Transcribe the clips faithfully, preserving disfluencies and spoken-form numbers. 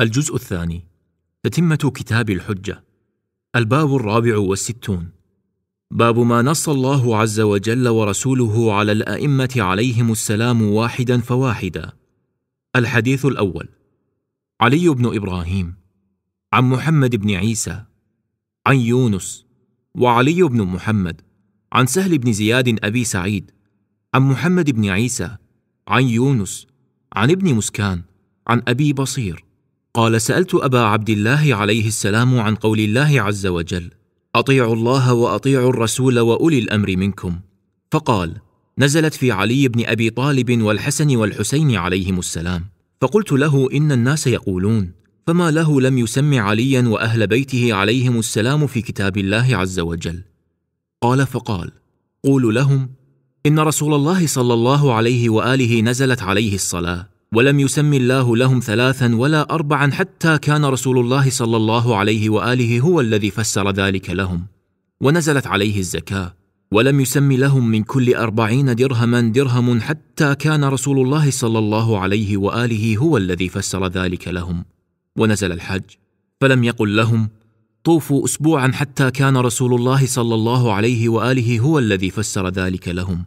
الجزء الثاني. تتمة كتاب الحجة. الباب الرابع والستون. باب ما نص الله عز وجل ورسوله على الأئمة عليهم السلام واحدا فواحدا. الحديث الأول: علي بن إبراهيم عن محمد بن عيسى عن يونس وعلي بن محمد عن سهل بن زياد أبي سعيد عن محمد بن عيسى عن يونس عن ابن مسكان عن أبي بصير قال: سألت أبا عبد الله عليه السلام عن قول الله عز وجل: أطيعوا الله وأطيعوا الرسول وأولي الأمر منكم، فقال: نزلت في علي بن أبي طالب والحسن والحسين عليهم السلام. فقلت له: إن الناس يقولون، فما له لم يسم عليا وأهل بيته عليهم السلام في كتاب الله عز وجل؟ قال: فقال: قولوا لهم إن رسول الله صلى الله عليه وآله نزلت عليه الصلاة، ولم يسم الله لهم ثلاثا ولا أربعا حتى كان رسول الله صلى الله عليه وآله هو الذي فسر ذلك لهم. ونزلت عليه الزكاة، ولم يسم لهم من كل أربعين درهما درهم حتى كان رسول الله صلى الله عليه وآله هو الذي فسر ذلك لهم. ونزل الحج، فلم يقل لهم طوفوا أسبوعا حتى كان رسول الله صلى الله عليه وآله هو الذي فسر ذلك لهم.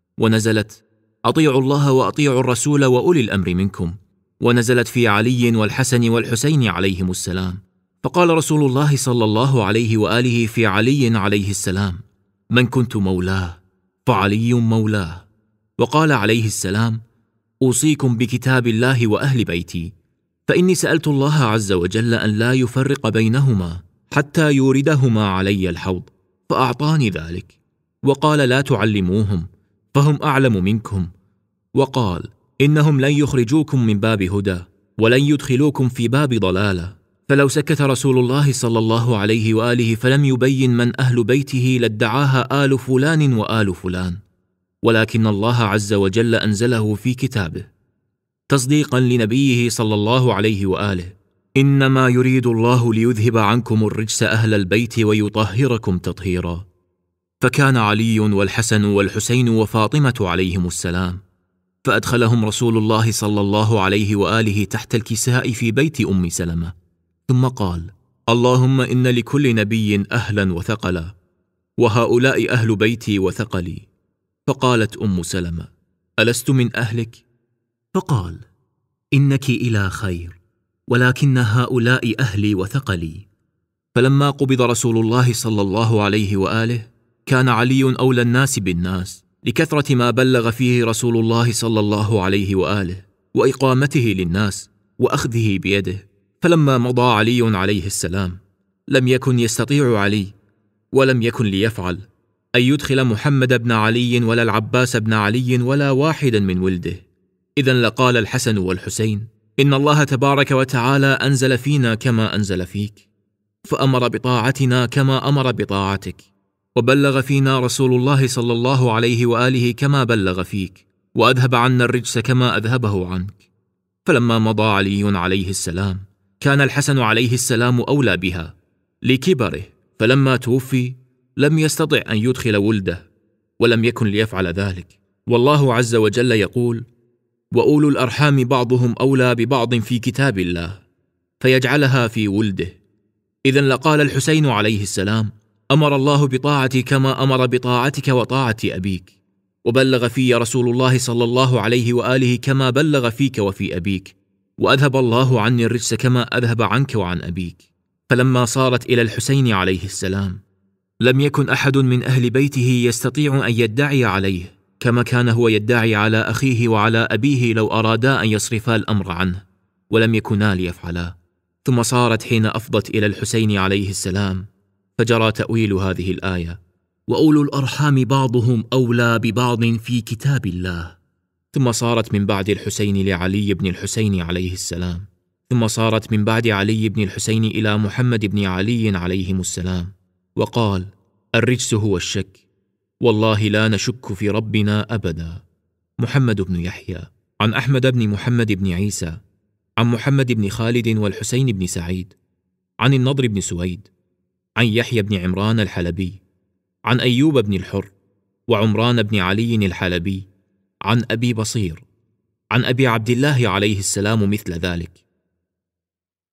ونزلت أطيعوا الله وأطيعوا الرسول وأولي الأمر منكم، ونزلت في علي والحسن والحسين عليهم السلام. فقال رسول الله صلى الله عليه وآله في علي عليه السلام: من كنت مولاه فعلي مولاه. وقال عليه السلام: أوصيكم بكتاب الله وأهل بيتي، فإني سألت الله عز وجل أن لا يفرق بينهما حتى يوردهما علي الحوض، فأعطاني ذلك. وقال: لا تعلموهم فهم أعلم منكم. وقال: إنهم لن يخرجوكم من باب هدى ولن يدخلوكم في باب ضلالة. فلو سكت رسول الله صلى الله عليه وآله فلم يبين من أهل بيته لادعاها آل فلان وآل فلان، ولكن الله عز وجل أنزله في كتابه تصديقا لنبيه صلى الله عليه وآله: إنما يريد الله ليذهب عنكم الرجس أهل البيت ويطهركم تطهيرا. فكان علي والحسن والحسين وفاطمة عليهم السلام، فأدخلهم رسول الله صلى الله عليه وآله تحت الكساء في بيت أم سلمة، ثم قال: اللهم إن لكل نبي أهلا وثقلا، وهؤلاء أهل بيتي وثقلي. فقالت أم سلمة: ألست من أهلك؟ فقال: إنك إلى خير، ولكن هؤلاء أهلي وثقلي. فلما قبض رسول الله صلى الله عليه وآله كان علي أولى الناس بالناس، لكثرة ما بلغ فيه رسول الله صلى الله عليه وآله، وإقامته للناس وأخذه بيده. فلما مضى علي عليه السلام لم يكن يستطيع علي ولم يكن ليفعل أن يدخل محمد بن علي ولا العباس بن علي ولا واحدا من ولده. إذن لقال الحسن والحسين: إن الله تبارك وتعالى أنزل فينا كما أنزل فيك، فأمر بطاعتنا كما أمر بطاعتك، وبلغ فينا رسول الله صلى الله عليه وآله كما بلغ فيك، وأذهب عنا الرجس كما أذهبه عنك. فلما مضى علي عليه السلام كان الحسن عليه السلام أولى بها لكبره، فلما توفي لم يستطع أن يدخل ولده ولم يكن ليفعل ذلك. والله عز وجل يقول: وأولو الأرحام بعضهم أولى ببعض في كتاب الله، فيجعلها في ولده. إذن لقال الحسين عليه السلام: أمر الله بطاعتي كما أمر بطاعتك وطاعة أبيك، وبلغ في رسول الله صلى الله عليه وآله كما بلغ فيك وفي أبيك، وأذهب الله عني الرجس كما أذهب عنك وعن أبيك. فلما صارت إلى الحسين عليه السلام لم يكن أحد من أهل بيته يستطيع أن يدعي عليه كما كان هو يدعي على أخيه وعلى أبيه لو أرادا أن يصرفا الأمر عنه، ولم يكونا ليفعلا. ثم صارت حين أفضت إلى الحسين عليه السلام فجرى تأويل هذه الآية: وأولو الأرحام بعضهم أولى ببعض في كتاب الله. ثم صارت من بعد الحسين لعلي بن الحسين عليه السلام، ثم صارت من بعد علي بن الحسين إلى محمد بن علي عليهم السلام. وقال: الرجس هو الشك، والله لا نشك في ربنا أبدا. محمد بن يحيى عن أحمد بن محمد بن عيسى عن محمد بن خالد والحسين بن سعيد عن النضر بن سويد عن يحيى بن عمران الحلبي عن أيوب بن الحر وعمران بن علي الحلبي عن أبي بصير عن أبي عبد الله عليه السلام مثل ذلك.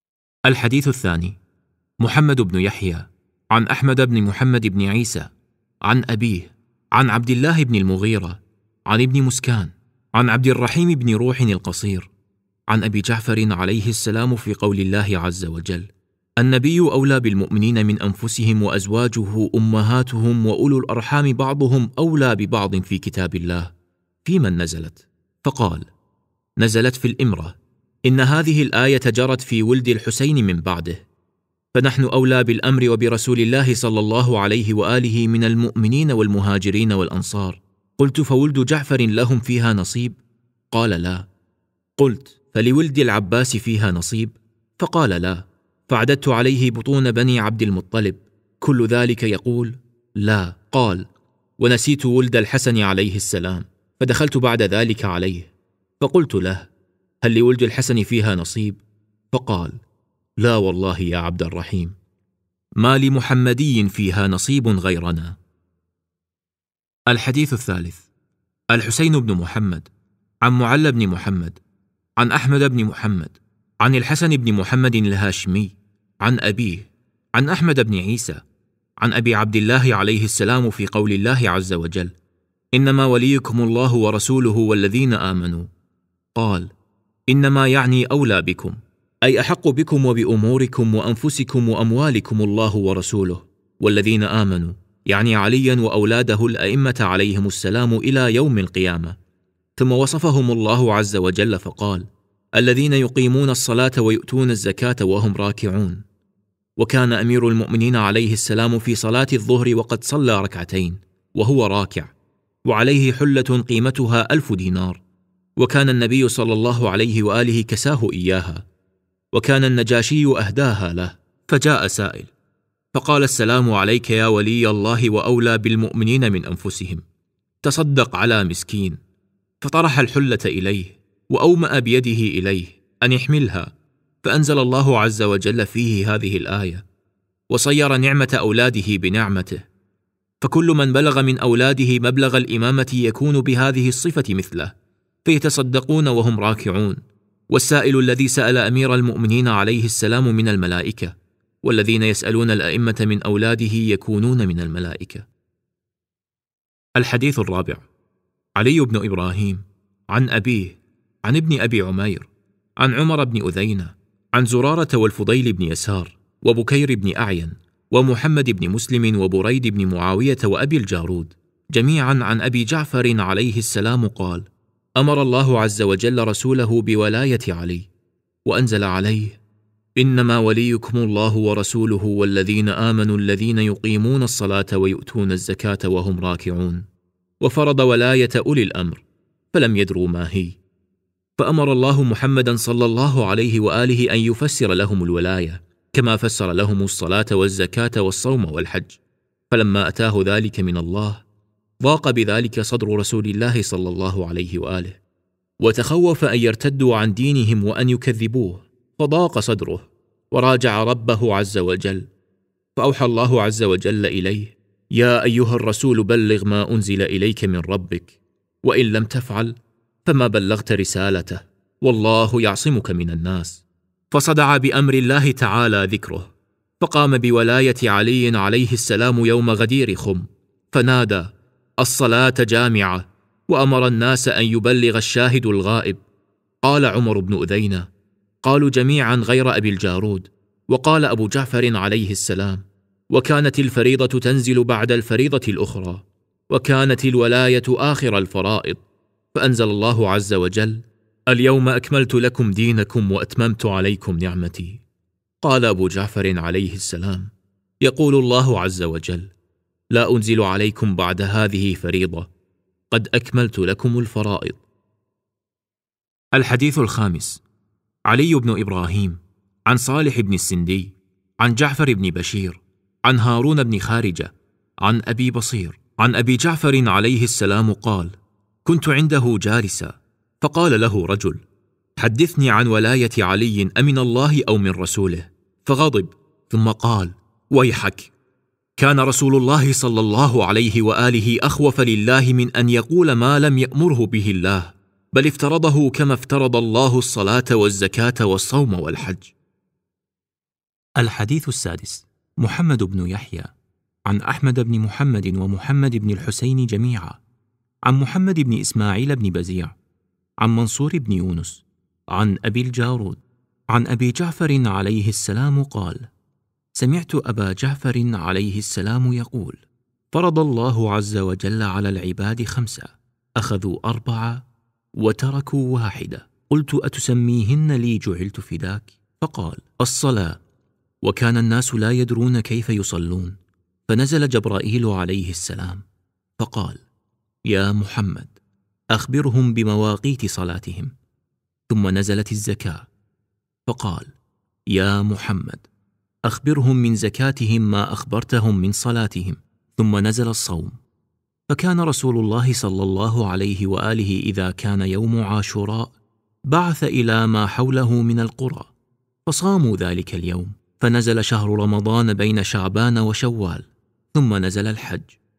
الحديث الثاني. محمد بن يحيى عن أحمد بن محمد بن عيسى عن أبيه عن عبد الله بن المغيرة عن ابن مسكان عن عبد الرحيم بن روح القصير عن أبي جعفر عليه السلام في قول الله عز وجل: النبي أولى بالمؤمنين من أنفسهم وأزواجه أمهاتهم وأولو الأرحام بعضهم أولى ببعض في كتاب الله. في من نزلت؟ فقال: نزلت في الإمرة، إن هذه الآية جرت في ولد الحسين من بعده، فنحن أولى بالأمر وبرسول الله صلى الله عليه وآله من المؤمنين والمهاجرين والأنصار. قلت: فولد جعفر لهم فيها نصيب؟ قال: لا. قلت: فلولد العباس فيها نصيب؟ فقال: لا. فعددت عليه بطون بني عبد المطلب، كل ذلك يقول: لا. قال: ونسيت ولد الحسن عليه السلام، فدخلت بعد ذلك عليه فقلت له: هل لولد الحسن فيها نصيب؟ فقال: لا والله يا عبد الرحيم، ما لمحمدي فيها نصيب غيرنا. الحديث الثالث. الحسين بن محمد عن معل بن محمد عن أحمد بن محمد عن الحسن بن محمد الهاشمي عن أبيه عن أحمد بن عيسى عن أبي عبد الله عليه السلام في قول الله عز وجل: إنما وليكم الله ورسوله والذين آمنوا. قال: إنما يعني أولى بكم، أي أحق بكم وبأموركم وأنفسكم وأموالكم الله ورسوله والذين آمنوا، يعني عليا وأولاده الأئمة عليهم السلام إلى يوم القيامة. ثم وصفهم الله عز وجل فقال: الذين يقيمون الصلاة ويؤتون الزكاة وهم راكعون. وكان أمير المؤمنين عليه السلام في صلاة الظهر وقد صلى ركعتين وهو راكع، وعليه حلة قيمتها ألف دينار، وكان النبي صلى الله عليه وآله كساه إياها، وكان النجاشي أهداها له. فجاء سائل فقال: السلام عليك يا ولي الله وأولى بالمؤمنين من أنفسهم، تصدق على مسكين. فطرح الحلة إليه وأومأ بيده إليه أن يحملها، فأنزل الله عز وجل فيه هذه الآية: وصير نعمة أولاده بنعمته، فكل من بلغ من أولاده مبلغ الإمامة يكون بهذه الصفة مثله، فيتصدقون وهم راكعون. والسائل الذي سأل أمير المؤمنين عليه السلام من الملائكة، والذين يسألون الأئمة من أولاده يكونون من الملائكة. الحديث الرابع. علي بن إبراهيم عن أبيه عن ابن أبي عمير عن عمر بن أذينة عن زرارة والفضيل بن يسار وبكير بن أعين ومحمد بن مسلم وبريد بن معاوية وأبي الجارود، جميعا عن أبي جعفر عليه السلام قال: أمر الله عز وجل رسوله بولاية علي، وأنزل عليه: إنما وليكم الله ورسوله والذين آمنوا الذين يقيمون الصلاة ويؤتون الزكاة وهم راكعون. وفرض ولاية أولي الأمر فلم يدروا ما هي، فأمر الله محمدا صلى الله عليه وآله أن يفسر لهم الولاية كما فسر لهم الصلاة والزكاة والصوم والحج. فلما أتاه ذلك من الله ضاق بذلك صدر رسول الله صلى الله عليه وآله، وتخوف أن يرتدوا عن دينهم وأن يكذبوه، فضاق صدره وراجع ربه عز وجل، فأوحى الله عز وجل إليه: يا أيها الرسول بلغ ما أنزل إليك من ربك، وإن لم تفعل فما بلغت رسالته، والله يعصمك من الناس. فصدع بأمر الله تعالى ذكره، فقام بولاية علي عليه السلام يوم غدير خم، فنادى: الصلاة جامعة، وأمر الناس أن يبلغ الشاهد الغائب. قال عمر بن أذينة: قالوا جميعا غير أبي الجارود. وقال أبو جعفر عليه السلام: وكانت الفريضة تنزل بعد الفريضة الأخرى، وكانت الولاية آخر الفرائض، فأنزل الله عز وجل: اليوم أكملت لكم دينكم وأتممت عليكم نعمتي. قال أبو جعفر عليه السلام: يقول الله عز وجل: لا أنزل عليكم بعد هذه فريضة، قد أكملت لكم الفرائض. الحديث الخامس. علي بن إبراهيم عن صالح بن السندي عن جعفر بن بشير عن هارون بن خارجة عن أبي بصير عن أبي جعفر عليه السلام قال: كنت عنده جالسا، فقال له رجل: حدثني عن ولاية علي أمن الله أو من رسوله؟ فغضب، ثم قال: ويحك، كان رسول الله صلى الله عليه وآله أخوف لله من أن يقول ما لم يأمره به الله، بل افترضه كما افترض الله الصلاة والزكاة والصوم والحج. الحديث السادس. محمد بن يحيى عن أحمد بن محمد ومحمد بن الحسين جميعا، عن محمد بن إسماعيل بن بزيع، عن منصور بن يونس، عن أبي الجارود، عن أبي جعفر عليه السلام قال: سمعت أبا جعفر عليه السلام يقول: فرض الله عز وجل على العباد خمسة، أخذوا أربعة وتركوا واحدة. قلت: أتسميهن لي جعلت فداك؟ فقال: الصلاة. وكان الناس لا يدرون كيف يصلون، فنزل جبرائيل عليه السلام فقال: يا محمد أخبرهم بمواقيت صلاتهم. ثم نزلت الزكاة فقال: يا محمد أخبرهم من زكاتهم ما أخبرتهم من صلاتهم. ثم نزل الصوم، فكان رسول الله صلى الله عليه وآله إذا كان يوم عاشوراء بعث إلى ما حوله من القرى فصاموا ذلك اليوم، فنزل شهر رمضان بين شعبان وشوال. ثم نزل الحج،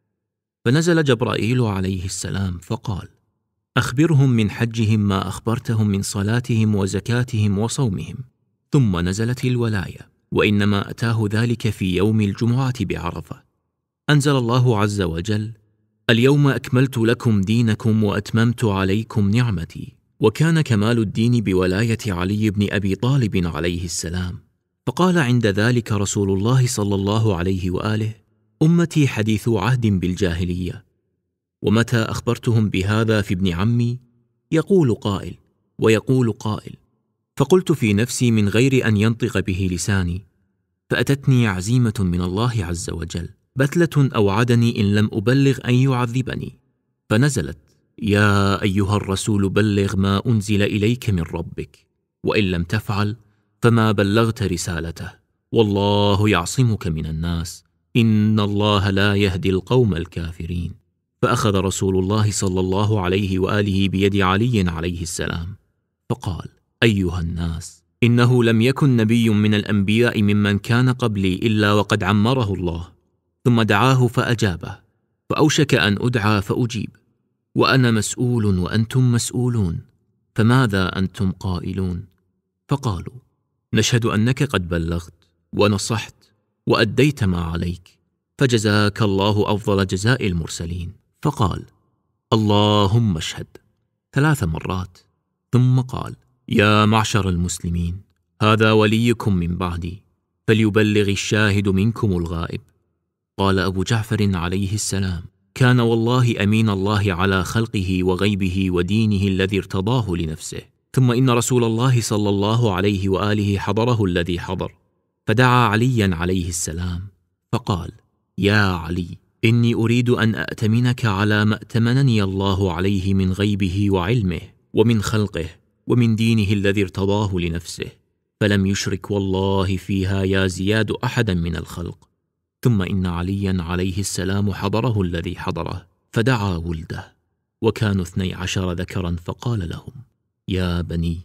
فنزل جبرائيل عليه السلام فقال: أخبرهم من حجهم ما أخبرتهم من صلاتهم وزكاتهم وصومهم. ثم نزلت الولاية، وإنما أتاه ذلك في يوم الجمعة بعرفة. أنزل الله عز وجل: اليوم أكملت لكم دينكم وأتممت عليكم نعمتي. وكان كمال الدين بولاية علي بن أبي طالب عليه السلام. فقال عند ذلك رسول الله صلى الله عليه وآله: أمتي حديث عهد بالجاهلية، ومتى أخبرتهم بهذا في ابن عمي يقول قائل ويقول قائل. فقلت في نفسي من غير أن ينطق به لساني، فأتتني عزيمة من الله عز وجل، بتلة أوعدني إن لم أبلغ أن يعذبني، فنزلت: يا أيها الرسول بلغ ما أنزل إليك من ربك، وإن لم تفعل فما بلغت رسالته، والله يعصمك من الناس، إن الله لا يهدي القوم الكافرين. فأخذ رسول الله صلى الله عليه وآله بيد علي عليه السلام فقال: أيها الناس، إنه لم يكن نبي من الأنبياء ممن كان قبلي إلا وقد عمره الله. ثم دعاه فأجابه، فأوشك أن أدعى فأجيب، وأنا مسؤول وأنتم مسؤولون، فماذا أنتم قائلون؟ فقالوا: نشهد أنك قد بلغت ونصحت وأديت ما عليك، فجزاك الله أفضل جزاء المرسلين. فقال: اللهم اشهد ثلاث مرات. ثم قال: يا معشر المسلمين، هذا وليكم من بعدي، فليبلغ الشاهد منكم الغائب. قال أبو جعفر عليه السلام: كان والله أمين الله على خلقه وغيبه ودينه الذي ارتضاه لنفسه. ثم إن رسول الله صلى الله عليه وآله حضره الذي حضر، فدعا عليا عليه السلام فقال: يا علي، إني أريد أن أأتمنك على ما أتمنني الله عليه من غيبه وعلمه ومن خلقه ومن دينه الذي ارتضاه لنفسه، فلم يشرك والله فيها يا زياد أحدا من الخلق. ثم إن عليا عليه السلام حضره الذي حضره، فدعا ولده، وكانوا اثني عشر ذكرا، فقال لهم: يا بني،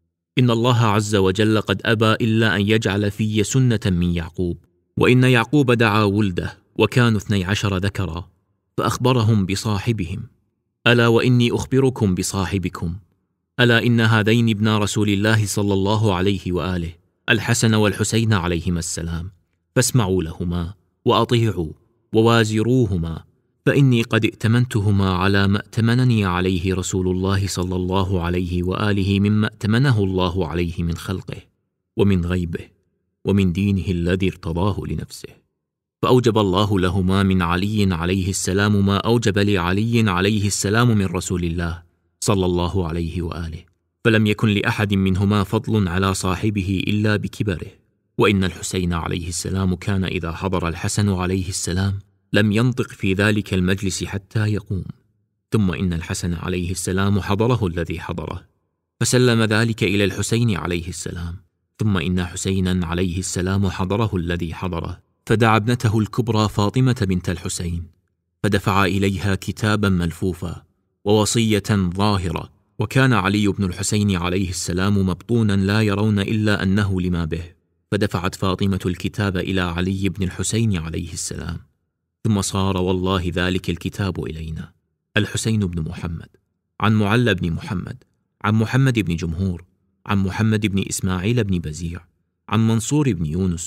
إن الله عز وجل قد أبى إلا أن يجعل في سنة من يعقوب، وإن يعقوب دعا ولده وكانوا اثني عشر ذكرا، فأخبرهم بصاحبهم: ألا وإني أخبركم بصاحبكم، ألا إن هذين ابنا رسول الله صلى الله عليه وآله، الحسن والحسين عليهما السلام، فاسمعوا لهما وأطيعوا ووازروهما، فإني قد ائتمنتهما على ما ائتمنني عليه رسول الله صلى الله عليه وآله مما ائتمنه الله عليه من خلقه ومن غيبه ومن دينه الذي ارتضاه لنفسه. فأوجب الله لهما من علي عليه السلام ما أوجب لعلي عليه السلام من رسول الله صلى الله عليه وآله، فلم يكن لأحد منهما فضل على صاحبه إلا بكبره. وإن الحسين عليه السلام كان إذا حضر الحسن عليه السلام لم ينطق في ذلك المجلس حتى يقوم. ثم إن الحسن عليه السلام حضره الذي حضره، فسلم ذلك إلى الحسين عليه السلام. ثم إن حسينا عليه السلام حضره الذي حضره، فدعا ابنته الكبرى فاطمة بنت الحسين، فدفع إليها كتابا ملفوفا ووصية ظاهرة. وكان علي بن الحسين عليه السلام مبطونا لا يرون إلا أنه لما به، فدفعت فاطمة الكتاب إلى علي بن الحسين عليه السلام. ثم صار والله ذلك الكتاب إلينا. الحسين بن محمد عن معل بن محمد عن محمد بن جمهور عن محمد بن إسماعيل بن بزيع عن منصور بن يونس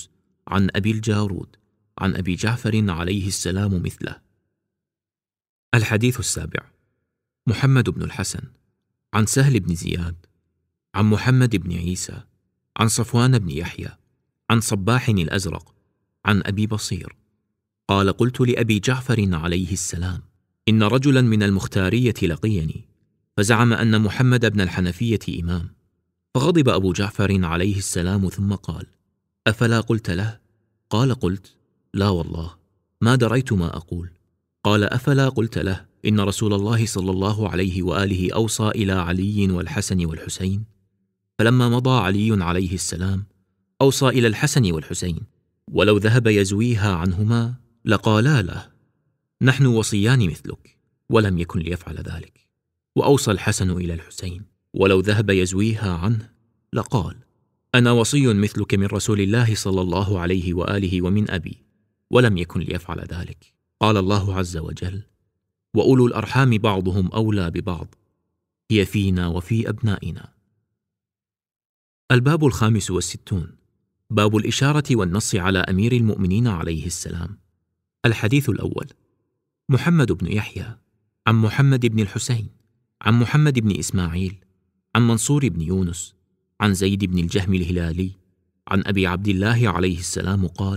عن أبي الجارود عن أبي جعفر عليه السلام مثله. الحديث السابع. محمد بن الحسن عن سهل بن زياد عن محمد بن عيسى عن صفوان بن يحيى عن صباح الأزرق عن أبي بصير قال: قلت لأبي جعفر عليه السلام: إن رجلا من المختارية لقيني فزعم أن محمد بن الحنفية إمام، فغضب أبو جعفر عليه السلام ثم قال: أفلا قلت له؟ قال: قلت: لا والله ما دريت ما أقول. قال: أفلا قلت له إن رسول الله صلى الله عليه وآله أوصى إلى علي والحسن والحسين؟ فلما مضى علي عليه السلام أوصى إلى الحسن والحسين، ولو ذهب يزويها عنهما لقالا له: نحن وصيان مثلك، ولم يكن ليفعل ذلك. وأوصى الحسن إلى الحسين، ولو ذهب يزويها عنه لقال: أنا وصي مثلك من رسول الله صلى الله عليه وآله ومن أبي، ولم يكن ليفعل ذلك. قال الله عز وجل: وأولو الأرحام بعضهم أولى ببعض، هي فينا وفي أبنائنا. الباب الخامس والستون. باب الإشارة والنص على أمير المؤمنين عليه السلام. الحديث الأول. محمد بن يحيى عن محمد بن الحسين عن محمد بن إسماعيل عن منصور بن يونس عن زيد بن الجهم الهلالي عن أبي عبد الله عليه السلام قال: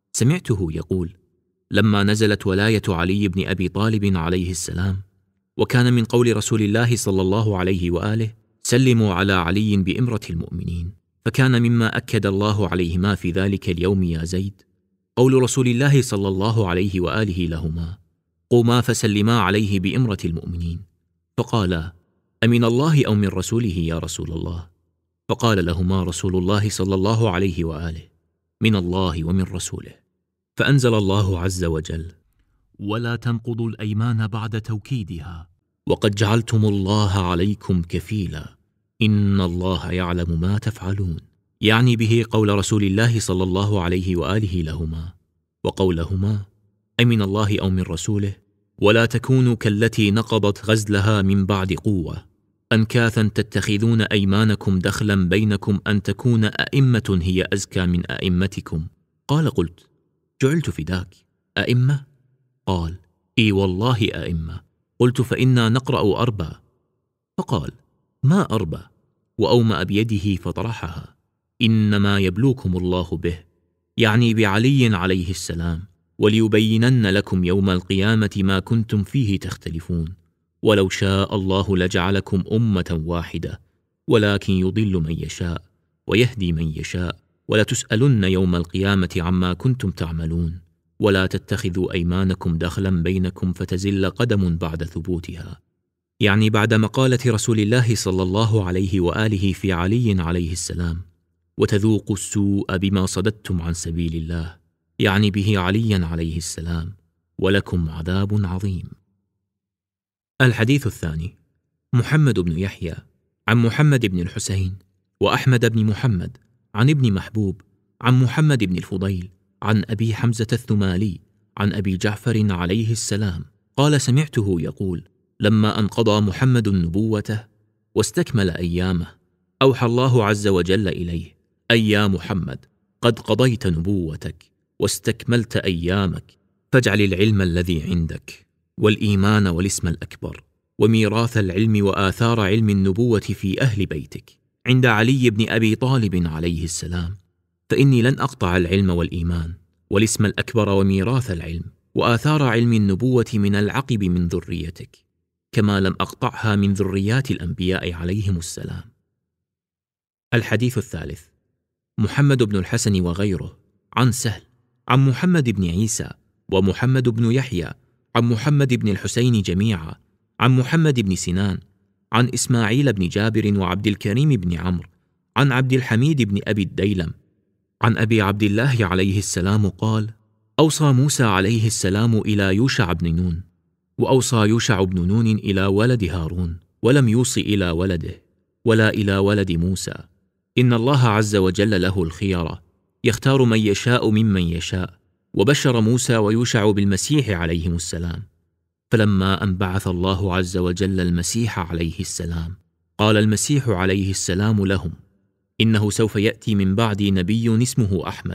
سمعته يقول: لما نزلت ولاية علي بن أبي طالب عليه السلام، وكان من قول رسول الله صلى الله عليه وآله: سلموا على علي بإمرة المؤمنين، فكان مما أكد الله عليهما في ذلك اليوم يا زيد قول رسول الله صلى الله عليه وآله لهما: قوما فسلما عليه بإمرة المؤمنين. فقالا: أمن الله أو من رسوله يا رسول الله؟ فقال لهما رسول الله صلى الله عليه وآله: من الله ومن رسوله. فأنزل الله عز وجل: ولا تنقضوا الأيمان بعد توكيدها وقد جعلتم الله عليكم كفيلا إن الله يعلم ما تفعلون، يعني به قول رسول الله صلى الله عليه وآله لهما، وقولهما: أمن الله أو من رسوله، ولا تكونوا كالتي نقضت غزلها من بعد قوة أنكاثا تتخذون أيمانكم دخلا بينكم أن تكون أئمة هي أزكى من أئمتكم. قال: قلت: جعلت فداك، أئمة؟ قال: إي والله أئمة. قلت: فإنا نقرأ أربا. فقال: ما أربا؟ وأومأ بيده فطرحها: إنما يبلوكم الله به، يعني بعلي عليه السلام، وليبينن لكم يوم القيامة ما كنتم فيه تختلفون، ولو شاء الله لجعلكم أمة واحدة، ولكن يضل من يشاء ويهدي من يشاء، ولتسألن يوم القيامة عما كنتم تعملون، ولا تتخذوا أيمانكم دخلا بينكم فتزل قدم بعد ثبوتها، يعني بعد مقالة رسول الله صلى الله عليه وآله في علي عليه السلام: وتذوقوا السوء بما صددتم عن سبيل الله، يعني به عليا عليه السلام، ولكم عذاب عظيم. الحديث الثاني. محمد بن يحيى عن محمد بن الحسين وأحمد بن محمد عن ابن محبوب عن محمد بن الفضيل عن أبي حمزة الثمالي عن أبي جعفر عليه السلام قال: سمعته يقول: لما أنقضى محمد نبوته واستكمل أيامه أوحى الله عز وجل إليه: أي يا محمد، قد قضيت نبوتك واستكملت أيامك، فاجعل العلم الذي عندك والإيمان والاسم الأكبر وميراث العلم وآثار علم النبوة في أهل بيتك عند علي بن أبي طالب عليه السلام، فإني لن أقطع العلم والإيمان والاسم الأكبر وميراث العلم وآثار علم النبوة من العقب من ذريتك، كما لم أقطعها من ذريات الأنبياء عليهم السلام. الحديث الثالث. محمد بن الحسن وغيره عن سهل عن محمد بن عيسى ومحمد بن يحيى عن محمد بن الحسين جميعا عن محمد بن سنان عن إسماعيل بن جابر وعبد الكريم بن عمرو عن عبد الحميد بن أبي الديلم عن أبي عبد الله عليه السلام قال: أوصى موسى عليه السلام إلى يوشع بن نون، وأوصى يوشع بن نون إلى ولد هارون، ولم يوص إلى ولده ولا إلى ولد موسى. إن الله عز وجل له الخيرة، يختار من يشاء ممن يشاء، وبشر موسى ويوشع بالمسيح عليهم السلام. فلما أن بعث الله عز وجل المسيح عليه السلام قال المسيح عليه السلام لهم: إنه سوف يأتي من بعدي نبي اسمه أحمد،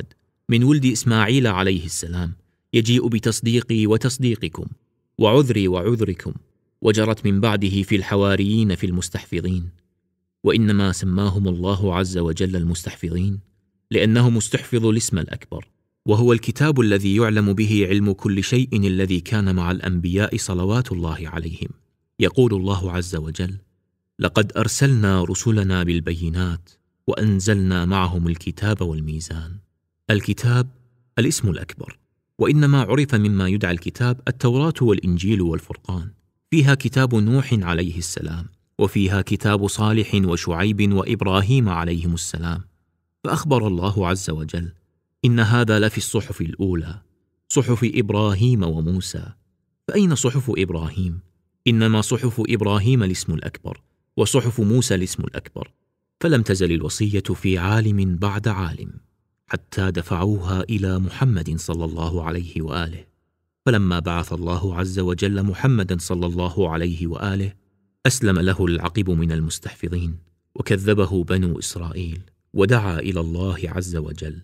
من ولد إسماعيل عليه السلام، يجيء بتصديقي وتصديقكم، وعذري وعذركم، وجرت من بعده في الحواريين في المستحفظين. وإنما سماهم الله عز وجل المستحفظين لأنهم استحفظوا الاسم الأكبر، وهو الكتاب الذي يعلم به علم كل شيء الذي كان مع الأنبياء صلوات الله عليهم. يقول الله عز وجل: لقد أرسلنا رسلنا بالبينات وأنزلنا معهم الكتاب والميزان. الكتاب الاسم الأكبر، وإنما عرف مما يدعى الكتاب التوراة والإنجيل والفرقان، فيها كتاب نوح عليه السلام، وفيها كتاب صالح وشعيب وإبراهيم عليهم السلام. فأخبر الله عز وجل: إن هذا لفي الصحف الأولى، صحف إبراهيم وموسى. فأين صحف إبراهيم؟ إنما صحف إبراهيم الاسم الأكبر، وصحف موسى الاسم الأكبر. فلم تزل الوصية في عالم بعد عالم حتى دفعوها إلى محمد صلى الله عليه وآله. فلما بعث الله عز وجل محمدا صلى الله عليه وآله، أسلم له العقب من المستحفظين، وكذبه بنو إسرائيل، ودعا إلى الله عز وجل،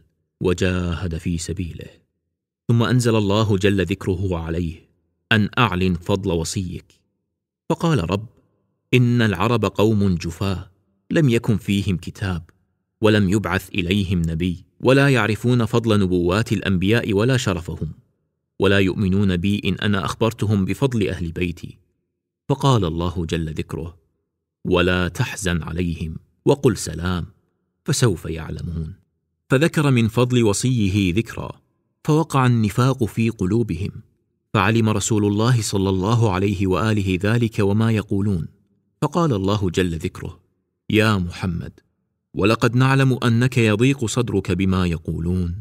وجاهد في سبيله. ثم أنزل الله جل ذكره عليه أن أعلن فضل وصيك، فقال: رب، إن العرب قوم جفاة، لم يكن فيهم كتاب، ولم يبعث إليهم نبي، ولا يعرفون فضل نبوات الأنبياء ولا شرفهم، ولا يؤمنون بي إن أنا أخبرتهم بفضل أهل بيتي. فقال الله جل ذكره: ولا تحزن عليهم وقل سلام، فسوف يعلمون. فذكر من فضل وصيه ذكرى، فوقع النفاق في قلوبهم، فعلم رسول الله صلى الله عليه وآله ذلك وما يقولون، فقال الله جل ذكره: يا محمد، ولقد نعلم أنك يضيق صدرك بما يقولون،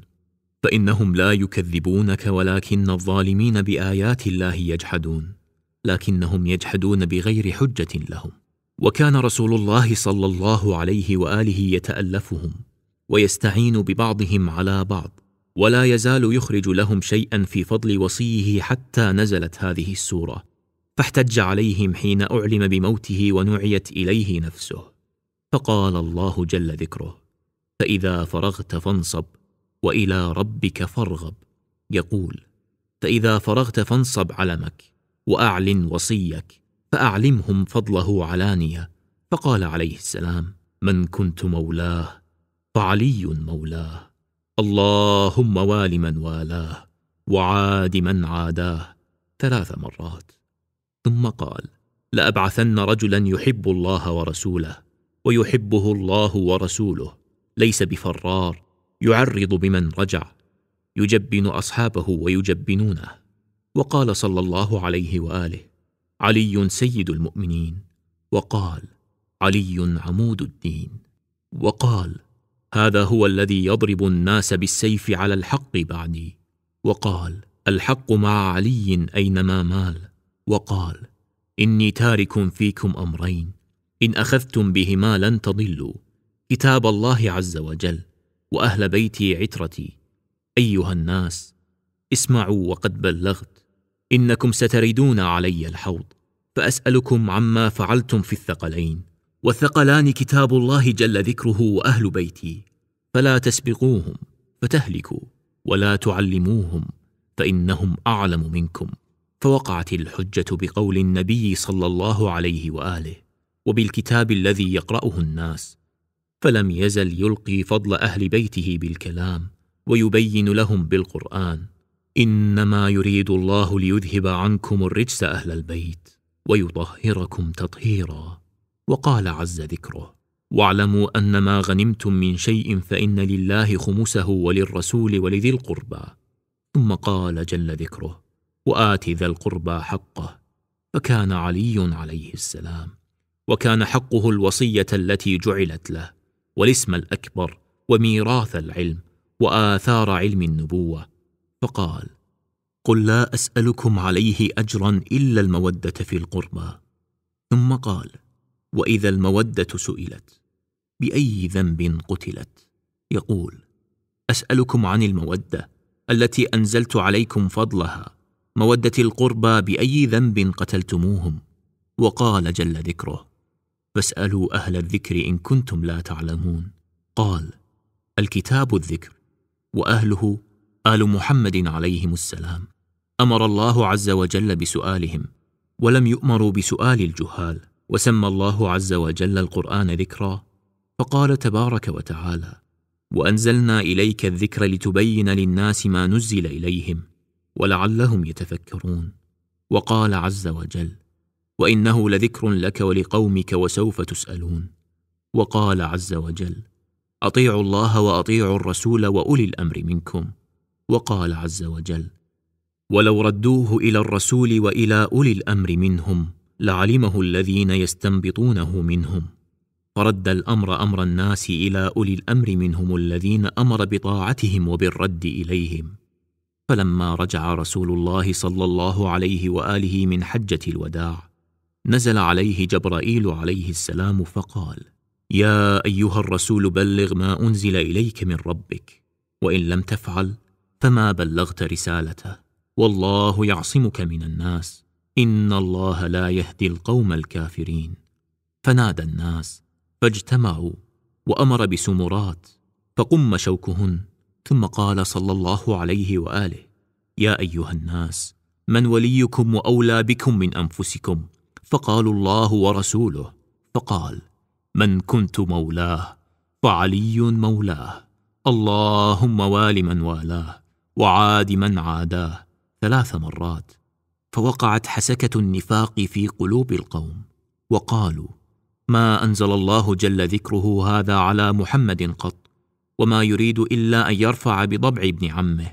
فإنهم لا يكذبونك ولكن الظالمين بآيات الله يجحدون، لكنهم يجحدون بغير حجة لهم. وكان رسول الله صلى الله عليه وآله يتألفهم ويستعين ببعضهم على بعض، ولا يزال يخرج لهم شيئا في فضل وصيه حتى نزلت هذه السورة، فاحتج عليهم حين أعلم بموته ونعيت إليه نفسه. فقال الله جل ذكره: فإذا فرغت فانصب وإلى ربك فارغب. يقول: فإذا فرغت فانصب علمك وأعلن وصيك، فأعلمهم فضله علانية. فقال عليه السلام: من كنت مولاه فعلي مولاه، اللهم وال من والاه وعاد من عاداه، ثلاث مرات. ثم قال: لأبعثن رجلا يحب الله ورسوله ويحبه الله ورسوله، ليس بفرار يعرض بمن رجع، يجبن أصحابه ويجبنونه. وقال صلى الله عليه وآله: علي سيد المؤمنين. وقال: علي عمود الدين. وقال: هذا هو الذي يضرب الناس بالسيف على الحق بعدي. وقال: الحق مع علي أينما مال. وقال: إني تارك فيكم أمرين إن أخذتم بهما لن تضلوا، كتاب الله عز وجل وأهل بيتي عترتي. أيها الناس، اسمعوا وقد بلغت، إنكم ستردون علي الحوض، فأسألكم عما فعلتم في الثقلين، والثقلان كتاب الله جل ذكره وأهل بيتي، فلا تسبقوهم فتهلكوا، ولا تعلموهم فإنهم أعلم منكم. فوقعت الحجة بقول النبي صلى الله عليه وآله وبالكتاب الذي يقرأه الناس، فلم يزل يلقي فضل أهل بيته بالكلام ويبين لهم بالقرآن: إنما يريد الله ليذهب عنكم الرجس أهل البيت ويطهركم تطهيرا. وقال عز ذكره: واعلموا أن ما غنمتم من شيء فإن لله خمسه وللرسول ولذي القربى. ثم قال جل ذكره: وآت ذا القربى حقه. فكان علي عليه السلام، وكان حقه الوصية التي جعلت له، والاسم الأكبر، وميراث العلم، وآثار علم النبوة. فقال: قل لا أسألكم عليه أجرا إلا المودة في القربى. ثم قال: وإذا المودة سئلت بأي ذنب قتلت، يقول: أسألكم عن المودة التي أنزلت عليكم فضلها، مودة القربى بأي ذنب قتلتموهم. وقال جل ذكره: فاسألوا أهل الذكر إن كنتم لا تعلمون. قال: الكتاب الذكر، وأهله آل محمد عليهم السلام. أمر الله عز وجل بسؤالهم، ولم يؤمروا بسؤال الجهال. وسمى الله عز وجل القرآن ذكرا، فقال تبارك وتعالى: وأنزلنا إليك الذكر لتبين للناس ما نزل إليهم ولعلهم يتفكرون. وقال عز وجل: وإنه لذكر لك ولقومك وسوف تسألون. وقال عز وجل: أطيعوا الله وأطيعوا الرسول وأولي الأمر منكم. وقال عز وجل: ولو ردوه إلى الرسول وإلى أولي الأمر منهم لعلمه الذين يستنبطونه منهم. فرد الأمر أمر الناس إلى أولي الأمر منهم الذين أمر بطاعتهم وبالرد إليهم. فلما رجع رسول الله صلى الله عليه وآله من حجة الوداع، نزل عليه جبرائيل عليه السلام فقال: يا أيها الرسول بلغ ما أنزل إليك من ربك، وإن لم تفعل فما بلغت رسالته، والله يعصمك من الناس، إن الله لا يهدي القوم الكافرين. فنادى الناس فاجتمعوا، وأمر بسمرات فقم شوكهن، ثم قال صلى الله عليه وآله: يا أيها الناس، من وليكم وأولى بكم من أنفسكم؟ فقالوا: الله ورسوله. فقال: من كنت مولاه فعلي مولاه، اللهم وال من والاه وعاد من عاداه، ثلاث مرات. فوقعت حسكة النفاق في قلوب القوم، وقالوا: ما أنزل الله جل ذكره هذا على محمد قط، وما يريد إلا أن يرفع بضبع ابن عمه.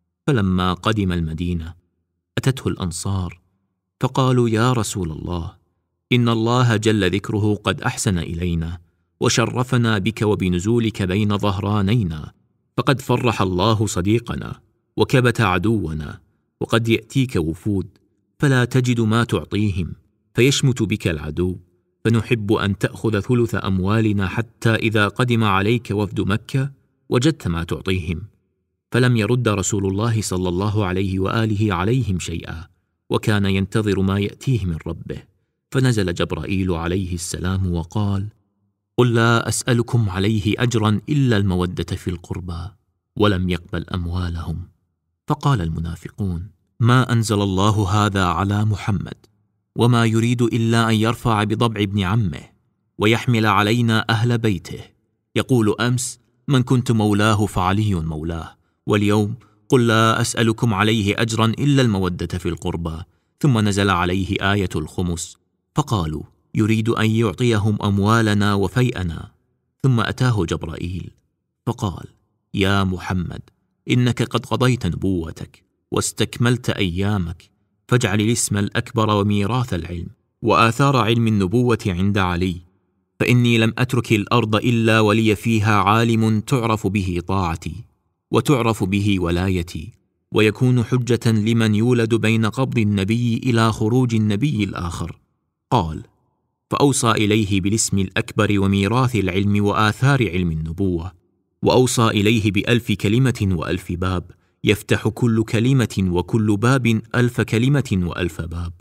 فلما قدم المدينة أتته الأنصار فقالوا: يا رسول الله، إن الله جل ذكره قد أحسن إلينا وشرفنا بك وبنزولك بين ظهرانينا، فقد فرح الله صديقنا وكبت عدونا، وقد يأتيك وفود فلا تجد ما تعطيهم فيشمت بك العدو، فنحب أن تأخذ ثلث أموالنا حتى إذا قدم عليك وفد مكة وجدت ما تعطيهم. فلم يرد رسول الله صلى الله عليه وآله عليهم شيئا، وكان ينتظر ما يأتيه من ربه. فنزل جبرائيل عليه السلام وقال: قل لا أسألكم عليه أجرا إلا المودة في القربى، ولم يقبل أموالهم. فقال المنافقون: ما أنزل الله هذا على محمد، وما يريد إلا أن يرفع بضبع ابن عمه ويحمل علينا أهل بيته. يقول أمس: من كنت مولاه فعلي مولاه، واليوم: قل لا أسألكم عليه أجرا إلا المودة في القربى. ثم نزل عليه آية الخمس، فقالوا: يريد أن يعطيهم أموالنا وفيئنا. ثم أتاه جبرائيل فقال: يا محمد، إنك قد قضيت نبوتك واستكملت أيامك، فاجعل الاسم الأكبر وميراث العلم وآثار علم النبوة عند علي، فإني لم أترك الأرض إلا ولي فيها عالم تعرف به طاعتي وتعرف به ولايتي، ويكون حجة لمن يولد بين قبض النبي إلى خروج النبي الآخر. قال: فأوصى إليه بالاسم الأكبر وميراث العلم وآثار علم النبوة، وأوصى إليه بألف كلمة وألف باب، يفتح كل كلمة وكل باب ألف كلمة وألف باب.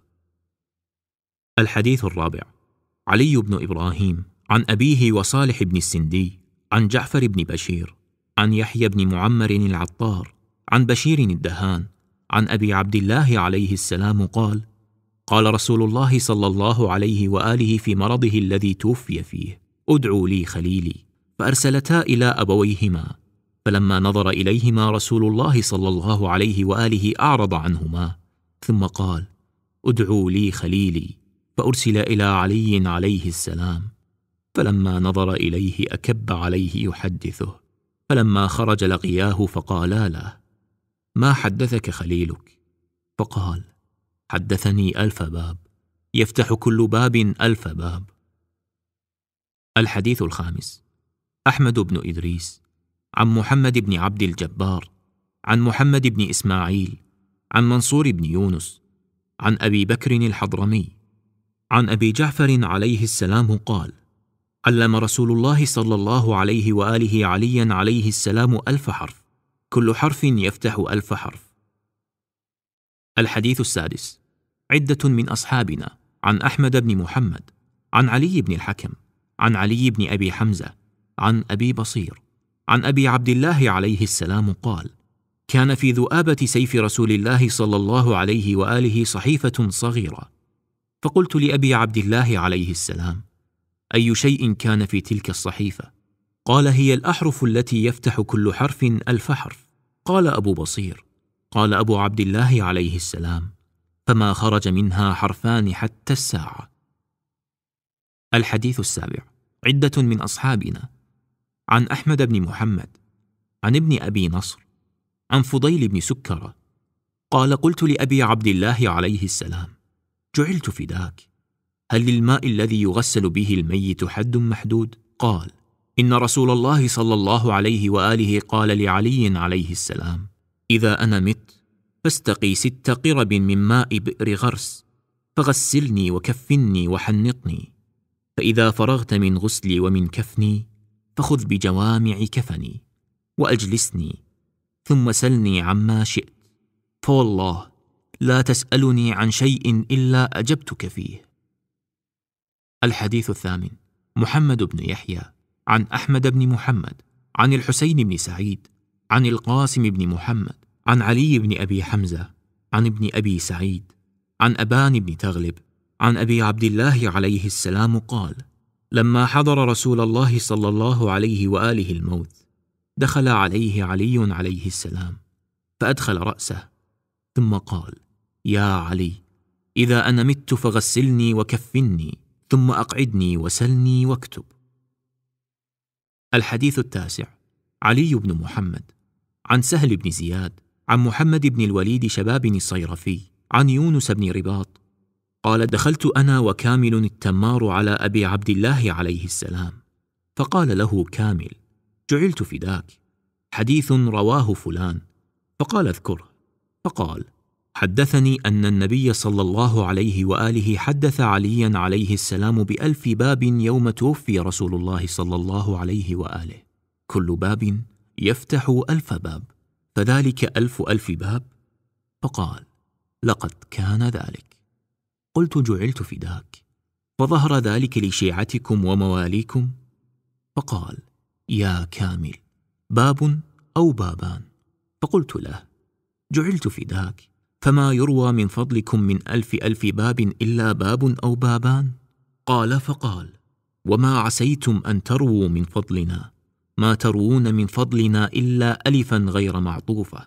الحديث الرابع: علي بن إبراهيم عن أبيه وصالح بن السندي عن جعفر بن بشير عن يحيى بن معمر العطار عن بشير الدهان عن أبي عبد الله عليه السلام قال: قال رسول الله صلى الله عليه وآله في مرضه الذي توفي فيه: ادعوا لي خليلي. فأرسلتا إلى أبويهما، فلما نظر إليهما رسول الله صلى الله عليه وآله أعرض عنهما، ثم قال: ادعوا لي خليلي. فأرسل إلى علي عليه السلام، فلما نظر إليه أكب عليه يحدثه، فلما خرج لقياه فقالا له: ما حدثك خليلك؟ فقال: حدثني ألف باب، يفتح كل باب ألف باب. الحديث الخامس: أحمد بن إدريس عن محمد بن عبد الجبار عن محمد بن إسماعيل عن منصور بن يونس عن أبي بكر الحضرمي عن أبي جعفر عليه السلام قال: علم رسول الله صلى الله عليه وآله عليا عليه السلام ألف حرف، كل حرف يفتح ألف حرف. الحديث السادس: عدة من أصحابنا عن أحمد بن محمد عن علي بن الحكم عن علي بن أبي حمزة عن أبي بصير عن أبي عبد الله عليه السلام قال: كان في ذؤابة سيف رسول الله صلى الله عليه وآله صحيفة صغيرة، فقلت لأبي عبد الله عليه السلام: أي شيء كان في تلك الصحيفة؟ قال: هي الأحرف التي يفتح كل حرف ألف حرف. قال أبو بصير: قال أبو عبد الله عليه السلام: فما خرج منها حرفان حتى الساعة. الحديث السابع. عدة من أصحابنا: عن أحمد بن محمد، عن ابن أبي نصر، عن فضيل بن سكرة قال: قلت لأبي عبد الله عليه السلام: جعلت فداك، هل للماء الذي يغسل به الميت حد محدود؟ قال: إن رسول الله صلى الله عليه وآله قال لعلي عليه السلام: إذا أنا مت فاستقي ست قرب من ماء بئر غرس، فغسلني وكفني وحنطني، فإذا فرغت من غسلي ومن كفني فخذ بجوامع كفني وأجلسني، ثم سلني عما شئت، فوالله لا تسألني عن شيء إلا أجبتك فيه. الحديث الثامن. محمد بن يحيى، عن أحمد بن محمد، عن الحسين بن سعيد، عن القاسم بن محمد، عن علي بن أبي حمزة، عن ابن أبي سعيد، عن أبان بن تغلب، عن أبي عبد الله عليه السلام قال: لما حضر رسول الله صلى الله عليه وآله الموت، دخل عليه علي عليه السلام فأدخل رأسه، ثم قال: يا علي، إذا أنا مت فغسلني وكفني، ثم أقعدني وسلني واكتب. الحديث التاسع. علي بن محمد، عن سهل بن زياد، عن محمد بن الوليد شباب الصيرفي، عن يونس بن رباط قال: دخلت أنا وكامل التمار على أبي عبد الله عليه السلام، فقال له كامل: جعلت فداك، حديث رواه فلان، فقال: اذكره. فقال: حدثني أن النبي صلى الله عليه وآله حدث عليا عليه السلام بألف باب يوم توفي رسول الله صلى الله عليه وآله، كل باب يفتح ألف باب، فذلك ألف ألف باب. فقال: لقد كان ذلك. قلت: جعلت فداك، فظهر ذلك لشيعتكم ومواليكم؟ فقال: يا كامل، باب أو بابان؟ فقلت له: جعلت فداك، فما يروى من فضلكم من ألف ألف باب إلا باب أو بابان؟ قال: فقال: وما عسيتم أن ترووا من فضلنا ما تروون من فضلنا إلا ألفا غير معطوفة.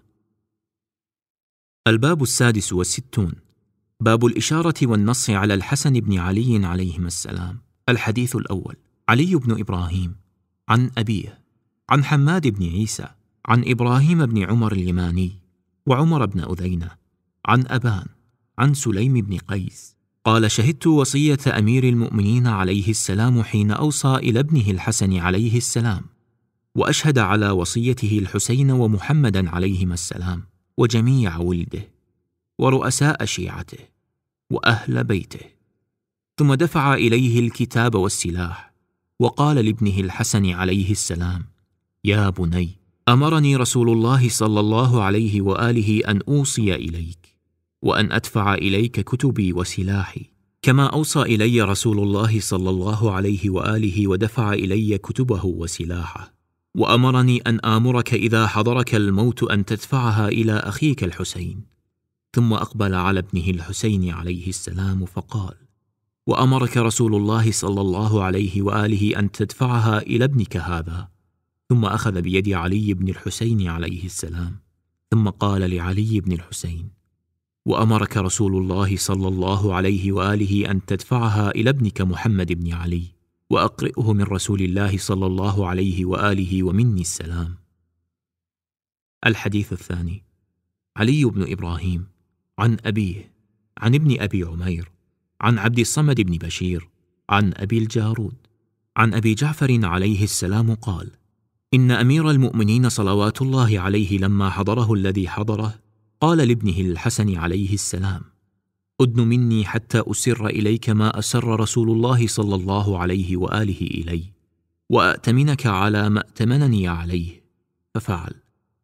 الباب السادس والستون. باب الإشارة والنص على الحسن بن علي عليهما السلام. الحديث الأول. علي بن إبراهيم، عن أبيه، عن حماد بن عيسى، عن إبراهيم بن عمر اليماني، وعمر بن أذينة، عن أبان، عن سليم بن قيس قال: شهدت وصية أمير المؤمنين عليه السلام حين أوصى إلى ابنه الحسن عليه السلام، وأشهد على وصيته الحسين ومحمدا عليهما السلام، وجميع ولده، ورؤساء شيعته، وأهل بيته، ثم دفع إليه الكتاب والسلاح، وقال لابنه الحسن عليه السلام: يا بني، أمرني رسول الله صلى الله عليه وآله أن أوصي إليك، وأن أدفع إليك كتبي وسلاحي، كما أوصى إلي رسول الله صلى الله عليه وآله ودفع إلي كتبه وسلاحه، وأمرني أن آمرك إذا حضرك الموت أن تدفعها إلى أخيك الحسين. ثم أقبل على ابنه الحسين عليه السلام فقال: وأمرك رسول الله صلى الله عليه وآله أن تدفعها إلى ابنك هذا. ثم أخذ بيد علي بن الحسين عليه السلام، ثم قال لعلي بن الحسين: وأمرك رسول الله صلى الله عليه وآله أن تدفعها إلى ابنك محمد بن علي، وأقرئه من رسول الله صلى الله عليه وآله ومني السلام. الحديث الثاني. علي بن إبراهيم، عن أبيه، عن ابن أبي عمير، عن عبد الصمد بن بشير، عن أبي الجارود، عن أبي جعفر عليه السلام قال: إن أمير المؤمنين صلوات الله عليه لما حضره الذي حضره قال لابنه الحسن عليه السلام: أدن مني حتى أسر إليك ما أسر رسول الله صلى الله عليه وآله إلي، وأأتمنك على ما أتمنني عليه، ففعل.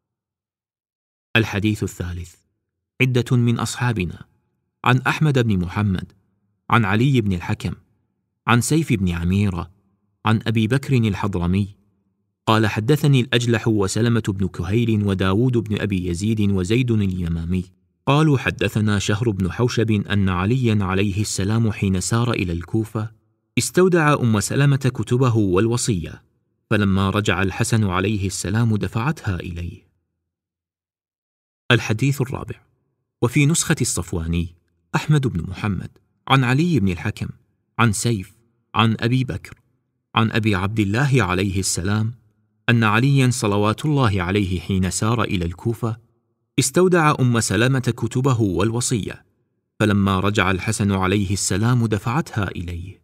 الحديث الثالث. عدة من أصحابنا: عن أحمد بن محمد، عن علي بن الحكم، عن سيف بن عميرة، عن أبي بكر الحضرمي قال حدثني الأجلح وسلمة بن كهيل وداود بن أبي يزيد وزيد اليمامي قالوا حدثنا شهر بن حوشب أن عليا عليه السلام حين سار إلى الكوفة استودع أم سلمة كتبه والوصية، فلما رجع الحسن عليه السلام دفعتها إليه. الحديث الرابع. وفي نسخة الصفواني أحمد بن محمد عن علي بن الحكم عن سيف عن أبي بكر عن أبي عبد الله عليه السلام أن عليا صلوات الله عليه حين سار إلى الكوفة استودع أم سلمة كتبه والوصية، فلما رجع الحسن عليه السلام دفعتها إليه.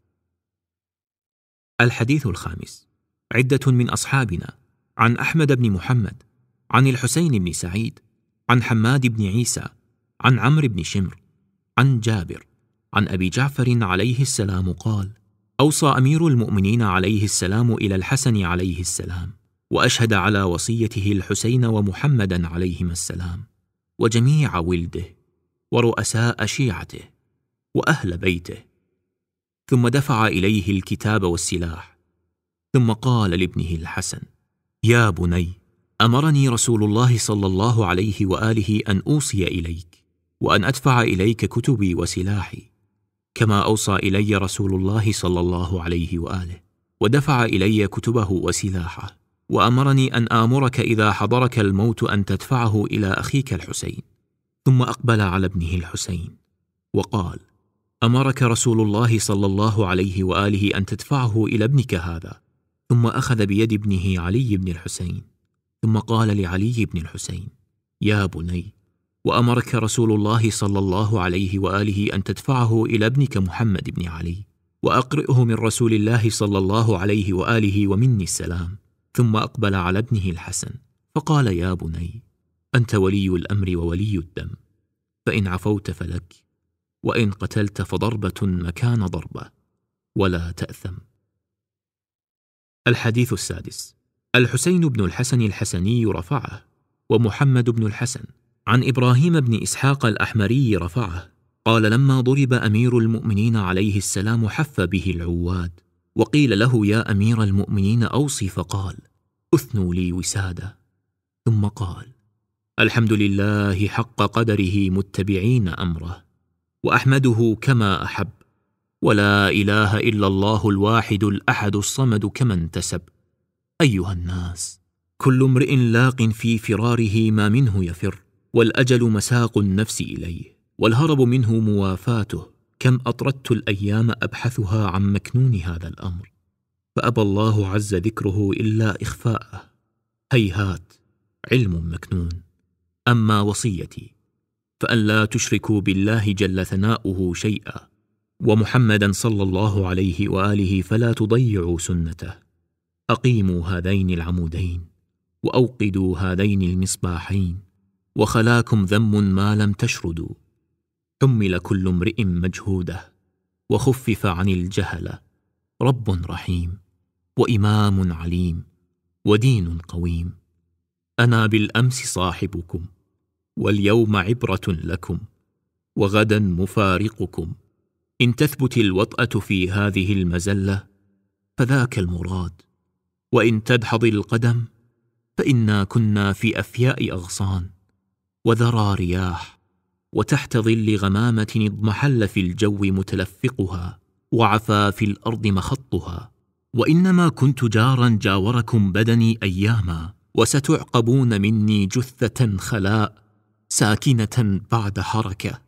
الحديث الخامس. عدة من أصحابنا عن أحمد بن محمد عن الحسين بن سعيد عن حماد بن عيسى عن عمرو بن شمر عن جابر عن أبي جعفر عليه السلام قال: أوصى أمير المؤمنين عليه السلام إلى الحسن عليه السلام، وأشهد على وصيته الحسين ومحمدا عليهما السلام، وجميع ولده، ورؤساء شيعته، وأهل بيته، ثم دفع إليه الكتاب والسلاح، ثم قال لابنه الحسن: يا بني، أمرني رسول الله صلى الله عليه وآله أن أوصي إليك، وأن أدفع إليك كتبي وسلاحي، كما أوصى إلي رسول الله صلى الله عليه وآله، ودفع إلي كتبه وسلاحه، وأمرني أن آمرك إذا حضرك الموت أن تدفعه إلى أخيك الحسين. ثم أقبل على ابنه الحسين وقال: أمرك رسول الله صلى الله عليه وآله أن تدفعه إلى ابنك هذا. ثم أخذ بيد ابنه علي بن الحسين، ثم قال لعلي بن الحسين: يا بني، وأمرك رسول الله صلى الله عليه وآله أن تدفعه إلى ابنك محمد بن علي، وأقرئه من رسول الله صلى الله عليه وآله ومني السلام. ثم أقبل على ابنه الحسن فقال: يا بني، أنت ولي الأمر وولي الدم، فإن عفوت فلك، وإن قتلت فضربة مكان ضربة، ولا تأثم. الحديث السادس. الحسين بن الحسن الحسني رفعه، ومحمد بن الحسن عن إبراهيم بن إسحاق الأحمري رفعه قال: لما ضرب أمير المؤمنين عليه السلام حف به العواد، وقيل له: يا أمير المؤمنين أوصي، فقال: أثنوا لي وسادة. ثم قال: الحمد لله حق قدره متبعين أمره، وأحمده كما أحب، ولا إله إلا الله الواحد الأحد الصمد كما انتسب. أيها الناس، كل امرئ لاق في فراره ما منه يفر، والأجل مساق النفس إليه، والهرب منه موافاته. كم أطردت الأيام أبحثها عن مكنون هذا الأمر، فأبى الله عز ذكره إلا إخفاءه. هيهات، علم مكنون. أما وصيتي فأن لا تشركوا بالله جل ثناؤه شيئا، ومحمدا صلى الله عليه وآله فلا تضيعوا سنته. أقيموا هذين العمودين، وأوقدوا هذين المصباحين، وخلاكم ذم ما لم تشردوا. حمل كل امرئ مجهوده، وخفف عن الجهل. رب رحيم، وإمام عليم، ودين قويم. أنا بالأمس صاحبكم، واليوم عبرة لكم، وغدا مفارقكم. إن تثبت الوطأة في هذه المزلة فذاك المراد، وإن تدحض القدم فإنا كنا في أفياء أغصان، وذرى رياح، وتحت ظل غمامة اضمحل في الجو متلفقها، وعفى في الأرض مخطها. وإنما كنت جارا جاوركم بدني أياما، وستعقبون مني جثة خلاء، ساكنة بعد حركة،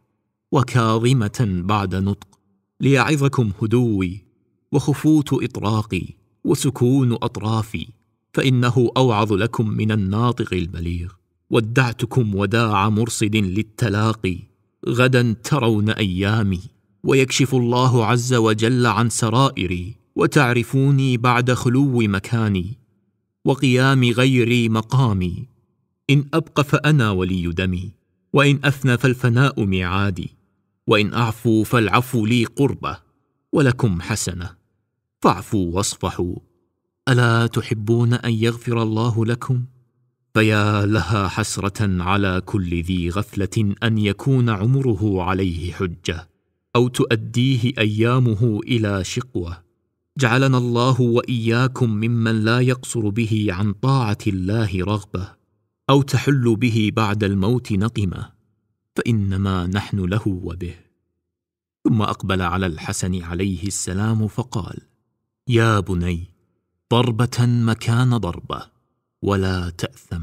وكاظمة بعد نطق، ليعظكم هدوي، وخفوت إطراقي، وسكون أطرافي، فإنه أوعظ لكم من الناطق البليغ. ودعتكم وداع مرصد للتلاقي، غدا ترون أيامي، ويكشف الله عز وجل عن سرائري، وتعرفوني بعد خلو مكاني، وقيام غيري مقامي. إن أبق فأنا ولي دمي، وإن أفنى فالفناء ميعادي، وإن أعفو فالعفو لي قربة، ولكم حسنة، فاعفوا واصفحوا. ألا تحبون أن يغفر الله لكم؟ فيا لها حسرة على كل ذي غفلة أن يكون عمره عليه حجة، أو تؤديه أيامه إلى شقوة. جعلنا الله وإياكم ممن لا يقصر به عن طاعة الله رغبة أو تحل به بعد الموت نقمة، فإنما نحن له وبه. ثم أقبل على الحسن عليه السلام فقال: يا بني، ضربة مكان ضربة، ولا تأثم.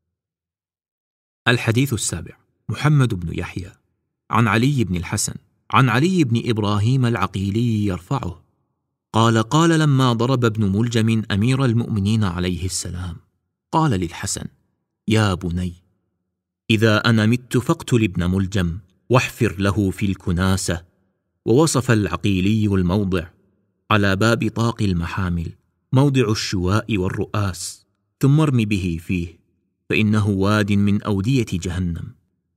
الحديث السابع. محمد بن يحيى عن علي بن الحسن عن علي بن إبراهيم العقيلي يرفعه قال: قال لما ضرب ابن ملجم أمير المؤمنين عليه السلام، قال للحسن: يا بني، إذا أنا مت فاقتل ابن ملجم واحفر له في الكناسة. ووصف العقيلي الموضع: على باب طاق المحامل، موضع الشواء والرؤاس، ثم ارم به فيه، فإنه واد من أودية جهنم.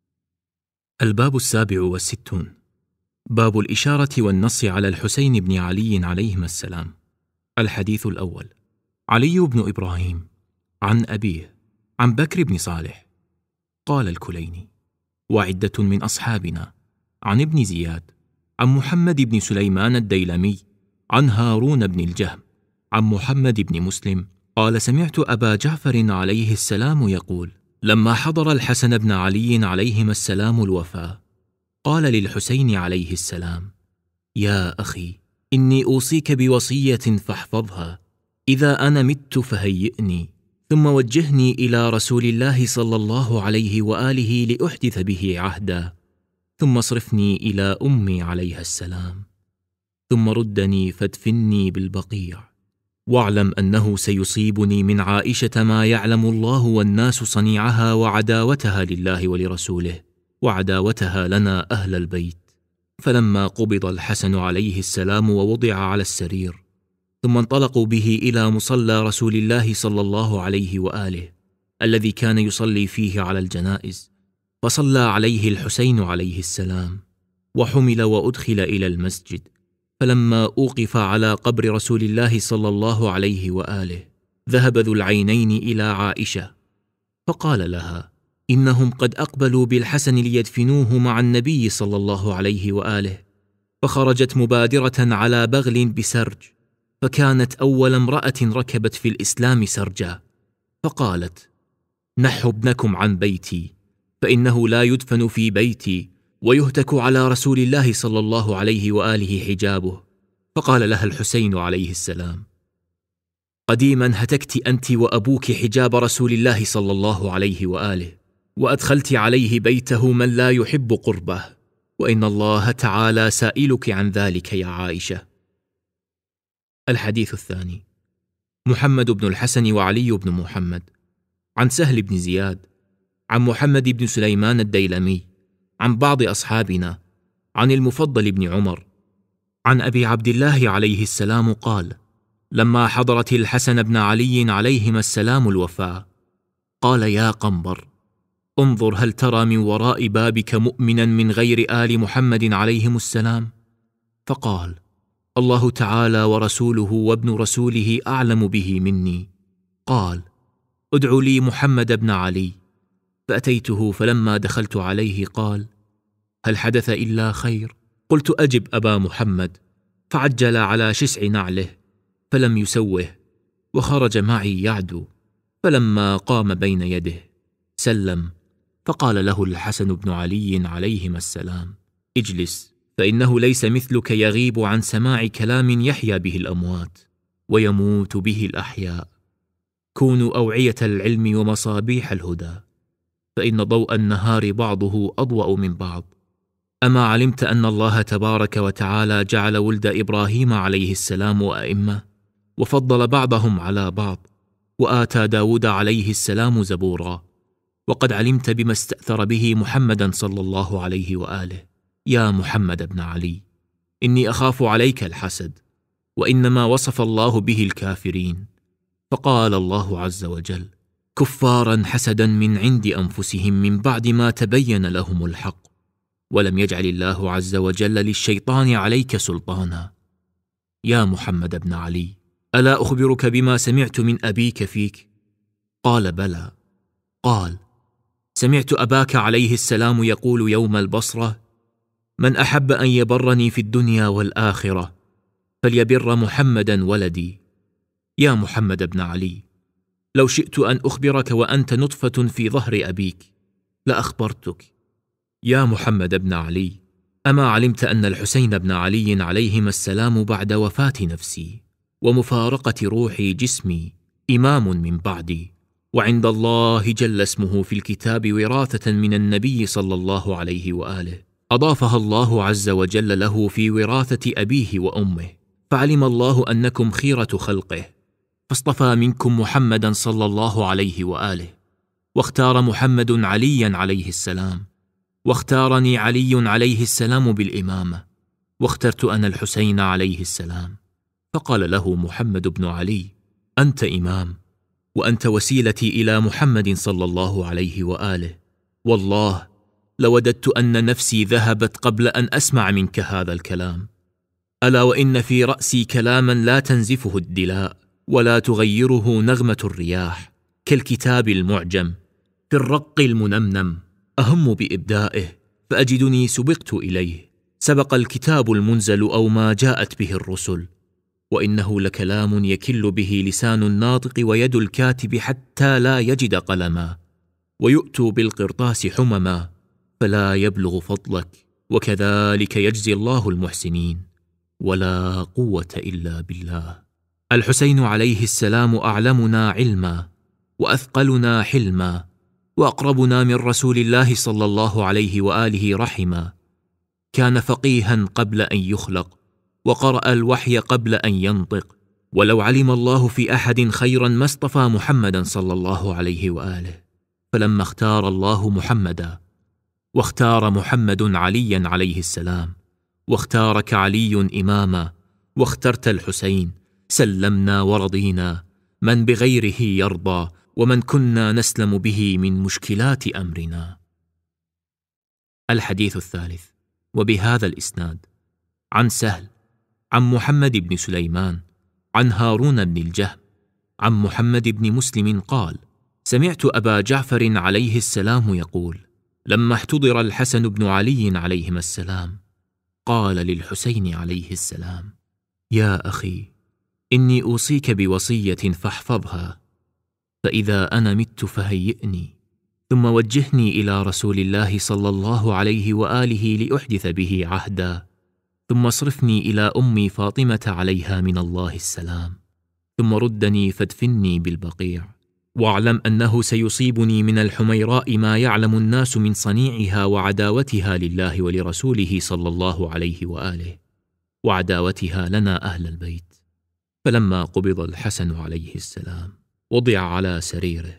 الباب السابع والستون. باب الإشارة والنص على الحسين بن علي عليهما السلام. الحديث الأول. علي بن إبراهيم عن أبيه عن بكر بن صالح قال الكليني: وعدة من أصحابنا عن ابن زياد عن محمد بن سليمان الديلمي عن هارون بن الجهم عن محمد بن مسلم قال: سمعت أبا جعفر عليه السلام يقول: لما حضر الحسن بن علي عليهما السلام الوفاة، قال للحسين عليه السلام: يا أخي، إني أوصيك بوصية فاحفظها، إذا أنا مت فهيئني، ثم وجهني إلى رسول الله صلى الله عليه وآله لأحدث به عهدا، ثم اصرفني إلى أمي عليها السلام، ثم ردني فادفني بالبقيع، واعلم أنه سيصيبني من عائشة ما يعلم الله والناس صنيعها وعداوتها لله ولرسوله وعداوتها لنا أهل البيت. فلما قبض الحسن عليه السلام ووضع على السرير، ثم انطلقوا به إلى مصلى رسول الله صلى الله عليه وآله الذي كان يصلي فيه على الجنائز، فصلى عليه الحسين عليه السلام، وحمل وأدخل إلى المسجد. فلما أوقف على قبر رسول الله صلى الله عليه وآله، ذهب ذو العينين إلى عائشة فقال لها: إنهم قد أقبلوا بالحسن ليدفنوه مع النبي صلى الله عليه وآله. فخرجت مبادرة على بغل بسرج، فكانت أول امرأة ركبت في الإسلام سرجا، فقالت: نحوا ابنكم عن بيتي، فإنه لا يدفن في بيتي ويهتك على رسول الله صلى الله عليه وآله حجابه. فقال لها الحسين عليه السلام: قديما هتكت أنت وأبوك حجاب رسول الله صلى الله عليه وآله، وأدخلت عليه بيته من لا يحب قربه، وإن الله تعالى سائلك عن ذلك يا عائشة. الحديث الثاني. محمد بن الحسن وعلي بن محمد عن سهل بن زياد عن محمد بن سليمان الديلمي عن بعض أصحابنا عن المفضل بن عمر عن أبي عبد الله عليه السلام قال: لما حضرت الحسن بن علي عليهما السلام الوفاة، قال: يا قنبر، انظر هل ترى من وراء بابك مؤمنا من غير آل محمد عليهم السلام؟ فقال: الله تعالى ورسوله وابن رسوله أعلم به مني. قال: ادع لي محمد بن علي. فأتيته، فلما دخلت عليه قال: هل حدث إلا خير؟ قلت: أجب أبا محمد. فعجل على شسع نعله فلم يسوه، وخرج معي يعدو. فلما قام بين يده سلم، فقال له الحسن بن علي عليهما السلام: اجلس، فإنه ليس مثلك يغيب عن سماع كلام يحيا به الأموات ويموت به الأحياء. كونوا أوعية العلم ومصابيح الهدى، فإن ضوء النهار بعضه أضوأ من بعض. أما علمت أن الله تبارك وتعالى جعل ولد إبراهيم عليه السلام أئمة، وفضل بعضهم على بعض، وآتى داود عليه السلام زبورا، وقد علمت بما استأثر به محمدا صلى الله عليه وآله. يا محمد بن علي، إني أخاف عليك الحسد، وإنما وصف الله به الكافرين. فقال الله عز وجل: كفارا حسدا من عند أنفسهم من بعد ما تبين لهم الحق، ولم يجعل الله عز وجل للشيطان عليك سلطانا. يا محمد بن علي، ألا أخبرك بما سمعت من أبيك فيك؟ قال: بلى. قال: سمعت أباك عليه السلام يقول يوم البصرة: من أحب أن يبرني في الدنيا والآخرة فليبر محمدا ولدي. يا محمد بن علي، لو شئت أن أخبرك وأنت نطفة في ظهر أبيك لأخبرتك. يا محمد بن علي، أما علمت أن الحسين بن علي عليهما السلام بعد وفاة نفسي ومفارقة روحي جسمي إمام من بعدي، وعند الله جل اسمه في الكتاب وراثة من النبي صلى الله عليه وآله، أضافها الله عز وجل له في وراثة أبيه وأمه، فعلم الله أنكم خيرة خلقه، فاصطفى منكم محمدا صلى الله عليه وآله، واختار محمد عليا عليه السلام، واختارني علي عليه السلام بالإمامة، واخترت أنا الحسين عليه السلام. فقال له محمد بن علي: أنت إمام، وأنت وسيلتي إلى محمد صلى الله عليه وآله، والله لوددت أن نفسي ذهبت قبل أن أسمع منك هذا الكلام. ألا وإن في رأسي كلاما لا تنزفه الدلاء ولا تغيره نغمة الرياح، كالكتاب المعجم في الرق المنمنم، أهم بإبدائه فأجدني سبقت إليه، سبق الكتاب المنزل أو ما جاءت به الرسل، وإنه لكلام يكل به لسان الناطق ويد الكاتب حتى لا يجد قلما، ويؤتوا بالقرطاس حمما فلا يبلغ فضلك، وكذلك يجزي الله المحسنين، ولا قوة إلا بالله. الحسين عليه السلام أعلمنا علما، وأثقلنا حلما، وأقربنا من رسول الله صلى الله عليه وآله رحما. كان فقيها قبل أن يخلق، وقرأ الوحي قبل أن ينطق، ولو علم الله في أحد خيرا ما اصطفى محمدا صلى الله عليه وآله. فلما اختار الله محمدا، واختار محمد عليا عليه السلام، واختارك علي إماما، واخترت الحسين، سلمنا ورضينا من بغيره يرضى، ومن كنا نسلم به من مشكلات أمرنا. الحديث الثالث، وبهذا الإسناد: عن سهل عن محمد بن سليمان عن هارون بن الجهم عن محمد بن مسلم قال: سمعت أبا جعفر عليه السلام يقول: لما احتضر الحسن بن علي عليهما السلام، قال للحسين عليه السلام: يا أخي، إني أوصيك بوصية فاحفظها، فإذا أنا مت فهيئني، ثم وجهني إلى رسول الله صلى الله عليه وآله لأحدث به عهدا، ثم اصرفني إلى أمي فاطمة عليها من الله السلام، ثم ردني فادفني بالبقيع، واعلم أنه سيصيبني من الحميراء ما يعلم الناس من صنيعها وعداوتها لله ولرسوله صلى الله عليه وآله، وعداوتها لنا أهل البيت. فلما قبض الحسن عليه السلام وضع على سريره،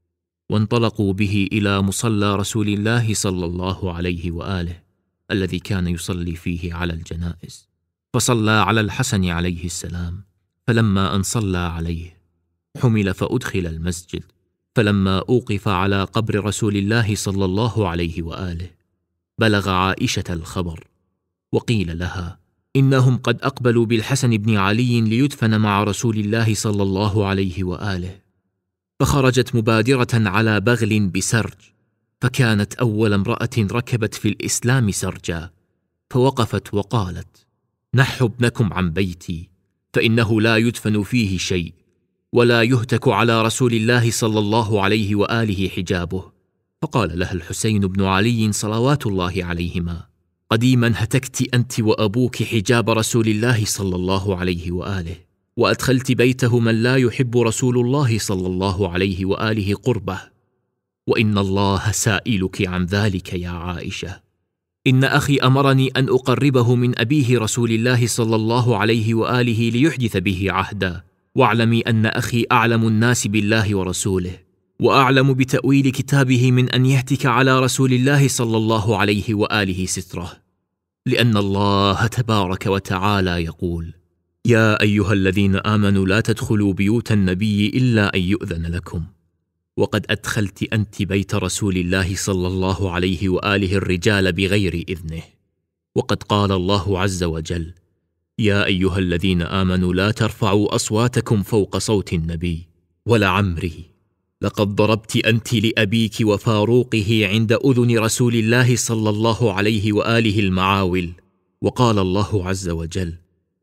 وانطلقوا به إلى مصلى رسول الله صلى الله عليه وآله الذي كان يصلي فيه على الجنائز، فصلى على الحسن عليه السلام، فلما أن صلى عليه حمل فأدخل المسجد، فلما أوقف على قبر رسول الله صلى الله عليه وآله بلغ عائشة الخبر، وقيل لها: إنهم قد أقبلوا بالحسن بن علي ليدفن مع رسول الله صلى الله عليه وآله. فخرجت مبادرة على بغل بسرج، فكانت أول امرأة ركبت في الإسلام سرجا، فوقفت وقالت: نحوا ابنكم عن بيتي، فإنه لا يدفن فيه شيء، ولا يهتك على رسول الله صلى الله عليه وآله حجابه. فقال لها الحسين بن علي صلوات الله عليهما: قديما هتكت أنت وأبوك حجاب رسول الله صلى الله عليه وآله، وأدخلت بيته من لا يحب رسول الله صلى الله عليه وآله قربه، وإن الله سائلك عن ذلك يا عائشة. إن أخي أمرني أن أقربه من أبيه رسول الله صلى الله عليه وآله ليحدث به عهدا، واعلمي أن أخي أعلم الناس بالله ورسوله، وأعلم بتأويل كتابه من أن يهتك على رسول الله صلى الله عليه وآله ستره، لأن الله تبارك وتعالى يقول: يا أيها الذين آمنوا لا تدخلوا بيوت النبي إلا أن يؤذن لكم، وقد أدخلت أنت بيت رسول الله صلى الله عليه وآله الرجال بغير إذنه. وقد قال الله عز وجل: يا أيها الذين آمنوا لا ترفعوا أصواتكم فوق صوت النبي. ولعمري لقد ضربت أنت لأبيك وفاروقه عند أذن رسول الله صلى الله عليه وآله المعاول. وقال الله عز وجل: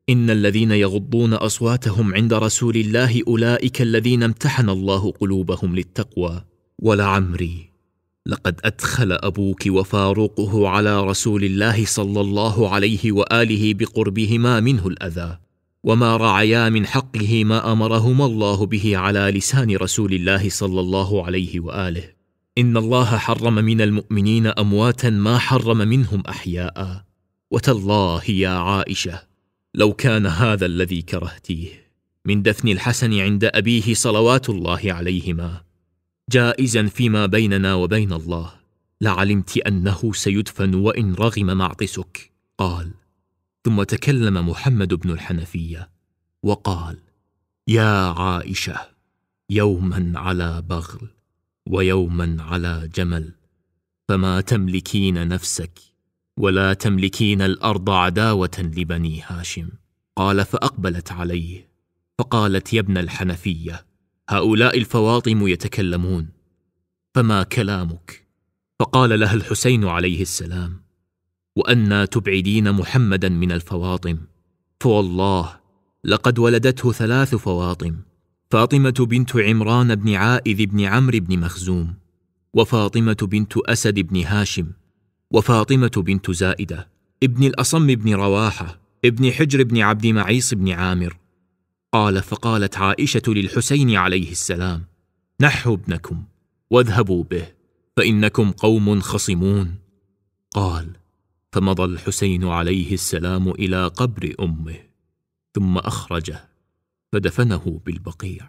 إن الذين يغضون أصواتهم عند رسول الله أولئك الذين امتحن الله قلوبهم للتقوى. ولعمري لقد أدخل أبوك وفاروقه على رسول الله صلى الله عليه وآله بقربهما منه الأذى، وما رعيا من حقه ما أمرهما الله به على لسان رسول الله صلى الله عليه وآله. إن الله حرم من المؤمنين أمواتا ما حرم منهم أحياء. وتالله يا عائشة لو كان هذا الذي كرهتيه من دفن الحسن عند أبيه صلوات الله عليهما جائزا فيما بيننا وبين الله لعلمت أنه سيدفن وإن رغم معطسك. قال: ثم تكلم محمد بن الحنفية وقال: يا عائشة، يوما على بغل ويوما على جمل، فما تملكين نفسك ولا تملكين الأرض عداوة لبني هاشم. قال: فأقبلت عليه فقالت: يا ابن الحنفية، هؤلاء الفواطم يتكلمون، فما كلامك؟ فقال لها الحسين عليه السلام: وأنى تبعدين محمدا من الفواطم؟ فوالله لقد ولدته ثلاث فواطم: فاطمة بنت عمران بن عائذ بن عمرو بن مخزوم، وفاطمة بنت أسد بن هاشم، وفاطمة بنت زائدة ابن الأصم بن رواحة ابن حجر بن عبد معيص بن عامر. قال: فقالت عائشة للحسين عليه السلام: نحوا ابنكم واذهبوا به فإنكم قوم خصمون. قال: فمضى الحسين عليه السلام إلى قبر أمه ثم أخرجه فدفنه بالبقيع.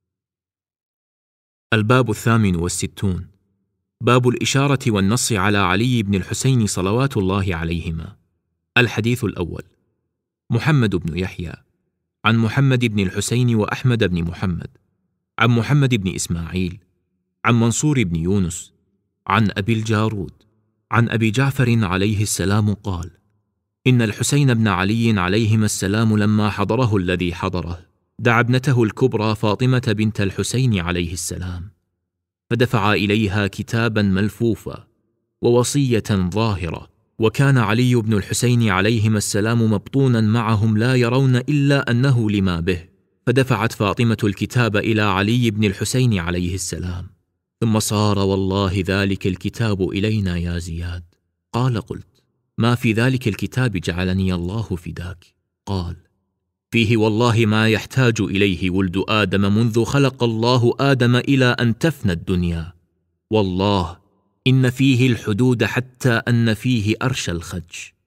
الباب الثامن والستون. باب الإشارة والنص على علي بن الحسين صلوات الله عليهما. الحديث الأول: محمد بن يحيى عن محمد بن الحسين وأحمد بن محمد عن محمد بن إسماعيل عن منصور بن يونس عن أبي الجارود عن أبي جعفر عليه السلام قال: إن الحسين بن علي عليهما السلام لما حضره الذي حضره دعا ابنته الكبرى فاطمة بنت الحسين عليه السلام، فدفع إليها كتابا ملفوفا ووصية ظاهرة، وكان علي بن الحسين عليهما السلام مبطونا معهم لا يرون إلا أنه لما به، فدفعت فاطمة الكتاب إلى علي بن الحسين عليه السلام، ثم صار والله ذلك الكتاب إلينا يا زياد. قال: قلت: ما في ذلك الكتاب جعلني الله فداك؟ قال: فيه والله ما يحتاج إليه ولد آدم منذ خلق الله آدم إلى أن تفنى الدنيا، والله إن فيه الحدود حتى أن فيه أرش الخج.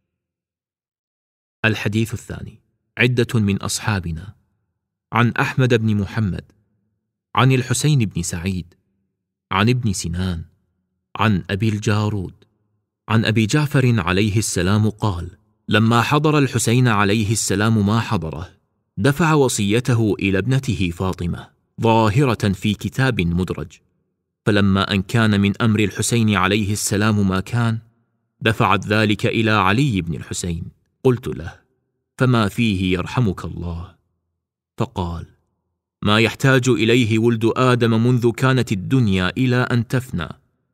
الحديث الثاني: عدة من أصحابنا. عن أحمد بن محمد عن الحسين بن سعيد عن ابن سنان عن أبي الجارود عن أبي جعفر عليه السلام قال: لما حضر الحسين عليه السلام ما حضره دفع وصيته إلى ابنته فاطمة ظاهرة في كتاب مدرج، فلما أن كان من أمر الحسين عليه السلام ما كان دفعت ذلك إلى علي بن الحسين. قلت له: فما فيه يرحمك الله؟ فقال: ما يحتاج إليه ولد آدم منذ كانت الدنيا إلى أن تفنى.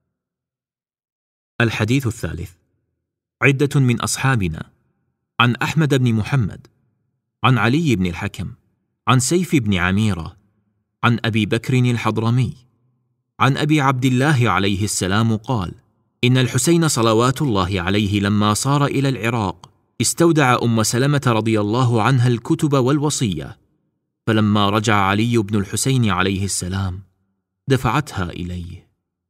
الحديث الثالث: عدة من أصحابنا. عن أحمد بن محمد عن علي بن الحكم عن سيف بن عميرة عن أبي بكر الحضرمي عن أبي عبد الله عليه السلام قال: إن الحسين صلوات الله عليه لما صار إلى العراق استودع أم سلمة رضي الله عنها الكتب والوصية، فلما رجع علي بن الحسين عليه السلام دفعتها إليه.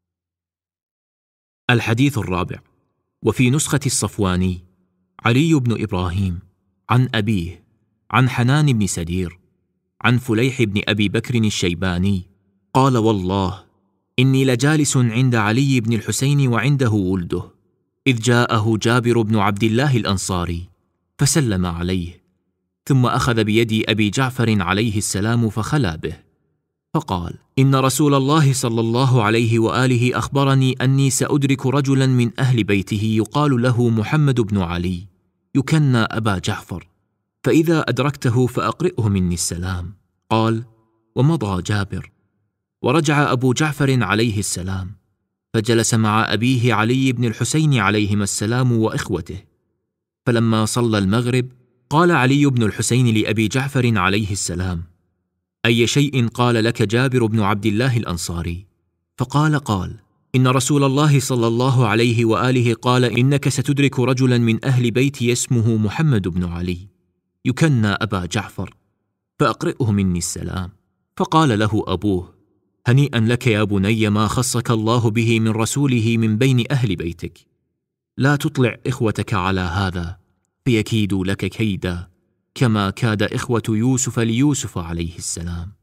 الحديث الرابع: وفي نسخة الصفواني علي بن إبراهيم عن أبيه عن حنان بن سدير عن فليح بن أبي بكر الشيباني قال: والله إني لجالس عند علي بن الحسين وعنده ولده، إذ جاءه جابر بن عبد الله الأنصاري فسلم عليه، ثم أخذ بيد أبي جعفر عليه السلام فخلى به، فقال: إن رسول الله صلى الله عليه وآله أخبرني أني سأدرك رجلا من أهل بيته يقال له محمد بن علي يكنى أبا جعفر، فإذا أدركته فأقرئه مني السلام. قال: ومضى جابر، ورجع أبو جعفر عليه السلام فجلس مع أبيه علي بن الحسين عليهما السلام وإخوته، فلما صلى المغرب قال علي بن الحسين لأبي جعفر عليه السلام: أي شيء قال لك جابر بن عبد الله الأنصاري؟ فقال: قال إن رسول الله صلى الله عليه وآله قال: إنك ستدرك رجلا من أهل بيتي اسمه محمد بن علي يكنى أبا جعفر، فأقرئه مني السلام. فقال له أبوه: هنيئا لك يا بني ما خصك الله به من رسوله من بين أهل بيتك، لا تطلع إخوتك على هذا فيكيدوا لك كيدا كما كاد إخوة يوسف ليوسف عليه السلام.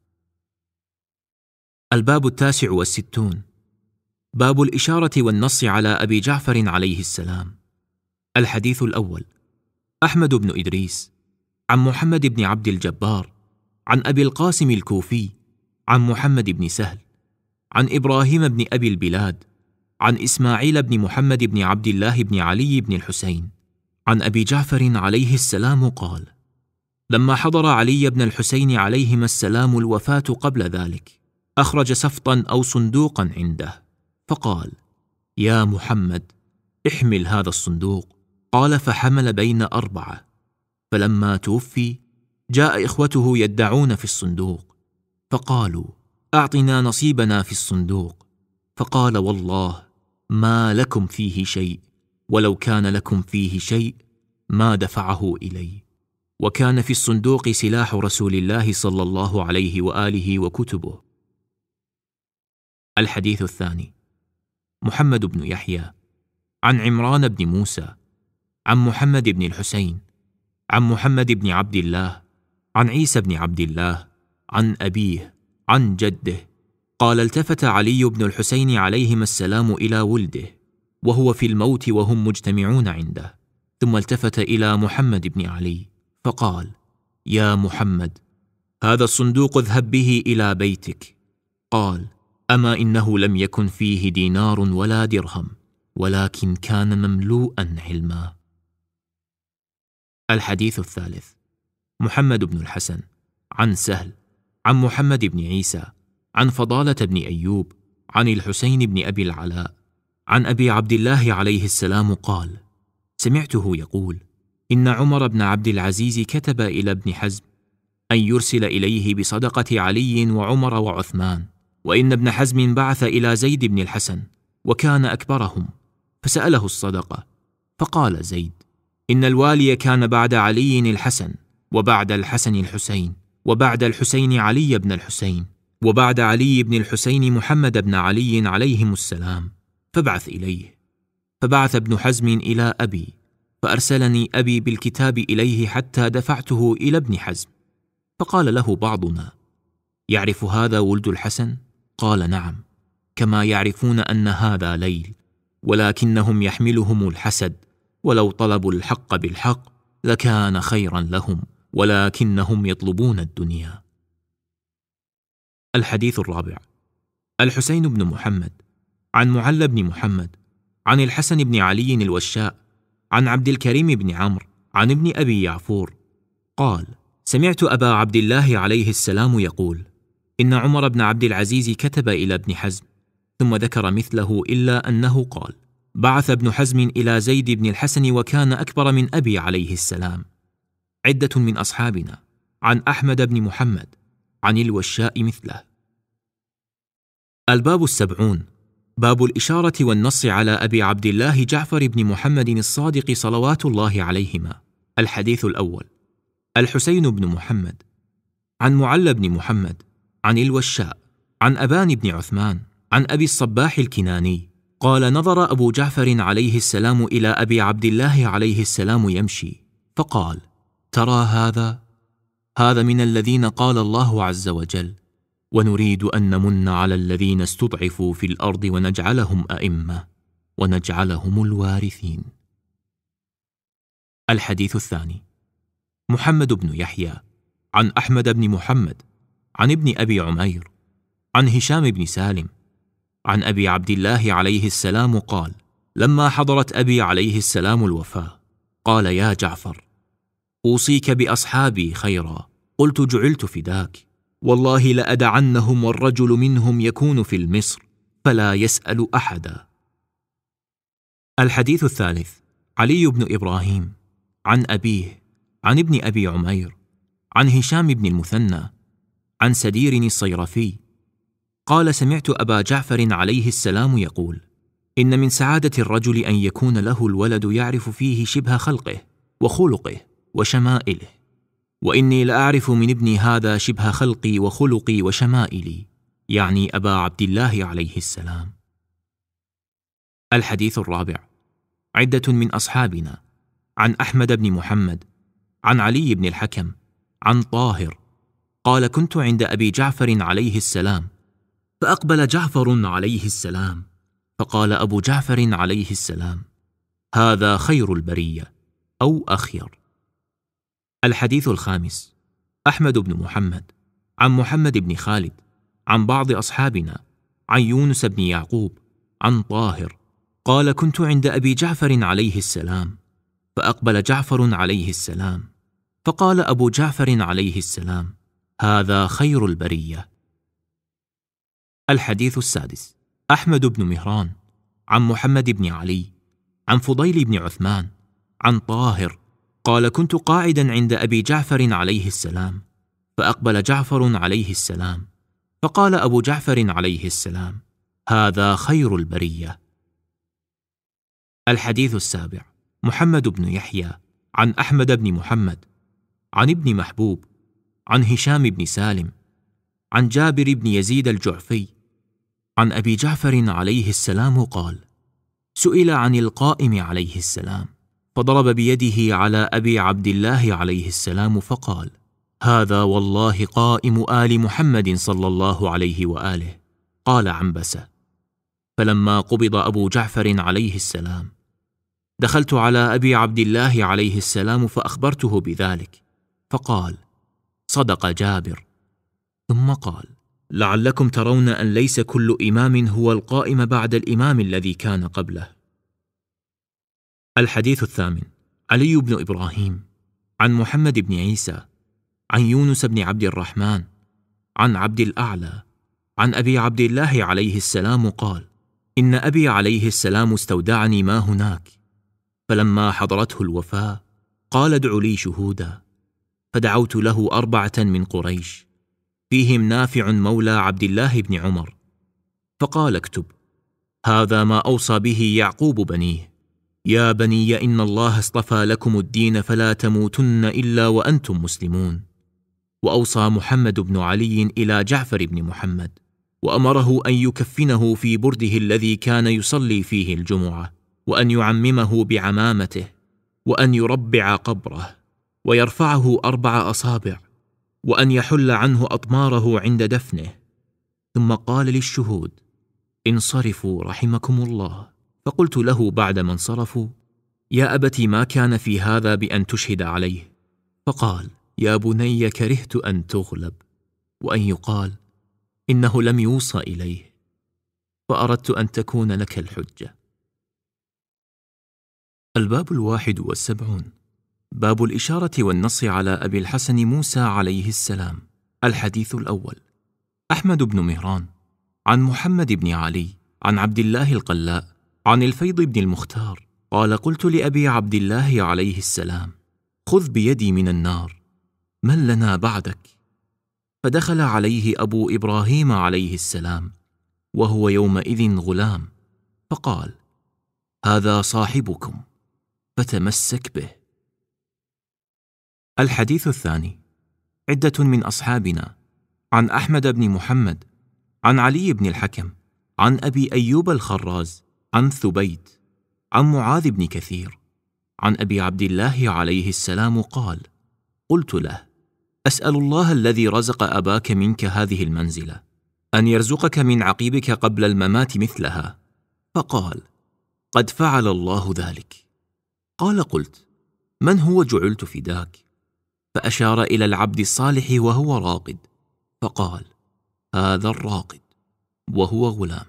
الباب التاسع والستون، باب الإشارة والنص على أبي جعفر عليه السلام. الحديث الأول: أحمد بن إدريس عن محمد بن عبد الجبار عن أبي القاسم الكوفي عن محمد بن سهل عن إبراهيم بن أبي البلاد عن إسماعيل بن محمد بن عبد الله بن علي بن الحسين عن أبي جعفر عليه السلام قال: لما حضر علي بن الحسين عليهما السلام الوفاة قبل ذلك، أخرج سفطا أو صندوقا عنده، فقال: يا محمد احمل هذا الصندوق. قال: فحمل بين أربعة. فلما توفي جاء إخوته يدعون في الصندوق، فقالوا: أعطنا نصيبنا في الصندوق. فقال: والله ما لكم فيه شيء، ولو كان لكم فيه شيء ما دفعه إلي. وكان في الصندوق سلاح رسول الله صلى الله عليه وآله وكتبه. الحديث الثاني: محمد بن يحيى عن عمران بن موسى عن محمد بن الحسين عن محمد بن عبد الله عن عيسى بن عبد الله عن أبيه عن جده قال: التفت علي بن الحسين عليهما السلام إلى ولده وهو في الموت وهم مجتمعون عنده، ثم التفت إلى محمد بن علي فقال: يا محمد هذا الصندوق اذهب به إلى بيتك. قال: أما إنه لم يكن فيه دينار ولا درهم، ولكن كان مملوءا علما. الحديث الثالث: محمد بن الحسن عن سهل عن محمد بن عيسى عن فضالة بن أيوب عن الحسين بن أبي العلاء عن أبي عبد الله عليه السلام قال: سمعته يقول: إن عمر بن عبد العزيز كتب إلى ابن حزم أن يرسل إليه بصدقة علي وعمر وعثمان، وإن ابن حزم بعث إلى زيد بن الحسن وكان أكبرهم فسأله الصدقة، فقال زيد: إن الوالي كان بعد علي الحسن، وبعد الحسن الحسين، وبعد الحسين علي بن الحسين، وبعد علي بن الحسين محمد بن علي عليهم السلام، فابعث إليه. فبعث ابن حزم إلى أبي، فأرسلني أبي بالكتاب إليه حتى دفعته إلى ابن حزم، فقال له بعضنا: يعرف هذا ولد الحسن؟ قال: نعم، كما يعرفون أن هذا ليل، ولكنهم يحملهم الحسد، ولو طلبوا الحق بالحق لكان خيرا لهم، ولكنهم يطلبون الدنيا. الحديث الرابع: الحسين بن محمد عن معل بن محمد عن الحسن بن علي الوشاء عن عبد الكريم بن عمرو عن ابن أبي يعفور قال: سمعت أبا عبد الله عليه السلام يقول: إن عمر بن عبد العزيز كتب إلى ابن حزم، ثم ذكر مثله إلا أنه قال: بعث ابن حزم إلى زيد بن الحسن وكان أكبر من أبي عليه السلام. عدة من أصحابنا عن أحمد بن محمد عن الوشاء مثله. الباب السبعون، باب الإشارة والنص على أبي عبد الله جعفر بن محمد الصادق صلوات الله عليهما. الحديث الأول: الحسين بن محمد عن معل بن محمد عن الوشاء عن أبان بن عثمان عن أبي الصباح الكناني قال: نظر أبو جعفر عليه السلام إلى أبي عبد الله عليه السلام يمشي، فقال: ترى هذا؟ هذا من الذين قال الله عز وجل: ونريد أن نمن على الذين استضعفوا في الأرض ونجعلهم أئمة ونجعلهم الوارثين. الحديث الثاني: محمد بن يحيى عن أحمد بن محمد عن ابن أبي عمير عن هشام بن سالم عن أبي عبد الله عليه السلام قال: لما حضرت أبي عليه السلام الوفاة قال: يا جعفر أوصيك بأصحابي خيرا. قلت: جعلت فداك، والله لأدعنهم والرجل منهم يكون في المصر فلا يسأل أحدا. الحديث الثالث: علي بن إبراهيم عن أبيه عن ابن أبي عمير عن هشام بن المثنى عن سدير الصيرفي قال: سمعت أبا جعفر عليه السلام يقول: إن من سعادة الرجل أن يكون له الولد يعرف فيه شبه خلقه وخلقه وشمائله، وإني لأعرف من ابني هذا شبه خلقي وخلقي وشمائلي، يعني أبا عبد الله عليه السلام. الحديث الرابع. عدة من أصحابنا: عن أحمد بن محمد عن علي بن الحكم عن طاهر قال: كنت عند أبي جعفر عليه السلام، فأقبل جعفر عليه السلام، فقال أبو جعفر عليه السلام: هذا خير البرية أو أخير. الحديث الخامس. أحمد بن محمد عن محمد بن خالد عن بعض أصحابنا عن يونس بن يعقوب عن طاهر قال: كنت عند أبي جعفر عليه السلام، فأقبل جعفر عليه السلام، فقال أبو جعفر عليه السلام: هذا خير البرية. الحديث السادس. أحمد بن مهران عن محمد بن علي عن فضيل بن عثمان عن طاهر قال: كنت قاعدا عند أبي جعفر عليه السلام، فأقبل جعفر عليه السلام، فقال أبو جعفر عليه السلام: هذا خير البرية. الحديث السابع. محمد بن يحيى عن أحمد بن محمد عن ابن محبوب عن هشام بن سالم عن جابر بن يزيد الجعفي عن أبي جعفر عليه السلام قال: سئل عن القائم عليه السلام، فضرب بيده على أبي عبد الله عليه السلام فقال: هذا والله قائم آل محمد صلى الله عليه وآله. قال عنبسة: فلما قبض أبو جعفر عليه السلام دخلت على أبي عبد الله عليه السلام فأخبرته بذلك، فقال: صدق جابر. ثم قال: لعلكم ترون أن ليس كل إمام هو القائم بعد الإمام الذي كان قبله. الحديث الثامن. علي بن إبراهيم عن محمد بن عيسى عن يونس بن عبد الرحمن عن عبد الأعلى عن أبي عبد الله عليه السلام قال: إن أبي عليه السلام استودعني ما هناك، فلما حضرته الوفاة قال: ادع لي شهودا، فدعوت له أربعة من قريش، فيهم نافع مولى عبد الله بن عمر، فقال: اكتب: هذا ما أوصى به يعقوب بنيه، يا بني إن الله اصطفى لكم الدين فلا تموتن إلا وأنتم مسلمون. وأوصى محمد بن علي إلى جعفر بن محمد، وأمره أن يكفنه في برده الذي كان يصلي فيه الجمعة، وأن يعممه بعمامته، وأن يربع قبره، ويرفعه أربع أصابع، وأن يحل عنه أطماره عند دفنه. ثم قال للشهود: انصرفوا رحمكم الله. فقلت له بعد ما انصرفوا: يا أبت ما كان في هذا بأن تشهد عليه؟ فقال: يا بني كرهت أن تغلب، وأن يقال إنه لم يوصى إليه، فأردت أن تكون لك الحجة. الباب الواحد والسبعون. باب الإشارة والنص على أبي الحسن موسى عليه السلام. الحديث الأول. أحمد بن مهران عن محمد بن علي عن عبد الله القلاء عن الفيض بن المختار قال: قلت لأبي عبد الله عليه السلام: خذ بيدي من النار، من لنا بعدك؟ فدخل عليه أبو إبراهيم عليه السلام وهو يومئذ غلام، فقال: هذا صاحبكم، فتمسك به. الحديث الثاني. عدة من أصحابنا: عن أحمد بن محمد عن علي بن الحكم عن أبي أيوب الخراز عن ثبيت عن معاذ بن كثير عن أبي عبد الله عليه السلام قال: قلت له: أسأل الله الذي رزق أباك منك هذه المنزلة أن يرزقك من عقيبك قبل الممات مثلها. فقال: قد فعل الله ذلك. قال: قلت: من هو جعلت فداك؟ فأشار إلى العبد الصالح وهو راقد، فقال: هذا الراقد، وهو غلام.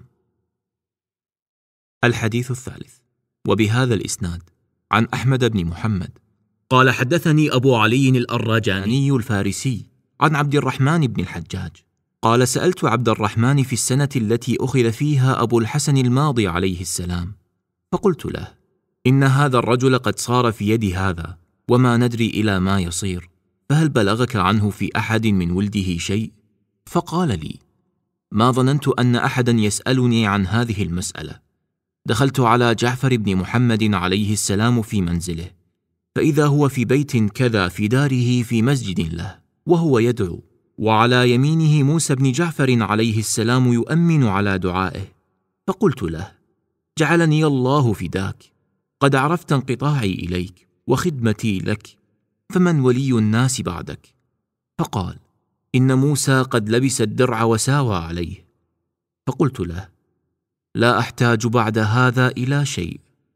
الحديث الثالث. وبهذا الإسناد عن أحمد بن محمد قال: حدثني أبو علي الأراجاني الفارسي عن عبد الرحمن بن الحجاج قال: سألت عبد الرحمن في السنة التي أخذ فيها أبو الحسن الماضي عليه السلام، فقلت له: إن هذا الرجل قد صار في يد هذا، وما ندري إلى ما يصير، فهل بلغك عنه في أحد من ولده شيء؟ فقال لي: ما ظننت أن أحدا يسألني عن هذه المسألة. دخلت على جعفر بن محمد عليه السلام في منزله، فإذا هو في بيت كذا في داره في مسجد له وهو يدعو، وعلى يمينه موسى بن جعفر عليه السلام يؤمن على دعائه. فقلت له: جعلني الله فداك، قد عرفت انقطاعي إليك وخدمتي لك، فمن ولي الناس بعدك؟ فقال: إن موسى قد لبس الدرع وساوى عليه. فقلت له: لا أحتاج بعد هذا إلى شيء.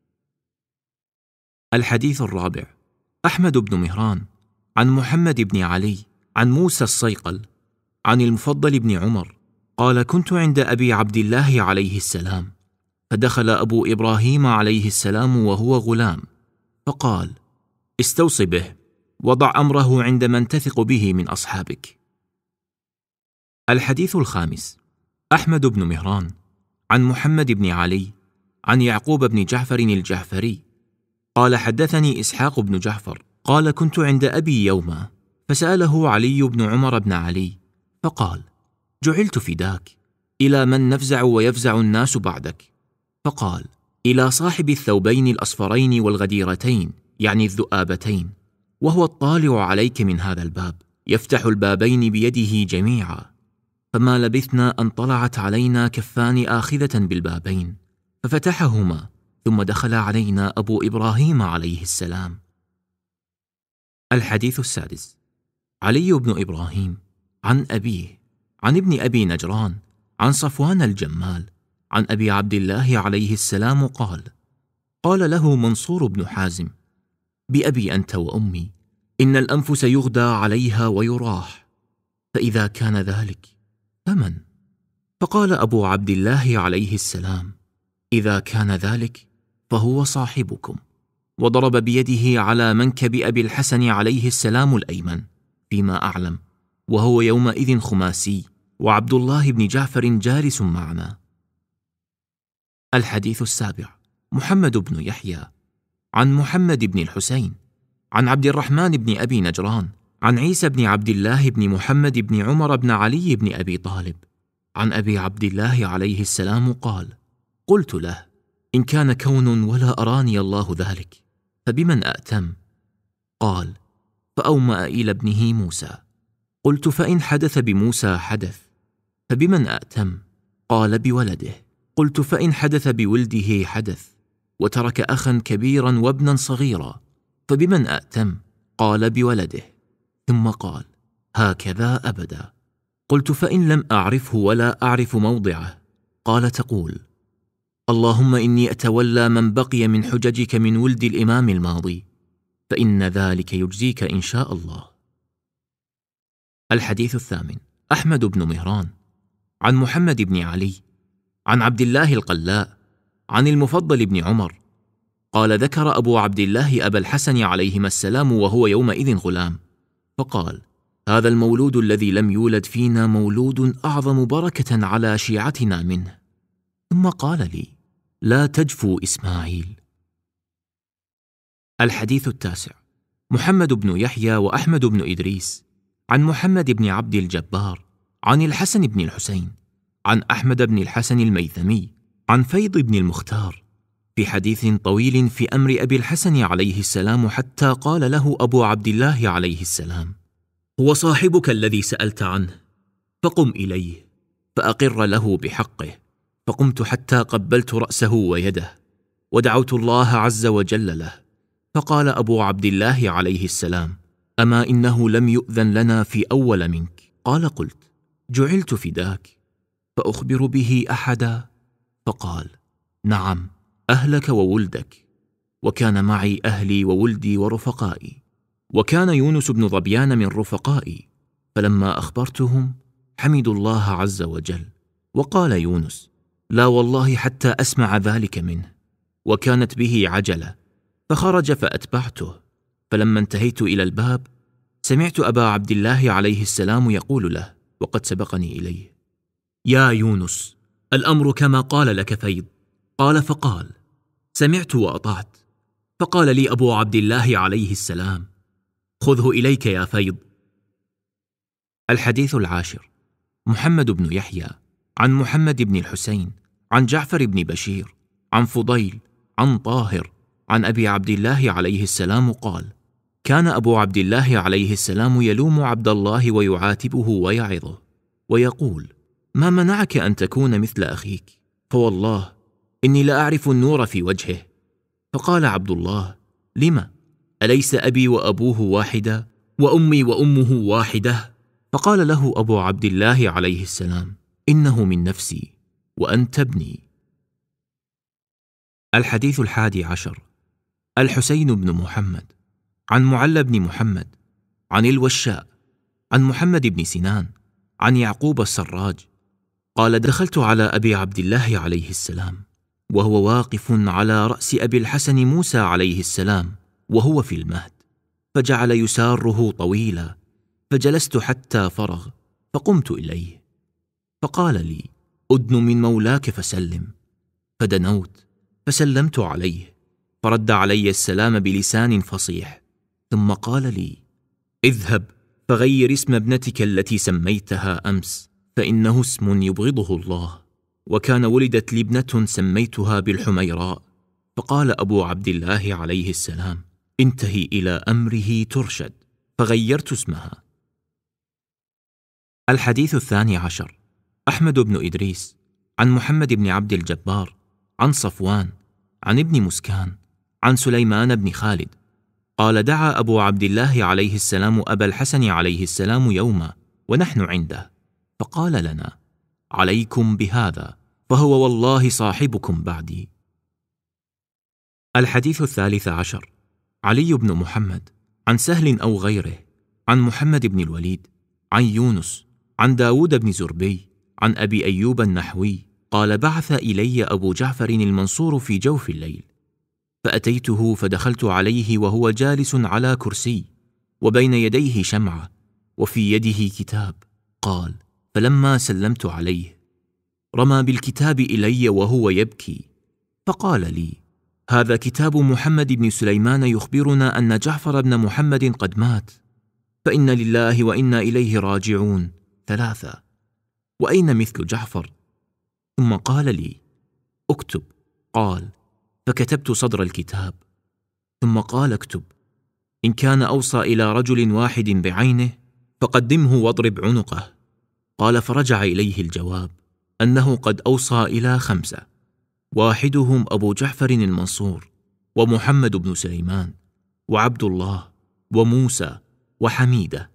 الحديث الرابع. أحمد بن مهران عن محمد بن علي عن موسى الصيقل عن المفضل بن عمر قال: كنت عند أبي عبد الله عليه السلام، فدخل أبو إبراهيم عليه السلام وهو غلام، فقال: استوص به، وضع أمره عند من تثق به من أصحابك. الحديث الخامس. أحمد بن مهران عن محمد بن علي عن يعقوب بن جعفر الجعفري قال: حدثني إسحاق بن جعفر قال: كنت عند أبي يوما، فسأله علي بن عمر بن علي، فقال: جعلت فداك، إلى من نفزع ويفزع الناس بعدك؟ فقال: إلى صاحب الثوبين الأصفرين والغديرتين، يعني الذؤابتين، وهو الطالع عليك من هذا الباب، يفتح البابين بيده جميعا. فما لبثنا أن طلعت علينا كفان آخذة بالبابين، ففتحهما، ثم دخل علينا أبو إبراهيم عليه السلام. الحديث السادس. علي بن إبراهيم عن أبيه عن ابن أبي نجران عن صفوان الجمال عن أبي عبد الله عليه السلام قال: قال له منصور بن حازم: بأبي أنت وأمي، إن الأنفس يغدى عليها ويراح، فإذا كان ذلك فمن؟ فقال أبو عبد الله عليه السلام: إذا كان ذلك فهو صاحبكم، وضرب بيده على منكب أبي الحسن عليه السلام الأيمن فيما أعلم، وهو يومئذ خماسي، وعبد الله بن جعفر جالس معنا. الحديث السابع. محمد بن يحيى عن محمد بن الحسين عن عبد الرحمن بن أبي نجران عن عيسى بن عبد الله بن محمد بن عمر بن علي بن أبي طالب عن أبي عبد الله عليه السلام قال: قلت له: إن كان كون ولا أراني الله ذلك فبمن أأتم؟ قال: فأومأ إلى ابنه موسى. قلت: فإن حدث بموسى حدث فبمن أأتم؟ قال: بولده. قلت: فإن حدث بولده حدث وترك أخا كبيرا وابنا صغيرا فبمن أأتم؟ قال: بولده. ثم قال: هكذا أبدا. قلت: فإن لم أعرفه ولا أعرف موضعه؟ قال: تقول: اللهم إني أتولى من بقي من حججك من ولد الإمام الماضي، فإن ذلك يجزيك إن شاء الله. الحديث الثامن. أحمد بن مهران عن محمد بن علي عن عبد الله القلاء عن المفضل بن عمر قال: ذكر أبو عبد الله أبا الحسن عليهما السلام وهو يومئذ غلام، فقال: هذا المولود الذي لم يولد فينا مولود أعظم بركة على شيعتنا منه. ثم قال لي: لا تجفو إسماعيل. الحديث التاسع. محمد بن يحيى وأحمد بن إدريس عن محمد بن عبد الجبار عن الحسن بن الحسين عن أحمد بن الحسن الميثمي عن فيض بن المختار في حديث طويل في أمر أبي الحسن عليه السلام، حتى قال له أبو عبد الله عليه السلام: هو صاحبك الذي سألت عنه، فقم إليه فأقر له بحقه. فقمت حتى قبلت رأسه ويده ودعوت الله عز وجل له. فقال أبو عبد الله عليه السلام: أما إنه لم يؤذن لنا في أول منك؟ قال: قلت: جعلت فداك، فأخبر به أحدا؟ فقال: نعم، أهلك وولدك، وكان معي أهلي وولدي ورفقائي، وكان يونس بن ظبيان من رفقائي، فلما أخبرتهم حمدوا الله عز وجل. وقال يونس: لا والله حتى أسمع ذلك منه. وكانت به عجلة، فخرج فأتبعته، فلما انتهيت إلى الباب سمعت أبا عبد الله عليه السلام يقول له وقد سبقني إليه: يا يونس، الأمر كما قال لك فيض. قال: فقال: سمعت وأطعت. فقال لي أبو عبد الله عليه السلام: خذه إليك يا فيض. الحديث العاشر. محمد بن يحيى عن محمد بن الحسين عن جعفر بن بشير عن فضيل عن طاهر عن أبي عبد الله عليه السلام قال: كان أبو عبد الله عليه السلام يلوم عبد الله ويعاتبه ويعظه ويقول: ما منعك أن تكون مثل أخيك؟ فوالله إني لأعرف النور في وجهه. فقال عبد الله: لم؟ أليس أبي وأبوه واحدة وأمي وأمه واحدة؟ فقال له أبو عبد الله عليه السلام: إنه من نفسي وأنت ابني. الحديث الحادي عشر. الحسين بن محمد عن معل بن محمد عن الوشاء عن محمد بن سنان عن يعقوب السراج قال: دخلت على أبي عبد الله عليه السلام وهو واقف على رأس أبي الحسن موسى عليه السلام وهو في المهد، فجعل يساره طويلا، فجلست حتى فرغ، فقمت إليه فقال لي: أدن من مولاك فسلم. فدنوت فسلمت عليه، فرد علي السلام بلسان فصيح، ثم قال لي: اذهب فغير اسم ابنتك التي سميتها أمس، فإنه اسم يبغضه الله، وكان ولدت لي ابنة سميتها بالحميراء. فقال أبو عبد الله عليه السلام: انتهي إلى أمره ترشد، فغيرت اسمها. الحديث الثاني عشر. أحمد بن إدريس عن محمد بن عبد الجبار عن صفوان عن ابن مسكان عن سليمان بن خالد قال: دعا أبو عبد الله عليه السلام أبا الحسن عليه السلام يوما ونحن عنده، فقال لنا: عليكم بهذا، فهو والله صاحبكم بعدي. الحديث الثالث عشر. علي بن محمد عن سهل أو غيره عن محمد بن الوليد عن يونس عن داود بن زربي عن أبي أيوب النحوي قال: بعث إلي أبو جعفر المنصور في جوف الليل، فأتيته فدخلت عليه وهو جالس على كرسي وبين يديه شمعة وفي يده كتاب. قال: فلما سلمت عليه رمى بالكتاب إلي وهو يبكي، فقال لي: هذا كتاب محمد بن سليمان يخبرنا أن جعفر بن محمد قد مات، فإن لله وإنا إليه راجعون ثلاثة، وأين مثل جعفر؟ ثم قال لي: اكتب. قال: فكتبت صدر الكتاب، ثم قال: اكتب: إن كان أوصى إلى رجل واحد بعينه فقدمه واضرب عنقه. قال: فرجع إليه الجواب أنه قد أوصى إلى خمسة، واحدهم أبو جعفر المنصور، ومحمد بن سليمان، وعبد الله، وموسى، وحميدة.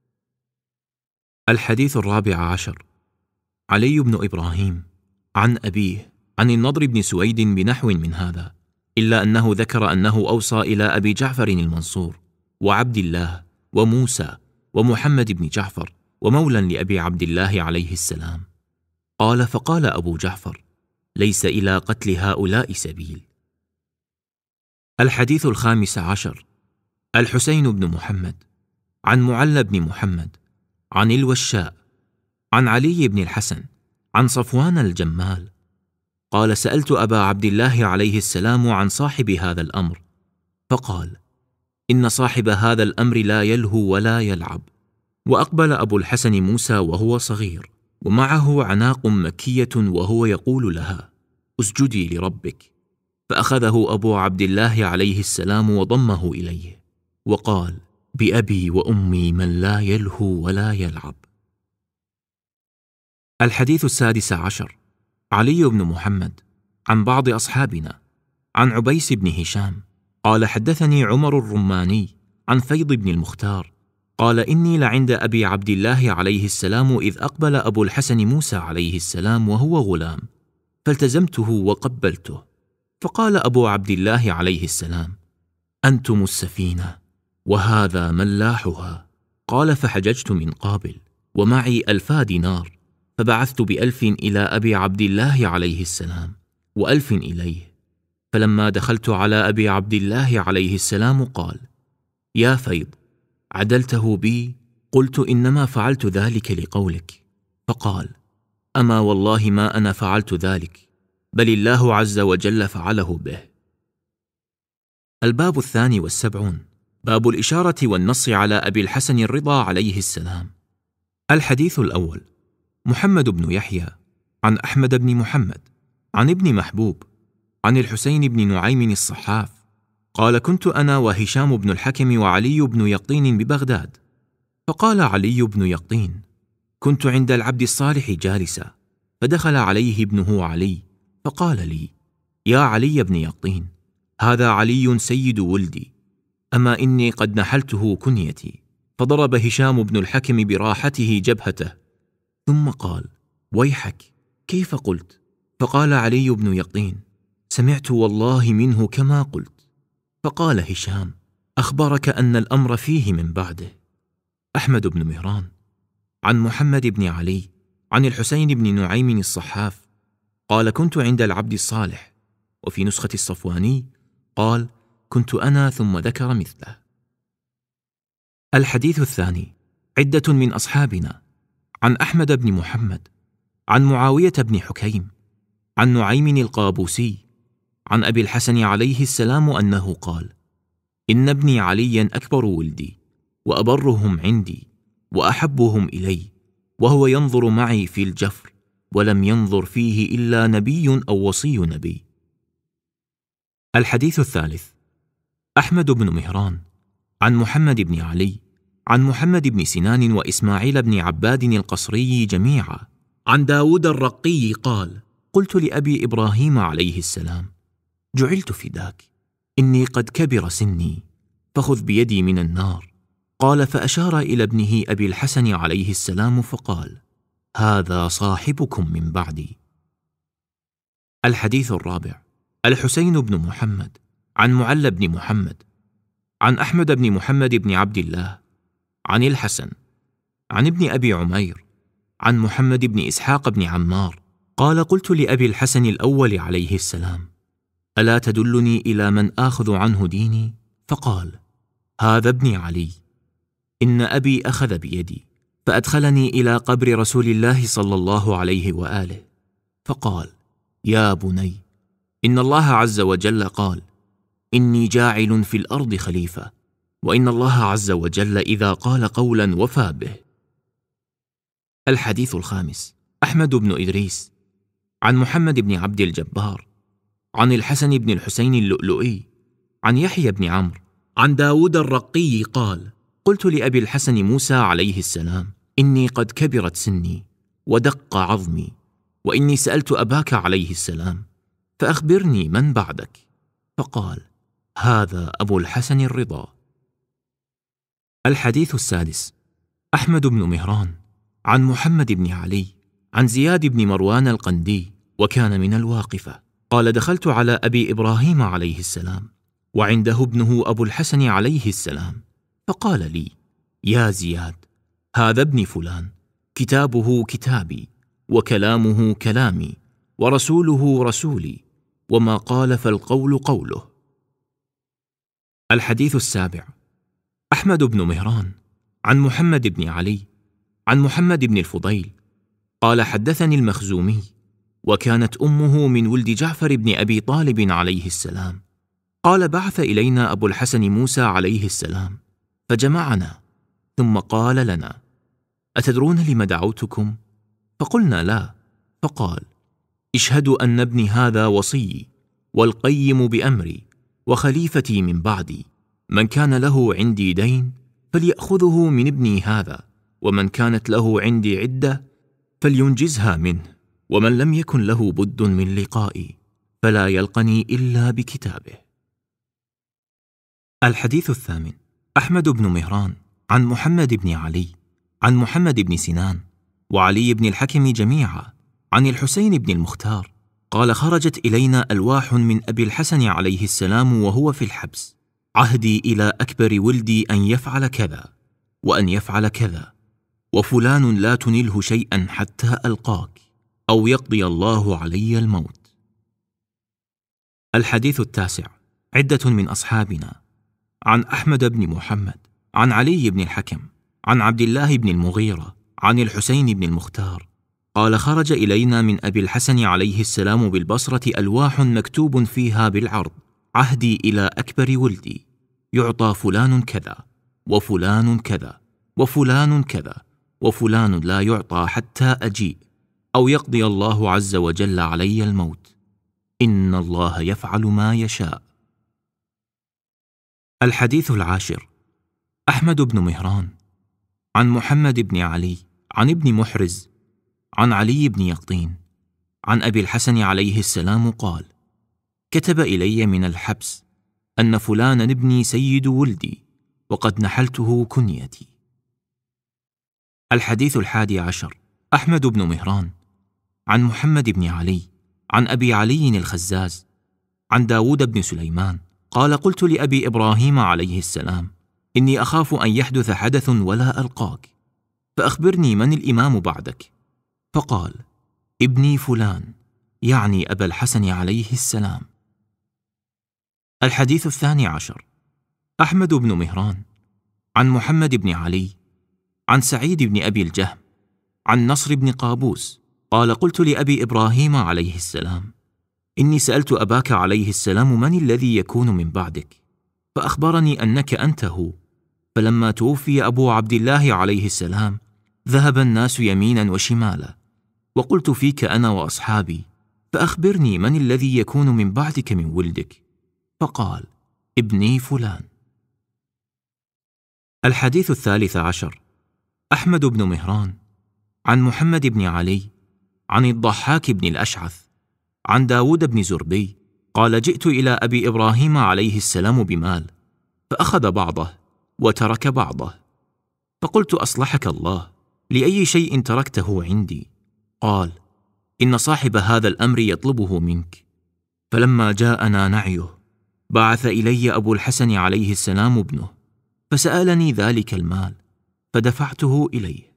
الحديث الرابع عشر. علي بن إبراهيم عن أبيه عن النضر بن سويد بنحو من هذا، إلا أنه ذكر أنه أوصى إلى أبي جعفر المنصور، وعبد الله، وموسى، ومحمد بن جعفر، ومولا لأبي عبد الله عليه السلام. قال: فقال أبو جعفر: ليس إلى قتل هؤلاء سبيل. الحديث الخامس عشر. الحسين بن محمد عن معل بن محمد عن الوشاء عن علي بن الحسن عن صفوان الجمال قال: سألت أبا عبد الله عليه السلام عن صاحب هذا الأمر، فقال: إن صاحب هذا الأمر لا يلهو ولا يلعب. وأقبل أبو الحسن موسى وهو صغير، ومعه عناق مكية، وهو يقول لها: اسجدي لربك. فأخذه أبو عبد الله عليه السلام وضمه إليه، وقال: بأبي وأمي من لا يلهو ولا يلعب. الحديث السادس عشر. علي بن محمد عن بعض أصحابنا عن عبيس بن هشام قال: حدثني عمر الرماني عن فيض بن المختار قال: إني لعند أبي عبد الله عليه السلام إذ أقبل أبو الحسن موسى عليه السلام وهو غلام، فالتزمته وقبلته، فقال أبو عبد الله عليه السلام: أنتم السفينة وهذا ملاحها. قال: فحججت من قابل ومعي ألفا دينار، فبعثت بألف إلى أبي عبد الله عليه السلام وألف إليه. فلما دخلت على أبي عبد الله عليه السلام قال: يا فيض، عدلته بي؟ قلت: إنما فعلت ذلك لقولك. فقال: أما والله ما أنا فعلت ذلك، بل الله عز وجل فعله به. الباب الثاني والسبعون، باب الإشارة والنص على أبي الحسن الرضا عليه السلام. الحديث الأول: محمد بن يحيى عن أحمد بن محمد عن ابن محبوب عن الحسين بن نعيم الصحاف قال: كنت أنا وهشام بن الحكم وعلي بن يقطين ببغداد، فقال علي بن يقطين: كنت عند العبد الصالح جالسا، فدخل عليه ابنه علي فقال لي: يا علي بن يقطين، هذا علي سيد ولدي، أما إني قد نحلته كنيتي. فضرب هشام بن الحكم براحته جبهته، ثم قال: ويحك، كيف قلت؟ فقال علي بن يقطين: سمعت والله منه كما قلت. فقال هشام: أخبرك أن الأمر فيه من بعده. أحمد بن مهران عن محمد بن علي عن الحسين بن نعيم الصحاف قال: كنت عند العبد الصالح. وفي نسخة الصفواني قال: كنت أنا، ثم ذكر مثله. الحديث الثاني: عدة من أصحابنا. عن أحمد بن محمد عن معاوية بن حكيم عن نعيم القابوسي عن أبي الحسن عليه السلام أنه قال: إن ابني عليا أكبر ولدي وأبرهم عندي وأحبهم إلي، وهو ينظر معي في الجفر، ولم ينظر فيه إلا نبي أو وصي نبي. الحديث الثالث: أحمد بن مهران عن محمد بن علي عن محمد بن سنان وإسماعيل بن عباد القصري جميعا عن داود الرقي قال: قلت لأبي إبراهيم عليه السلام: جعلت فداك، إني قد كبر سني، فخذ بيدي من النار. قال: فأشار إلى ابنه أبي الحسن عليه السلام فقال: هذا صاحبكم من بعدي. الحديث الرابع: الحسين بن محمد عن معل بن محمد عن أحمد بن محمد بن عبد الله عن الحسن عن ابن أبي عمير عن محمد بن إسحاق بن عمار قال: قلت لأبي الحسن الأول عليه السلام: ألا تدلني إلى من آخذ عنه ديني؟ فقال: هذا ابني علي. إن أبي أخذ بيدي فأدخلني إلى قبر رسول الله صلى الله عليه وآله، فقال: يا بني، إن الله عز وجل قال: إني جاعل في الأرض خليفة، وإن الله عز وجل إذا قال قولا وفى به. الحديث الخامس: أحمد بن إدريس عن محمد بن عبد الجبار عن الحسن بن الحسين اللؤلؤي عن يحيى بن عمرو عن داود الرقي قال: قلت لأبي الحسن موسى عليه السلام: إني قد كبرت سني ودق عظمي، وإني سألت أباك عليه السلام: فأخبرني من بعدك؟ فقال: هذا أبو الحسن الرضا. الحديث السادس: أحمد بن مهران عن محمد بن علي عن زياد بن مروان القندي، وكان من الواقفة، قال: دخلت على أبي إبراهيم عليه السلام وعنده ابنه أبو الحسن عليه السلام، فقال لي: يا زياد، هذا ابن فلان، كتابه كتابي، وكلامه كلامي، ورسوله رسولي، وما قال فالقول قوله. الحديث السابع: أحمد بن مهران عن محمد بن علي عن محمد بن الفضيل قال: حدثني المخزومي، وكانت أمه من ولد جعفر بن أبي طالب عليه السلام، قال: بعث إلينا أبو الحسن موسى عليه السلام فجمعنا، ثم قال لنا: أتدرون لم دعوتكم؟ فقلنا: لا. فقال: اشهدوا أن ابني هذا وصيي والقيم بأمري وخليفتي من بعدي، من كان له عندي دين فليأخذه من ابني هذا، ومن كانت له عندي عدة فلينجزها منه، ومن لم يكن له بد من لقائي فلا يلقني إلا بكتابه. الحديث الثامن: أحمد بن مهران عن محمد بن علي عن محمد بن سنان وعلي بن الحكم جميعا عن الحسين بن المختار قال: خرجت إلينا ألواح من أبي الحسن عليه السلام وهو في الحبس: عهدي إلى أكبر ولدي أن يفعل كذا وأن يفعل كذا، وفلان لا تنله شيئا حتى ألقاك، أو يقضي الله علي الموت. الحديث التاسع: عدة من أصحابنا. عن أحمد بن محمد عن علي بن الحكم عن عبد الله بن المغيرة عن الحسين بن المختار قال: خرج إلينا من أبي الحسن عليه السلام بالبصرة ألواح مكتوب فيها بالعرض: عهدي إلى أكبر ولدي يعطى فلان كذا وفلان كذا وفلان كذا وفلان لا يعطى حتى أجيء أو يقضي الله عز وجل علي الموت. إن الله يفعل ما يشاء. الحديث العاشر. أحمد بن مهران عن محمد بن علي عن ابن محرز عن علي بن يقطين عن أبي الحسن عليه السلام قال: كتب إلي من الحبس أن فلانا ابني سيد ولدي وقد نحلته كنيتي. الحديث الحادي عشر. أحمد بن مهران عن محمد بن علي عن أبي علي الخزاز عن داود بن سليمان قال: قلت لأبي إبراهيم عليه السلام: إني أخاف أن يحدث حدث ولا ألقاك، فأخبرني من الإمام بعدك. فقال: ابني فلان، يعني أبا الحسن عليه السلام. الحديث الثاني عشر. أحمد بن مهران عن محمد بن علي عن سعيد بن أبي الجهم عن نصر بن قابوس قال: قلت لأبي إبراهيم عليه السلام: إني سألت أباك عليه السلام من الذي يكون من بعدك، فأخبرني أنك أنت هو. فلما توفي أبو عبد الله عليه السلام ذهب الناس يمينا وشمالا، وقلت فيك أنا وأصحابي: فأخبرني من الذي يكون من بعدك من ولدك. فقال: ابني فلان. الحديث الثالث عشر. أحمد بن مهران عن محمد بن علي عن الضحاك بن الأشعث عن داود بن زربي قال: جئت إلى أبي إبراهيم عليه السلام بمال، فأخذ بعضه وترك بعضه، فقلت: أصلحك الله، لأي شيء تركته عندي؟ قال: إن صاحب هذا الأمر يطلبه منك. فلما جاءنا نعيه بعث إلي أبو الحسن عليه السلام ابنه، فسألني ذلك المال، فدفعته إليه.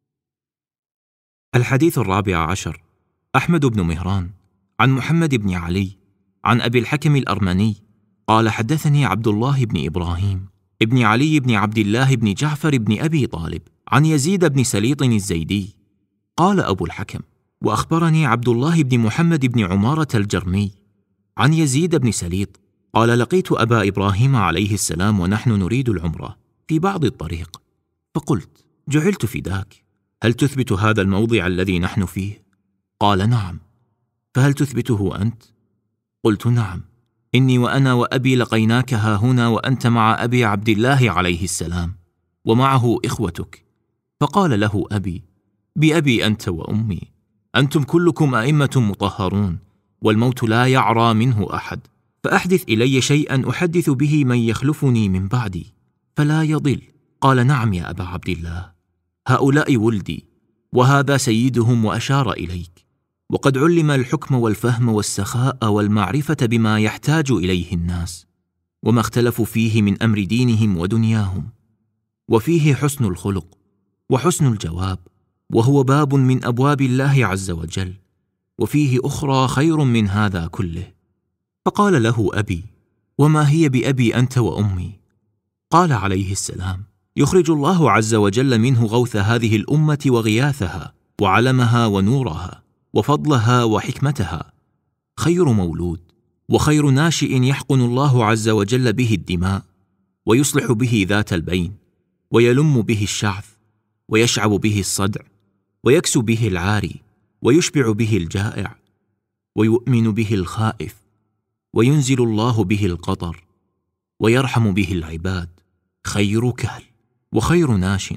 الحديث الرابع عشر. أحمد بن مهران عن محمد بن علي عن أبي الحكم الأرمني قال: حدثني عبد الله بن إبراهيم ابن علي بن عبد الله بن جعفر بن أبي طالب عن يزيد بن سليط الزيدي قال أبو الحكم: وأخبرني عبد الله بن محمد بن عمارة الجرمي عن يزيد بن سليط قال: لقيت أبا إبراهيم عليه السلام ونحن نريد العمرة في بعض الطريق، فقلت: جعلت فداك، هل تثبت هذا الموضع الذي نحن فيه؟ قال: نعم. فهل تثبته أنت؟ قلت: نعم، إني وأنا وأبي لقيناك ها هنا وأنت مع أبي عبد الله عليه السلام ومعه إخوتك. فقال له أبي: بأبي أنت وأمي، أنتم كلكم أئمة مطهرون، والموت لا يعرى منه أحد، فأحدث إلي شيئا أحدث به من يخلفني من بعدي فلا يضل. قال: نعم يا أبا عبد الله، هؤلاء ولدي، وهذا سيدهم، وأشار إليك، وقد علم الحكم والفهم والسخاء والمعرفة بما يحتاج إليه الناس، وما اختلفوا فيه من أمر دينهم ودنياهم، وفيه حسن الخلق وحسن الجواب، وهو باب من أبواب الله عز وجل، وفيه أخرى خير من هذا كله. فقال له أبي: وما هي بأبي أنت وأمي؟ قال عليه السلام: يخرج الله عز وجل منه غوث هذه الأمة وغياثها وعلمها ونورها وفضلها وحكمتها، خير مولود وخير ناشئ يحقن الله عز وجل به الدماء، ويصلح به ذات البين، ويلم به الشعث، ويشعب به الصدع، ويكسو به العاري، ويشبع به الجائع، ويؤمن به الخائف، وينزل الله به القطر، ويرحم به العباد، خير كهل وخير ناش،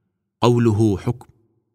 قوله حكم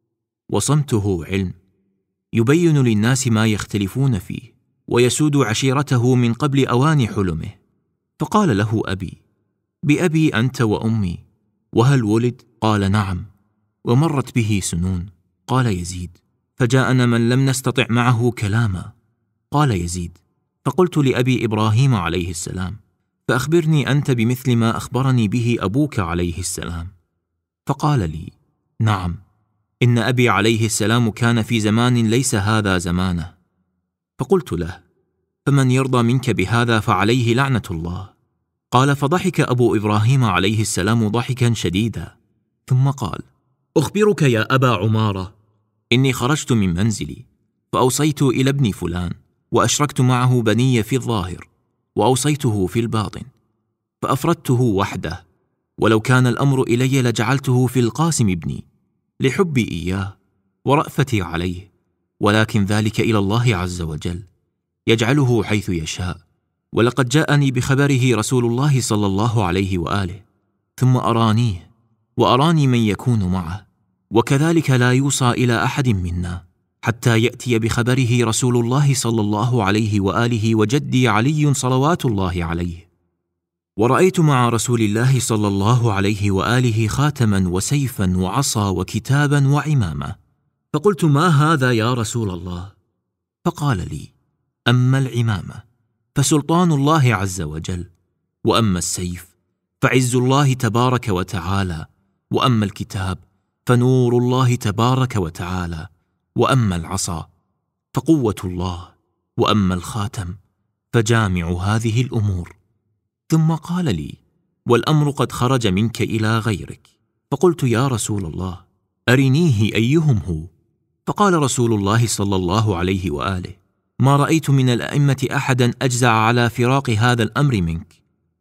وصمته علم، يبين للناس ما يختلفون فيه، ويسود عشيرته من قبل أوان حلمه. فقال له أبي: بأبي أنت وأمي، وهل ولد؟ قال: نعم، ومرت به سنون. قال يزيد: فجاءنا من لم نستطع معه كلاما. قال يزيد: فقلت لأبي إبراهيم عليه السلام: فأخبرني أنت بمثل ما أخبرني به أبوك عليه السلام. فقال لي: نعم، إن أبي عليه السلام كان في زمان ليس هذا زمانه. فقلت له: فمن يرضى منك بهذا فعليه لعنة الله. قال: فضحك أبو إبراهيم عليه السلام ضحكا شديدا، ثم قال: أخبرك يا أبا عمارة، إني خرجت من منزلي فأوصيت إلى ابن فلان، وأشركت معه بني في الظاهر، وأوصيته في الباطن، فأفردته وحده، ولو كان الأمر إلي لجعلته في القاسم ابني، لحبي إياه ورأفتي عليه، ولكن ذلك إلى الله عز وجل، يجعله حيث يشاء. ولقد جاءني بخبره رسول الله صلى الله عليه وآله، ثم أرانيه وأراني من يكون معه، وكذلك لا يوصى إلى أحد منا حتى يأتي بخبره رسول الله صلى الله عليه وآله وجدي علي صلوات الله عليه. ورأيت مع رسول الله صلى الله عليه وآله خاتما وسيفا وعصا وكتابا وعمامة، فقلت: ما هذا يا رسول الله؟ فقال لي: أما العمامة فسلطان الله عز وجل، وأما السيف فعز الله تبارك وتعالى، وأما الكتاب فنور الله تبارك وتعالى، وأما العصا فقوة الله، وأما الخاتم فجامع هذه الأمور. ثم قال لي: والأمر قد خرج منك إلى غيرك. فقلت: يا رسول الله أرنيه أيهم هو؟ فقال رسول الله صلى الله عليه وآله: ما رأيت من الأئمة أحدا أجزع على فراق هذا الأمر منك،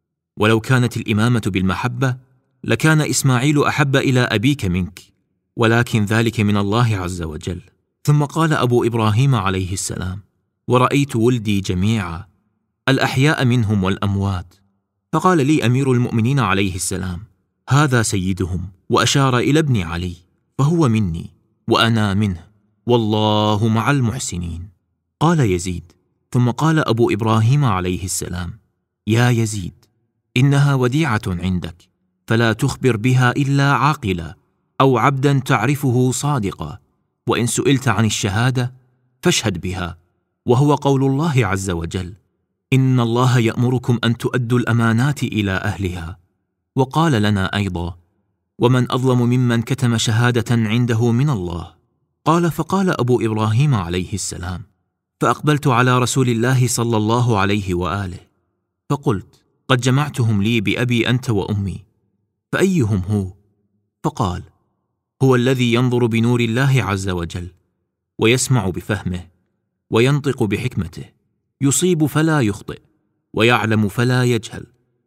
ولو كانت الإمامة بالمحبة لكان إسماعيل أحب إلى أبيك منك، ولكن ذلك من الله عز وجل. ثم قال أبو إبراهيم عليه السلام: ورأيت ولدي جميعا، الأحياء منهم والأموات. فقال لي أمير المؤمنين عليه السلام: هذا سيدهم، وأشار إلى ابن علي، فهو مني وأنا منه، والله مع المحسنين. قال يزيد: ثم قال أبو إبراهيم عليه السلام: يا يزيد، إنها وديعة عندك، فلا تخبر بها إلا عاقلا أو عبدا تعرفه صادقا، وإن سئلت عن الشهادة فاشهد بها، وهو قول الله عز وجل: إن الله يأمركم أن تؤدوا الأمانات إلى أهلها. وقال لنا أيضا: ومن أظلم ممن كتم شهادة عنده من الله. قال: فقال أبو إبراهيم عليه السلام: فأقبلت على رسول الله صلى الله عليه وآله، فقلت: قد جمعتهم لي بأبي أنت وأمي، فأيهم هو؟ فقال: هو الذي ينظر بنور الله عز وجل، ويسمع بفهمه، وينطق بحكمته، يصيب فلا يخطئ، ويعلم فلا يجهل،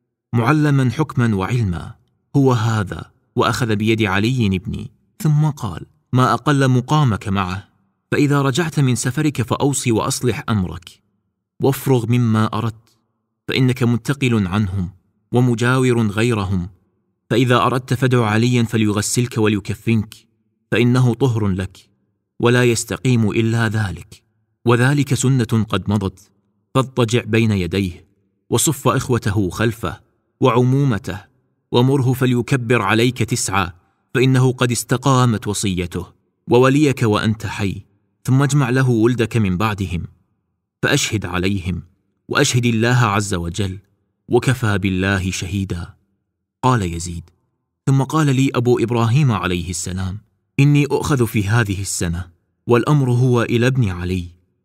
معلما حكما وعلما، هو هذا. وأخذ بيد علي ابني، ثم قال: ما أقل مقامك معه، فإذا رجعت من سفرك فأوصي وأصلح أمرك، وافرغ مما أردت، فإنك منتقل عنهم ومجاور غيرهم، فإذا أردت فادع عليا فليغسلك وليكفنك، فإنه طهر لك، ولا يستقيم إلا ذلك، وذلك سنة قد مضت، فاضطجع بين يديه، وصف إخوته خلفه وعمومته، ومره فليكبر عليك تسعة، فإنه قد استقامت وصيته، ووليك وأنت حي، ثم اجمع له ولدك من بعدهم، فأشهد عليهم، وأشهد الله عز وجل، وكفى بالله شهيدا. قال يزيد: ثم قال لي أبو إبراهيم عليه السلام: إني أؤخذ في هذه السنة، والأمر هو إلى ابن علي،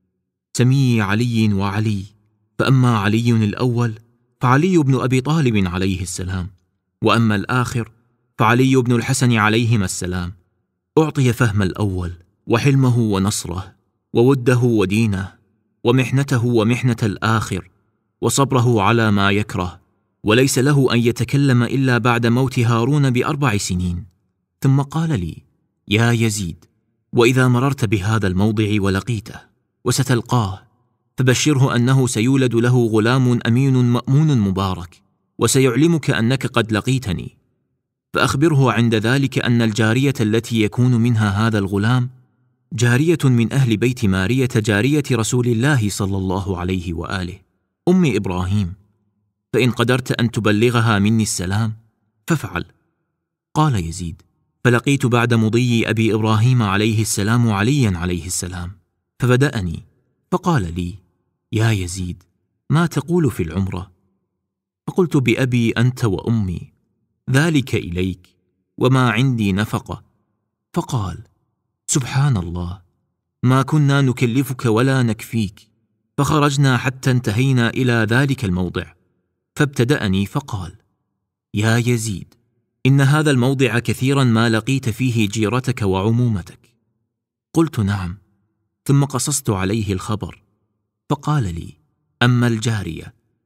سمي علي وعلي، فأما علي الأول فعلي بن أبي طالب عليه السلام، وأما الآخر فعلي بن الحسن عليهما السلام. أعطي فهم الأول، وحلمه ونصره، ووده ودينه، ومحنته ومحنة الآخر، وصبره على ما يكره، وليس له أن يتكلم إلا بعد موت هارون بأربع سنين. ثم قال لي: يا يزيد، وإذا مررت بهذا الموضع ولقيته وستلقاه، فبشره أنه سيولد له غلام أمين مأمون مبارك، وسيعلمك أنك قد لقيتني، فأخبره عند ذلك أن الجارية التي يكون منها هذا الغلام جارية من أهل بيت مارية جارية رسول الله صلى الله عليه وآله، أم إبراهيم، فإن قدرت أن تبلغها مني السلام فافعل. قال يزيد: فلقيت بعد مضي أبي إبراهيم عليه السلام عليا عليه السلام، فبدأني فقال لي: يا يزيد، ما تقول في العمرة؟ فقلت: بأبي أنت وأمي، ذلك إليك، وما عندي نفقة. فقال: سبحان الله، ما كنا نكلفك ولا نكفيك. فخرجنا حتى انتهينا إلى ذلك الموضع، فابتدأني فقال: يا يزيد، إن هذا الموضع كثيرا ما لقيت فيه جيرتك وعمومتك. قلت: نعم. ثم قصصت عليه الخبر، فقال لي: أما الجارية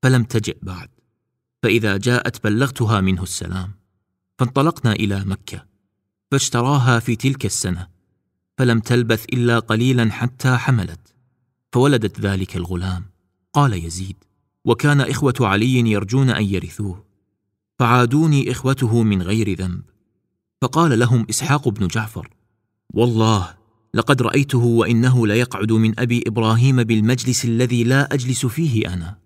فلم تجئ بعد، فإذا جاءت بلغتها منه السلام. فانطلقنا إلى مكة، فاشتراها في تلك السنة، فلم تلبث إلا قليلا حتى حملت، فولدت ذلك الغلام. قال يزيد: وكان إخوة علي يرجون أن يرثوه، فعادوني إخوته من غير ذنب. فقال لهم إسحاق بن جعفر: والله لقد رأيته وإنه ليقعد من أبي إبراهيم بالمجلس الذي لا أجلس فيه أنا.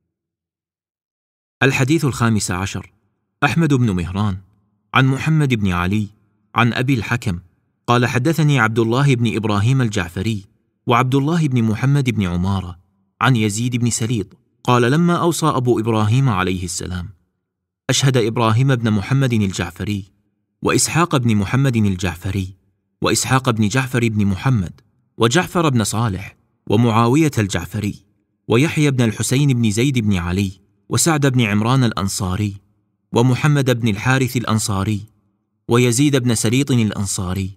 الحديث الخامس عشر. أحمد بن مهران عن محمد بن علي عن أبي الحكم قال: حدثني عبد الله بن إبراهيم الجعفري وعبد الله بن محمد بن عمارة عن يزيد بن سليط قال: لما أوصى أبو إبراهيم عليه السلام أشهد إبراهيم بن محمد الجعفري وإسحاق بن محمد الجعفري وإسحاق بن جعفر بن محمد وجعفر بن صالح ومعاوية الجعفري ويحيى بن الحسين بن زيد بن علي وسعد بن عمران الأنصاري ومحمد بن الحارث الأنصاري ويزيد بن سليط الأنصاري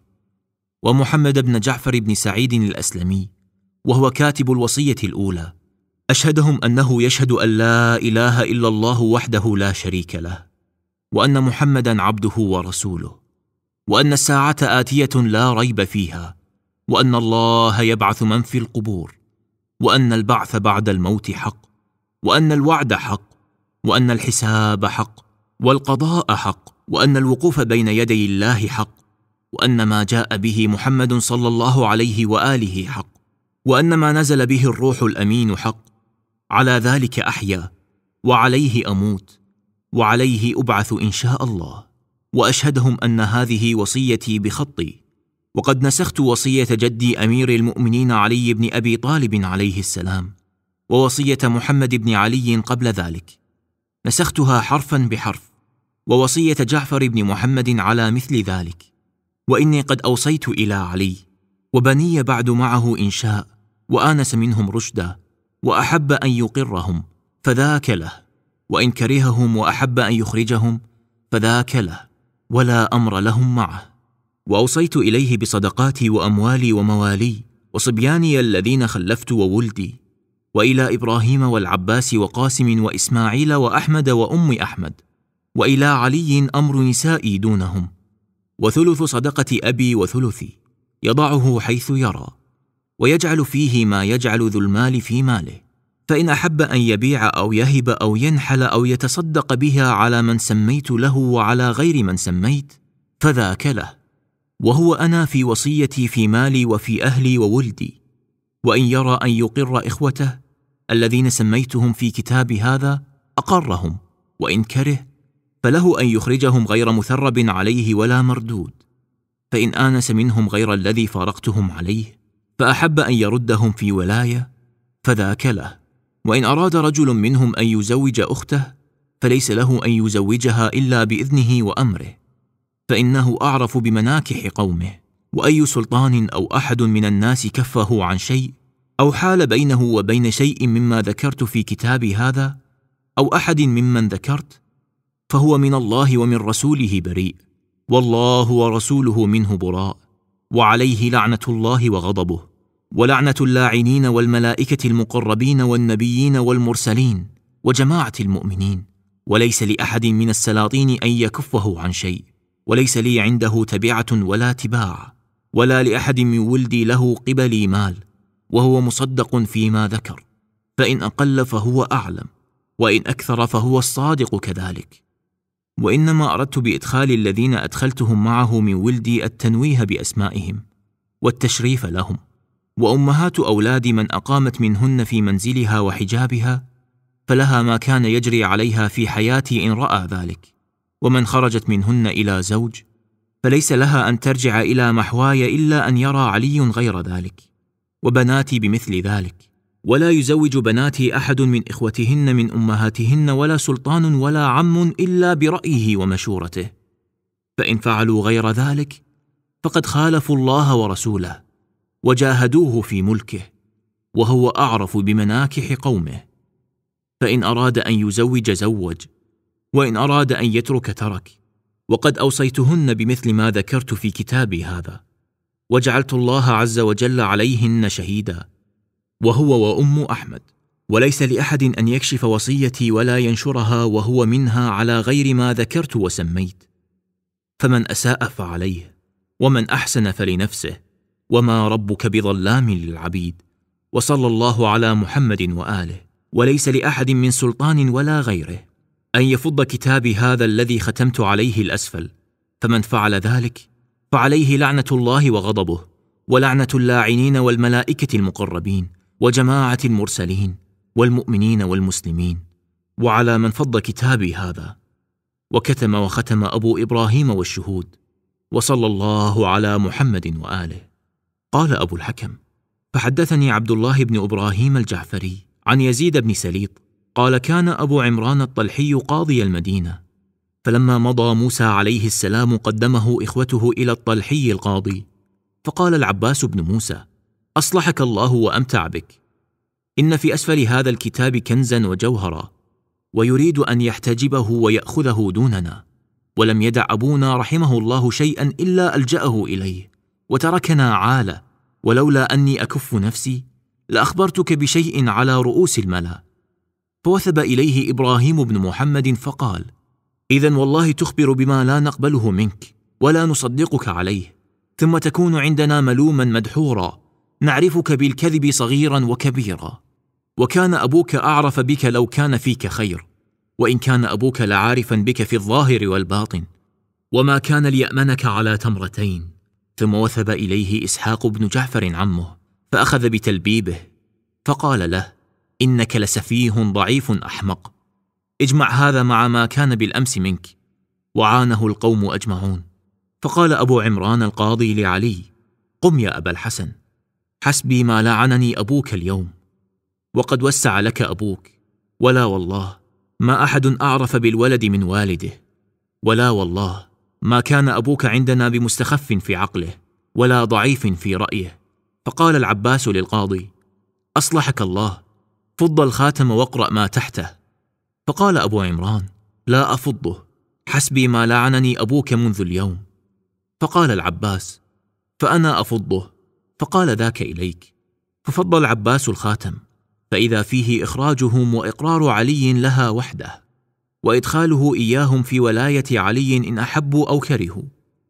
ومحمد بن جعفر بن سعيد الأسلمي وهو كاتب الوصية الأولى، أشهدهم أنه يشهد أن لا إله إلا الله وحده لا شريك له، وأن محمدا عبده ورسوله، وأن الساعة آتية لا ريب فيها، وأن الله يبعث من في القبور، وأن البعث بعد الموت حق، وأن الوعد حق، وأن الحساب حق، والقضاء حق، وأن الوقوف بين يدي الله حق، وأن ما جاء به محمد صلى الله عليه وآله حق، وأن ما نزل به الروح الأمين حق. على ذلك أحيا، وعليه أموت، وعليه أبعث إن شاء الله. وأشهدهم أن هذه وصيتي بخطي، وقد نسخت وصية جدي أمير المؤمنين علي بن أبي طالب عليه السلام، ووصية محمد بن علي قبل ذلك، نسختها حرفا بحرف، ووصية جعفر بن محمد على مثل ذلك. وإني قد أوصيت إلى علي وبني بعد معه إن شاء، وآنس منهم رشدا، وأحب أن يقرهم فذاك له، وإن كرههم وأحب أن يخرجهم فذاك له، ولا أمر لهم معه. وأوصيت إليه بصدقاتي وأموالي وموالي وصبياني الذين خلفت وولدي، وإلى إبراهيم والعباس وقاسم وإسماعيل وأحمد وأم أحمد، وإلى علي أمر نسائي دونهم، وثلث صدقة أبي وثلثي يضعه حيث يرى، ويجعل فيه ما يجعل ذو المال في ماله، فإن أحب أن يبيع أو يهب أو ينحل أو يتصدق بها على من سميت له وعلى غير من سميت فذاك له، وهو أنا في وصيتي في مالي وفي أهلي وولدي. وإن يرى أن يقر إخوته الذين سميتهم في كتاب هذا أقرهم، وإن كره فله أن يخرجهم غير مثرب عليه ولا مردود. فإن آنس منهم غير الذي فارقتهم عليه فأحب أن يردهم في ولاية فذاك له. وإن أراد رجل منهم أن يزوج أخته فليس له أن يزوجها إلا بإذنه وأمره، فإنه أعرف بمناكح قومه. وأي سلطان أو أحد من الناس كفه عن شيء أو حال بينه وبين شيء مما ذكرت في كتابي هذا أو أحد ممن ذكرت فهو من الله ومن رسوله بريء، والله ورسوله منه براء، وعليه لعنة الله وغضبه ولعنة اللاعنين والملائكة المقربين والنبيين والمرسلين وجماعة المؤمنين. وليس لأحد من السلاطين أن يكفه عن شيء، وليس لي عنده تبعة ولا تباع، ولا لأحد من ولدي له قبلي مال، وهو مصدق فيما ذكر، فإن أقل فهو أعلم، وإن أكثر فهو الصادق كذلك. وإنما أردت بإدخال الذين أدخلتهم معه من ولدي التنويه بأسمائهم والتشريف لهم. وأمهات أولاد من أقامت منهن في منزلها وحجابها فلها ما كان يجري عليها في حياتي إن رأى ذلك، ومن خرجت منهن إلى زوج فليس لها أن ترجع إلى محواي إلا أن يرى علي غير ذلك، وبناتي بمثل ذلك، ولا يزوج بناتي أحد من إخوتهن من أمهاتهن ولا سلطان ولا عم إلا برأيه ومشورته، فإن فعلوا غير ذلك فقد خالفوا الله ورسوله وجاهدوه في ملكه، وهو أعرف بمناكح قومه. فإن أراد أن يزوج زوج، وإن أراد أن يترك ترك، وقد أوصيتهن بمثل ما ذكرت في كتابي هذا، وجعلت الله عز وجل عليهن شهيدا، وهو وأم أحمد وليس لأحد أن يكشف وصيتي ولا ينشرها وهو منها على غير ما ذكرت وسميت. فمن أساء فعليه، ومن أحسن فلنفسه، وما ربك بظلام للعبيد. وصلى الله على محمد وآله. وليس لأحد من سلطان ولا غيره أن يفض كتابي هذا الذي ختمت عليه الأسفل، فمن فعل ذلك فعليه لعنة الله وغضبه، ولعنة اللاعنين والملائكة المقربين، وجماعة المرسلين، والمؤمنين والمسلمين، وعلى من فض كتابي هذا. وكتم وختم أبو إبراهيم والشهود. وصلى الله على محمد وآله. قال أبو الحكم: فحدثني عبد الله بن إبراهيم الجعفري عن يزيد بن سليط قال: كان أبو عمران الطلحي قاضي المدينة، فلما مضى موسى عليه السلام قدمه إخوته إلى الطلحي القاضي، فقال العباس بن موسى: أصلحك الله وأمتع بك، إن في أسفل هذا الكتاب كنزا وجوهرا، ويريد أن يحتجبه ويأخذه دوننا، ولم يدع أبونا رحمه الله شيئا إلا ألجأه إليه، وتركنا عالة، ولولا أني أكف نفسي لأخبرتك بشيء على رؤوس الملا. فوثب إليه إبراهيم بن محمد فقال: إذن والله تخبر بما لا نقبله منك ولا نصدقك عليه، ثم تكون عندنا ملوما مدحورا، نعرفك بالكذب صغيرا وكبيرا. وكان أبوك أعرف بك لو كان فيك خير، وإن كان أبوك لعارفا بك في الظاهر والباطن، وما كان ليأمنك على تمرتين. ثم وثب إليه إسحاق بن جعفر عمه، فأخذ بتلبيبه، فقال له: إنك لسفيه ضعيف أحمق، اجمع هذا مع ما كان بالأمس منك. وعانه القوم أجمعون. فقال أبو عمران القاضي لعلي: قم يا أبا الحسن، حسبي ما لعنني أبوك اليوم، وقد وسع لك أبوك، ولا والله ما أحد أعرف بالولد من والده، ولا والله ما كان أبوك عندنا بمستخف في عقله ولا ضعيف في رأيه. فقال العباس للقاضي: أصلحك الله، فض الخاتم واقرأ ما تحته. فقال أبو عمران: لا أفضه، حسبي ما لعنني أبوك منذ اليوم. فقال العباس: فأنا أفضه. فقال: ذاك إليك. ففض العباس الخاتم، فإذا فيه إخراجهم وإقرار علي لها وحده، وإدخاله إياهم في ولاية علي إن أحبوا أو كرهوا،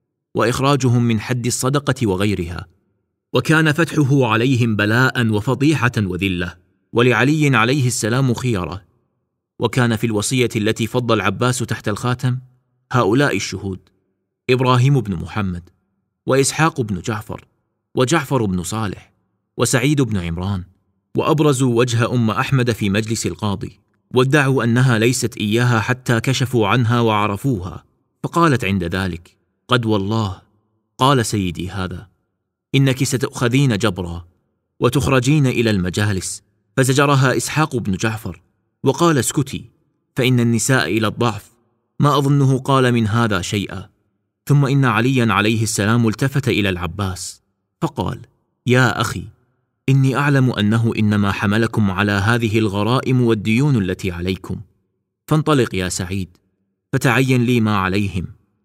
وإخراجهم من حد الصدقة وغيرها. وكان فتحه عليهم بلاء وفضيحة وذلة، ولعلي عليه السلام خيرة. وكان في الوصية التي فض العباس تحت الخاتم هؤلاء الشهود: إبراهيم بن محمد، وإسحاق بن جعفر، وجعفر بن صالح، وسعيد بن عمران. وأبرزوا وجه أم أحمد في مجلس القاضي، وادعوا أنها ليست إياها حتى كشفوا عنها وعرفوها. فقالت عند ذلك: قد والله قال سيدي هذا: إنك ستؤخذين جبرا وتخرجين إلى المجالس. فزجرها إسحاق بن جعفر وقال: اسكتي، فإن النساء إلى الضعف، ما أظنه قال من هذا شيئا. ثم إن عليا عليه السلام التفت إلى العباس فقال: يا أخي، إني أعلم أنه إنما حملكم على هذه الغرائم والديون التي عليكم، فانطلق يا سعيد فتعين لي ما عليهم،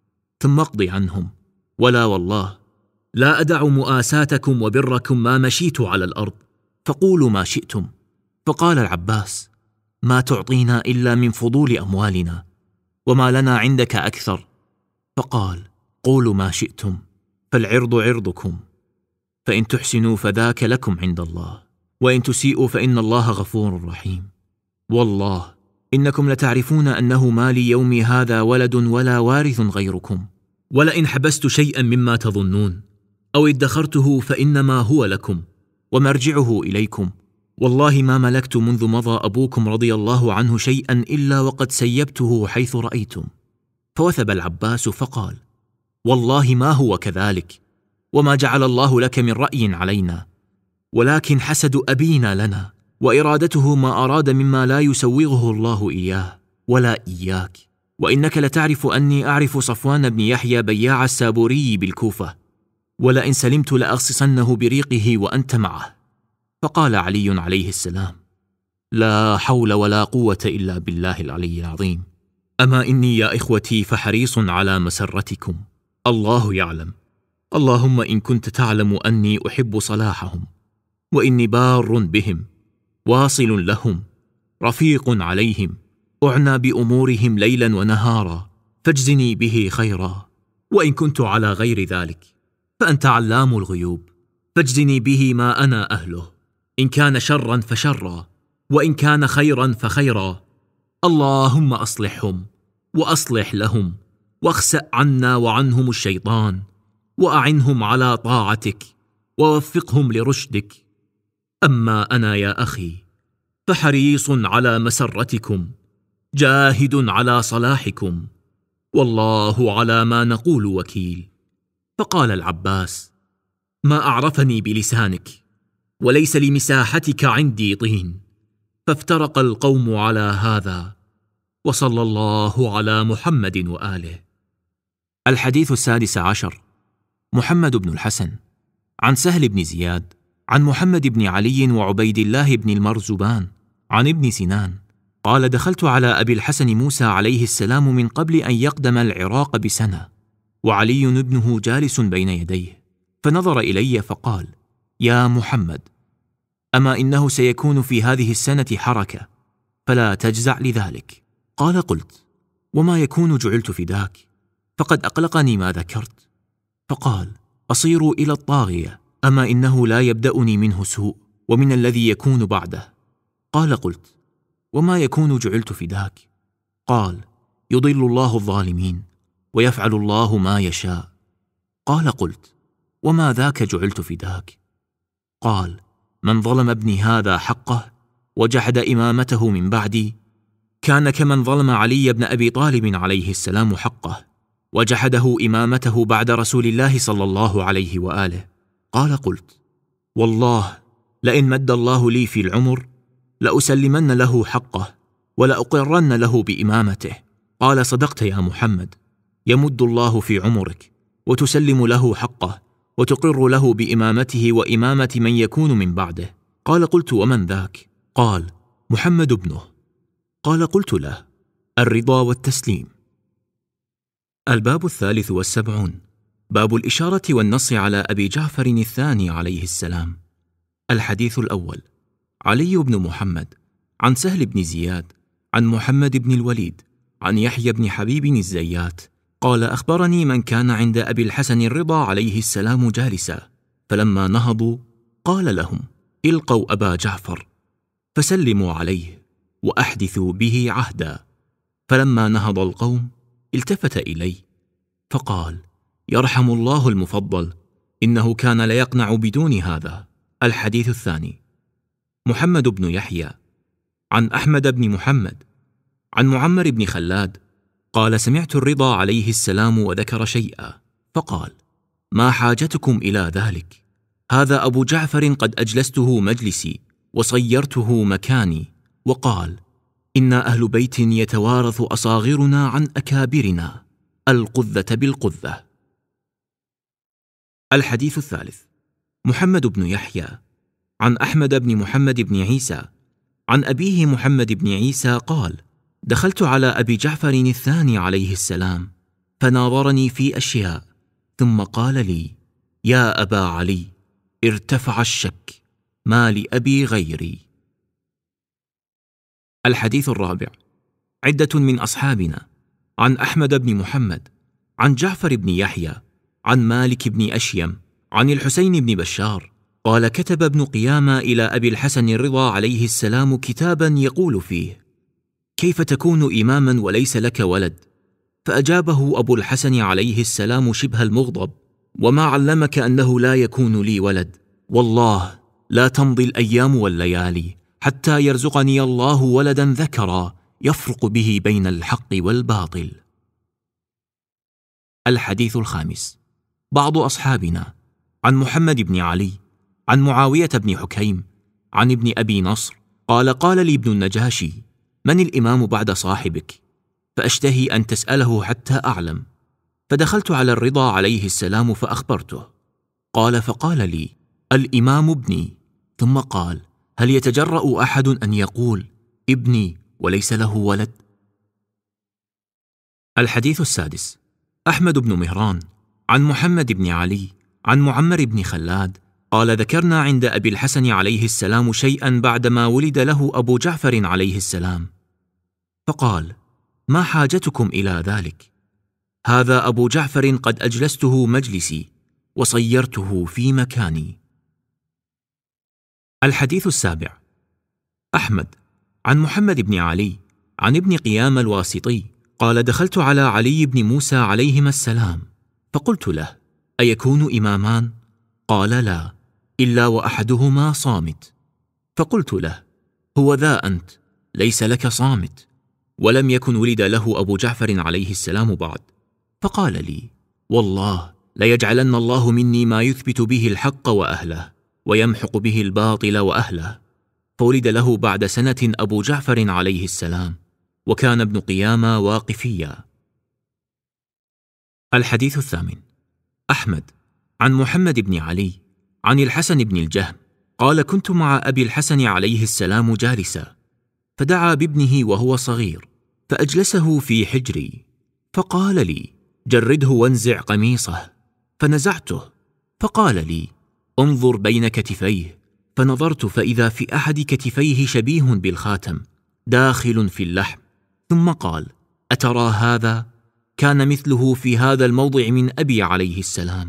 ثم اقضي عنهم، ولا والله لا أدع مؤاساتكم وبركم ما مشيت على الأرض، فقولوا ما شئتم. فقال العباس: ما تعطينا إلا من فضول أموالنا، وما لنا عندك أكثر. فقال: قولوا ما شئتم، فالعرض عرضكم، فإن تحسنوا فذاك لكم عند الله، وإن تسيئوا فإن الله غفور رحيم. والله إنكم لتعرفون أنه ما لي يومي هذا ولد ولا وارث غيركم، ولئن حبست شيئا مما تظنون أو ادخرته فإنما هو لكم، ومرجعه إليكم. والله ما ملكت منذ مضى أبوكم رضي الله عنه شيئا إلا وقد سيبته حيث رأيتم. فوثب العباس فقال: والله ما هو كذلك، وما جعل الله لك من رأي علينا، ولكن حسد أبينا لنا، وإرادته ما أراد مما لا يسوغه الله إياه ولا إياك. وإنك لتعرف أني أعرف صفوان بن يحيى بياع السابوري بالكوفة، ولئن سلمت لأغصصنه بريقه وأنت معه. فقال علي عليه السلام: لا حول ولا قوة إلا بالله العلي العظيم. أما إني يا إخوتي فحريص على مسرتكم، الله يعلم. اللهم إن كنت تعلم أني أحب صلاحهم، وإني بار بهم، واصل لهم، رفيق عليهم، أعنى بأمورهم ليلا ونهارا، فاجزني به خيرا. وإن كنت على غير ذلك فأنت علام الغيوب، فاجزني به ما أنا أهله، إن كان شرا فشرا، وإن كان خيرا فخيرا. اللهم أصلحهم وأصلح لهم، واخسأ عنا وعنهم الشيطان، وأعنهم على طاعتك، ووفقهم لرشدك. أما أنا يا أخي فحريص على مسرتكم، جاهد على صلاحكم، والله على ما نقول وكيل. فقال العباس: ما أعرفني بلسانك، وليس لمساحتك عندي طين. فافترق القوم على هذا، وصلى الله على محمد وآله. الحديث السادس عشر. محمد بن الحسن عن سهل بن زياد عن محمد بن علي وعبيد الله بن المرزبان عن ابن سنان قال: دخلت على أبي الحسن موسى عليه السلام من قبل أن يقدم العراق بسنة، وعلي ابنه جالس بين يديه، فنظر إلي فقال: يا محمد، أما إنه سيكون في هذه السنة حركة، فلا تجزع لذلك. قال: قلت: وما يكون جعلت فداك، فقد أقلقني ما ذكرت. فقال: أصير إلى الطاغية، أما إنه لا يبدأني منه سوء، ومن الذي يكون بعده. قال: قلت: وما يكون جعلت فداك؟ قال: يضل الله الظالمين، ويفعل الله ما يشاء. قال: قلت: وما ذاك جعلت فداك؟ قال: من ظلم ابني هذا حقه وجحد إمامته من بعدي، كان كمن ظلم علي بن أبي طالب عليه السلام حقه وجحده إمامته بعد رسول الله صلى الله عليه وآله. قال: قلت: والله لئن مد الله لي في العمر لأسلمن له حقه ولأقرن له بإمامته. قال: صدقت يا محمد، يمد الله في عمرك وتسلم له حقه وتقر له بإمامته وإمامة من يكون من بعده. قال: قلت: ومن ذاك؟ قال: محمد ابنه. قال: قلت له: الرضا والتسليم. الباب الثالث والسبعون. باب الإشارة والنص على أبي جعفر الثاني عليه السلام. الحديث الأول. علي بن محمد عن سهل بن زياد عن محمد بن الوليد عن يحيى بن حبيب الزيات قال: أخبرني من كان عند أبي الحسن الرضا عليه السلام جالسا، فلما نهضوا قال لهم: إلقوا أبا جعفر فسلموا عليه وأحدثوا به عهدا. فلما نهض القوم التفت إلي فقال: يرحم الله المفضل، إنه كان ليقنع بدون هذا. الحديث الثاني. محمد بن يحيى عن أحمد بن محمد عن معمر بن خلاد قال: سمعت الرضا عليه السلام وذكر شيئا، فقال: ما حاجتكم إلى ذلك؟ هذا أبو جعفر قد أجلسته مجلسي وصيرته مكاني. وقال: إنا أهل بيت يتوارث أصاغرنا عن أكابرنا، القذة بالقذة. الحديث الثالث. محمد بن يحيى عن أحمد بن محمد بن عيسى عن أبيه محمد بن عيسى قال: دخلت على أبي جعفر الثاني عليه السلام فناظرني في أشياء، ثم قال لي: يا أبا علي، ارتفع الشك، ما لأبي غيري. الحديث الرابع. عدة من أصحابنا عن أحمد بن محمد عن جعفر بن يحيى عن مالك بن أشيم عن الحسين بن بشار قال: كتب ابن قيامة إلى أبي الحسن الرضا عليه السلام كتابا يقول فيه: كيف تكون إماما وليس لك ولد؟ فأجابه أبو الحسن عليه السلام شبه المغضب: وما علمك أنه لا يكون لي ولد؟ والله لا تمضي الأيام والليالي حتى يرزقني الله ولدا ذكرا يفرق به بين الحق والباطل. الحديث الخامس. بعض أصحابنا عن محمد بن علي عن معاوية بن حكيم عن ابن أبي نصر قال: قال لي ابن النجاشي: من الإمام بعد صاحبك؟ فأشتهي أن تسأله حتى أعلم. فدخلت على الرضا عليه السلام فأخبرته. قال: فقال لي: الإمام ابني. ثم قال: هل يتجرأ أحد أن يقول ابني وليس له ولد؟ الحديث السادس. أحمد بن مهران عن محمد بن علي عن معمر بن خلاد قال: ذكرنا عند أبي الحسن عليه السلام شيئا بعدما ولد له أبو جعفر عليه السلام، فقال: ما حاجتكم إلى ذلك؟ هذا أبو جعفر قد أجلسته مجلسي وصيرته في مكاني. الحديث السابع. أحمد عن محمد بن علي عن ابن قيام الواسطي قال: دخلت على علي بن موسى عليهما السلام فقلت له: أيكون إمامان؟ قال: لا، إلا وأحدهما صامت. فقلت له: هو ذا أنت، ليس لك صامت، ولم يكن ولد له أبو جعفر عليه السلام بعد. فقال لي: والله ليجعلن الله مني ما يثبت به الحق وأهله ويمحق به الباطل وأهله. فولد له بعد سنة أبو جعفر عليه السلام، وكان ابن قيام واقفيا. الحديث الثامن. أحمد عن محمد بن علي عن الحسن بن الجهم قال: كنت مع أبي الحسن عليه السلام جالسا، فدعا بابنه وهو صغير فأجلسه في حجري، فقال لي: جرده وانزع قميصه. فنزعته، فقال لي: انظر بين كتفيه. فنظرت فإذا في أحد كتفيه شبيه بالخاتم داخل في اللحم، ثم قال: أترى هذا؟ كان مثله في هذا الموضع من أبي عليه السلام.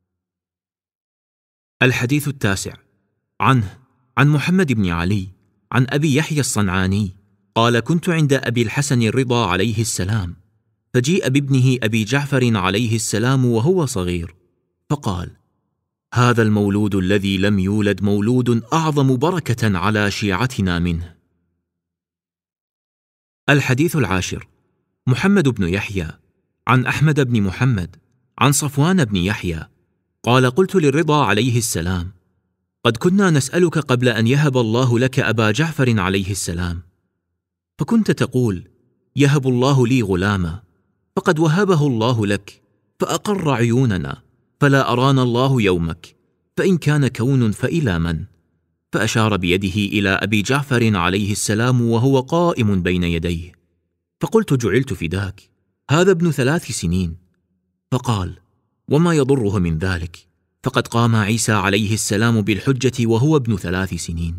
الحديث التاسع. عنه عن محمد بن علي عن أبي يحيى الصنعاني قال: كنت عند أبي الحسن الرضا عليه السلام، فجيء بابنه أبي جعفر عليه السلام وهو صغير، فقال: هذا المولود الذي لم يولد مولود أعظم بركة على شيعتنا منه. الحديث العاشر. محمد بن يحيى عن أحمد بن محمد عن صفوان بن يحيى قال: قلت للرضا عليه السلام: قد كنا نسألك قبل أن يهب الله لك أبا جعفر عليه السلام، فكنت تقول: يهب الله لي غلاما، فقد وهبه الله لك، فأقر عيوننا، فلا أرانا الله يومك، فإن كان كون فإلى من؟ فأشار بيده إلى أبي جعفر عليه السلام وهو قائم بين يديه، فقلت: جعلت فداك، هذا ابن ثلاث سنين. فقال: وما يضره من ذلك، فقد قام عيسى عليه السلام بالحجة وهو ابن ثلاث سنين.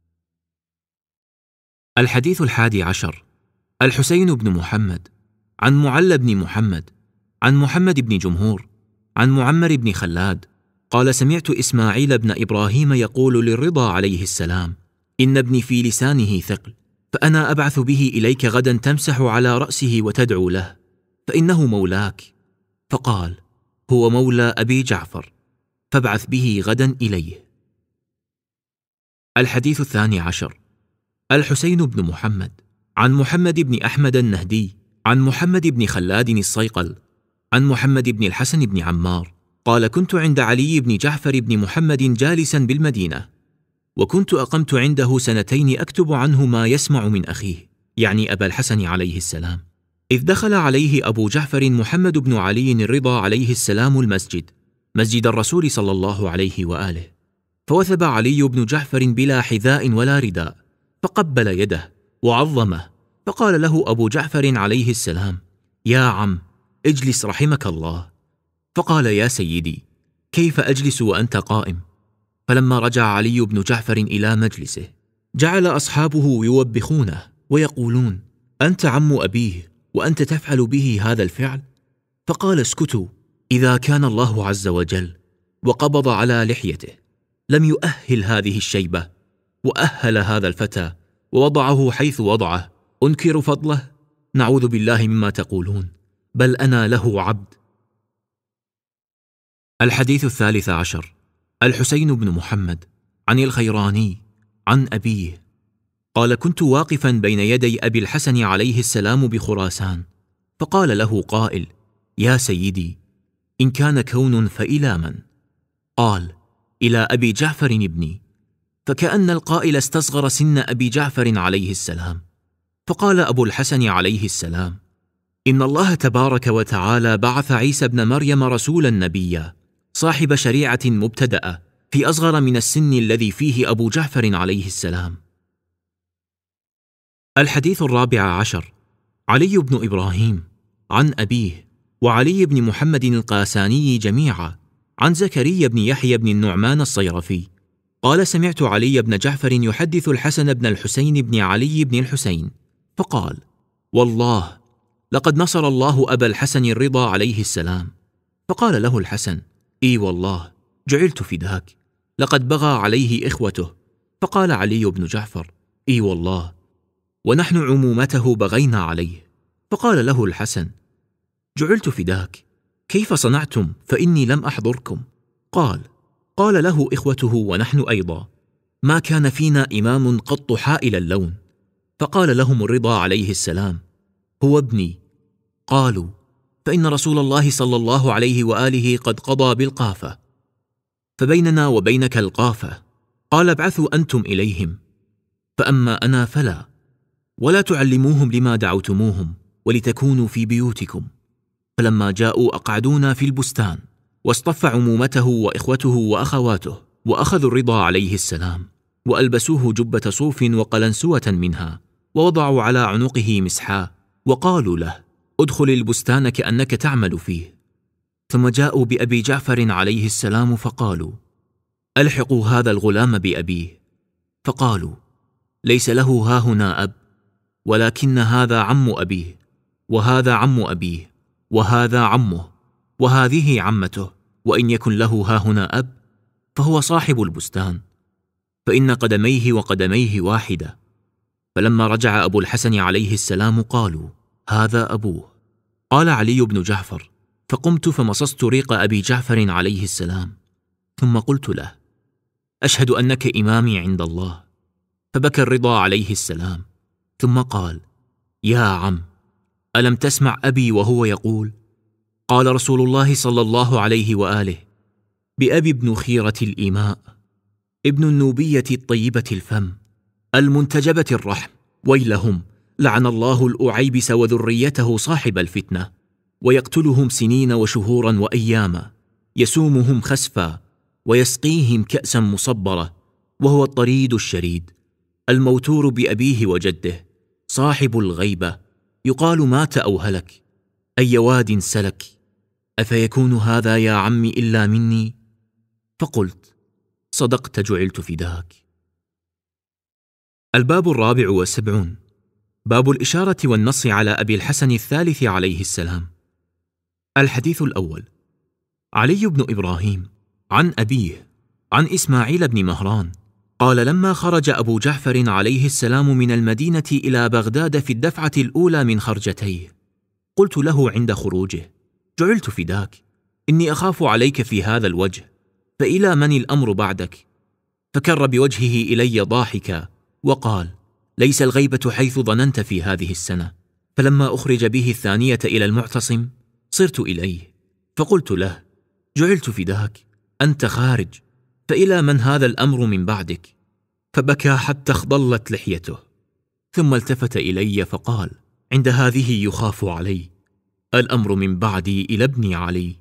الحديث الحادي عشر. الحسين بن محمد عن معل بن محمد عن محمد بن جمهور عن معمر بن خلاد قال: سمعت إسماعيل بن إبراهيم يقول للرضا عليه السلام: إن ابني في لسانه ثقل، فأنا أبعث به إليك غدا تمسح على رأسه وتدعو له، فإنه مولاك. فقال: هو مولى أبي جعفر، فابعث به غدا إليه. الحديث الثاني عشر. الحسين بن محمد عن محمد بن أحمد النهدي عن محمد بن خلاد الصيقل عن محمد بن الحسن بن عمار قال: كنت عند علي بن جعفر بن محمد جالسا بالمدينة، وكنت أقمت عنده سنتين أكتب عنه ما يسمع من أخيه، يعني أبا الحسن عليه السلام، إذ دخل عليه أبو جعفر محمد بن علي الرضا عليه السلام المسجد، مسجد الرسول صلى الله عليه وآله، فوثب علي بن جعفر بلا حذاء ولا رداء، فقبل يده وعظمه، فقال له أبو جعفر عليه السلام: يا عم، اجلس رحمك الله. فقال: يا سيدي، كيف أجلس وأنت قائم؟ فلما رجع علي بن جعفر إلى مجلسه جعل أصحابه يوبخونه ويقولون: أنت عم أبيه وأنت تفعل به هذا الفعل؟ فقال: اسكتوا، إذا كان الله عز وجل وقبض على لحيته لم يؤهل هذه الشيبة وأهل هذا الفتى ووضعه حيث وضعه، أنكر فضله؟ نعوذ بالله مما تقولون، بل أنا له عبد. الحديث الثالث عشر. الحسين بن محمد عن الخيراني عن أبيه قال: كنت واقفا بين يدي أبي الحسن عليه السلام بخراسان، فقال له قائل: يا سيدي، إن كان كون فإلى من؟ قال: إلى أبي جعفر ابني. فكأن القائل استصغر سن أبي جعفر عليه السلام، فقال أبو الحسن عليه السلام: إن الله تبارك وتعالى بعث عيسى ابن مريم رسولا نبيا صاحب شريعة مبتدأة في أصغر من السن الذي فيه أبو جعفر عليه السلام. الحديث الرابع عشر. علي بن إبراهيم عن أبيه وعلي بن محمد القاساني جميعا عن زكريا بن يحيى بن النعمان الصيرفي قال: سمعت علي بن جعفر يحدث الحسن بن الحسين بن علي بن الحسين فقال: والله لقد نصر الله أبا الحسن الرضا عليه السلام. فقال له الحسن: إي والله جعلت فداك، لقد بغى عليه إخوته. فقال علي بن جعفر: إي والله ونحن عمومته بغينا عليه. فقال له الحسن: جعلت فداك، كيف صنعتم فإني لم أحضركم؟ قال: قال له إخوته ونحن أيضا: ما كان فينا إمام قط حائل اللون. فقال لهم الرضا عليه السلام: هو ابني. قالوا: فإن رسول الله صلى الله عليه وآله قد قضى بالقافة، فبيننا وبينك القافة. قال: ابعثوا أنتم إليهم، فأما أنا فلا، ولا تعلموهم لما دعوتموهم، ولتكونوا في بيوتكم. فلما جاءوا أقعدونا في البستان، واصطف عمومته وإخوته وأخواته، وأخذوا الرضا عليه السلام وألبسوه جبة صوف وقلنسوة منها، ووضعوا على عنقه مسحا، وقالوا له: ادخل البستان كأنك تعمل فيه. ثم جاءوا بأبي جعفر عليه السلام فقالوا: ألحقوا هذا الغلام بأبيه. فقالوا: ليس له هاهنا أب، ولكن هذا عم أبيه، وهذا عم أبيه، وهذا عمه، وهذه عمته، وإن يكن له هاهنا أب فهو صاحب البستان، فإن قدميه وقدميه واحدة. فلما رجع أبو الحسن عليه السلام قالوا: هذا أبوه. قال علي بن جعفر: فقمت فمصصت ريق أبي جعفر عليه السلام، ثم قلت له: أشهد أنك إمامي عند الله. فبكى الرضا عليه السلام، ثم قال: يا عم، ألم تسمع أبي وهو يقول: قال رسول الله صلى الله عليه وآله: بأبي ابن خيرة الإماء، ابن النوبية الطيبة الفم، المنتجبة الرحم، ويلهم لعن الله الأعيبس وذريته صاحب الفتنة، ويقتلهم سنين وشهورا وأياما، يسومهم خسفا، ويسقيهم كأسا مصبرة، وهو الطريد الشريد الموتور بأبيه وجده، صاحب الغيبة، يقال مات أو هلك، أي واد سلك، أفيكون هذا يا عم إلا مني؟ فقلت: صدقت جعلت فداك. الباب الرابع والسبعون، باب الإشارة والنص على أبي الحسن الثالث عليه السلام. الحديث الأول: علي بن إبراهيم عن أبيه عن إسماعيل بن مهران قال: لما خرج أبو جعفر عليه السلام من المدينة إلى بغداد في الدفعة الأولى من خرجتيه، قلت له عند خروجه: جعلت فداك، إني أخاف عليك في هذا الوجه، فإلى من الأمر بعدك؟ فكر بوجهه إلي ضاحكا وقال: ليس الغيبة حيث ظننت في هذه السنة. فلما أخرج به الثانية إلى المعتصم صرت إليه، فقلت له: جعلت فداك، أنت خارج، فإلى من هذا الأمر من بعدك؟ فبكى حتى اخضلت لحيته، ثم التفت إلي فقال: عند هذه يخاف علي، الأمر من بعدي إلى ابني علي.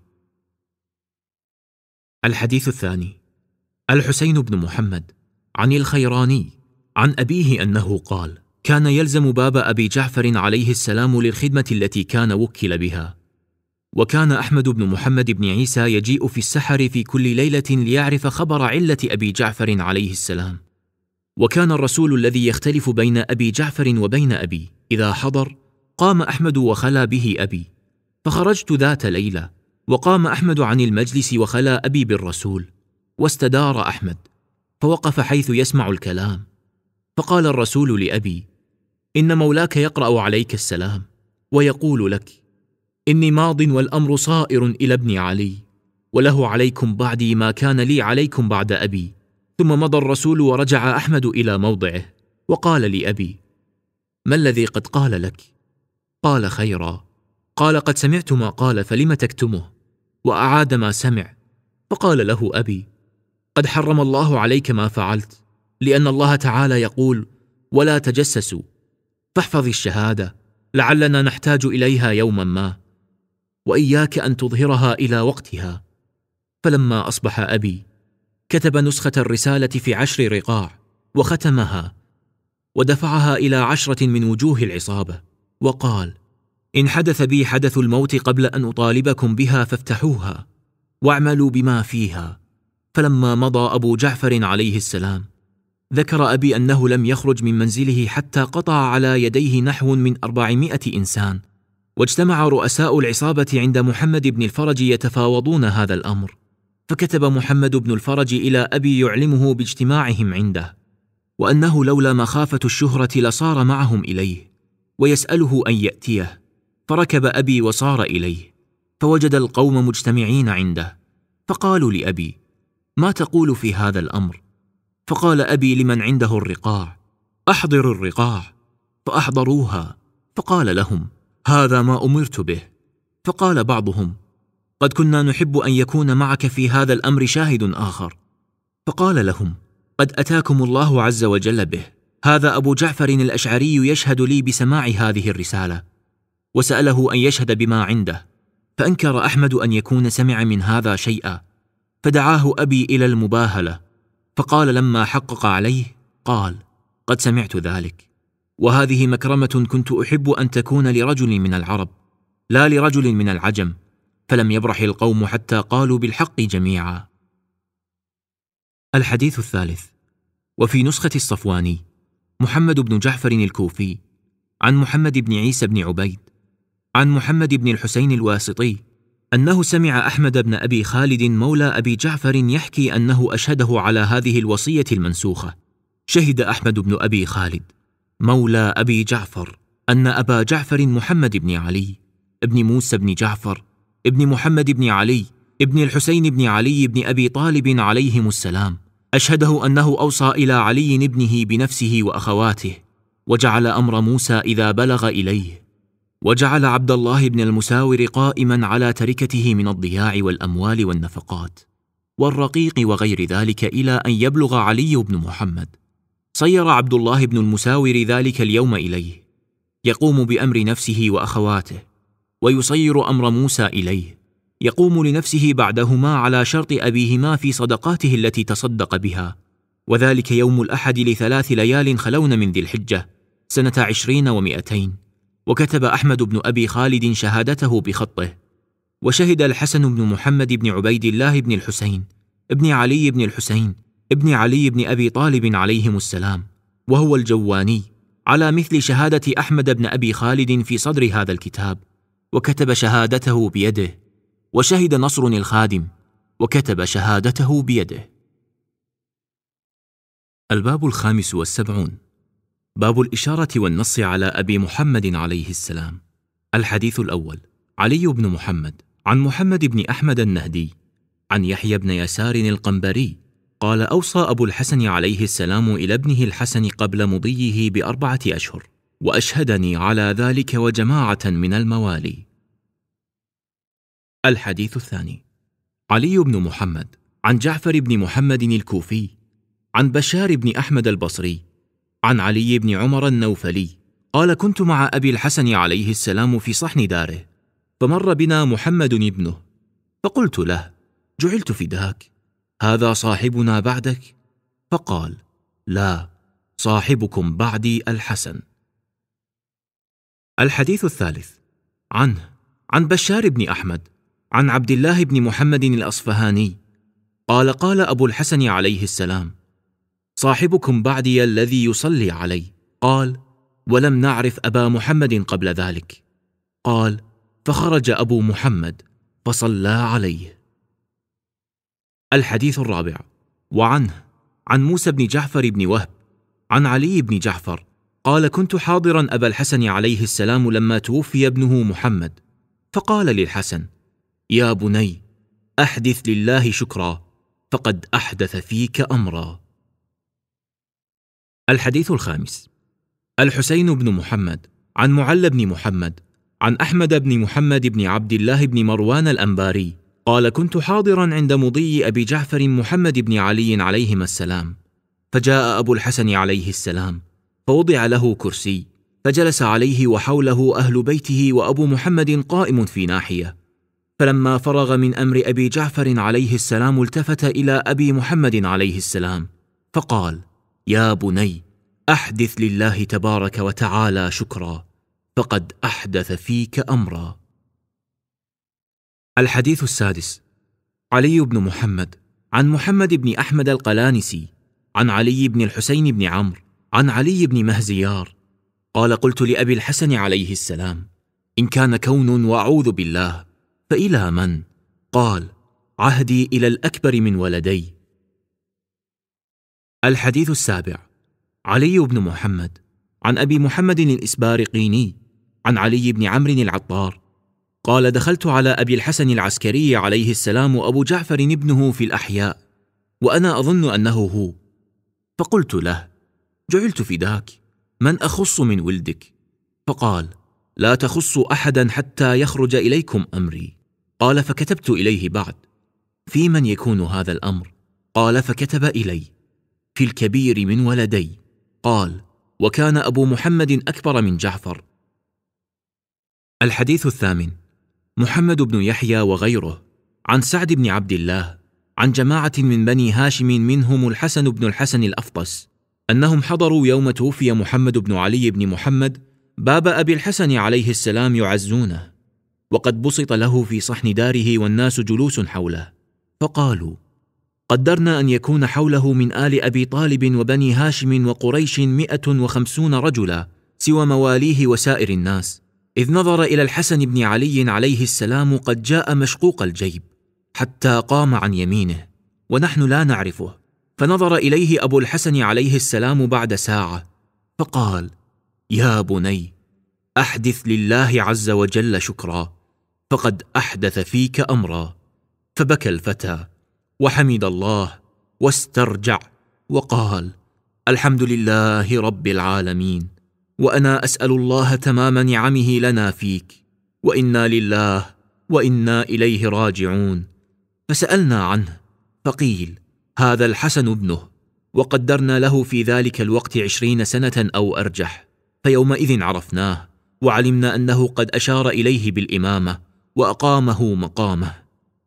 الحديث الثاني: الحسين بن محمد عن الخيراني عن أبيه أنه قال: كان يلزم باب أبي جعفر عليه السلام للخدمة التي كان وكل بها. وكان أحمد بن محمد بن عيسى يجيء في السحر في كل ليلة ليعرف خبر علة أبي جعفر عليه السلام. وكان الرسول الذي يختلف بين أبي جعفر وبين أبي إذا حضر قام أحمد وخلا به أبي، فخرجت ذات ليلة وقام أحمد عن المجلس وخلا أبي بالرسول، واستدار أحمد فوقف حيث يسمع الكلام، فقال الرسول لأبي: إن مولاك يقرأ عليك السلام ويقول لك: إني ماض والأمر صائر إلى ابن علي، وله عليكم بعدي ما كان لي عليكم بعد أبي. ثم مضى الرسول ورجع أحمد إلى موضعه، وقال لأبي: ما الذي قد قال لك؟ قال: خيرا. قال: قد سمعت ما قال، فلم تكتمه؟ وأعاد ما سمع، فقال له أبي: قد حرم الله عليك ما فعلت، لأن الله تعالى يقول: ولا تجسسوا، فاحفظ الشهادة لعلنا نحتاج إليها يوما ما، وإياك أن تظهرها إلى وقتها. فلما أصبح أبي كتب نسخة الرسالة في عشر رقاع وختمها، ودفعها إلى عشرة من وجوه العصابة، وقال: إن حدث بي حدث الموت قبل أن أطالبكم بها فافتحوها، واعملوا بما فيها. فلما مضى أبو جعفر عليه السلام ذكر أبي أنه لم يخرج من منزله حتى قطع على يديه نحو من أربعمائة إنسان، واجتمع رؤساء العصابة عند محمد بن الفرج يتفاوضون هذا الأمر، فكتب محمد بن الفرج إلى أبي يعلمه باجتماعهم عنده، وأنه لولا مخافة الشهرة لصار معهم إليه ويسأله أن يأتيه. فركب أبي وصار إليه، فوجد القوم مجتمعين عنده، فقالوا لأبي: ما تقول في هذا الأمر؟ فقال أبي لمن عنده الرقاع: أحضر الرقاع. فأحضروها، فقال لهم: هذا ما أمرت به. فقال بعضهم: قد كنا نحب أن يكون معك في هذا الأمر شاهد آخر. فقال لهم: قد أتاكم الله عز وجل به، هذا أبو جعفر الأشعري يشهد لي بسماع هذه الرسالة. وسأله أن يشهد بما عنده، فأنكر أحمد أن يكون سمع من هذا شيئا، فدعاه أبي إلى المباهلة، فقال لما حقق عليه قال: قد سمعت ذلك، وهذه مكرمة كنت أحب أن تكون لرجل من العرب لا لرجل من العجم. فلم يبرح القوم حتى قالوا بالحق جميعا. الحديث الثالث. وفي نسخة الصفواني محمد بن جعفر الكوفي عن محمد بن عيسى بن عبيد عن محمد بن الحسين الواسطي أنه سمع أحمد بن أبي خالد مولى أبي جعفر يحكي أنه أشهده على هذه الوصية المنسوخة: شهد أحمد بن أبي خالد مولى أبي جعفر أن أبا جعفر محمد بن علي ابن موسى بن جعفر ابن محمد بن علي ابن الحسين بن علي بن أبي طالب عليهم السلام أشهده أنه أوصى إلى علي ابنه بنفسه وأخواته، وجعل أمر موسى إذا بلغ إليه، وجعل عبد الله بن المساور قائما على تركته من الضياع والأموال والنفقات والرقيق وغير ذلك إلى أن يبلغ علي بن محمد. صير عبد الله بن المساور ذلك اليوم إليه، يقوم بأمر نفسه وأخواته، ويصير أمر موسى إليه، يقوم لنفسه بعدهما على شرط أبيهما في صدقاته التي تصدق بها، وذلك يوم الأحد لثلاث ليال خلون من ذي الحجة سنة عشرين ومئتين. وكتب أحمد بن أبي خالد شهادته بخطه. وشهد الحسن بن محمد بن عبيد الله بن الحسين ابن علي بن الحسين ابن علي بن أبي طالب عليهم السلام، وهو الجواني، على مثل شهادة أحمد بن أبي خالد في صدر هذا الكتاب، وكتب شهادته بيده. وشهد نصر الخادم، وكتب شهادته بيده. الباب الخامس والسبعون. باب الإشارة والنص على أبي محمد عليه السلام. الحديث الأول. علي بن محمد عن محمد بن أحمد النهدي عن يحيى بن يسار القنبري قال: أوصى أبو الحسن عليه السلام إلى ابنه الحسن قبل مضيه بأربعة أشهر، وأشهدني على ذلك وجماعة من الموالي. الحديث الثاني. علي بن محمد عن جعفر بن محمد الكوفي عن بشار بن أحمد البصري عن علي بن عمر النوفلي قال: كنت مع أبي الحسن عليه السلام في صحن داره، فمر بنا محمد ابنه، فقلت له: جعلت فداك، هذا صاحبنا بعدك؟ فقال: لا، صاحبكم بعدي الحسن. الحديث الثالث. عنه عن بشار بن أحمد عن عبد الله بن محمد الأصفهاني قال: قال أبو الحسن عليه السلام: صاحبكم بعدي الذي يصلي علي. قال: ولم نعرف أبا محمد قبل ذلك. قال: فخرج أبو محمد فصلى عليه. الحديث الرابع. وعنه عن موسى بن جعفر بن وهب عن علي بن جعفر قال: كنت حاضرا أبا الحسن عليه السلام لما توفي ابنه محمد، فقال للحسن: يا بني، أحدث لله شكرا، فقد أحدث فيك أمرا. الحديث الخامس. الحسين بن محمد عن معل بن محمد عن أحمد بن محمد بن عبد الله بن مروان الأنباري قال: كنت حاضرا عند مضي أبي جعفر محمد بن علي عليهما السلام، فجاء أبو الحسن عليه السلام، فوضع له كرسي، فجلس عليه وحوله أهل بيته، وأبو محمد قائم في ناحية. فلما فرغ من أمر أبي جعفر عليه السلام التفت إلى أبي محمد عليه السلام فقال: يا بني، أحدث لله تبارك وتعالى شكرا، فقد أحدث فيك أمرا. الحديث السادس. علي بن محمد عن محمد بن أحمد القلانسي عن علي بن الحسين بن عمرو عن علي بن مهزيار قال: قلت لأبي الحسن عليه السلام: إن كان كون وأعوذ بالله فإلى من؟ قال: عهدي إلى الأكبر من ولدي. الحديث السابع. علي بن محمد عن أبي محمد الإسبارقيني عن علي بن عمرو العطار قال: دخلت على أبي الحسن العسكري عليه السلام أبو جعفر ابنه في الأحياء وأنا أظن أنه هو، فقلت له: جعلت فداك، من أخص من ولدك؟ فقال: لا تخصوا أحدا حتى يخرج إليكم أمري. قال: فكتبت إليه بعد: في من يكون هذا الأمر؟ قال: فكتب إلي: في الكبير من ولدي. قال: وكان أبو محمد أكبر من جعفر. الحديث الثامن. محمد بن يحيى وغيره عن سعد بن عبد الله عن جماعة من بني هاشم منهم الحسن بن الحسن الأفطس أنهم حضروا يوم توفي محمد بن علي بن محمد باب أبي الحسن عليه السلام يعزونه، وقد بسط له في صحن داره والناس جلوس حوله، فقالوا: قدرنا أن يكون حوله من آل أبي طالب وبني هاشم وقريش مئة وخمسون رجلا سوى مواليه وسائر الناس، إذ نظر إلى الحسن بن علي عليه السلام قد جاء مشقوق الجيب حتى قام عن يمينه ونحن لا نعرفه، فنظر إليه أبو الحسن عليه السلام بعد ساعة فقال: يا بني، أحدث لله عز وجل شكرا، فقد أحدث فيك أمرا. فبكى الفتى وحمد الله واسترجع وقال: الحمد لله رب العالمين، وأنا أسأل الله تمام نعمه لنا فيك، وإنا لله وإنا إليه راجعون. فسألنا عنه فقيل: هذا الحسن ابنه، وقدرنا له في ذلك الوقت عشرين سنة أو أرجح، فيومئذ عرفناه وعلمنا أنه قد أشار إليه بالإمامة وأقامه مقامه.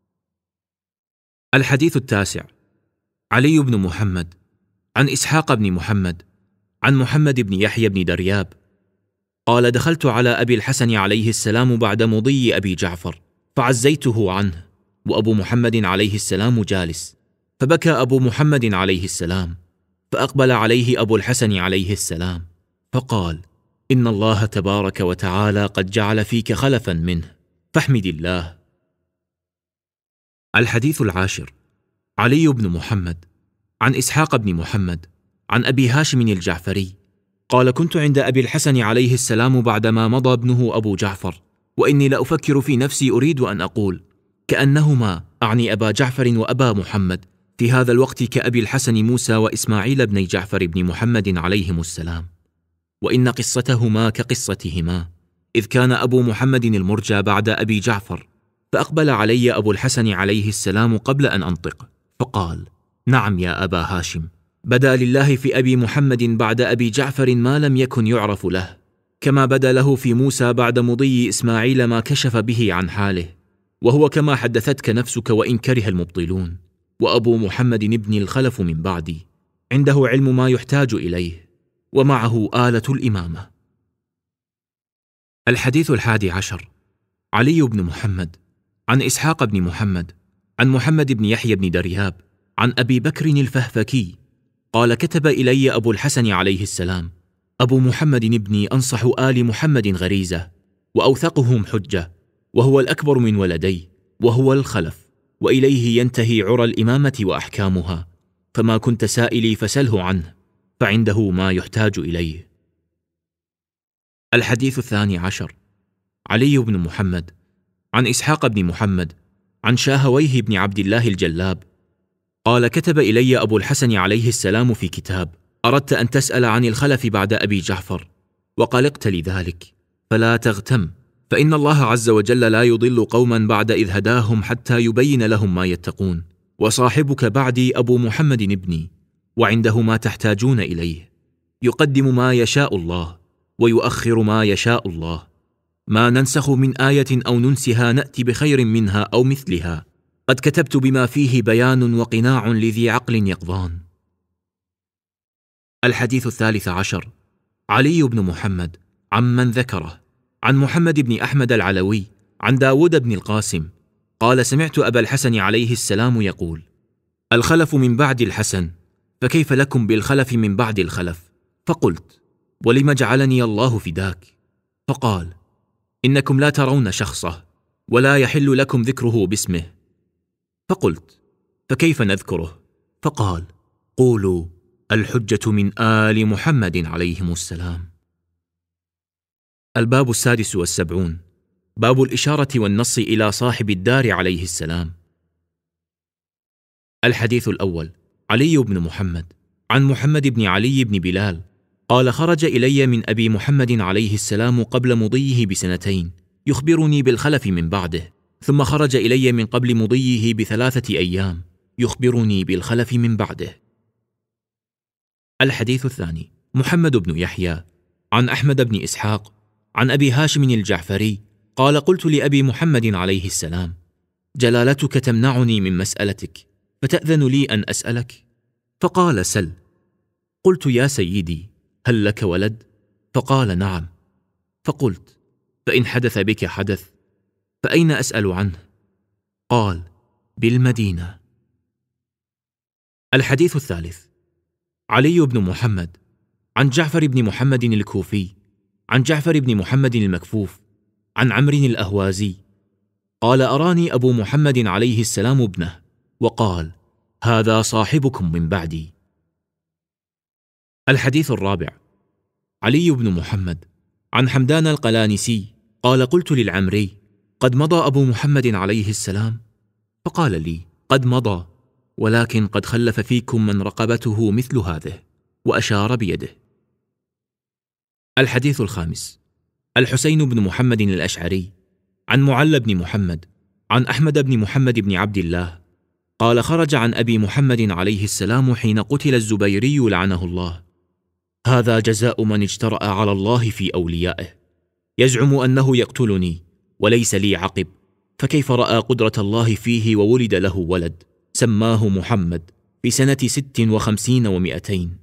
الحديث التاسع. علي بن محمد عن إسحاق بن محمد عن محمد بن يحيى بن درياب قال: دخلت على أبي الحسن عليه السلام بعد مضي أبي جعفر فعزيته عنه، وأبو محمد عليه السلام جالس، فبكى أبو محمد عليه السلام، فأقبل عليه أبو الحسن عليه السلام فقال: إن الله تبارك وتعالى قد جعل فيك خلفا منه، فاحمد الله. الحديث العاشر. علي بن محمد عن إسحاق بن محمد عن أبي هاشم الجعفري قال: كنت عند أبي الحسن عليه السلام بعدما مضى ابنه أبو جعفر، وإني لأفكر في نفسي أريد أن أقول كأنهما، أعني أبا جعفر وأبا محمد، في هذا الوقت كأبي الحسن موسى وإسماعيل بن جعفر بن محمد عليهم السلام، وإن قصتهما كقصتهما، إذ كان أبو محمد المرجى بعد أبي جعفر. فأقبل علي أبو الحسن عليه السلام قبل أن أنطق فقال: نعم يا أبا هاشم، بدا لله في أبي محمد بعد أبي جعفر ما لم يكن يعرف له، كما بدا له في موسى بعد مضي إسماعيل ما كشف به عن حاله، وهو كما حدثتك نفسك وإن كره المبطلون. وأبو محمد ابني الخلف من بعدي، عنده علم ما يحتاج إليه، ومعه آلة الإمامة. الحديث الحادي عشر. علي بن محمد عن إسحاق بن محمد عن محمد بن يحيى بن درياب عن أبي بكر الفهفكي قال: كتب إلي أبو الحسن عليه السلام: أبو محمد ابني أنصح آل محمد غريزة وأوثقهم حجة، وهو الأكبر من ولدي، وهو الخلف، وإليه ينتهي عرى الإمامة وأحكامها، فما كنت سائلي فسله عنه، فعنده ما يحتاج إليه. الحديث الثاني عشر. علي بن محمد عن إسحاق بن محمد عن شاهويه بن عبد الله الجلاب قال: كتب إلي أبو الحسن عليه السلام في كتاب: أردت أن تسأل عن الخلف بعد أبي جعفر، وقلقت لذلك، فلا تغتم، فإن الله عز وجل لا يضل قوما بعد إذ هداهم حتى يبين لهم ما يتقون، وصاحبك بعدي أبو محمد ابني، وعنده ما تحتاجون إليه، يقدم ما يشاء الله ويؤخر ما يشاء الله، ما ننسخ من آية أو ننسها نأتي بخير منها أو مثلها، قد كتبت بما فيه بيان وقناع لذي عقل يقظان. الحديث الثالث عشر. علي بن محمد عمن ذكره عن محمد بن أحمد العلوي عن داود بن القاسم قال: سمعت أبا الحسن عليه السلام يقول: الخلف من بعد الحسن، فكيف لكم بالخلف من بعد الخلف؟ فقلت: ولم جعلني الله فداك؟ فقال: إنكم لا ترون شخصه، ولا يحل لكم ذكره باسمه. فقلت: فكيف نذكره؟ فقال: قولوا: الحجة من آل محمد عليهم السلام. الباب السادس والسبعون، باب الإشارة والنص إلى صاحب الدار عليه السلام. الحديث الأول: علي بن محمد. عن محمد بن علي بن بلال قال: خرج إلي من أبي محمد عليه السلام قبل مضيه بسنتين يخبرني بالخلف من بعده، ثم خرج إلي من قبل مضيه بثلاثة أيام يخبرني بالخلف من بعده. الحديث الثاني: محمد بن يحيى. عن أحمد بن إسحاق عن أبي هاشم الجعفري قال: قلت لأبي محمد عليه السلام: جلالتك تمنعني من مسألتك، فتأذن لي أن أسألك؟ فقال: سل. قلت: يا سيدي، هل لك ولد؟ فقال: نعم. فقلت: فإن حدث بك حدث، فأين أسأل عنه؟ قال: بالمدينة. الحديث الثالث: علي بن محمد. عن جعفر بن محمد الكوفي عن جعفر بن محمد المكفوف عن عمرو الأهوازي قال: أراني أبو محمد عليه السلام ابنه، وقال: هذا صاحبكم من بعدي. الحديث الرابع: علي بن محمد. عن حمدان القلانسي قال: قلت للعمري: قد مضى أبو محمد عليه السلام؟ فقال لي: قد مضى، ولكن قد خلف فيكم من رقبته مثل هذه، وأشار بيده. الحديث الخامس: الحسين بن محمد الأشعري. عن معل بن محمد عن أحمد بن محمد بن عبد الله قال: خرج عن أبي محمد عليه السلام حين قتل الزبيري لعنه الله: هذا جزاء من اجترأ على الله في أوليائه، يزعم أنه يقتلني وليس لي عقب، فكيف رأى قدرة الله فيه وولد له ولد سماه محمد في سنة ست وخمسين ومئتين.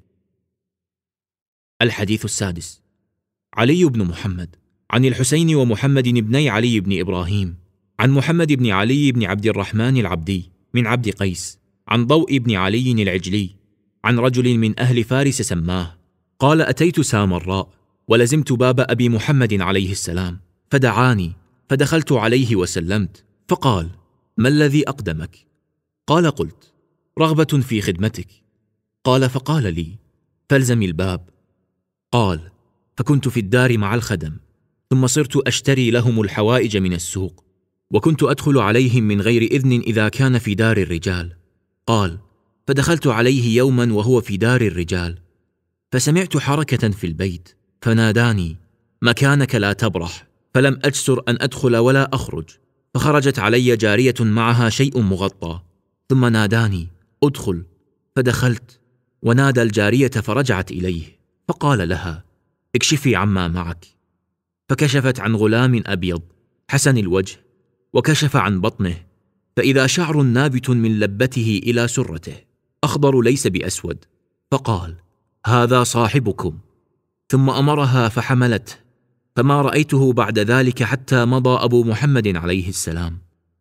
الحديث السادس: علي بن محمد. عن الحسين ومحمد بن علي بن إبراهيم عن محمد بن علي بن عبد الرحمن العبدي من عبد قيس عن ضوء بن علي العجلي عن رجل من أهل فارس سماه قال: أتيت سامراء ولزمت باب أبي محمد عليه السلام، فدعاني فدخلت عليه وسلمت، فقال: ما الذي أقدمك؟ قال: قلت: رغبة في خدمتك. قال: فقال لي: فالزم الباب. قال: فكنت في الدار مع الخدم، ثم صرت أشتري لهم الحوائج من السوق، وكنت أدخل عليهم من غير إذن إذا كان في دار الرجال. قال: فدخلت عليه يوما وهو في دار الرجال، فسمعت حركة في البيت، فناداني: مكانك لا تبرح، فلم أجسر أن أدخل ولا أخرج، فخرجت علي جارية معها شيء مغطى، ثم ناداني: أدخل، فدخلت، ونادى الجارية فرجعت إليه، فقال لها: اكشفي عما معك. فكشفت عن غلام أبيض حسن الوجه، وكشف عن بطنه، فإذا شعر نابت من لبته إلى سرته أخضر ليس بأسود، فقال: هذا صاحبكم. ثم أمرها فحملته، فما رأيته بعد ذلك حتى مضى أبو محمد عليه السلام.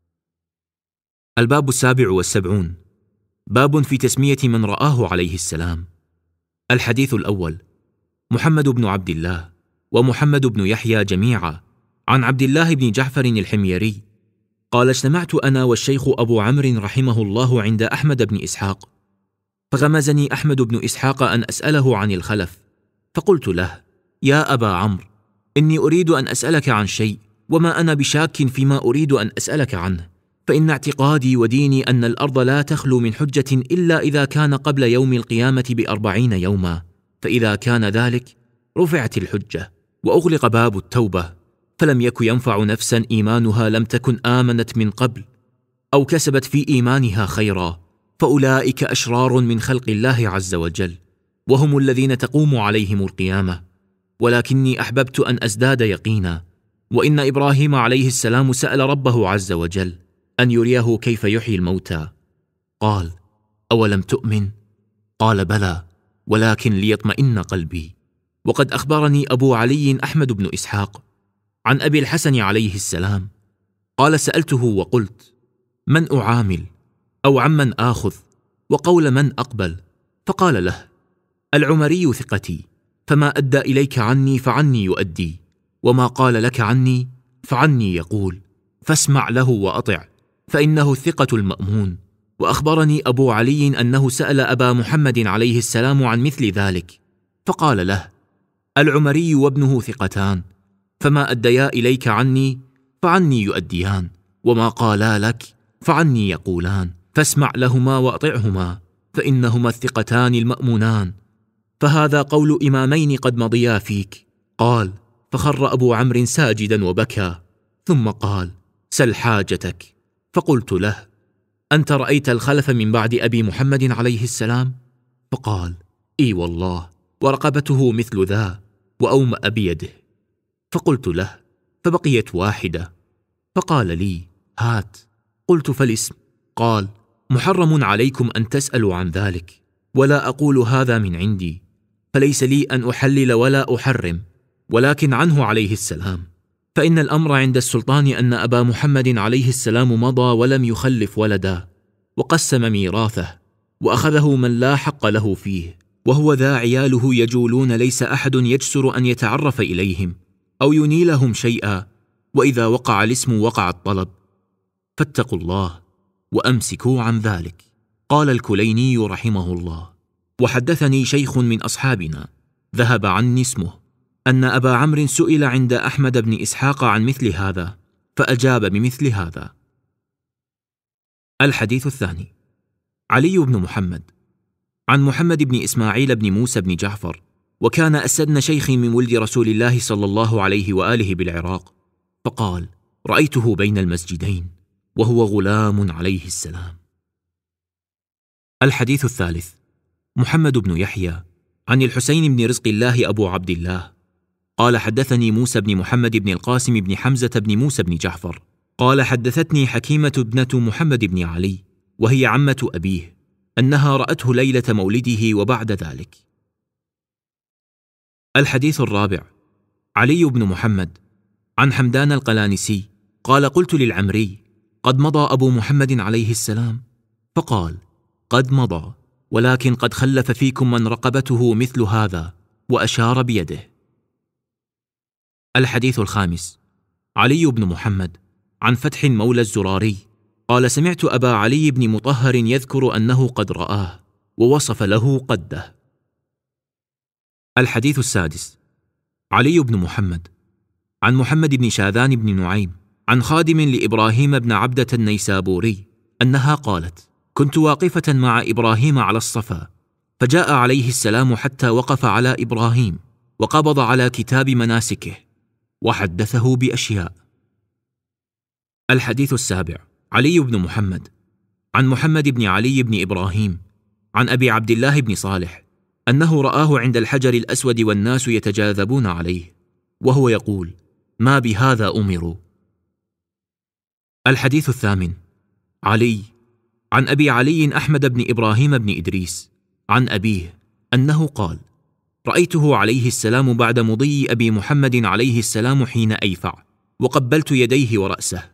الباب السابع والسبعون، باب في تسمية من رآه عليه السلام. الحديث الأول: محمد بن عبد الله ومحمد بن يحيى جميعا عن عبد الله بن جعفر الحميري قال: اجتمعت أنا والشيخ أبو عمرو رحمه الله عند أحمد بن إسحاق، فغمزني أحمد بن إسحاق أن أسأله عن الخلف، فقلت له: يا أبا عمرو، إني أريد أن أسألك عن شيء، وما أنا بشاك فيما أريد أن أسألك عنه، فإن اعتقادي وديني أن الأرض لا تخلو من حجة إلا إذا كان قبل يوم القيامة بأربعين يوما، فإذا كان ذلك رفعت الحجة وأغلق باب التوبة، فلم يك ينفع نفسا إيمانها لم تكن آمنت من قبل أو كسبت في إيمانها خيرا، فأولئك أشرار من خلق الله عز وجل، وهم الذين تقوم عليهم القيامة. ولكني أحببت أن أزداد يقينا، وإن إبراهيم عليه السلام سأل ربه عز وجل أن يريه كيف يحيي الموتى، قال: أولم تؤمن؟ قال: بلى، ولكن ليطمئن قلبي. وقد أخبرني أبو علي أحمد بن إسحاق عن أبي الحسن عليه السلام قال: سألته وقلت: من أعامل أو عمن آخذ وقول من أقبل؟ فقال له: العمري ثقتي، فما أدى إليك عني فعني يؤدي، وما قال لك عني فعني يقول، فاسمع له وأطع، فإنه الثقة المأمون. وأخبرني أبو علي أنه سأل أبا محمد عليه السلام عن مثل ذلك، فقال له: العمري وابنه ثقتان، فما أديا إليك عني فعني يؤديان، وما قالا لك فعني يقولان، فاسمع لهما وأطعهما، فإنهما الثقتان المأمونان. فهذا قول إمامين قد مضيا فيك. قال: فخر أبو عمرو ساجدا وبكى، ثم قال: سل حاجتك. فقلت له: أنت رأيت الخلف من بعد أبي محمد عليه السلام؟ فقال: إي والله، ورقبته مثل ذا، وأومأ بيده. فقلت له: فبقيت واحدة. فقال لي: هات. قلت: فالاسم؟ قال: محرم عليكم أن تسألوا عن ذلك، ولا أقول هذا من عندي، فليس لي أن أحلل ولا أحرم، ولكن عنه عليه السلام. فإن الأمر عند السلطان أن أبا محمد عليه السلام مضى ولم يخلف ولدا، وقسم ميراثه، وأخذه من لا حق له فيه، وهو ذا عياله يجولون، ليس أحد يجسر أن يتعرف إليهم أو ينيلهم شيئا، وإذا وقع الاسم وقع الطلب، فاتقوا الله وأمسكوا عن ذلك. قال الكليني رحمه الله: وحدثني شيخ من أصحابنا ذهب عني اسمه أن أبا عمرو سئل عند أحمد بن إسحاق عن مثل هذا، فأجاب بمثل هذا. الحديث الثاني: علي بن محمد عن محمد بن إسماعيل بن موسى بن جعفر، وكان أسدن شيخي من ولد رسول الله صلى الله عليه وآله بالعراق، فقال: رأيته بين المسجدين وهو غلام عليه السلام. الحديث الثالث: محمد بن يحيى عن الحسين بن رزق الله أبو عبد الله قال: حدثني موسى بن محمد بن القاسم بن حمزة بن موسى بن جعفر قال: حدثتني حكيمة ابنة محمد بن علي، وهي عمة أبيه، أنها رأته ليلة مولده وبعد ذلك. الحديث الرابع: علي بن محمد عن حمدان القلانسي قال: قلت للعمري: قد مضى أبو محمد عليه السلام؟ فقال: قد مضى، ولكن قد خلف فيكم من رقبته مثل هذا، وأشار بيده. الحديث الخامس: علي بن محمد عن فتح مولى الزراري قال: سمعت أبا علي بن مطهر يذكر أنه قد رآه، ووصف له قده. الحديث السادس: علي بن محمد عن محمد بن شاذان بن نعيم عن خادم لإبراهيم بن عبدة النيسابوري أنها قالت: كنت واقفة مع إبراهيم على الصفا، فجاء عليه السلام حتى وقف على إبراهيم، وقبض على كتاب مناسكه، وحدثه بأشياء. الحديث السابع: علي بن محمد عن محمد بن علي بن إبراهيم عن أبي عبد الله بن صالح أنه رآه عند الحجر الأسود والناس يتجاذبون عليه، وهو يقول: ما بهذا أمروا. الحديث الثامن: علي عن أبي علي أحمد بن إبراهيم بن إدريس عن أبيه أنه قال: رأيته عليه السلام بعد مضي أبي محمد عليه السلام حين أيفع، وقبلت يديه ورأسه.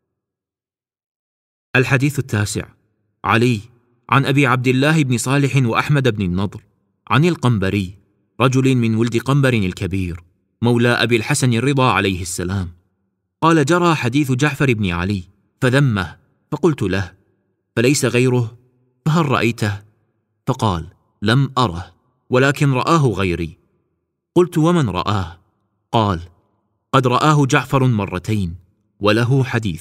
الحديث التاسع: علي عن أبي عبد الله بن صالح وأحمد بن النضر عن القنبري، رجل من ولد قنبر الكبير مولى أبي الحسن الرضا عليه السلام، قال: جرى حديث جعفر بن علي فذمه، فقلت له: فليس غيره؟ فهل رأيته؟ فقال: لم أره، ولكن رآه غيري. قلت: ومن رآه؟ قال: قد رآه جعفر مرتين، وله حديث.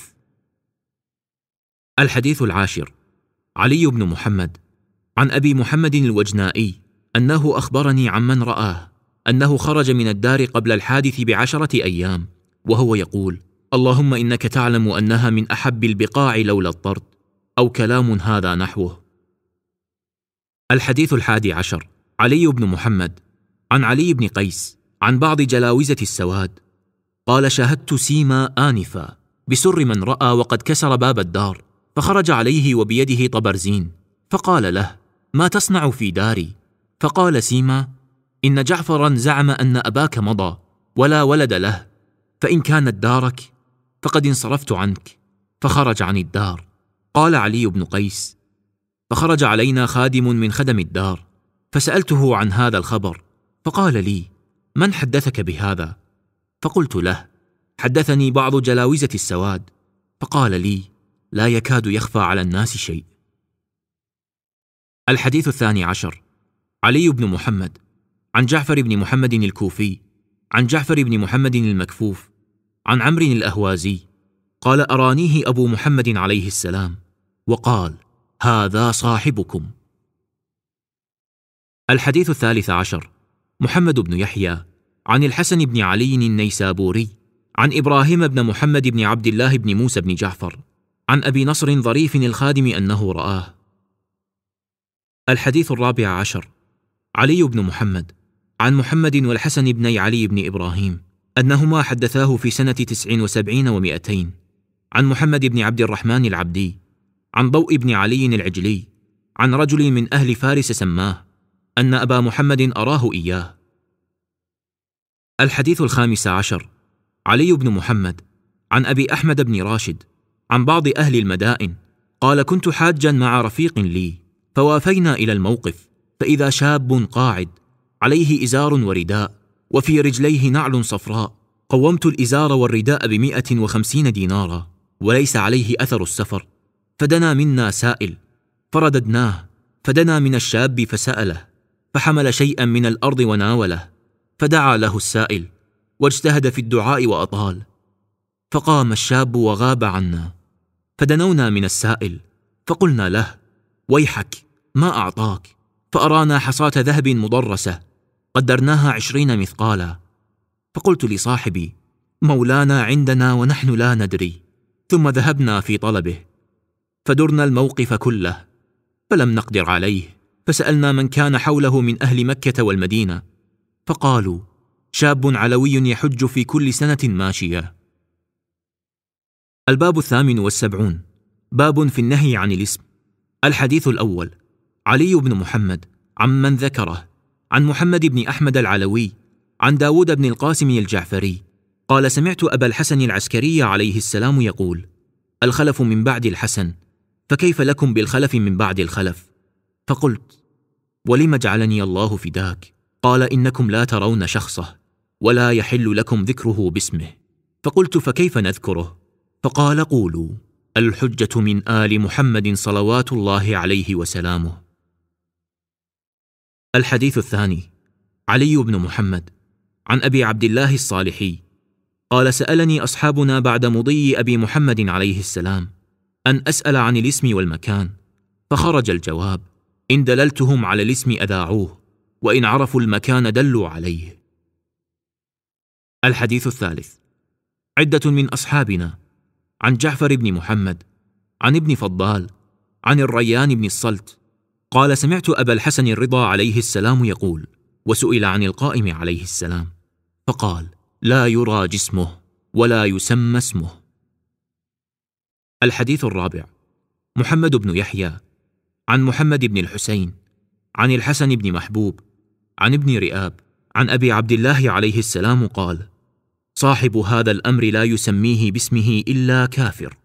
الحديث العاشر: علي بن محمد عن أبي محمد الوجنائي أنه أخبرني عمن رآه أنه خرج من الدار قبل الحادث بعشرة أيام، وهو يقول: اللهم إنك تعلم أنها من أحب البقاع لولا الطرد، أو كلام هذا نحوه. الحديث الحادي عشر: علي بن محمد عن علي بن قيس عن بعض جلاوزة السواد قال: شاهدت سيما آنفا بسر من رأى وقد كسر باب الدار، فخرج عليه وبيده طبرزين، فقال له: ما تصنع في داري؟ فقال سيما: إن جعفرا زعم أن أباك مضى ولا ولد له، فإن كانت دارك فقد انصرفت عنك. فخرج عن الدار، قال علي بن قيس: فخرج علينا خادم من خدم الدار، فسألته عن هذا الخبر، فقال لي: من حدثك بهذا؟ فقلت له: حدثني بعض جلاوزة السواد. فقال لي: لا يكاد يخفى على الناس شيء. الحديث الثاني عشر. علي بن محمد عن جعفر بن محمد الكوفي عن جعفر بن محمد المكفوف عن عمرو الأهوازي قال: أرانيه أبو محمد عليه السلام وقال: هذا صاحبكم. الحديث الثالث عشر. محمد بن يحيى عن الحسن بن علي النيسابوري عن إبراهيم بن محمد بن عبد الله بن موسى بن جعفر عن أبي نصر ظريف الخادم أنه رآه. الحديث الرابع عشر. علي بن محمد عن محمد والحسن بن علي بن إبراهيم أنهما حدثاه في سنة تسع وسبعين ومائتين عن محمد بن عبد الرحمن العبدي عن ضوء بن علي العجلي عن رجل من أهل فارس سماه أن أبا محمد أراه إياه. الحديث الخامس عشر. علي بن محمد عن أبي أحمد بن راشد عن بعض أهل المدائن قال: كنت حاجا مع رفيق لي، فوافينا إلى الموقف، فإذا شاب قاعد عليه إزار ورداء وفي رجليه نعل صفراء، قومت الإزار والرداء بمئة وخمسين دينارا وليس عليه أثر السفر، فدنا منا سائل فرددناه، فدنا من الشاب فسأله، فحمل شيئا من الأرض وناوله، فدعا له السائل واجتهد في الدعاء وأطال، فقام الشاب وغاب عنا، فدنونا من السائل فقلنا له: ويحك، ما أعطاك؟ فأرانا حصاة ذهب مضرسة قدرناها عشرين مثقالا، فقلت لصاحبي: مولانا عندنا ونحن لا ندري، ثم ذهبنا في طلبه، فدرنا الموقف كله فلم نقدر عليه، فسألنا من كان حوله من أهل مكة والمدينة، فقالوا: شاب علوي يحج في كل سنة ماشية. الباب الثامن والسبعون. باب في النهي عن الاسم. الحديث الأول. علي بن محمد عمن ذكره عن محمد بن أحمد العلوي عن داود بن القاسم الجعفري قال: سمعت أبا الحسن العسكري عليه السلام يقول: الخلف من بعد الحسن، فكيف لكم بالخلف من بعد الخلف؟ فقلت: ولم جعلني الله فداك؟ قال: إنكم لا ترون شخصه ولا يحل لكم ذكره باسمه. فقلت: فكيف نذكره؟ فقال: قولوا: الحجة من آل محمد صلوات الله عليه وسلامه. الحديث الثاني. علي بن محمد عن أبي عبد الله الصالحي قال: سألني أصحابنا بعد مضي أبي محمد عليه السلام أن أسأل عن الاسم والمكان، فخرج الجواب: إن دللتهم على الاسم أذاعوه، وإن عرفوا المكان دلوا عليه. الحديث الثالث. عدة من أصحابنا عن جعفر بن محمد عن ابن فضال عن الريان بن الصلت قال: سمعت أبا الحسن الرضا عليه السلام يقول، وسئل عن القائم عليه السلام فقال: لا يرى جسمه ولا يسمى اسمه. الحديث الرابع. محمد بن يحيى عن محمد بن الحسين عن الحسن بن محبوب عن ابن رئاب عن أبي عبد الله عليه السلام قال: صاحب هذا الأمر لا يسميه باسمه إلا كافر.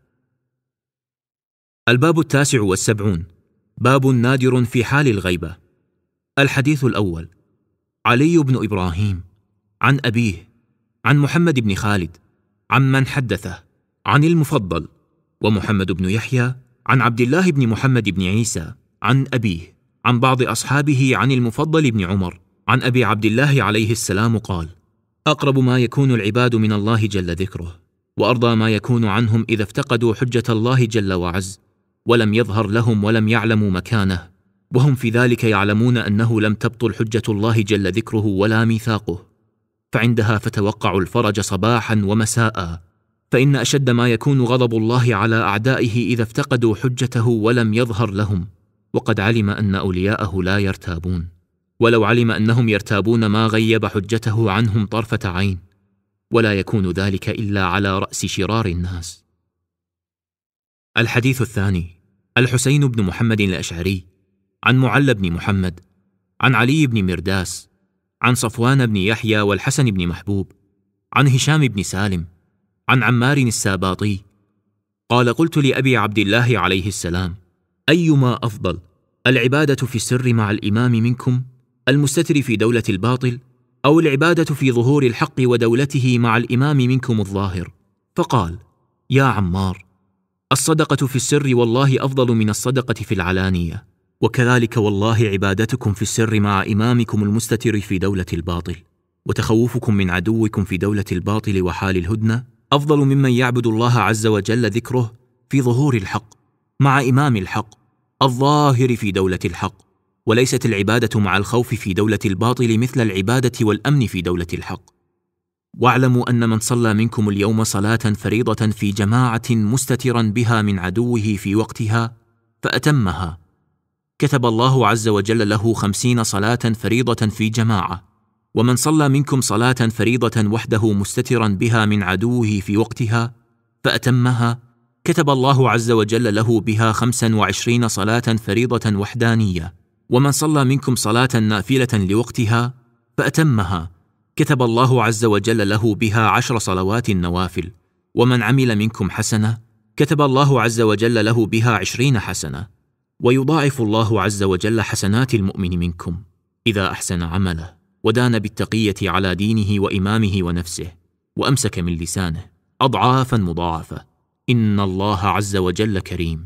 الباب التاسع والسبعون. باب نادر في حال الغيبة. الحديث الأول. علي بن إبراهيم عن أبيه عن محمد بن خالد عمن حدثه عن المفضل، ومحمد بن يحيى عن عبد الله بن محمد بن عيسى عن أبيه عن بعض أصحابه عن المفضل بن عمر عن أبي عبد الله عليه السلام قال: أقرب ما يكون العباد من الله جل ذكره، وأرضى ما يكون عنهم إذا افتقدوا حجة الله جل وعز ولم يظهر لهم ولم يعلموا مكانه، وهم في ذلك يعلمون أنه لم تبطل حجة الله جل ذكره ولا ميثاقه، فعندها فتوقعوا الفرج صباحا ومساء، فإن أشد ما يكون غضب الله على أعدائه إذا افتقدوا حجته ولم يظهر لهم، وقد علم أن أولياءه لا يرتابون، ولو علم أنهم يرتابون ما غيب حجته عنهم طرفة عين، ولا يكون ذلك إلا على رأس شرار الناس. الحديث الثاني. الحسين بن محمد الأشعري عن معل بن محمد عن علي بن مرداس عن صفوان بن يحيى والحسن بن محبوب عن هشام بن سالم عن عمار الساباطي قال: قلت لأبي عبد الله عليه السلام: أيما أفضل، العبادة في السر مع الإمام منكم المستتر في دولة الباطل، أو العبادة في ظهور الحق ودولته مع الإمام منكم الظاهر؟ فقال: يا عمار، الصدقة في السر والله أفضل من الصدقة في العلانية، وكذلك والله عبادتكم في السر مع إمامكم المستتر في دولة الباطل، وتخوفكم من عدوكم في دولة الباطل وحال الهدنة أفضل ممن يعبد الله عز وجل ذكره في ظهور الحق مع إمام الحق الظاهر في دولة الحق. وليست العبادة مع الخوف في دولة الباطل مثل العبادة والأمن في دولة الحق. واعلموا أن من صلى منكم اليوم صلاة فريضة في جماعة مستترا بها من عدوه في وقتها فأتمها، كتب الله عز وجل له خمسين صلاة فريضة في جماعة. ومن صلى منكم صلاة فريضة وحده مستترا بها من عدوه في وقتها فأتمها، كتب الله عز وجل له بها خمسا وعشرين صلاة فريضة وحدانية. ومن صلى منكم صلاة نافلة لوقتها فأتمها، كتب الله عز وجل له بها عشر صلوات نوافل. ومن عمل منكم حسنة كتب الله عز وجل له بها عشرين حسنة. ويضاعف الله عز وجل حسنات المؤمن منكم إذا أحسن عمله ودان بالتقية على دينه وإمامه ونفسه، وأمسك من لسانه، أضعافا مضاعفة. إن الله عز وجل كريم.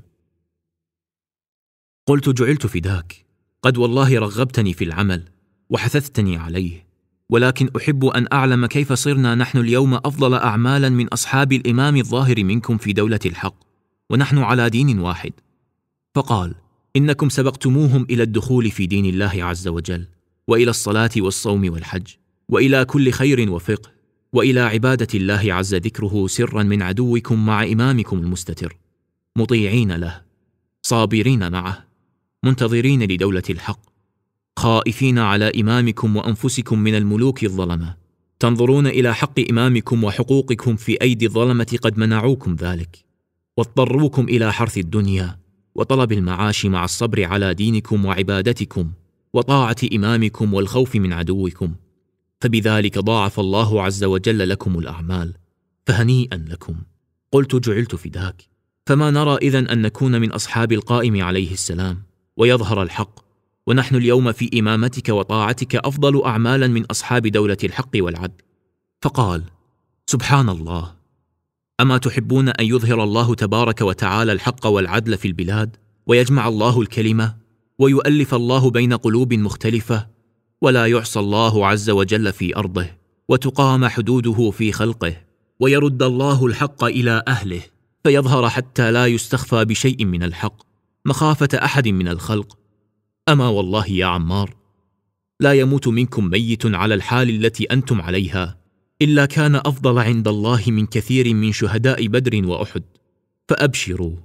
قلت: جعلت فداك، قد والله رغبتني في العمل وحثثتني عليه، ولكن أحب أن أعلم كيف صرنا نحن اليوم أفضل أعمالا من أصحاب الإمام الظاهر منكم في دولة الحق، ونحن على دين واحد. فقال: إنكم سبقتموهم إلى الدخول في دين الله عز وجل، وإلى الصلاة والصوم والحج، وإلى كل خير وفقه، وإلى عبادة الله عز ذكره سرا من عدوكم مع إمامكم المستتر، مطيعين له، صابرين معه، منتظرين لدولة الحق، خائفين على إمامكم وأنفسكم من الملوك الظلمة، تنظرون إلى حق إمامكم وحقوقكم في أيدي الظلمة قد منعوكم ذلك، واضطروكم إلى حرث الدنيا وطلب المعاش مع الصبر على دينكم وعبادتكم وطاعة إمامكم والخوف من عدوكم، فبذلك ضاعف الله عز وجل لكم الأعمال، فهنيئا لكم. قلت: جعلت فداك، فما نرى إذن أن نكون من أصحاب القائم عليه السلام ويظهر الحق، ونحن اليوم في إمامتك وطاعتك أفضل أعمالا من أصحاب دولة الحق والعدل. فقال: سبحان الله، أما تحبون أن يظهر الله تبارك وتعالى الحق والعدل في البلاد، ويجمع الله الكلمة، ويؤلف الله بين قلوب مختلفة، ولا يعصى الله عز وجل في أرضه، وتقام حدوده في خلقه، ويرد الله الحق إلى أهله فيظهر حتى لا يستخفى بشيء من الحق مخافة أحد من الخلق؟ أما والله يا عمار، لا يموت منكم ميت على الحال التي أنتم عليها إلا كان أفضل عند الله من كثير من شهداء بدر وأحد، فأبشروا.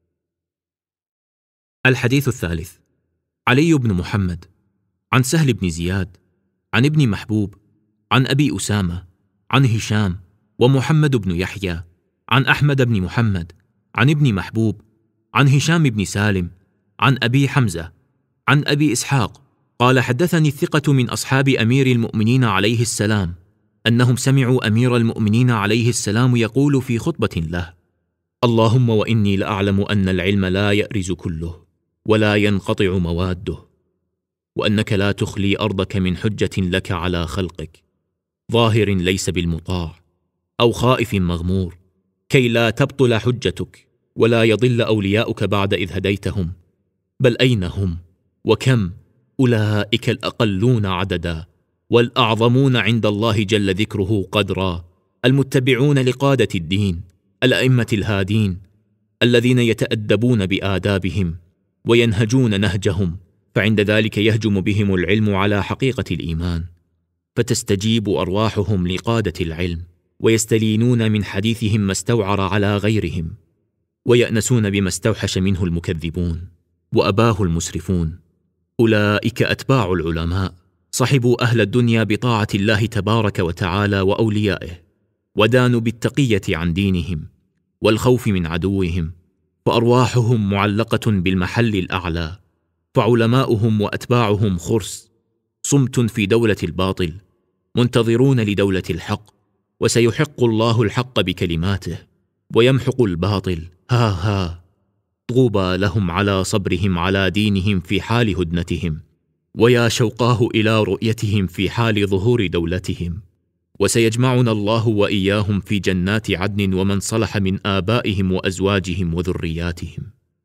الحديث الثالث. علي بن محمد عن سهل بن زياد عن ابن محبوب عن أبي أسامة عن هشام ومحمد بن يحيى عن أحمد بن محمد عن ابن محبوب عن هشام بن سالم عن أبي حمزة عن أبي إسحاق قال: حدثني الثقة من أصحاب أمير المؤمنين عليه السلام أنهم سمعوا أمير المؤمنين عليه السلام يقول في خطبة له: اللهم وإني لأعلم أن العلم لا يأرز كله ولا ينقطع مواده، وأنك لا تخلي أرضك من حجة لك على خلقك، ظاهر ليس بالمطاع أو خائف مغمور، كي لا تبطل حجتك ولا يضل أولياؤك بعد إذ هديتهم. بل أين هم وكم؟ أولئك الأقلون عددا والأعظمون عند الله جل ذكره قدرا، المتبعون لقادة الدين، الأئمة الهادين الذين يتأدبون بآدابهم وينهجون نهجهم، فعند ذلك يهجم بهم العلم على حقيقة الإيمان، فتستجيب أرواحهم لقادة العلم، ويستلينون من حديثهم ما استوعر على غيرهم، ويأنسون بما استوحش منه المكذبون وأباه المسرفون. أولئك أتباع العلماء، صحبوا أهل الدنيا بطاعة الله تبارك وتعالى وأوليائه، ودانوا بالتقية عن دينهم والخوف من عدوهم، فأرواحهم معلقة بالمحل الأعلى، فعلماؤهم وأتباعهم خرس صمت في دولة الباطل، منتظرون لدولة الحق، وسيحق الله الحق بكلماته ويمحق الباطل ها ها، طوبى لهم على صبرهم على دينهم في حال هدنتهم، ويا شوقاه إلى رؤيتهم في حال ظهور دولتهم. وسيجمعنا الله وإياهم في جنات عدن ومن صلح من آبائهم وأزواجهم وذرياتهم.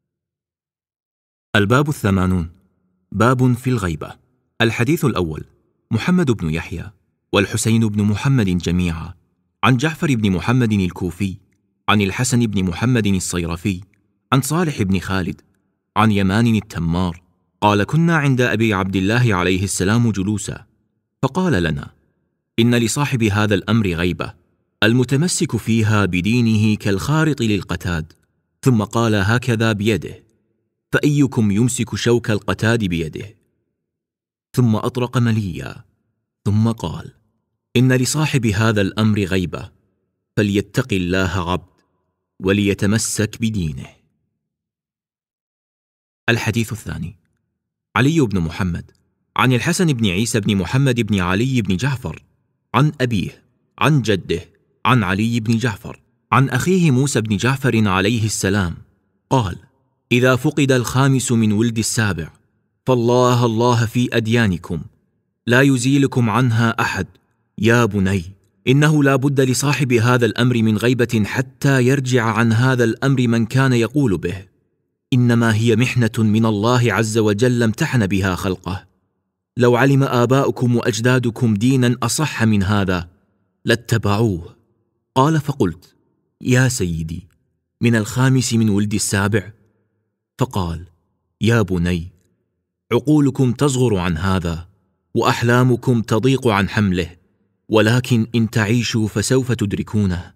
الباب الثمانون، باب في الغيبة. الحديث الأول: محمد بن يحيى والحسين بن محمد جميعا عن جعفر بن محمد الكوفي عن الحسن بن محمد الصيرفي عن صالح بن خالد عن يمان التمار قال: كنا عند أبي عبد الله عليه السلام جلوسا، فقال لنا: إن لصاحب هذا الأمر غيبة، المتمسك فيها بدينه كالخارط للقتاد. ثم قال هكذا بيده: فأيكم يمسك شوك القتاد بيده؟ ثم أطرق مليا، ثم قال: إن لصاحب هذا الأمر غيبة، فليتق الله عبد وليتمسك بدينه. الحديث الثاني: علي بن محمد عن الحسن بن عيسى بن محمد بن علي بن جعفر عن أبيه عن جده عن علي بن جعفر عن أخيه موسى بن جعفر عليه السلام قال: إذا فقد الخامس من ولد السابع فالله الله في أديانكم لا يزيلكم عنها أحد. يا بني، إنه لا بد لصاحب هذا الأمر من غيبة حتى يرجع عن هذا الأمر من كان يقول به، إنما هي محنة من الله عز وجل امتحن بها خلقه. لو علم آباؤكم وأجدادكم دينا أصح من هذا لاتبعوه. قال: فقلت: يا سيدي، من الخامس من ولد السابع؟ فقال: يا بني، عقولكم تصغر عن هذا وأحلامكم تضيق عن حمله، ولكن إن تعيشوا فسوف تدركونه.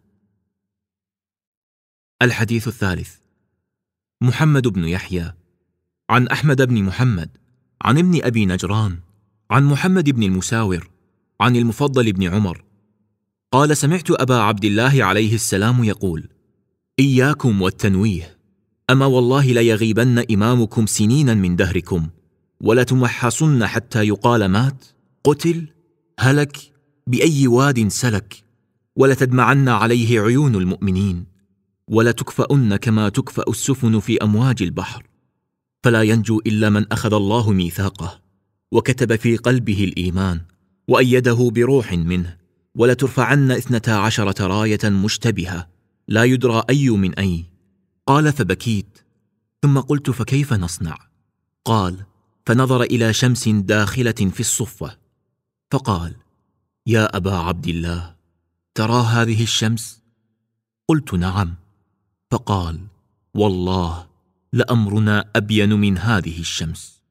الحديث الثالث: محمد بن يحيى عن أحمد بن محمد عن ابن أبي نجران عن محمد بن المساور عن المفضل بن عمر قال: سمعت أبا عبد الله عليه السلام يقول: إياكم والتنويه، أما والله ليغيبن إمامكم سنينا من دهركم، ولتمحصن حتى يقال مات، قتل، هلك، بأي واد سلك، ولتدمعن عليه عيون المؤمنين، ولتكفأن كما تكفأ السفن في أمواج البحر، فلا ينجو إلا من أخذ الله ميثاقه وكتب في قلبه الإيمان وأيده بروح منه، ولترفعن اثنتا عشرة راية مشتبهة لا يدرى أي من أي. قال: فبكيت، ثم قلت: فكيف نصنع؟ قال: فنظر إلى شمس داخلة في الصفة فقال: يا أبا عبد الله، ترى هذه الشمس؟ قلت: نعم. فقال: والله لأمرنا أبين من هذه الشمس.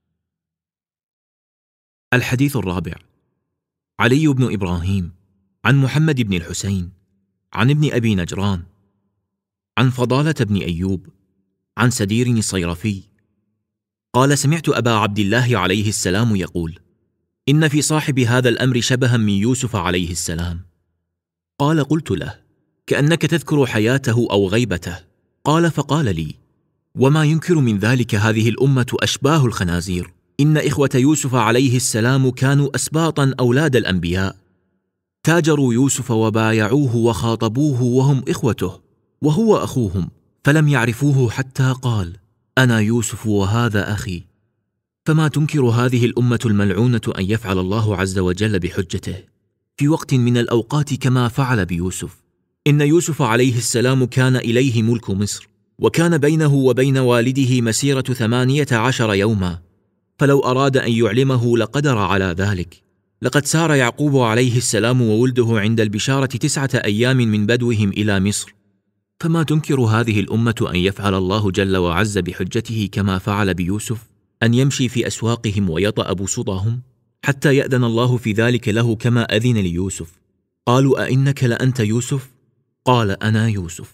الحديث الرابع: علي بن إبراهيم عن محمد بن الحسين عن ابن أبي نجران عن فضالة بن أيوب عن سدير الصيرفي قال: سمعت أبا عبد الله عليه السلام يقول: إن في صاحب هذا الأمر شبها من يوسف عليه السلام. قال: قلت له: كأنك تذكر حياته أو غيبته. قال: فقال لي: وما ينكر من ذلك هذه الأمة أشباه الخنازير. إن إخوة يوسف عليه السلام كانوا أسباطا أولاد الأنبياء، تاجروا يوسف وبايعوه وخاطبوه وهم إخوته وهو أخوهم، فلم يعرفوه حتى قال: أنا يوسف وهذا أخي. فما تنكر هذه الأمة الملعونة أن يفعل الله عز وجل بحجته في وقت من الأوقات كما فعل بيوسف. إن يوسف عليه السلام كان إليه ملك مصر، وكان بينه وبين والده مسيرة ثمانية عشر يوما، فلو أراد أن يعلمه لقدر على ذلك. لقد سار يعقوب عليه السلام وولده عند البشارة تسعة أيام من بدوهم إلى مصر. فما تنكر هذه الأمة أن يفعل الله جل وعز بحجته كما فعل بيوسف، أن يمشي في أسواقهم ويطأ بسطهم حتى يأذن الله في ذلك له كما أذن ليوسف. قالوا: أئنك لأنت يوسف؟ قال: أنا يوسف.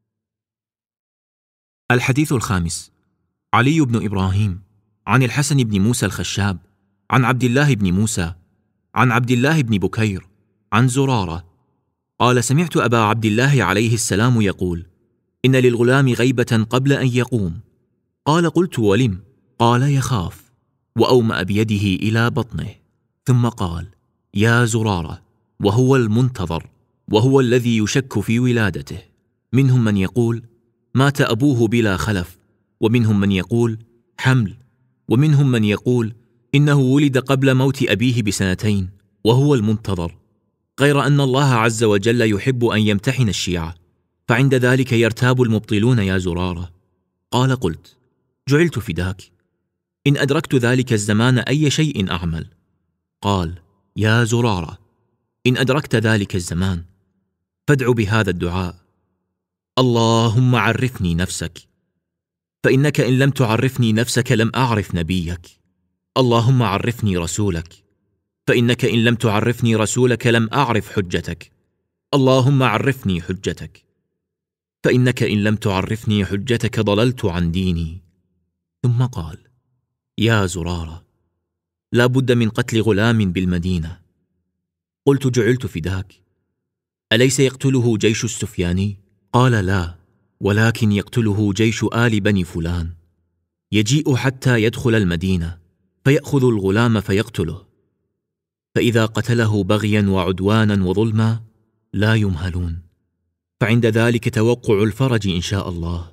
الحديث الخامس: علي بن إبراهيم عن الحسن بن موسى الخشاب عن عبد الله بن موسى عن عبد الله بن بكير عن زرارة قال: سمعت أبا عبد الله عليه السلام يقول: إن للغلام غيبة قبل أن يقوم. قال: قلت: ولم؟ قال: يخاف. وأومأ بيده إلى بطنه، ثم قال: يا زرارة، وهو المنتظر، وهو الذي يشك في ولادته. منهم من يقول: مات أبوه بلا خلف، ومنهم من يقول حمل، ومنهم من يقول إنه ولد قبل موت أبيه بسنتين وهو المنتظر، غير أن الله عز وجل يحب أن يمتحن الشيعة، فعند ذلك يرتاب المبطلون يا زرارة. قال: قلت: جعلت فداك، إن أدركت ذلك الزمان أي شيء أعمل؟ قال: يا زرارة، إن أدركت ذلك الزمان فادع بهذا الدعاء: اللهم عرفني نفسك، فإنك إن لم تعرفني نفسك لم أعرف نبيك. اللهم عرفني رسولك، فإنك إن لم تعرفني رسولك لم أعرف حجتك. اللهم عرفني حجتك، فإنك إن لم تعرفني حجتك ضللت عن ديني. ثم قال: يا زرارة، لا بد من قتل غلام بالمدينة. قلت: جعلت فداك، أليس يقتله جيش السفياني؟ قال: لا، ولكن يقتله جيش آل بني فلان، يجيء حتى يدخل المدينة فيأخذ الغلام فيقتله، فإذا قتله بغيا وعدوانا وظلما لا يمهلون، فعند ذلك توقع الفرج إن شاء الله.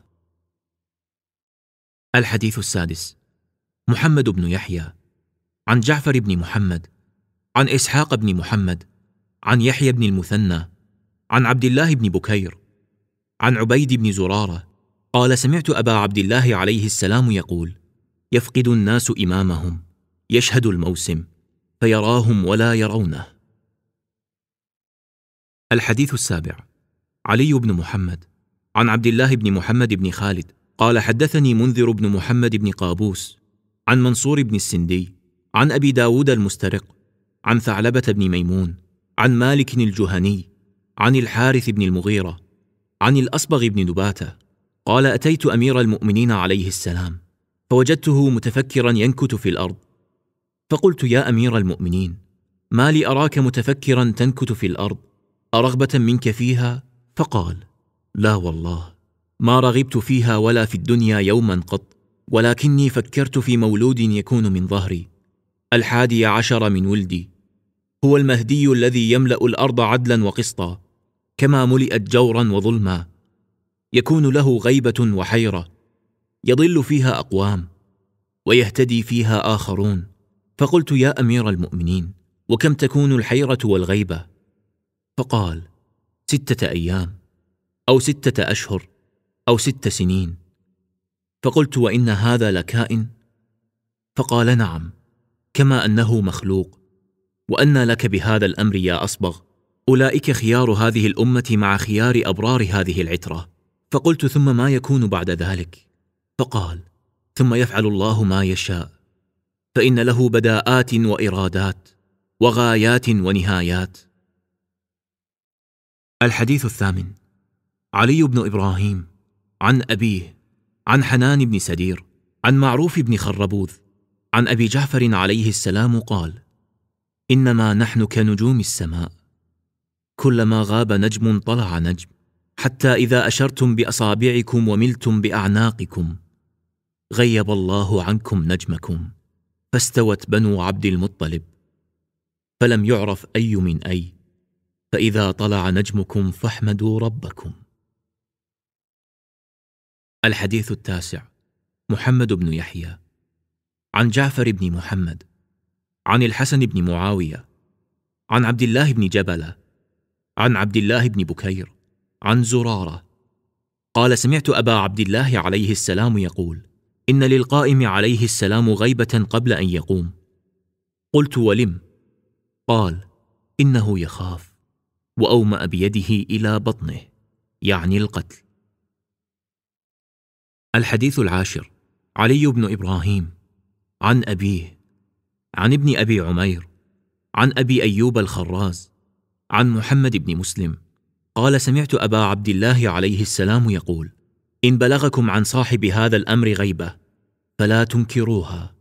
الحديث السادس. محمد بن يحيى عن جعفر بن محمد عن إسحاق بن محمد عن يحيى بن المثنى عن عبد الله بن بكير عن عبيد بن زرارة قال: سمعت أبا عبد الله عليه السلام يقول: يفقد الناس إمامهم، يشهد الموسم فيراهم ولا يرونه. الحديث السابع. علي بن محمد عن عبد الله بن محمد بن خالد قال: حدثني منذر بن محمد بن قابوس عن منصور بن السندي عن أبي داود المسترق عن ثعلبة بن ميمون عن مالك الجهني عن الحارث بن المغيرة عن الأصبغ بن نباتة قال: أتيت أمير المؤمنين عليه السلام فوجدته متفكرا ينكت في الأرض، فقلت: يا أمير المؤمنين، ما لي أراك متفكرا تنكت في الأرض، أرغبة منك فيها؟ فقال: لا والله، ما رغبت فيها ولا في الدنيا يوما قط، ولكني فكرت في مولود يكون من ظهري، الحادي عشر من ولدي، هو المهدي الذي يملأ الأرض عدلا وقسطا، كما ملئت جورا وظلما، يكون له غيبة وحيرة، يضل فيها أقوام ويهتدي فيها آخرون. فقلت: يا أمير المؤمنين، وكم تكون الحيرة والغيبة؟ فقال: ستة أيام أو ستة أشهر أو ست سنين. فقلت: وإن هذا لكائن؟ فقال: نعم، كما أنه مخلوق. وأن لك بهذا الأمر يا أصبغ؟ أولئك خيار هذه الأمة مع خيار أبرار هذه العترة. فقلت: ثم ما يكون بعد ذلك؟ فقال: ثم يفعل الله ما يشاء، فإن له بداءات وإرادات وغايات ونهايات. الحديث الثامن. علي بن إبراهيم عن أبيه عن حنان بن سدير عن معروف بن خربوذ عن أبي جعفر عليه السلام قال: إنما نحن كنجوم السماء، كلما غاب نجم طلع نجم، حتى إذا أشرتم بأصابعكم وملتم بأعناقكم غيب الله عنكم نجمكم، فاستوت بنو عبد المطلب، فلم يعرف أي من أي، فإذا طلع نجمكم فاحمدوا ربكم. الحديث التاسع. محمد بن يحيى عن جعفر بن محمد عن الحسن بن معاوية عن عبد الله بن جبلة عن عبد الله بن بكير عن زرارة قال: سمعت أبا عبد الله عليه السلام يقول: إن للقائم عليه السلام غيبة قبل أن يقوم. قلت: ولم؟ قال: إنه يخاف، وأومأ بيده إلى بطنه، يعني القتل. الحديث العاشر. علي بن إبراهيم عن أبيه عن ابن أبي عمير عن أبي أيوب الخراز عن محمد بن مسلم قال: سمعت أبا عبد الله عليه السلام يقول: إن بلغكم عن صاحب هذا الأمر غيبة فلا تنكروها.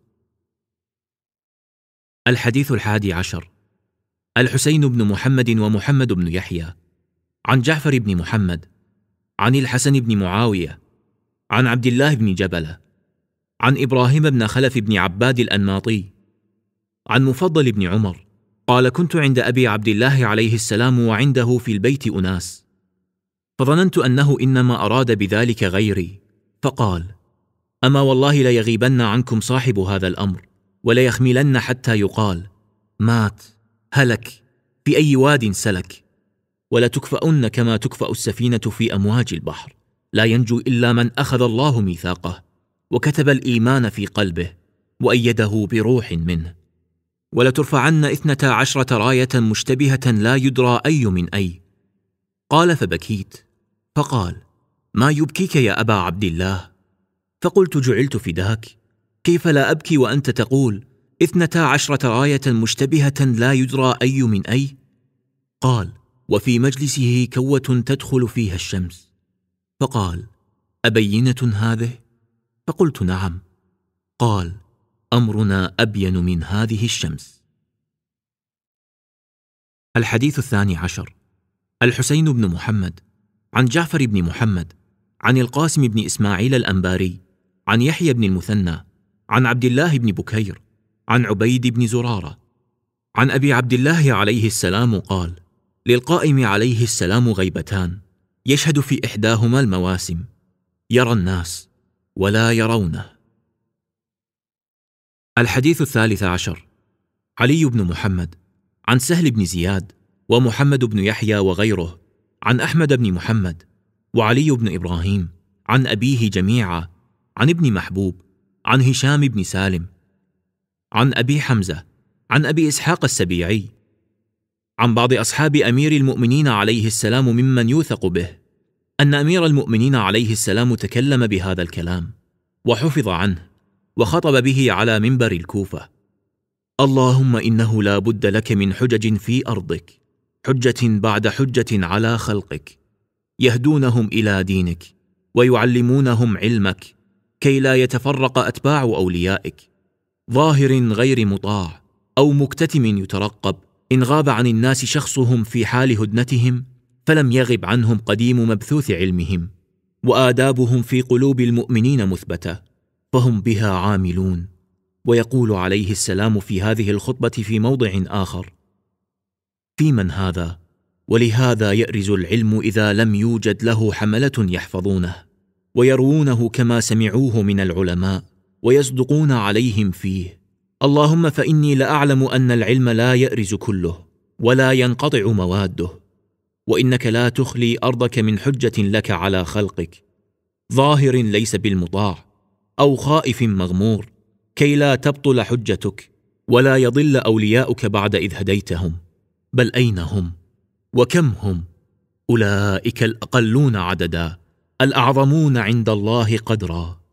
الحديث الحادي عشر. الحسين بن محمد ومحمد بن يحيى عن جعفر بن محمد عن الحسن بن معاوية عن عبد الله بن جبلة عن إبراهيم بن خلف بن عباد الأنماطي عن مفضل بن عمر قال: كنت عند أبي عبد الله عليه السلام وعنده في البيت أناس، فظننت أنه إنما أراد بذلك غيري، فقال: أما والله ليغيبن عنكم صاحب هذا الأمر، وليخملن حتى يقال: مات، هلك، في أي واد سلك، ولا تكفأن كما تكفأ السفينة في أمواج البحر، لا ينجو إلا من أخذ الله ميثاقه وكتب الإيمان في قلبه وأيده بروح منه، ولترفعن إثنتا عشرة راية مشتبهة لا يدرى أي من أي. قال: فبكيت، فقال: ما يبكيك يا أبا عبد الله؟ فقلت: جعلت فداك، كيف لا أبكي وأنت تقول إثنتا عشرة راية مشتبهة لا يدرى أي من أي؟ قال: وفي مجلسه كوة تدخل فيها الشمس. فقال: أبينة هذه؟ فقلت: نعم. قال: أمرنا أبين من هذه الشمس. الحديث الثاني عشر. الحسين بن محمد عن جعفر بن محمد عن القاسم بن إسماعيل الأنباري عن يحيى بن المثنى عن عبد الله بن بكير عن عبيد بن زرارة عن أبي عبد الله عليه السلام قال: للقائم عليه السلام غيبتان يشهد في إحداهما المواسم، يرى الناس ولا يرونه. الحديث الثالث عشر. علي بن محمد عن سهل بن زياد ومحمد بن يحيى وغيره عن أحمد بن محمد وعلي بن إبراهيم عن أبيه جميعا عن ابن محبوب عن هشام بن سالم عن أبي حمزة عن أبي إسحاق السبيعي عن بعض أصحاب أمير المؤمنين عليه السلام ممن يوثق به أن أمير المؤمنين عليه السلام تكلم بهذا الكلام وحفظ عنه وخطب به على منبر الكوفة: اللهم إنه لا بد لك من حجج في أرضك، حجة بعد حجة على خلقك، يهدونهم إلى دينك ويعلمونهم علمك، كي لا يتفرق أتباع أوليائك، ظاهر غير مطاع أو مكتتم يترقب، إن غاب عن الناس شخصهم في حال هدنتهم فلم يغب عنهم قديم مبثوث علمهم، وآدابهم في قلوب المؤمنين مثبتة فهم بها عاملون. ويقول عليه السلام في هذه الخطبة في موضع آخر: في من هذا؟ ولهذا يأرز العلم إذا لم يوجد له حملة يحفظونه ويروونه كما سمعوه من العلماء ويصدقون عليهم فيه. اللهم فإني لأعلم أن العلم لا يأرز كله ولا ينقطع مواده، وإنك لا تخلي أرضك من حجة لك على خلقك، ظاهر ليس بالمطاع أو خائف مغمور، كي لا تبطل حجتك ولا يضل أولياؤك بعد إذ هديتهم. بل أين هم؟ وكم هم؟ أولئك الأقلون عددا، الأعظمون عند الله قدرا.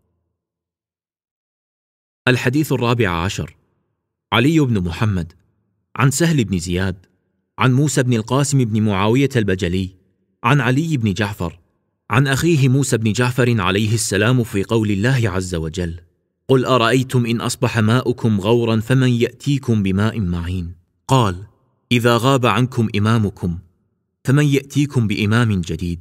الحديث الرابع عشر. علي بن محمد عن سهل بن زياد عن موسى بن القاسم بن معاوية البجلي عن علي بن جعفر عن أخيه موسى بن جعفر عليه السلام في قول الله عز وجل: قل أرأيتم إن أصبح ماؤكم غورا فمن يأتيكم بماء معين. قال: إذا غاب عنكم إمامكم فمن يأتيكم بإمام جديد.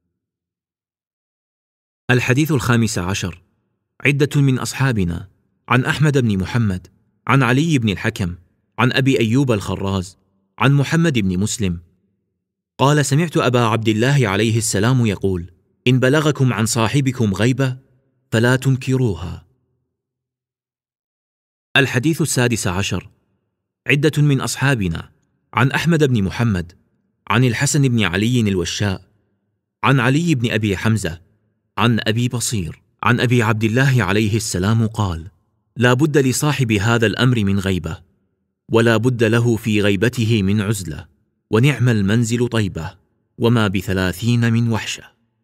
الحديث الخامس عشر. عدة من أصحابنا عن أحمد بن محمد عن علي بن الحكم عن أبي أيوب الخراز عن محمد بن مسلم قال: سمعت أبا عبد الله عليه السلام يقول: إن بلغكم عن صاحبكم غيبة فلا تنكروها. الحديث السادس عشر. عدة من أصحابنا عن أحمد بن محمد عن الحسن بن علي الوشاء عن علي بن أبي حمزة عن أبي بصير عن أبي عبد الله عليه السلام قال: لا بد لصاحب هذا الأمر من غيبة، ولا بد له في غيبته من عزلة، ونعم المنزل طيبة، وما بثلاثين من وحشة.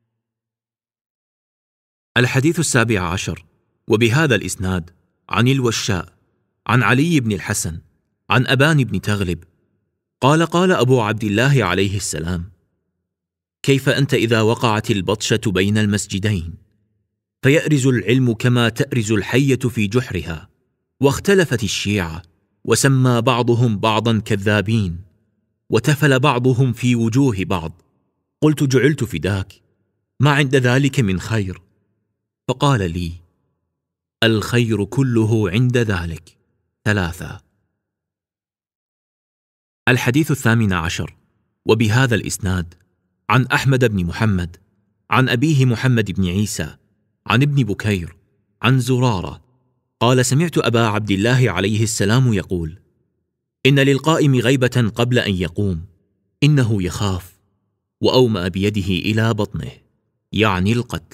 الحديث السابع عشر. وبهذا الإسناد عن الوشاء عن علي بن الحسن عن أبان بن تغلب قال: قال أبو عبد الله عليه السلام: كيف أنت إذا وقعت البطشة بين المسجدين، فيأرز العلم كما تأرز الحية في جحرها، واختلفت الشيعة، وسمى بعضهم بعضا كذابين، وتفل بعضهم في وجوه بعض. قلت: جعلت فداك، ما عند ذلك من خير؟ فقال لي: الخير كله عند ذلك. ثلاثة. الحديث الثامن عشر. وبهذا الإسناد عن أحمد بن محمد عن أبيه محمد بن عيسى عن ابن بكير عن زرارة قال سمعت أبا عبد الله عليه السلام يقول: إن للقائم غيبة قبل أن يقوم، إنه يخاف، وأومأ بيده إلى بطنه، يعني القتل.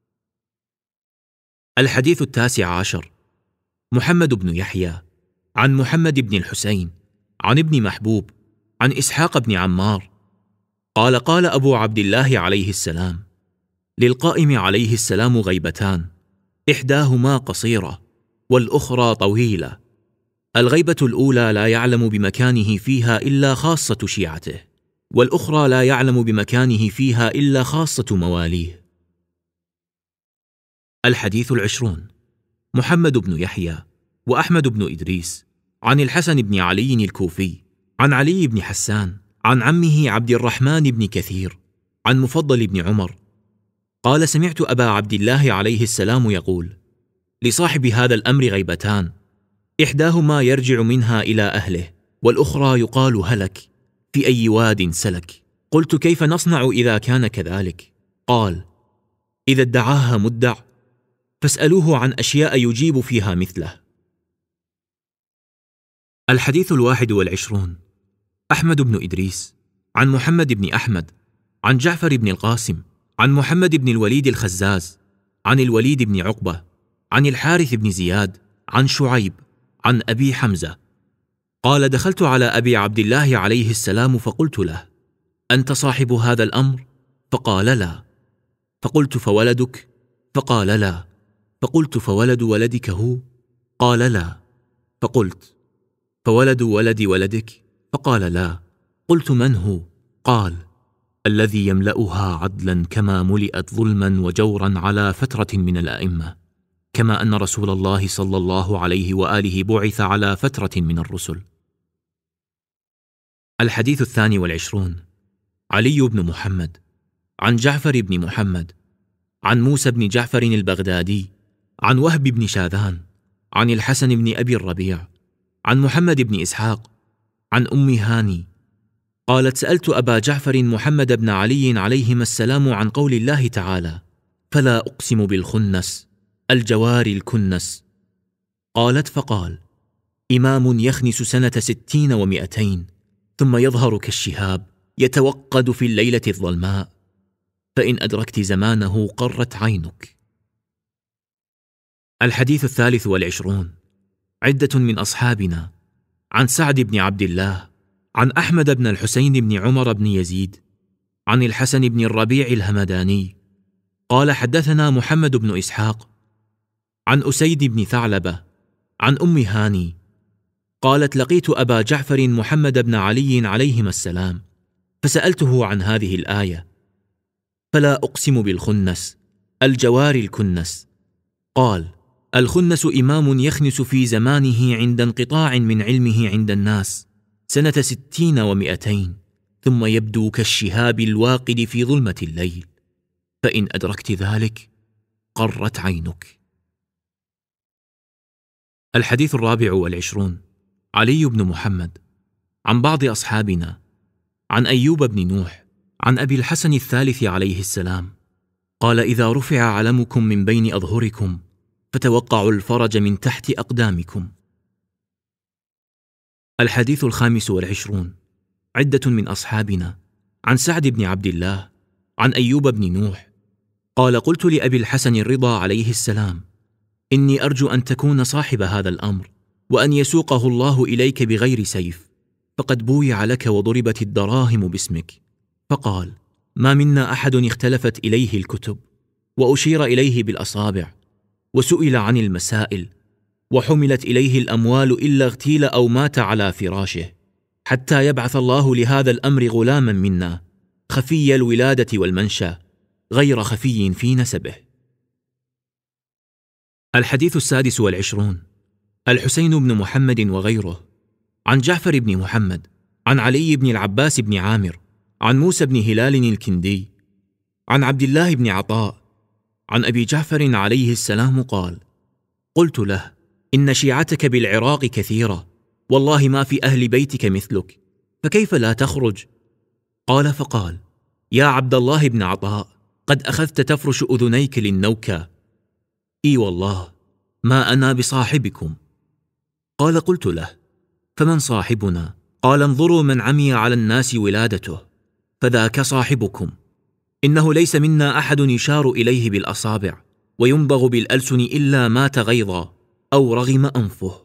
الحديث التاسع عشر. محمد بن يحيى عن محمد بن الحسين عن ابن محبوب عن إسحاق بن عمار قال قال أبو عبد الله عليه السلام: للقائم عليه السلام غيبتان، إحداهما قصيرة والأخرى طويلة. الغيبة الأولى لا يعلم بمكانه فيها إلا خاصة شيعته، والأخرى لا يعلم بمكانه فيها إلا خاصة مواليه. الحديث العشرون. محمد بن يحيى وأحمد بن إدريس عن الحسن بن علي الكوفي عن علي بن حسان عن عمه عبد الرحمن بن كثير عن مفضل بن عمر قال سمعت أبا عبد الله عليه السلام يقول: لصاحب هذا الأمر غيبتان، إحداهما يرجع منها إلى أهله، والأخرى يقال هلك، في أي واد سلك. قلت: كيف نصنع إذا كان كذلك؟ قال: إذا ادعاها مدع فاسألوه عن أشياء يجيب فيها مثله. الحديث الواحد والعشرون. أحمد بن إدريس عن محمد بن أحمد عن جعفر بن القاسم عن محمد بن الوليد الخزاز عن الوليد بن عقبة عن الحارث بن زياد عن شعيب عن أبي حمزة قال: دخلت على أبي عبد الله عليه السلام فقلت له: أنت صاحب هذا الأمر؟ فقال: لا. فقلت: فولدك؟ فقال: لا. فقلت: فولد ولدك هو؟ قال: لا. فقلت: فولد ولد ولدك؟ فقال: لا. قلت: من هو؟ قال: الذي يملأها عدلا كما ملئت ظلما وجورا على فترة من الأئمة، كما أن رسول الله صلى الله عليه وآله بعث على فترة من الرسل. الحديث الثاني والعشرون. علي بن محمد عن جعفر بن محمد عن موسى بن جعفر البغدادي عن وهب بن شاذان عن الحسن بن أبي الربيع عن محمد بن إسحاق عن أم هاني قالت: سألت أبا جعفر محمد بن علي عليهما السلام عن قول الله تعالى: فلا أقسم بالخنس الجوار الكنس. قالت: فقال: إمام يخنس سنة ستين ومئتين ثم يظهر كالشهاب يتوقد في الليلة الظلماء، فإن أدركت زمانه قرت عينك. الحديث الثالث والعشرون. عدة من أصحابنا عن سعد بن عبد الله عن أحمد بن الحسين بن عمر بن يزيد عن الحسن بن الربيع الهمداني قال: حدثنا محمد بن إسحاق عن أسيد بن ثعلبة عن أم هاني قالت: لقيت أبا جعفر محمد بن علي عليهما السلام فسألته عن هذه الآية: فلا أقسم بالخنس الجوار الكنس. قال: الخنس إمام يخنس في زمانه عند انقطاع من علمه عند الناس سنة ستين ومئتين ثم يبدو كالشهاب الواقد في ظلمة الليل، فإن أدركت ذلك قرت عينك. الحديث الرابع والعشرون. علي بن محمد عن بعض أصحابنا عن أيوب بن نوح عن أبي الحسن الثالث عليه السلام قال: إذا رفع علمكم من بين أظهركم فتوقعوا الفرج من تحت أقدامكم. الحديث الخامس والعشرون. عدة من أصحابنا عن سعد بن عبد الله عن أيوب بن نوح قال: قلت لأبي الحسن الرضا عليه السلام: إني أرجو أن تكون صاحب هذا الأمر، وأن يسوقه الله إليك بغير سيف، فقد بويع لك وضربت الدراهم باسمك. فقال: ما منا أحد اختلفت إليه الكتب وأشير إليه بالأصابع وسئل عن المسائل وحملت إليه الأموال إلا اغتيل أو مات على فراشه، حتى يبعث الله لهذا الأمر غلاما منا خفي الولادة والمنشأ غير خفي في نسبه. الحديث السادس والعشرون. الحسين بن محمد وغيره عن جعفر بن محمد عن علي بن العباس بن عامر عن موسى بن هلال الكندي عن عبد الله بن عطاء عن أبي جعفر عليه السلام قال: قلت له: إن شيعتك بالعراق كثيرة، والله ما في أهل بيتك مثلك، فكيف لا تخرج؟ قال: فقال: يا عبد الله بن عطاء، قد أخذت تفرش أذنيك للنوكة. إي والله ما أنا بصاحبكم. قال: قلت له: فمن صاحبنا؟ قال: انظروا من عمي على الناس ولادته، فذاك صاحبكم. إنه ليس منا أحد يشار إليه بالأصابع وينبغ بالألسن إلا مات غيظا أو رغم أنفه.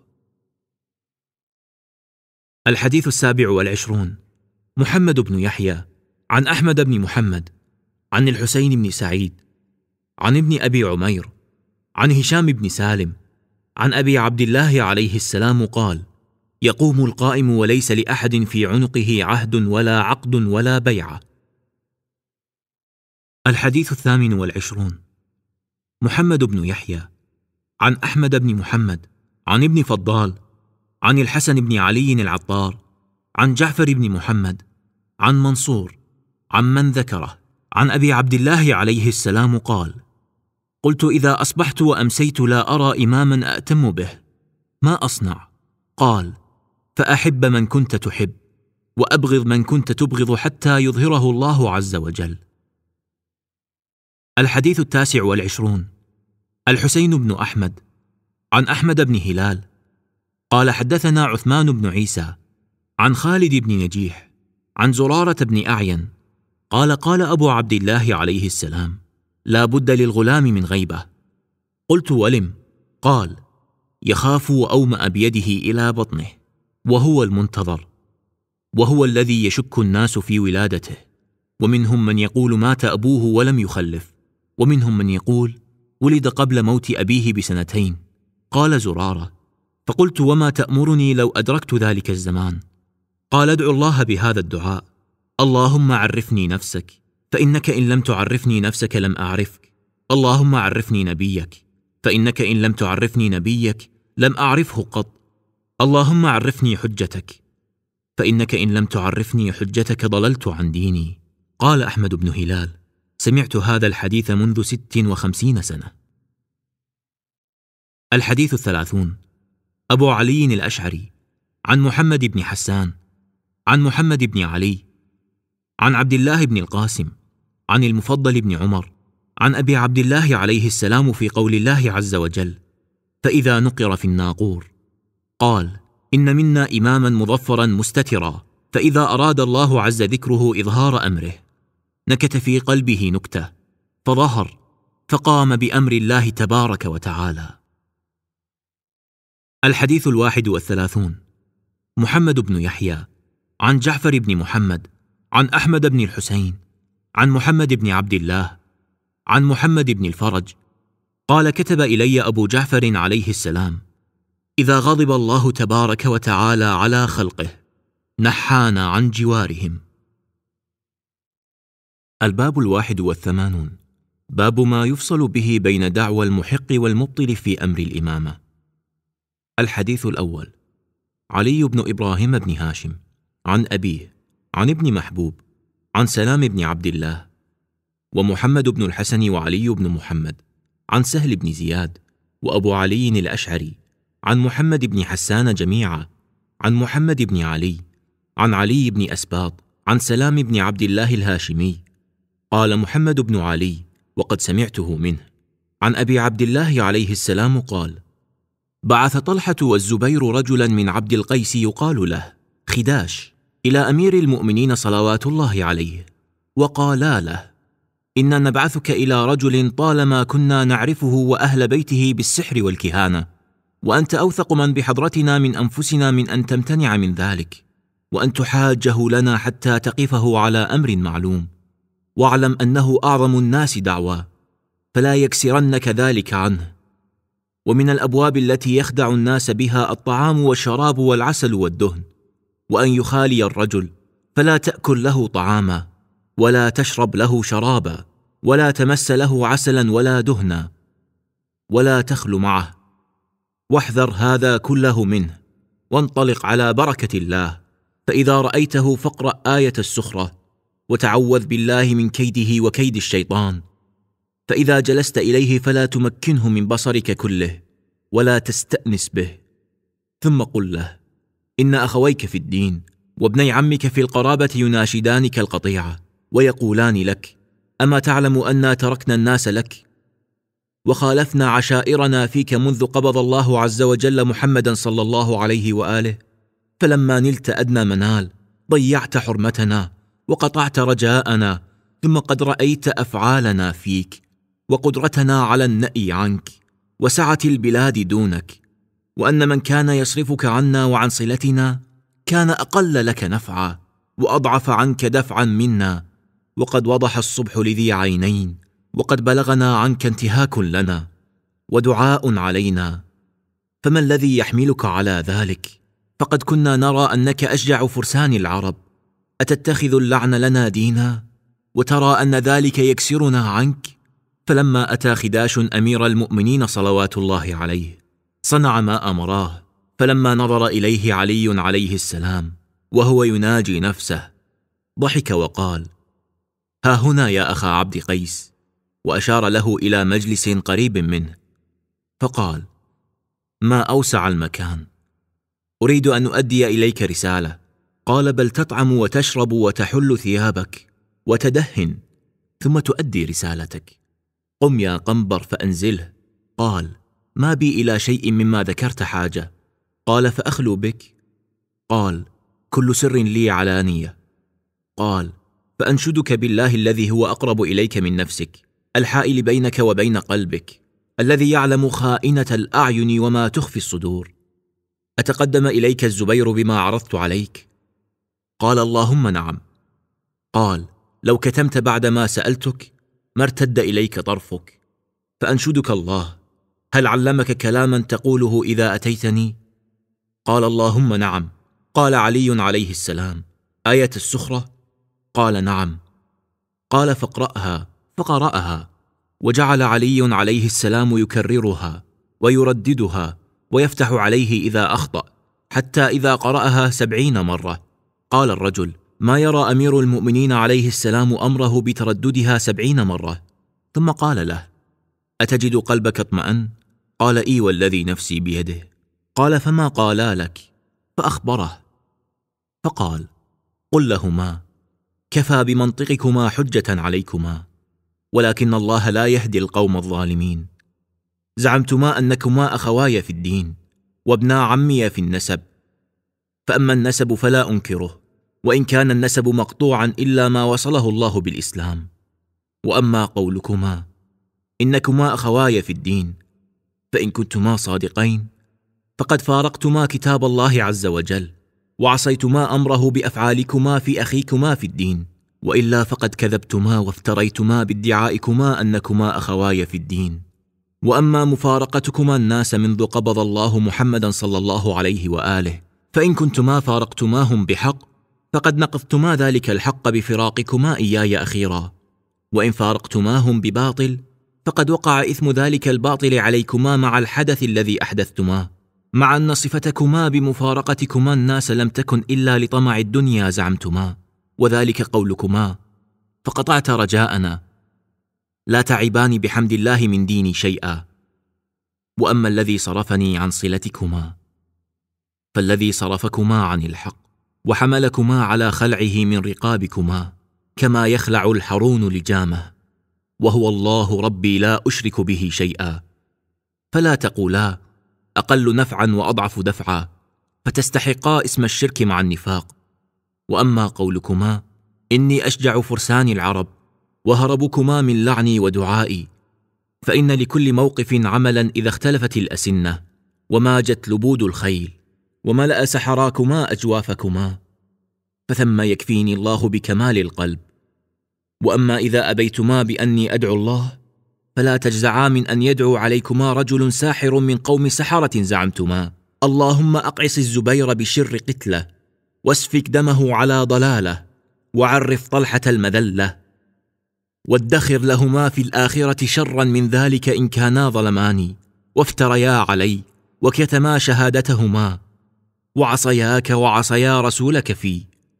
الحديث السابع والعشرون. محمد بن يحيى عن أحمد بن محمد عن الحسين بن سعيد عن ابن أبي عمير عن هشام بن سالم عن أبي عبد الله عليه السلام قال: يقوم القائم وليس لأحد في عنقه عهد ولا عقد ولا بيعة. الحديث الثامن والعشرون. محمد بن يحيى عن أحمد بن محمد عن ابن فضال عن الحسن بن علي العطار عن جعفر بن محمد عن منصور عن من ذكره عن أبي عبد الله عليه السلام قال: قلت: إذا أصبحت وأمسيت لا أرى إماما أأتم به، ما أصنع؟ قال: فأحب من كنت تحب، وأبغض من كنت تبغض، حتى يظهره الله عز وجل. الحديث التاسع والعشرون. الحسين بن أحمد عن أحمد بن هلال قال: حدثنا عثمان بن عيسى عن خالد بن نجيح عن زرارة بن أعين قال: قال أبو عبد الله عليه السلام: لا بد للغلام من غيبة. قلت: ولم؟ قال: يخاف وأومأ بيده إلى بطنه، وهو المنتظر، وهو الذي يشك الناس في ولادته، ومنهم من يقول مات أبوه ولم يخلف، ومنهم من يقول ولد قبل موت أبيه بسنتين. قال زرارة: فقلت: وما تأمرني لو أدركت ذلك الزمان؟ قال: ادعو الله بهذا الدعاء: اللهم عرفني نفسك، فإنك إن لم تعرفني نفسك لم أعرفك. اللهم عرفني نبيك، فإنك إن لم تعرفني نبيك لم أعرفه قط. اللهم عرفني حجتك، فإنك إن لم تعرفني حجتك ضللت عن ديني. قال أحمد بن هلال: سمعت هذا الحديث منذ ست وخمسين سنة. الحديث الثلاثون. أبو علي الأشعري عن محمد بن حسان عن محمد بن علي عن عبد الله بن القاسم عن المفضل بن عمر عن أبي عبد الله عليه السلام في قول الله عز وجل: فإذا نقر في الناقور. قال: إن منا إماما مظفرا مستترا، فإذا أراد الله عز ذكره إظهار أمره نكت في قلبه نكتة، فظهر فقام بأمر الله تبارك وتعالى. الحديث الواحد والثلاثون. محمد بن يحيى عن جعفر بن محمد عن أحمد بن الحسين عن محمد بن عبد الله عن محمد بن الفرج قال: كتب إلي أبو جعفر عليه السلام: إذا غضب الله تبارك وتعالى على خلقه نحانا عن جوارهم. الباب الواحد والثمانون. باب ما يفصل به بين دعوى المحق والمبطل في أمر الإمامة. الحديث الأول. علي بن إبراهيم بن هاشم عن أبيه عن ابن محبوب عن سلام بن عبد الله، ومحمد بن الحسن وعلي بن محمد عن سهل بن زياد وأبو علي الأشعري عن محمد بن حسان جميعا عن محمد بن علي عن علي بن أسباط عن سلام بن عبد الله الهاشمي قال محمد بن علي وقد سمعته منه عن أبي عبد الله عليه السلام قال: بعث طلحة والزبير رجلا من عبد القيس يقال له خداش إلى أمير المؤمنين صلوات الله عليه، وقالا له: إنا نبعثك إلى رجل طالما كنا نعرفه وأهل بيته بالسحر والكهانة، وأنت أوثق من بحضرتنا من أنفسنا من أن تمتنع من ذلك، وأن تحاجه لنا حتى تقفه على أمر معلوم، واعلم أنه أعظم الناس دعوى، فلا يكسرنك ذلك عنه. ومن الأبواب التي يخدع الناس بها الطعام والشراب والعسل والدهن، وأن يخالي الرجل فلا تأكل له طعاما، ولا تشرب له شرابا، ولا تمس له عسلا ولا دهنا، ولا تخل معه، واحذر هذا كله منه، وانطلق على بركة الله، فإذا رأيته فاقرأ آية السخرة، وتعوذ بالله من كيده وكيد الشيطان، فإذا جلست إليه فلا تمكنه من بصرك كله، ولا تستأنس به، ثم قل له: إن أخويك في الدين وابني عمك في القرابة يناشدانك القطيعة، ويقولان لك: أما تعلم أنا تركنا الناس لك وخالفنا عشائرنا فيك منذ قبض الله عز وجل محمدا صلى الله عليه وآله، فلما نلت أدنى منال ضيعت حرمتنا وقطعت رجاءنا، ثم قد رأيت أفعالنا فيك وقدرتنا على النأي عنك وسعة البلاد دونك، وأن من كان يصرفك عنا وعن صلتنا كان أقل لك نفعا وأضعف عنك دفعا منا، وقد وضح الصبح لذي عينين، وقد بلغنا عنك انتهاك لنا ودعاء علينا، فما الذي يحملك على ذلك؟ فقد كنا نرى أنك أشجع فرسان العرب، أتتخذ اللعن لنا دينا وترى أن ذلك يكسرنا عنك؟ فلما أتى خداش أمير المؤمنين صلوات الله عليه صنع ما أمراه، فلما نظر إليه علي عليه السلام وهو يناجي نفسه ضحك وقال: ها هنا يا أخا عبد قيس، وأشار له إلى مجلس قريب منه، فقال: ما أوسع المكان، أريد أن أؤدي إليك رسالة. قال: بل تطعم وتشرب وتحل ثيابك وتدهن ثم تؤدي رسالتك، قم يا قنبر فأنزله. قال: ما بي إلى شيء مما ذكرت حاجة. قال: فأخلو بك؟ قال: كل سر لي علانية. قال: فأنشدك بالله الذي هو أقرب إليك من نفسك، الحائل بينك وبين قلبك، الذي يعلم خائنة الأعين وما تخفي الصدور، أتقدم إليك الزبير بما عرضت عليك؟ قال: اللهم نعم. قال: لو كتمت بعد ما سألتك ما ارتد إليك طرفك، فأنشدك الله، هل علمك كلاما تقوله إذا أتيتني؟ قال: اللهم نعم. قال علي عليه السلام: آية السخرة؟ قال: نعم. قال: فاقرأها. فقرأها، وجعل علي عليه السلام يكررها ويرددها ويفتح عليه إذا أخطأ، حتى إذا قرأها سبعين مرة قال الرجل: ما يرى أمير المؤمنين عليه السلام أمره بترددها سبعين مرة؟ ثم قال له: أتجد قلبك اطمأن؟ قال: إي والذي نفسي بيده. قال: فما قالا لك؟ فأخبره، فقال: قل لهما: كفى بمنطقكما حجة عليكما، ولكن الله لا يهدي القوم الظالمين. زعمتما أنكما أخواي في الدين وابنا عمي في النسب، فأما النسب فلا أنكره، وإن كان النسب مقطوعا إلا ما وصله الله بالإسلام. وأما قولكما إنكما أخواي في الدين، فإن كنتما صادقين فقد فارقتما كتاب الله عز وجل وعصيتما أمره بأفعالكما في أخيكما في الدين، وإلا فقد كذبتما وافتريتما بادعائكما أنكما أخواي في الدين. وأما مفارقتكما الناس منذ قبض الله محمدا صلى الله عليه وآله، فإن كنتما فارقتماهم بحق فقد نقضتما ذلك الحق بفراقكما إياي أخيرا، وإن فارقتماهم بباطل فقد وقع إثم ذلك الباطل عليكما مع الحدث الذي أحدثتما، مع أن صفتكما بمفارقتكما الناس لم تكن إلا لطمع الدنيا زعمتما، وذلك قولكما: فقطعت رجاءنا، لا تعبان بحمد الله من ديني شيئا. وأما الذي صرفني عن صلتكما فالذي صرفكما عن الحق وحملكما على خلعه من رقابكما كما يخلع الحرون لجامه، وهو الله ربي لا أشرك به شيئا، فلا تقولا أقل نفعا وأضعف دفعا فتستحقا اسم الشرك مع النفاق. وأما قولكما إني أشجع فرسان العرب وهربكما من لعني ودعائي، فإن لكل موقف عملا إذا اختلفت الأسنة وماجت لبود الخيل وملأ سحراكما أجوافكما، فثم يكفيني الله بكمال القلب. وأما إذا أبيتما بأني أدعو الله فلا تجزعا من أن يدعو عليكما رجل ساحر من قوم سحرة زعمتما: اللهم أقعص الزبير بشر قتله واسفك دمه على ضلاله وعرف طلحة المذلة، وادخر لهما في الآخرة شرا من ذلك إن كانا ظلماني وافتريا علي وكتما شهادتهما وعصياك وعصيا رسولك في.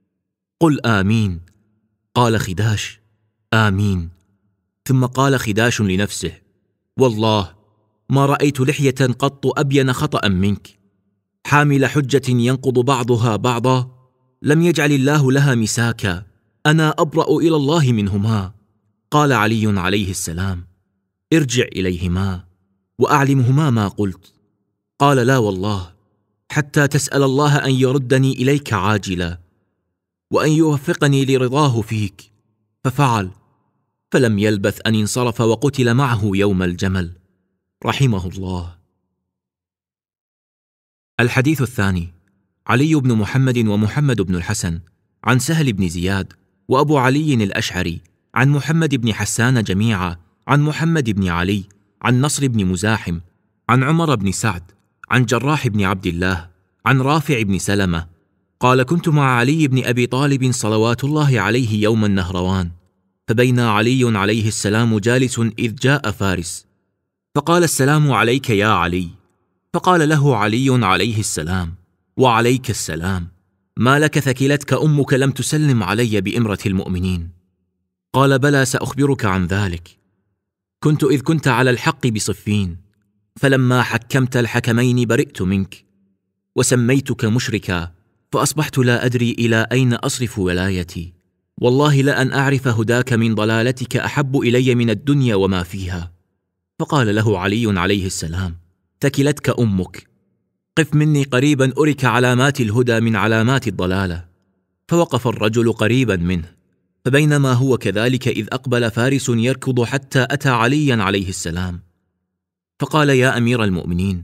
قل آمين. قال خداش: آمين. ثم قال خداش لنفسه: والله ما رأيت لحية قط أبين خطأ منك، حامل حجة ينقض بعضها بعضا، لم يجعل الله لها مساكا، أنا أبرأ إلى الله منهما. قال علي عليه السلام: ارجع إليهما وأعلمهما ما قلت. قال: لا والله، حتى تسأل الله أن يردني إليك عاجلا وأن يوفقني لرضاه فيك. ففعل، فلم يلبث أن انصرف وقتل معه يوم الجمل، رحمه الله. الحديث الثاني: علي بن محمد ومحمد بن الحسن عن سهل بن زياد وأبو علي الأشعري عن محمد بن حسان جميعا عن محمد بن علي عن نصر بن مزاحم عن عمر بن سعد عن جراح بن عبد الله عن رافع بن سلمة قال: كنت مع علي بن أبي طالب صلوات الله عليه يوم النهروان، فبين علي عليه السلام جالس إذ جاء فارس فقال: السلام عليك يا علي. فقال له علي عليه السلام: وعليك السلام، ما لك ثكلتك أمك لم تسلم علي بإمرة المؤمنين؟ قال: بلى، سأخبرك عن ذلك. كنت إذ كنت على الحق بصفين، فلما حكمت الحكمين برئت منك، وسميتك مشركا، فأصبحت لا أدري إلى أين أصرف ولايتي. والله لأن أعرف هداك من ضلالتك أحب إلي من الدنيا وما فيها. فقال له علي عليه السلام: ثكلتك أمك، قف مني قريبا أرك علامات الهدى من علامات الضلالة. فوقف الرجل قريبا منه، فبينما هو كذلك إذ أقبل فارس يركض حتى أتى عليا عليه السلام، فقال: يا أمير المؤمنين،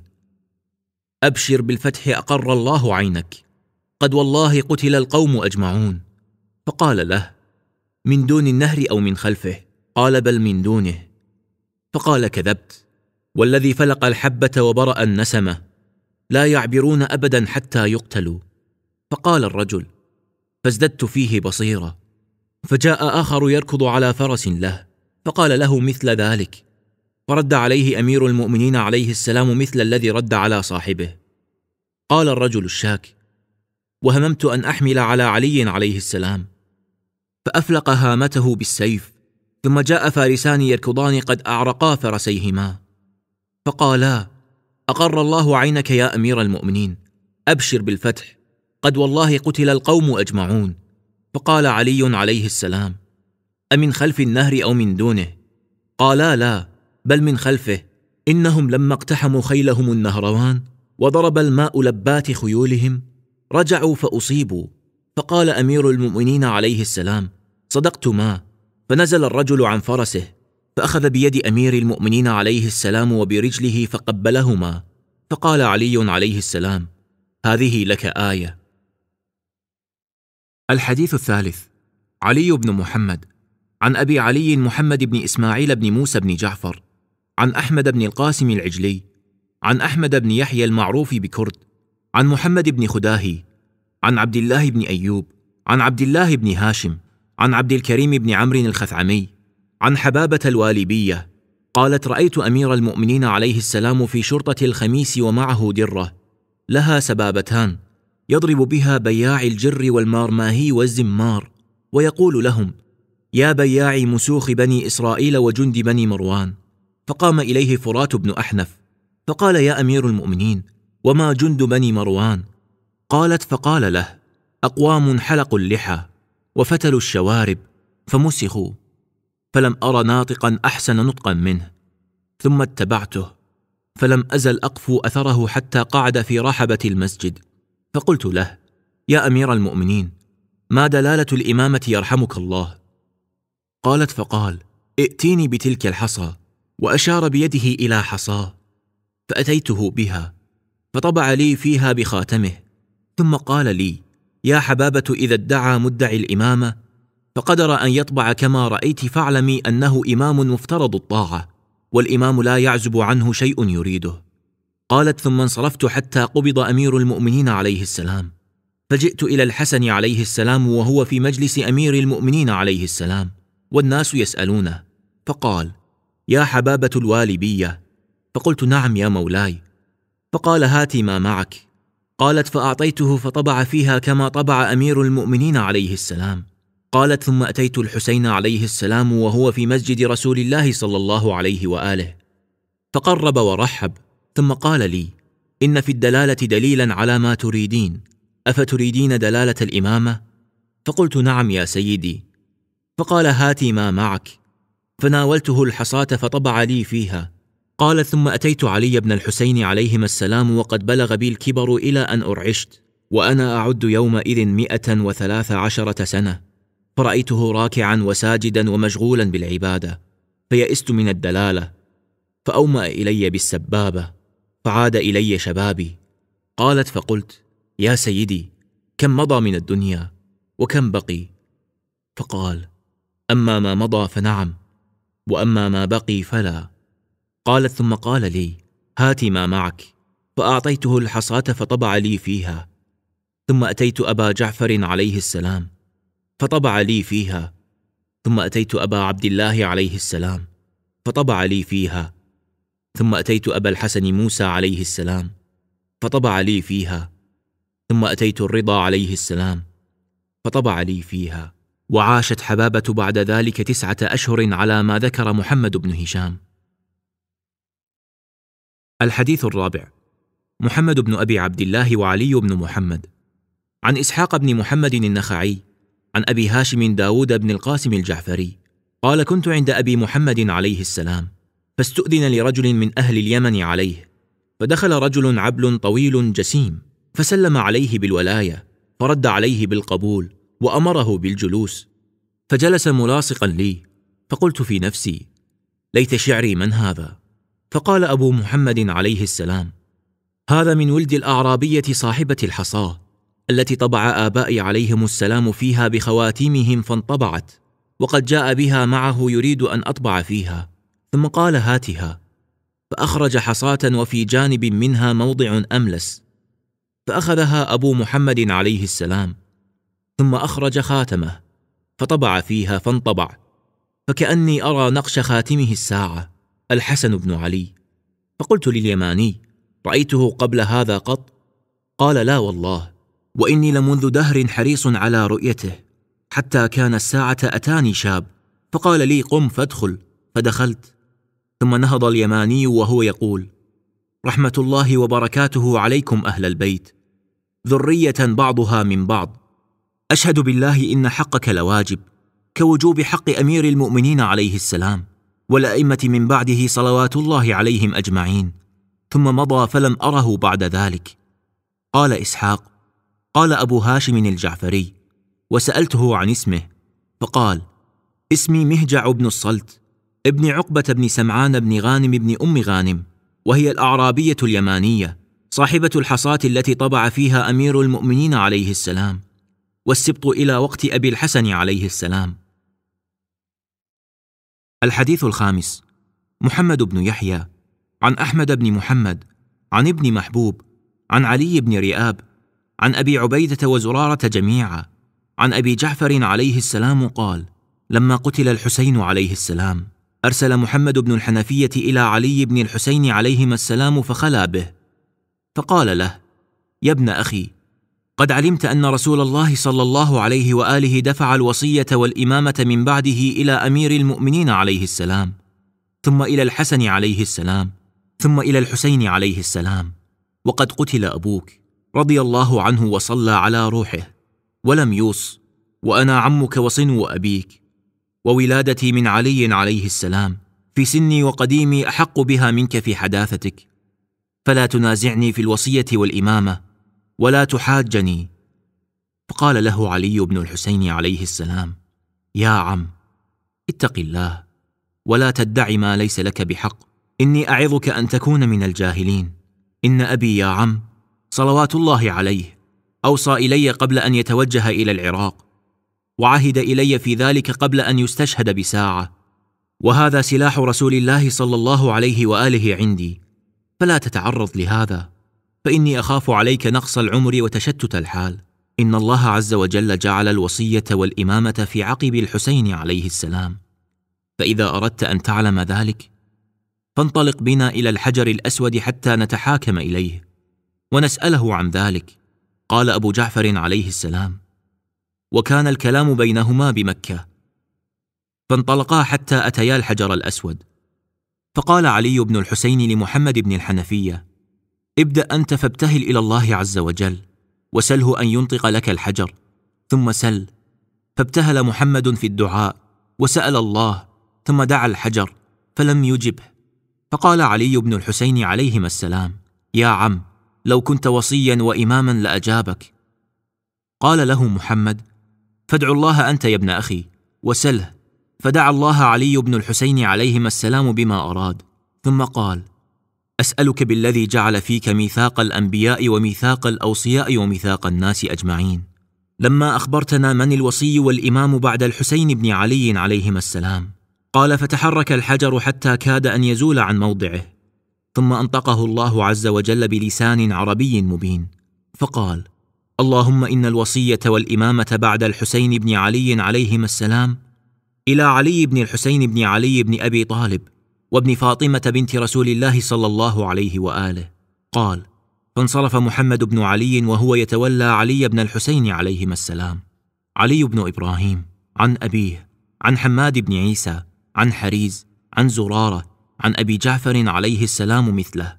أبشر بالفتح، أقر الله عينك، قد والله قتل القوم أجمعون. فقال له: من دون النهر أو من خلفه؟ قال: بل من دونه. فقال: كذبت، والذي فلق الحبة وبرأ النسمة، لا يعبرون أبدا حتى يقتلوا. فقال الرجل: فازددت فيه بصيرة. فجاء آخر يركض على فرس له، فقال له مثل ذلك، فرد عليه أمير المؤمنين عليه السلام مثل الذي رد على صاحبه. قال الرجل الشاك: وهممت أن أحمل على علي عليه السلام، فأفلق هامته بالسيف، ثم جاء فارسان يركضان قد أعرقا فرسيهما، فقالا: أقر الله عينك يا أمير المؤمنين، أبشر بالفتح، قد والله قتل القوم أجمعون. فقال علي عليه السلام: أمن خلف النهر أو من دونه؟ قالا: لا، بل من خلفه، إنهم لما اقتحموا خيلهم النهروان وضرب الماء لبات خيولهم رجعوا فأصيبوا. فقال أمير المؤمنين عليه السلام: صدقتما. فنزل الرجل عن فرسه، فأخذ بيد أمير المؤمنين عليه السلام وبرجله فقبلهما، فقال علي عليه السلام: هذه لك آية. الحديث الثالث: علي بن محمد عن أبي علي محمد بن إسماعيل بن موسى بن جعفر عن أحمد بن القاسم العجلي عن أحمد بن يحيى المعروف بكرد عن محمد بن خداهي عن عبد الله بن أيوب عن عبد الله بن هاشم عن عبد الكريم بن عمرو الخثعمي عن حبابة الوالبية قالت: رأيت أمير المؤمنين عليه السلام في شرطة الخميس ومعه درة لها سبابتان يضرب بها بياع الجر والمارماهي والزمار، ويقول لهم: يا بياعي مسوخ بني إسرائيل وجند بني مروان. فقام إليه فرات بن أحنف فقال: يا أمير المؤمنين، وما جند بني مروان؟ قالت: فقال له: أقوام حلقوا اللحى وفتلوا الشوارب فمسخوا، فلم أر ناطقا أحسن نطقا منه. ثم اتبعته فلم أزل أقفو أثره حتى قعد في رحبة المسجد، فقلت له: يا أمير المؤمنين، ما دلالة الإمامة يرحمك الله؟ قالت: فقال: ائتيني بتلك الحصى، وأشار بيده إلى حصاه، فأتيته بها فطبع لي فيها بخاتمه، ثم قال لي: يا حبابة، إذا ادعى مدعي الإمامة فقدر أن يطبع كما رأيت، فاعلمي أنه إمام مفترض الطاعة، والإمام لا يعزب عنه شيء يريده. قالت: ثم انصرفت حتى قبض أمير المؤمنين عليه السلام، فجئت إلى الحسن عليه السلام وهو في مجلس أمير المؤمنين عليه السلام والناس يسألونه، فقال: يا حبابة الوالبية. فقلت: نعم يا مولاي. فقال: هاتي ما معك. قالت: فأعطيته فطبع فيها كما طبع أمير المؤمنين عليه السلام. قالت: ثم أتيت الحسين عليه السلام وهو في مسجد رسول الله صلى الله عليه وآله، فقرب ورحب، ثم قال لي: إن في الدلالة دليلا على ما تريدين، أفتريدين دلالة الإمامة؟ فقلت: نعم يا سيدي، فقال: هاتي ما معك. فناولته الحصاة فطبع لي فيها. قال: ثم أتيت علي بن الحسين عليهما السلام وقد بلغ بي الكبر إلى أن أرعشت، وأنا أعد يومئذ مئة وثلاث عشرة سنة، فرأيته راكعا وساجدا ومشغولا بالعبادة، فيئست من الدلالة، فأومأ إلي بالسبابة، فعاد إلي شبابي. قالت: فقلت: يا سيدي، كم مضى من الدنيا وكم بقي؟ فقال: أما ما مضى فنعم، وأما ما بقي فلا. قالت: ثم قال لي: هاتي ما معك. فأعطيته الحصاة فطبع لي فيها. ثم أتيت أبا جعفر عليه السلام فطبع لي فيها. ثم أتيت أبا عبد الله عليه السلام فطبع لي فيها. ثم أتيت أبا الحسن موسى عليه السلام فطبع لي فيها. ثم أتيت الرضا عليه السلام فطبع لي فيها. وعاشت حبابة بعد ذلك تسعة أشهر على ما ذكر محمد بن هشام. الحديث الرابع: محمد بن أبي عبد الله وعلي بن محمد. عن إسحاق بن محمد النخعي عن أبي هاشم داود بن القاسم الجعفري قال: كنت عند أبي محمد عليه السلام، فاستؤذن لرجل من أهل اليمن عليه، فدخل رجل عبل طويل جسيم، فسلم عليه بالولاية، فرد عليه بالقبول، وأمره بالجلوس، فجلس ملاصقا لي، فقلت في نفسي: ليت شعري من هذا. فقال أبو محمد عليه السلام: هذا من ولد الأعرابية صاحبة الحصاة، التي طبع آبائي عليهم السلام فيها بخواتيمهم فانطبعت، وقد جاء بها معه يريد أن أطبع فيها. ثم قال: هاتها. فأخرج حصاة وفي جانب منها موضع أملس، فأخذها أبو محمد عليه السلام، ثم أخرج خاتمه فطبع فيها فانطبع، فكأني أرى نقش خاتمه الساعة الحسن بن علي. فقلت لليماني: رأيته قبل هذا قط؟ قال: لا والله، وإني لمنذ دهر حريص على رؤيته، حتى كان الساعة أتاني شاب فقال لي: قم فادخل، فدخلت. ثم نهض اليماني وهو يقول: رحمة الله وبركاته عليكم أهل البيت، ذرية بعضها من بعض، أشهد بالله إن حقك لواجب، كوجوب حق أمير المؤمنين عليه السلام، والأئمة من بعده صلوات الله عليهم أجمعين. ثم مضى فلم أره بعد ذلك. قال إسحاق: قال أبو هاشم الجعفري، وسألته عن اسمه، فقال: اسمي مهجع بن الصلت ابن عقبة بن سمعان بن غانم بن أم غانم، وهي الأعرابية اليمانية صاحبة الحصاة التي طبع فيها أمير المؤمنين عليه السلام، والسبط إلى وقت أبي الحسن عليه السلام. الحديث الخامس: محمد بن يحيى عن أحمد بن محمد عن ابن محبوب عن علي بن رئاب عن أبي عبيدة وزرارة جميعا عن أبي جعفر عليه السلام قال: لما قتل الحسين عليه السلام أرسل محمد بن الحنفية إلى علي بن الحسين عليهما السلام فخلا به، فقال له: يا ابن أخي، قد علمت أن رسول الله صلى الله عليه وآله دفع الوصية والإمامة من بعده إلى أمير المؤمنين عليه السلام، ثم إلى الحسن عليه السلام، ثم إلى الحسين عليه السلام، وقد قتل أبوك رضي الله عنه وصلى على روحه، ولم يوص، وأنا عمك وصنو أبيك، وولادتي من علي عليه السلام في سني وقديمي أحق بها منك في حداثتك، فلا تنازعني في الوصية والإمامة ولا تحاجني. فقال له علي بن الحسين عليه السلام: يا عم، اتق الله ولا تدع ما ليس لك بحق، إني أعظك أن تكون من الجاهلين. إن أبي يا عم صلوات الله عليه أوصى إلي قبل أن يتوجه إلى العراق، وعهد إلي في ذلك قبل أن يستشهد بساعة، وهذا سلاح رسول الله صلى الله عليه وآله عندي، فلا تتعرض لهذا، فإني أخاف عليك نقص العمر وتشتت الحال. إن الله عز وجل جعل الوصية والإمامة في عقب الحسين عليه السلام، فإذا أردت أن تعلم ذلك فانطلق بنا إلى الحجر الأسود حتى نتحاكم إليه ونسأله عن ذلك. قال أبو جعفر عليه السلام: وكان الكلام بينهما بمكة، فانطلقا حتى أتيا الحجر الأسود، فقال علي بن الحسين لمحمد بن الحنفية: ابدأ أنت فابتهل إلى الله عز وجل وسله أن ينطق لك الحجر، ثم سل. فابتهل محمد في الدعاء وسأل الله، ثم دعا الحجر فلم يجبه. فقال علي بن الحسين عليهما السلام: يا عم، لو كنت وصيا وإماما لأجابك. قال له محمد: فادع الله أنت يا ابن أخي وسله. فدعا الله علي بن الحسين عليهما السلام بما أراد، ثم قال: أسألك بالذي جعل فيك ميثاق الأنبياء وميثاق الأوصياء وميثاق الناس أجمعين، لما أخبرتنا من الوصي والإمام بعد الحسين بن علي عليهما السلام. قال: فتحرك الحجر حتى كاد أن يزول عن موضعه، ثم أنطقه الله عز وجل بلسان عربي مبين، فقال: اللهم إن الوصية والإمامة بعد الحسين بن علي عليهما السلام إلى علي بن الحسين بن علي بن أبي طالب وابن فاطمة بنت رسول الله صلى الله عليه وآله. قال: فانصرف محمد بن علي وهو يتولى علي بن الحسين عليهما السلام. علي بن إبراهيم عن أبيه عن حماد بن عيسى عن حريز عن زرارة عن أبي جعفر عليه السلام مثله.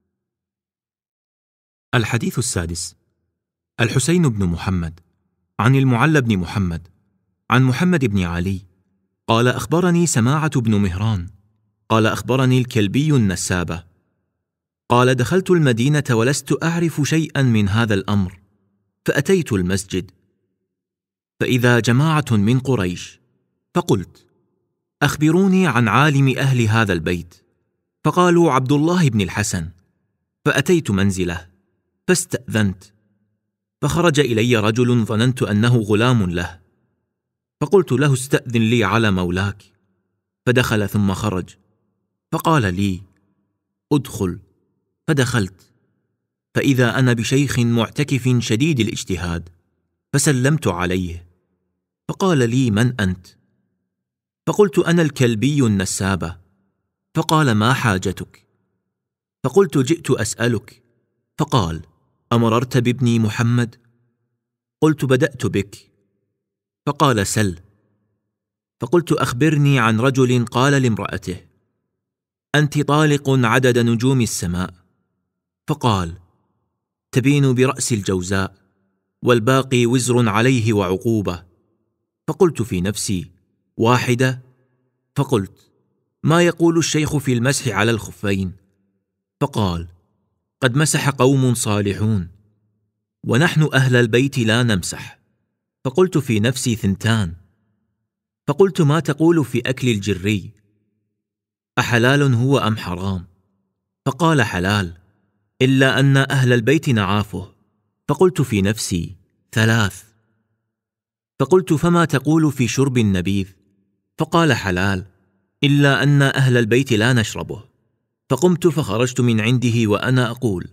الحديث السادس. الحسين بن محمد عن المعلى بن محمد عن محمد بن علي قال: أخبرني سماعة بن مهران قال: أخبرني الكلبي النسابة قال: دخلت المدينة ولست أعرف شيئا من هذا الأمر، فأتيت المسجد فإذا جماعة من قريش، فقلت: أخبروني عن عالم أهل هذا البيت. فقالوا: عبد الله بن الحسن. فأتيت منزله فاستأذنت، فخرج إلي رجل ظننت أنه غلام له، فقلت له: استأذن لي على مولاك. فدخل ثم خرج، فقال لي: أدخل. فدخلت، فإذا أنا بشيخ معتكف شديد الاجتهاد، فسلمت عليه، فقال لي: من أنت؟ فقلت: أنا الكلبي النسابة. فقال: ما حاجتك؟ فقلت: جئت أسألك. فقال: أمررت بابني محمد؟ قلت: بدأت بك. فقال: سل. فقلت: أخبرني عن رجل قال لامرأته: أنت طالق عدد نجوم السماء. فقال: تبين برأس الجوزاء، والباقي وزر عليه وعقوبة. فقلت في نفسي: واحدة؟ فقلت: ما يقول الشيخ في المسح على الخفين؟ فقال: قد مسح قوم صالحون، ونحن أهل البيت لا نمسح. فقلت في نفسي: ثنتان. فقلت: ما تقول في أكل الجري؟ أحلال هو أم حرام؟ فقال: حلال، إلا أن أهل البيت نعافه. فقلت في نفسي: ثلاث. فقلت: فما تقول في شرب النبيذ؟ فقال: حلال، إلا أن أهل البيت لا نشربه. فقمت فخرجت من عنده وأنا أقول: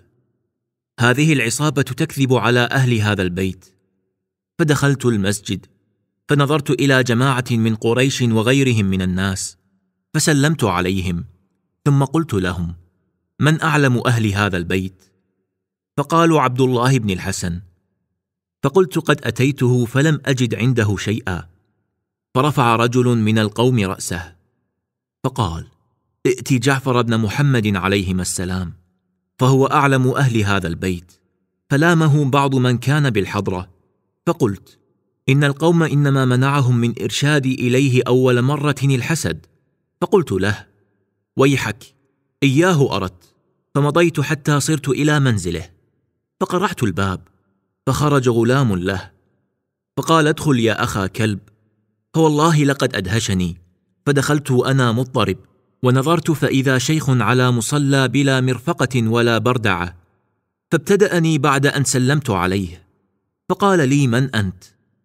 هذه العصابة تكذب على أهل هذا البيت. فدخلت المسجد فنظرت إلى جماعة من قريش وغيرهم من الناس، فسلمت عليهم، ثم قلت لهم: من أعلم أهل هذا البيت؟ فقالوا: عبد الله بن الحسن. فقلت: قد أتيته فلم أجد عنده شيئا. فرفع رجل من القوم رأسه فقال: ائت جعفر بن محمد عليهما السلام، فهو أعلم أهل هذا البيت. فلامه بعض من كان بالحضرة، فقلت: إن القوم إنما منعهم من إرشادي إليه أول مرة الحسد. فقلت له: ويحك، إياه أردت. فمضيت حتى صرت إلى منزله، فقرعت الباب، فخرج غلام له، فقال: ادخل يا أخا كلب. فوالله لقد أدهشني، فدخلت وأنا مضطرب، ونظرت فإذا شيخ على مصلى بلا مرفقة ولا بردعة، فابتدأني بعد أن سلمت عليه، فقال لي: من أنت؟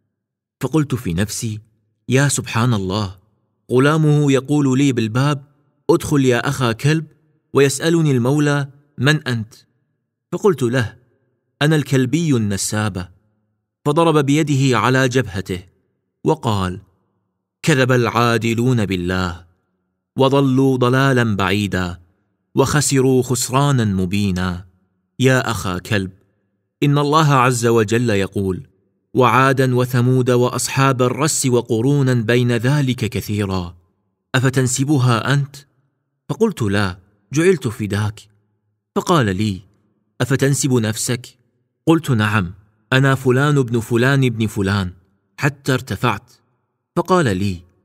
فقلت في نفسي: يا سبحان الله، غلامه يقول لي بالباب: ادخل يا أخا كلب، ويسألني المولى: من أنت؟ فقلت له: أنا الكلبي النسابة. فضرب بيده على جبهته وقال: كذب العادلون بالله، وضلوا ضلالا بعيدا، وخسروا خسرانا مبينا. يا أخا كلب، إن الله عز وجل يقول: وعادا وثمود وأصحاب الرس وقرونا بين ذلك كثيرا، أفتنسبها أنت؟ فقلت: لا، جعلت فداك. فقال لي: أفتنسب نفسك؟ قلت: نعم، أنا فلان ابن فلان ابن فلان، حتى ارتفعت. فقال لي: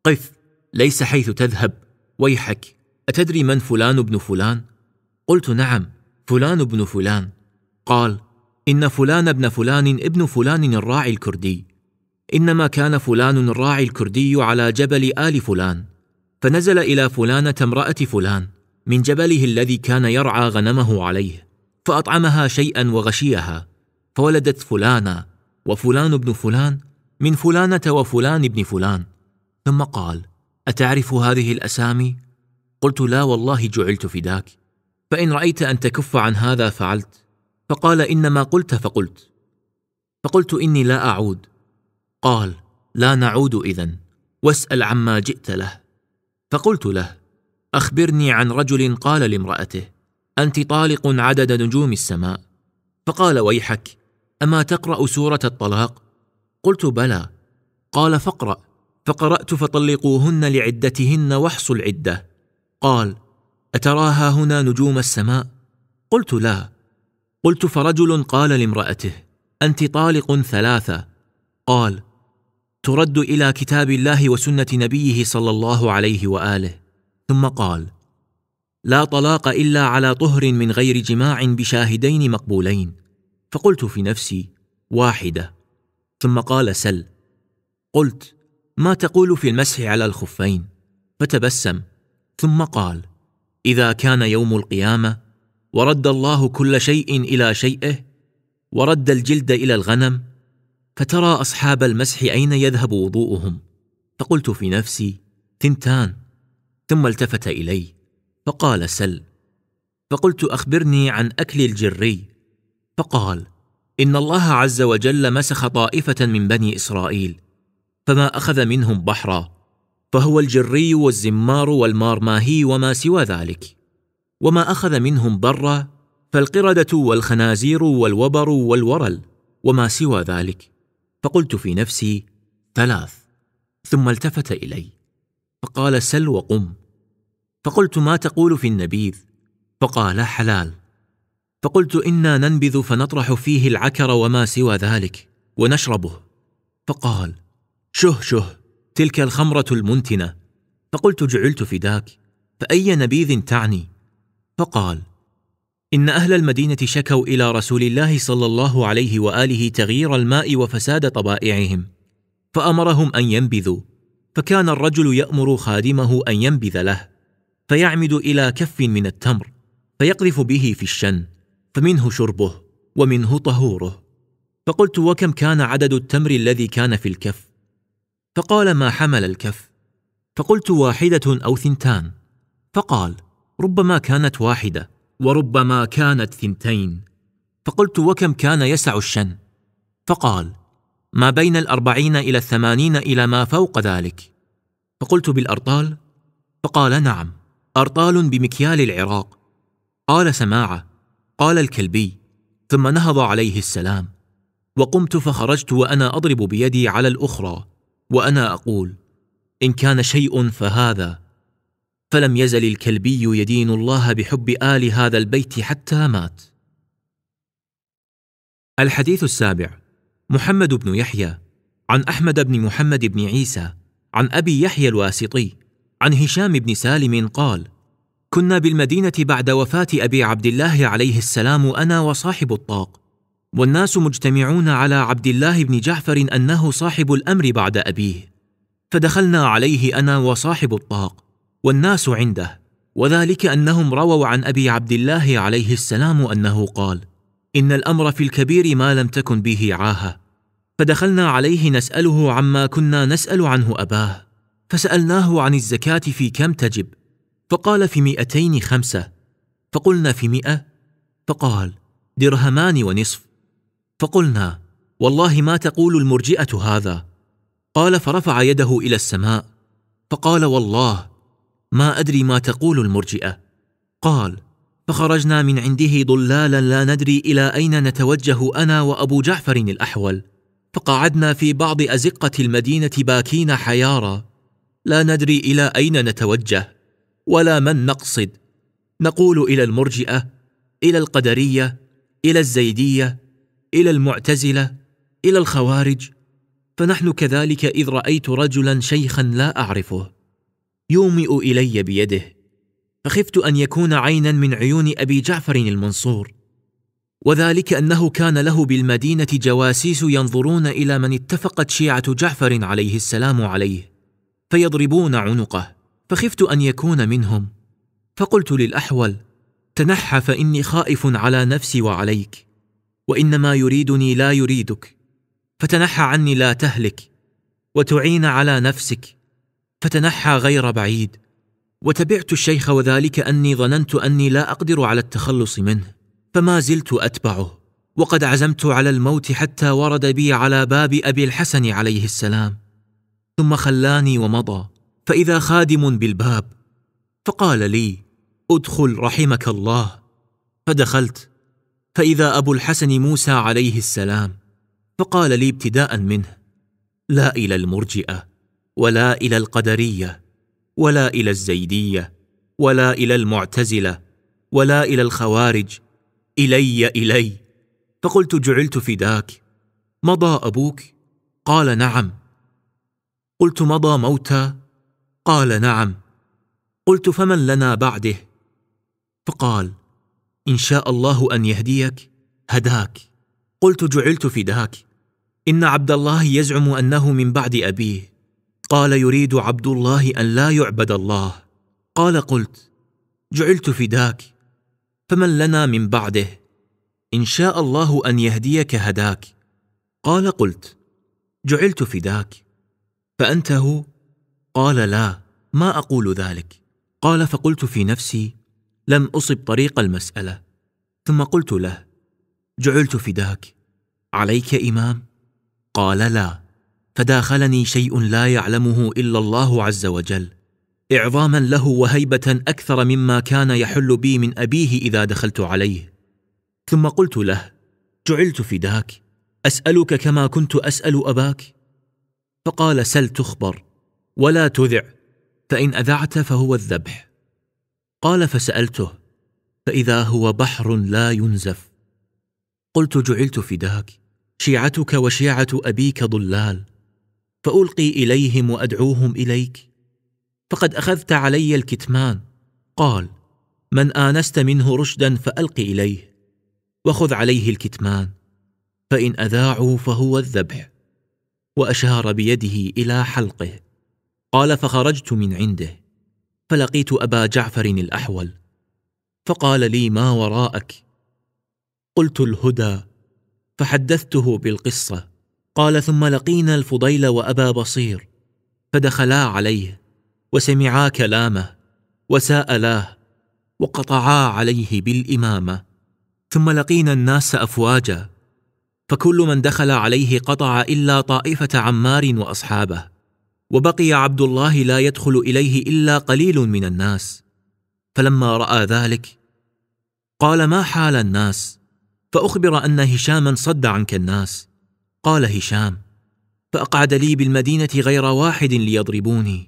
قف، ليس حيث تذهب، ويحك، أتدري من فلان بن فلان؟ قلت نعم، فلان بن فلان. قال: إن فلان ابن فلان ابن فلان الراعي الكردي، إنما كان فلان الراعي الكردي على جبل آل فلان، فنزل إلى فلانة امرأة فلان من جبله الذي كان يرعى غنمه عليه، فأطعمها شيئا وغشيها، فولدت فلانا وفلان ابن فلان من فلانة وفلان ابن فلان. ثم قال: أتعرف هذه الأسامي؟ قلت: لا والله، جعلت فداك، فإن رأيت أن تكف عن هذا فعلت. فقال: إنما قلت فقلت. فقلت: إني لا أعود. قال: لا نعود إذن، واسأل عما جئت له. فقلت له: أخبرني عن رجل قال لامرأته: أنت طالق عدد نجوم السماء. فقال: ويحك، أما تقرأ سورة الطلاق؟ قلت: بلى. قال: فاقرأ. فقرأت: فطلقوهن لعدتهن واحصوا العدة. قال: أتراها هنا نجوم السماء؟ قلت: لا. قلت: فرجل قال لامرأته: أنت طالق ثلاثة. قال: ترد إلى كتاب الله وسنة نبيه صلى الله عليه وآله. ثم قال: لا طلاق إلا على طهر من غير جماع بشاهدين مقبولين. فقلت في نفسي: واحدة. ثم قال: سل. قلت: ما تقول في المسح على الخفين؟ فتبسم، ثم قال: إذا كان يوم القيامة ورد الله كل شيء إلى شيئه، ورد الجلد إلى الغنم، فترى أصحاب المسح أين يذهب وضوءهم؟ فقلت في نفسي: ثنتان. ثم التفت إلي فقال: سل. فقلت: أخبرني عن أكل الجري. فقال: إن الله عز وجل مسخ طائفة من بني إسرائيل، فما أخذ منهم بحرا، فهو الجري والزمار والمارماهي وما سوى ذلك، وما أخذ منهم برا، فالقردة والخنازير والوبر والورل وما سوى ذلك. فقلت في نفسي: ثلاث. ثم التفت إلي فقال: سل وقم. فقلت: ما تقول في النبيذ؟ فقال: حلال. فقلت: إنا ننبذ فنطرح فيه العكر وما سوى ذلك ونشربه. فقال: شه شه، تلك الخمرة المنتنة. فقلت: جعلت فداك، فأي نبيذ تعني؟ فقال: إن أهل المدينة شكوا إلى رسول الله صلى الله عليه وآله تغيير الماء وفساد طبائعهم، فأمرهم أن ينبذوا، فكان الرجل يأمر خادمه أن ينبذ له، فيعمد إلى كف من التمر فيقذف به في الشن، فمنه شربه ومنه طهوره. فقلت: وكم كان عدد التمر الذي كان في الكف؟ فقال: ما حمل الكف. فقلت: واحدة أو ثنتان. فقال: ربما كانت واحدة وربما كانت ثنتين. فقلت: وكم كان يسع الشن؟ فقال: ما بين الأربعين إلى الثمانين إلى ما فوق ذلك. فقلت: بالأرطال؟ فقال: نعم، أرطال بمكيال العراق. قال: سماعة. قال الكلبي، ثم نهض عليه السلام، وقمت فخرجت وأنا أضرب بيدي على الأخرى وأنا أقول: إن كان شيء فهذا. فلم يزل الكلبي يدين الله بحب آل هذا البيت حتى مات. الحديث السابع. محمد بن يحيى عن أحمد بن محمد بن عيسى عن أبي يحيى الواسطي عن هشام بن سالم قال: كنا بالمدينة بعد وفاة أبي عبد الله عليه السلام أنا وصاحب الطاق، والناس مجتمعون على عبد الله بن جعفر أنه صاحب الأمر بعد أبيه، فدخلنا عليه أنا وصاحب الطاق والناس عنده، وذلك أنهم رووا عن أبي عبد الله عليه السلام أنه قال: إن الأمر في الكبير ما لم تكن به عاهة. فدخلنا عليه نسأله عما كنا نسأل عنه أباه، فسألناه عن الزكاة في كم تجب؟ فقال: في مئتين خمسة. فقلنا: في مئة؟ فقال: درهمان ونصف. فقلنا: والله ما تقول المرجئة هذا؟ قال: فرفع يده إلى السماء فقال: والله ما أدري ما تقول المرجئة. قال: فخرجنا من عنده ضلالا لا ندري إلى أين نتوجه أنا وأبو جعفر الأحول، فقعدنا في بعض أزقة المدينة باكين حيارى، لا ندري إلى أين نتوجه ولا من نقصد، نقول إلى المرجئة، إلى القدرية، إلى الزيدية، إلى المعتزلة، إلى الخوارج. فنحن كذلك إذ رأيت رجلا شيخا لا أعرفه يومئ إلي بيده، فخفت أن يكون عينا من عيون أبي جعفر المنصور، وذلك أنه كان له بالمدينة جواسيس ينظرون إلى من اتفقت شيعة جعفر عليه السلام عليه فيضربون عنقه، فخفت أن يكون منهم. فقلت للأحول: تنحى فإني خائف على نفسي وعليك، وإنما يريدني لا يريدك، فتنحى عني لا تهلك، وتعين على نفسك. فتنحى غير بعيد، وتبعت الشيخ، وذلك أني ظننت أني لا أقدر على التخلص منه، فما زلت أتبعه، وقد عزمت على الموت حتى ورد بي على باب أبي الحسن عليه السلام، ثم خلاني ومضى، فإذا خادم بالباب فقال لي: ادخل رحمك الله. فدخلت، فإذا أبو الحسن موسى عليه السلام، فقال لي ابتداء منه: لا إلى المرجئة، ولا إلى القدرية، ولا إلى الزيدية، ولا إلى المعتزلة، ولا إلى الخوارج، إلي إلي. فقلت: جعلت فداك، مضى أبوك؟ قال: نعم. قلت: مضى موتى؟ قال: نعم. قلت: فمن لنا بعده؟ فقال: إن شاء الله أن يهديك هداك. قلت: جعلت فداك، إن عبد الله يزعم أنه من بعد أبيه. قال: يريد عبد الله أن لا يعبد الله. قال: قلت: جعلت فداك، فمن لنا من بعده؟ إن شاء الله أن يهديك هداك. قال: قلت: جعلت فداك، فأنت هو؟ قال: لا، ما أقول ذلك. قال: فقلت في نفسي: لم أصب طريق المسألة. ثم قلت له: جعلت فداك، عليك إمام؟ قال: لا. فداخلني شيء لا يعلمه إلا الله عز وجل، إعظاما له وهيبة أكثر مما كان يحل بي من أبيه إذا دخلت عليه. ثم قلت له: جعلت فداك، أسألك كما كنت أسأل أباك؟ فقال: سل تخبر، ولا تذع، فإن أذعت فهو الذبح. قال: فسألته، فإذا هو بحر لا ينزف. قلت: جعلت فداك، شيعتك وشيعة أبيك ضلال، فألقي إليهم وأدعوهم إليك؟ فقد أخذت علي الكتمان. قال: من آنست منه رشدا فألق إليه، وخذ عليه الكتمان، فإن أذاعوا فهو الذبح. وأشار بيده إلى حلقه. قال: فخرجت من عنده، فلقيت أبا جعفر الأحول، فقال لي: ما وراءك؟ قلت: الهدى. فحدثته بالقصة. قال: ثم لقينا الفضيل وأبا بصير، فدخلا عليه وسمعا كلامه وساءلاه وقطعا عليه بالإمامة. ثم لقينا الناس أفواجا، فكل من دخل عليه قطع إلا طائفة عمار وأصحابه، وبقي عبد الله لا يدخل إليه إلا قليل من الناس. فلما رأى ذلك قال: ما حال الناس؟ فأخبر أن هشاما صد عنك الناس. قال هشام: فأقعد لي بالمدينة غير واحد ليضربوني.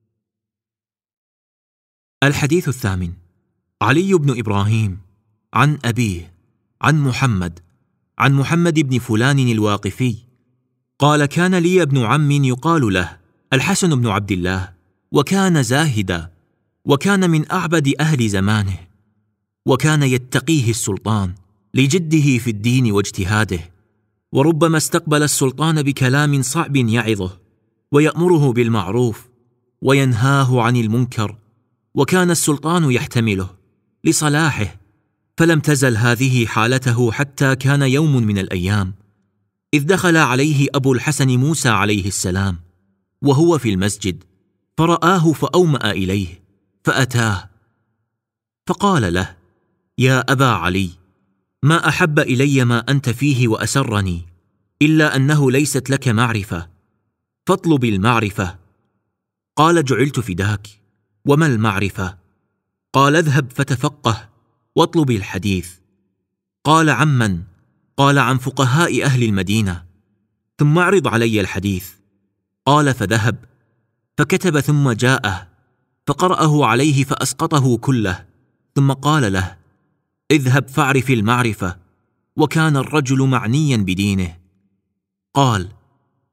الحديث الثامن. علي بن إبراهيم عن أبيه عن محمد عن محمد بن فلان الواقفي قال: كان لي ابن عم يقال له الحسن بن عبد الله، وكان زاهدا، وكان من أعبد أهل زمانه، وكان يتقيه السلطان لجده في الدين واجتهاده، وربما استقبل السلطان بكلام صعب يعظه ويأمره بالمعروف وينهاه عن المنكر، وكان السلطان يحتمله لصلاحه. فلم تزل هذه حالته حتى كان يوم من الأيام إذ دخل عليه أبو الحسن موسى عليه السلام وهو في المسجد، فرآه فأومأ إليه، فأتاه فقال له: يا أبا علي، ما أحب إلي ما أنت فيه وأسرني، إلا أنه ليست لك معرفة، فاطلب المعرفة. قال: جعلت فداك، وما المعرفة؟ قال: اذهب فتفقه واطلب الحديث. قال: عمن؟ قال: عن فقهاء أهل المدينة، ثم اعرض علي الحديث. قال: فذهب فكتب ثم جاءه فقرأه عليه فأسقطه كله، ثم قال له: اذهب فاعرف المعرفة. وكان الرجل معنيا بدينه. قال: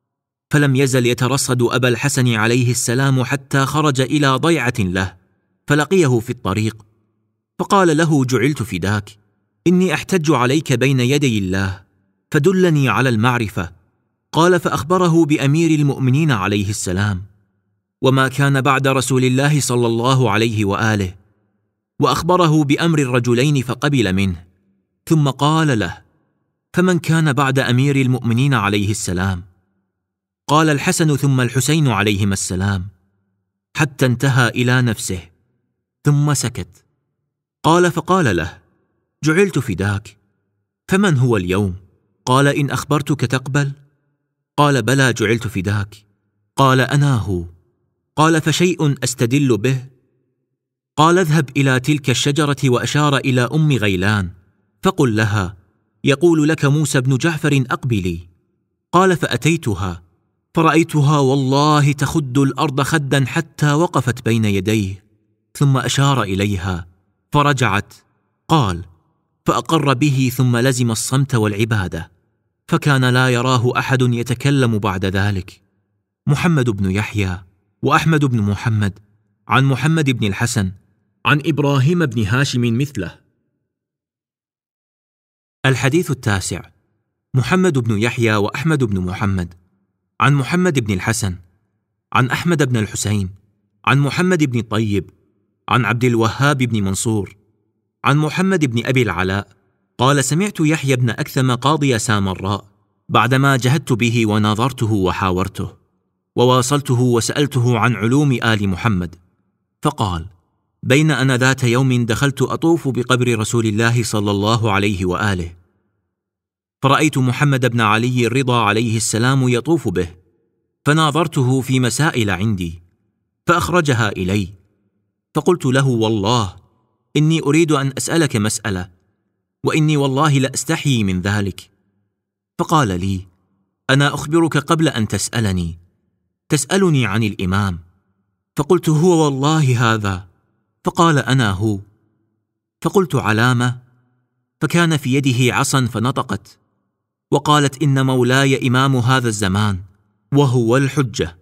فلم يزل يترصد أبا الحسن عليه السلام حتى خرج إلى ضيعة له، فلقيه في الطريق، فقال له: جعلت فداك، إني أحتج عليك بين يدي الله، فدلني على المعرفة. قال: فأخبره بأمير المؤمنين عليه السلام، وما كان بعد رسول الله صلى الله عليه وآله، وأخبره بأمر الرجلين فقبل منه، ثم قال له: فمن كان بعد أمير المؤمنين عليه السلام؟ قال الحسن ثم الحسين عليهما السلام، حتى انتهى إلى نفسه، ثم سكت. قال: فقال له: جعلت فداك، فمن هو اليوم؟ قال: إن أخبرتك تقبل؟ قال: بلى، جعلت فداك. قال: أنا هو. قال: فشيء أستدل به؟ قال: اذهب إلى تلك الشجرة، وأشار إلى أم غيلان، فقل لها: يقول لك موسى بن جعفر أقبلي. قال: فأتيتها فرأيتها والله تخد الأرض خدا حتى وقفت بين يديه، ثم أشار إليها فرجعت. قال: فأقر به، ثم لزم الصمت والعبادة، فكان لا يراه أحد يتكلم بعد ذلك. محمد بن يحيى وأحمد بن محمد عن محمد بن الحسن عن إبراهيم بن هاشم مثله. الحديث التاسع. محمد بن يحيى وأحمد بن محمد عن محمد بن الحسن عن أحمد بن الحسين عن محمد بن الطيب عن عبد الوهاب بن منصور عن محمد بن أبي العلاء قال: سمعت يحيى بن أكثم قاضي سامراء بعدما جهدت به وناظرته وحاورته وواصلته وسألته عن علوم آل محمد، فقال: بين أنا ذات يوم دخلت أطوف بقبر رسول الله صلى الله عليه وآله، فرأيت محمد بن علي الرضا عليه السلام يطوف به، فناظرته في مسائل عندي فأخرجها إلي، فقلت له: والله إني أريد أن أسألك مسألة، وإني والله لأستحيي من ذلك. فقال لي: أنا أخبرك قبل أن تسألني، تسألني عن الإمام. فقلت: هو والله هذا. فقال: أنا هو. فقلت: علامة؟ فكان في يده عصا فنطقت وقالت: إن مولاي إمام هذا الزمان وهو الحجة.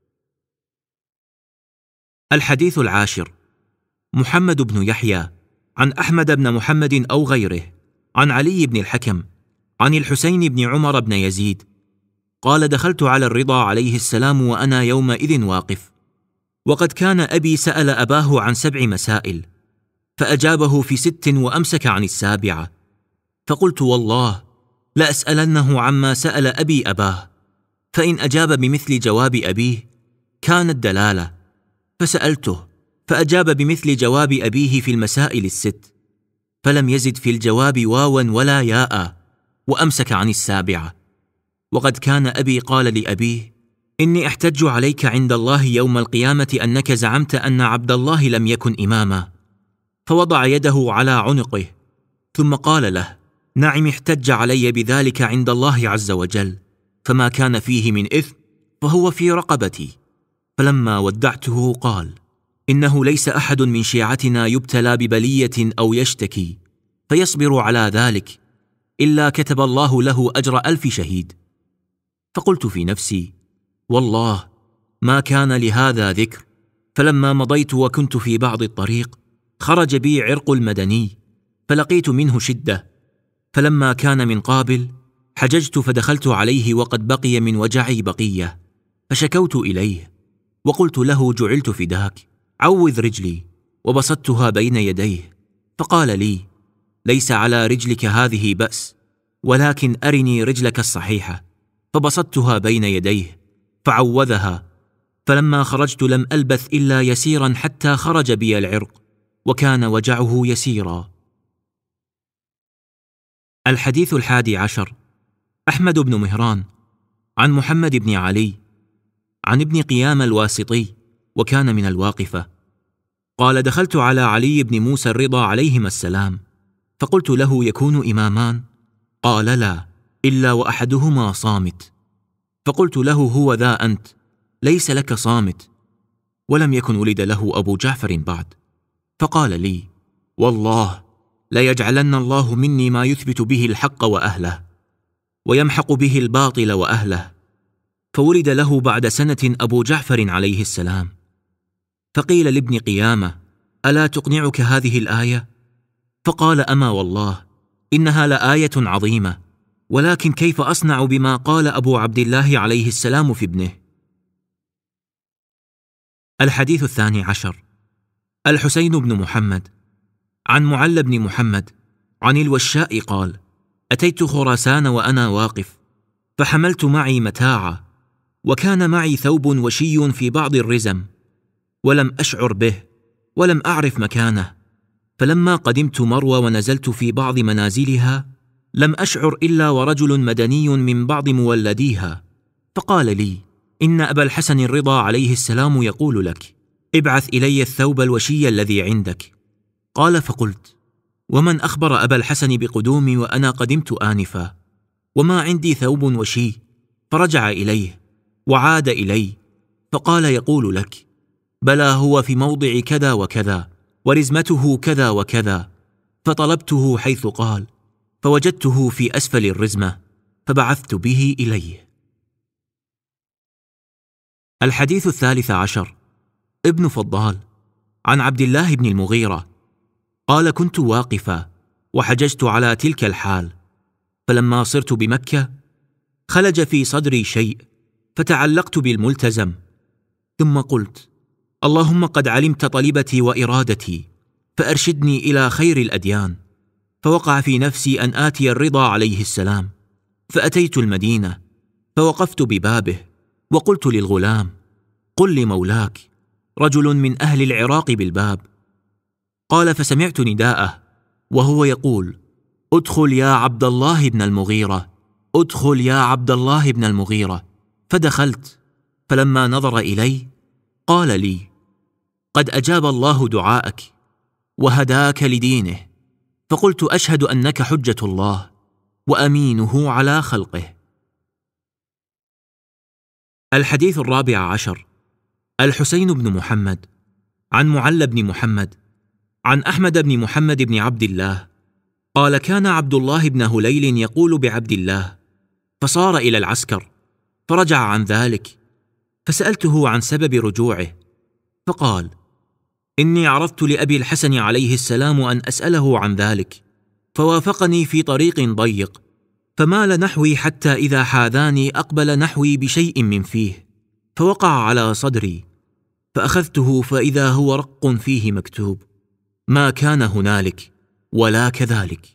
الحديث العاشر. محمد بن يحيى عن أحمد بن محمد أو غيره عن علي بن الحكم عن الحسين بن عمر بن يزيد قال: دخلت على الرضا عليه السلام وأنا يومئذ واقف، وقد كان أبي سأل أباه عن سبع مسائل، فأجابه في ست وأمسك عن السابعة. فقلت: والله لأسألنه عما سأل أبي أباه، فإن أجاب بمثل جواب أبيه كانت دلالة. فسألته فأجاب بمثل جواب أبيه في المسائل الست، فلم يزد في الجواب واوا ولا ياء، وأمسك عن السابعة. وقد كان أبي قال لأبيه: إني أحتج عليك عند الله يوم القيامة أنك زعمت أن عبد الله لم يكن إماما. فوضع يده على عنقه ثم قال له: نعم، احتج علي بذلك عند الله عز وجل، فما كان فيه من إثم فهو في رقبتي. فلما ودعته قال: إنه ليس أحد من شيعتنا يبتلى ببلية أو يشتكي فيصبر على ذلك إلا كتب الله له أجر ألف شهيد. فقلت في نفسي: والله ما كان لهذا ذكر. فلما مضيت وكنت في بعض الطريق خرج بي عرق المدني، فلقيت منه شدة، فلما كان من قابل حججت فدخلت عليه وقد بقي من وجعي بقية، فشكوت إليه وقلت له: جعلت فداك، عوذ رجلي، وبسطتها بين يديه، فقال لي: ليس على رجلك هذه بأس، ولكن أرني رجلك الصحيحة. فبسطتها بين يديه فعوذها، فلما خرجت لم ألبث إلا يسيرا حتى خرج بي العرق، وكان وجعه يسيرا. الحديث الحادي عشر. أحمد بن مهران عن محمد بن علي عن ابن قيام الواسطي، وكان من الواقفة، قال: دخلت على علي بن موسى الرضا عليهما السلام، فقلت له: يكون إمامان؟ قال: لا، إلا وأحدهما صامت. فقلت له: هو ذا أنت، ليس لك صامت، ولم يكن ولد له أبو جعفر بعد. فقال لي: والله ليجعلن الله مني ما يثبت به الحق وأهله، ويمحق به الباطل وأهله. فولد له بعد سنة أبو جعفر عليه السلام. فقيل لابن قيامة: ألا تقنعك هذه الآية؟ فقال: أما والله إنها لآية عظيمة، ولكن كيف أصنع بما قال أبو عبد الله عليه السلام في ابنه؟ الحديث الثاني عشر. الحسين بن محمد عن معل بن محمد عن الوشاء قال: أتيت خراسان وأنا واقف، فحملت معي متاعا، وكان معي ثوب وشي في بعض الرزم، ولم أشعر به ولم أعرف مكانه. فلما قدمت مروى ونزلت في بعض منازلها لم أشعر إلا ورجل مدني من بعض مولديها، فقال لي: إن أبا الحسن الرضا عليه السلام يقول لك: ابعث إلي الثوب الوشي الذي عندك. قال: فقلت: ومن أخبر أبا الحسن بقدومي وأنا قدمت آنفا، وما عندي ثوب وشي؟ فرجع إليه وعاد إلي فقال: يقول لك: بلى هو في موضع كذا وكذا، ورزمته كذا وكذا. فطلبته حيث قال، فوجدته في أسفل الرزمة، فبعثت به إليه. الحديث الثالث عشر. ابن فضال عن عبد الله بن المغيرة قال: كنت واقفا وحججت على تلك الحال، فلما صرت بمكة خلج في صدري شيء، فتعلقت بالملتزم، ثم قلت: اللهم قد علمت طلبتي وإرادتي، فأرشدني إلى خير الأديان. فوقع في نفسي أن آتي الرضا عليه السلام، فأتيت المدينة، فوقفت ببابه، وقلت للغلام: قل لمولاك رجل من أهل العراق بالباب. قال: فسمعت نداءه وهو يقول: ادخل يا عبد الله بن المغيرة، ادخل يا عبد الله بن المغيرة. فدخلت، فلما نظر إلي قال لي: قد أجاب الله دعاءك وهداك لدينه. فقلت: أشهد أنك حجة الله وأمينه على خلقه. الحديث الرابع عشر. الحسين بن محمد عن معل بن محمد عن أحمد بن محمد بن عبد الله قال: كان عبد الله بن هليل يقول بعبد الله، فصار إلى العسكر، فرجع عن ذلك، فسألته عن سبب رجوعه، فقال: إني عرضت لأبي الحسن عليه السلام أن أسأله عن ذلك، فوافقني في طريق ضيق، فمال نحوي حتى إذا حاذاني أقبل نحوي بشيء من فيه، فوقع على صدري، فأخذته فإذا هو رق فيه مكتوب: ما كان هنالك ولا كذلك.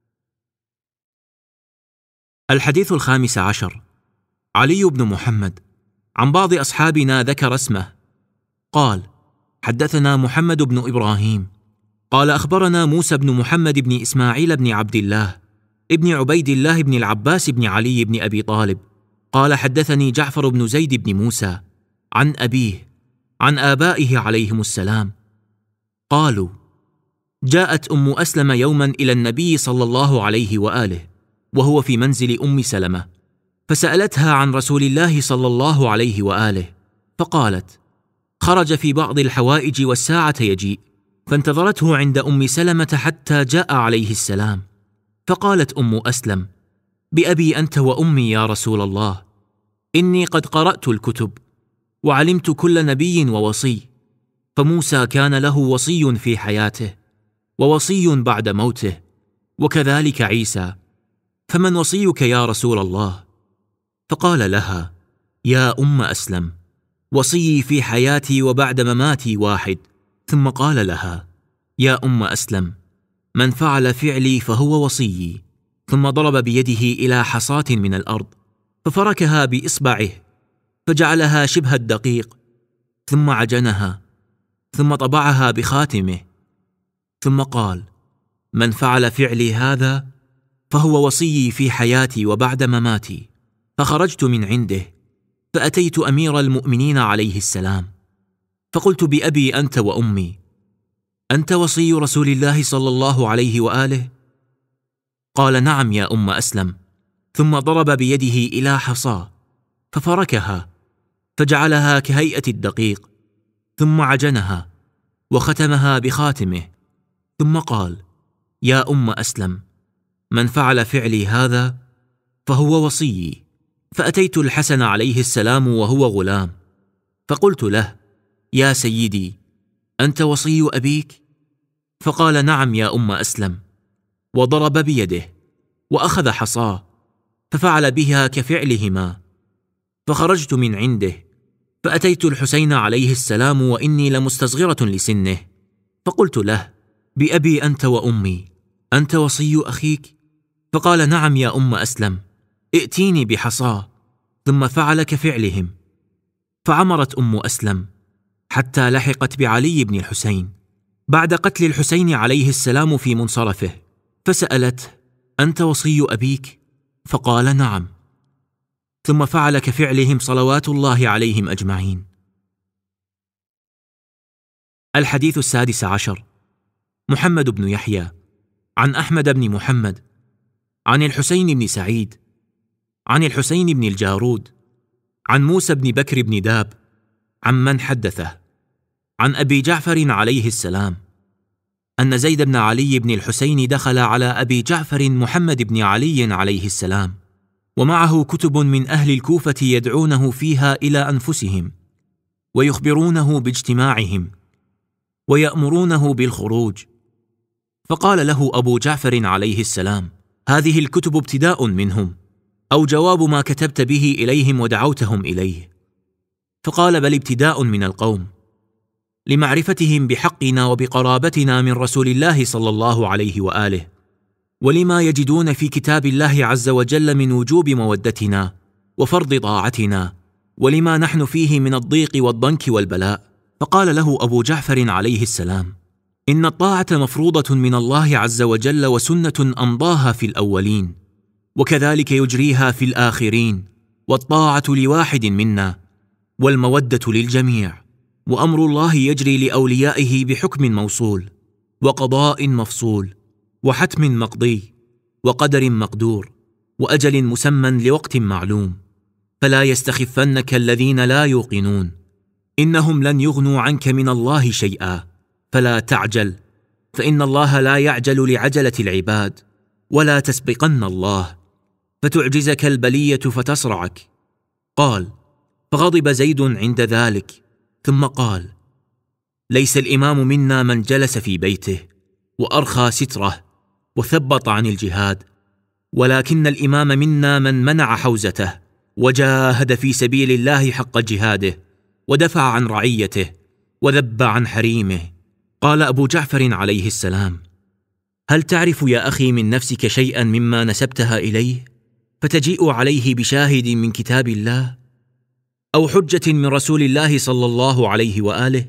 الحديث الخامس عشر. علي بن محمد عن بعض أصحابنا ذكر اسمه قال: حدثنا محمد بن إبراهيم قال: أخبرنا موسى بن محمد بن إسماعيل بن عبد الله ابن عبيد الله بن العباس بن علي بن أبي طالب قال: حدثني جعفر بن زيد بن موسى عن أبيه عن آبائه عليهم السلام قالوا: جاءت أم أسلم يوما إلى النبي صلى الله عليه وآله وهو في منزل أم سلمة، فسألتها عن رسول الله صلى الله عليه وآله، فقالت: خرج في بعض الحوائج والساعة يجيء، فانتظرته عند أم سلمة حتى جاء عليه السلام، فقالت أم أسلم: بأبي أنت وأمي يا رسول الله، إني قد قرأت الكتب وعلمت كل نبي ووصي، فموسى كان له وصي في حياته ووصي بعد موته، وكذلك عيسى، فمن وصيك يا رسول الله؟ فقال لها: يا أم أسلم، وصيي في حياتي وبعد مماتي واحد. ثم قال لها: يا أم أسلم، من فعل فعلي فهو وصيي. ثم ضرب بيده إلى حصاة من الأرض، ففركها بإصبعه فجعلها شبه الدقيق، ثم عجنها، ثم طبعها بخاتمه، ثم قال: من فعل فعلي هذا فهو وصيي في حياتي وبعد مماتي. فخرجت من عنده، فأتيت أمير المؤمنين عليه السلام، فقلت: بأبي أنت وأمي، أنت وصي رسول الله صلى الله عليه وآله؟ قال: نعم يا أم أسلم. ثم ضرب بيده إلى حصاه ففركها، فجعلها كهيئة الدقيق، ثم عجنها وختمها بخاتمه، ثم قال: يا أم أسلم، من فعل فعلي هذا فهو وصيي. فأتيت الحسن عليه السلام وهو غلام، فقلت له: يا سيدي، أنت وصي أبيك؟ فقال: نعم يا أم أسلم، وضرب بيده وأخذ حصاه ففعل بها كفعلهما. فخرجت من عنده فأتيت الحسين عليه السلام وإني لمستصغرة لسنه، فقلت له: بأبي أنت وأمي، أنت وصي أخيك؟ فقال: نعم يا أم أسلم، ائتيني بحصاه. ثم فعل كفعلهم، فعمرت أم أسلم حتى لحقت بعلي بن الحسين بعد قتل الحسين عليه السلام في منصرفه، فسألته: أنت وصي أبيك؟ فقال: نعم. ثم فعل كفعلهم صلوات الله عليهم أجمعين. الحديث السادس عشر. محمد بن يحيى عن أحمد بن محمد عن الحسين بن سعيد عن الحسين بن الجارود عن موسى بن بكر بن داب عمن حدثه عن أبي جعفر عليه السلام أن زيد بن علي بن الحسين دخل على أبي جعفر محمد بن علي عليه السلام ومعه كتب من أهل الكوفة يدعونه فيها إلى أنفسهم ويخبرونه باجتماعهم ويأمرونه بالخروج. فقال له أبو جعفر عليه السلام: هذه الكتب ابتداء منهم أو جواب ما كتبت به إليهم ودعوتهم إليه؟ فقال: بل ابتداء من القوم، لمعرفتهم بحقنا وبقرابتنا من رسول الله صلى الله عليه وآله، ولما يجدون في كتاب الله عز وجل من وجوب مودتنا وفرض طاعتنا، ولما نحن فيه من الضيق والضنك والبلاء. فقال له أبو جعفر عليه السلام: إن الطاعة مفروضة من الله عز وجل وسنة أمضاها في الأولين، وكذلك يجريها في الآخرين، والطاعة لواحد منا والمودة للجميع، وأمر الله يجري لأوليائه بحكم موصول وقضاء مفصول وحتم مقضي وقدر مقدور وأجل مسمى لوقت معلوم. فلا يستخفنك الذين لا يوقنون، إنهم لن يغنوا عنك من الله شيئا، فلا تعجل، فإن الله لا يعجل لعجلة العباد، ولا تسبقن الله فتعجزك البلية فتصرعك. قال: فغضب زيد عند ذلك، ثم قال: ليس الإمام منا من جلس في بيته وأرخى ستره وثبط عن الجهاد، ولكن الإمام منا من منع حوزته وجاهد في سبيل الله حق جهاده ودفع عن رعيته وذب عن حريمه. قال أبو جعفر عليه السلام: هل تعرف يا أخي من نفسك شيئا مما نسبتها إليه فتجيء عليه بشاهد من كتاب الله أو حجة من رسول الله صلى الله عليه وآله،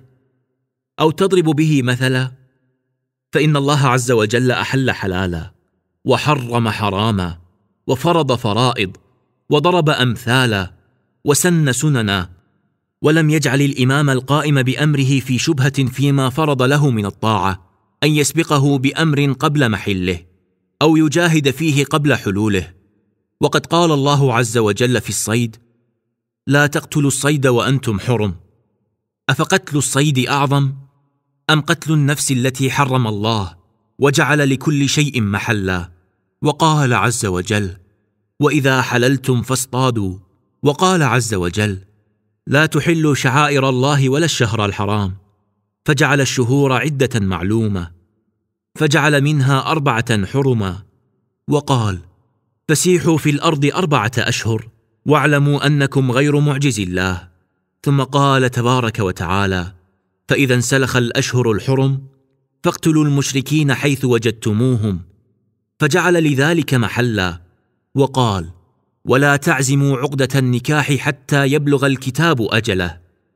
أو تضرب به مثلا؟ فإن الله عز وجل أحل حلالا وحرم حراما وفرض فرائض وضرب أمثالا وسن سننا، ولم يجعل الإمام القائم بأمره في شبهة فيما فرض له من الطاعة أن يسبقه بأمر قبل محله أو يجاهد فيه قبل حلوله. وقد قال الله عز وجل في الصيد: لا تقتلوا الصيد وأنتم حرم. أفقتل الصيد أعظم أم قتل النفس التي حرم الله وجعل لكل شيء محلا؟ وقال عز وجل: وإذا حللتم فاصطادوا. وقال عز وجل: لا تحلوا شعائر الله ولا الشهر الحرام، فجعل الشهور عدة معلومة، فجعل منها أربعة حرما. وقال: فسيحوا في الأرض أربعة أشهر واعلموا أنكم غير معجز الله. ثم قال تبارك وتعالى: فإذا انسلخ الأشهر الحرم فاقتلوا المشركين حيث وجدتموهم، فجعل لذلك محلا. وقال: ولا تعزموا عقدة النكاح حتى يبلغ الكتاب أجله،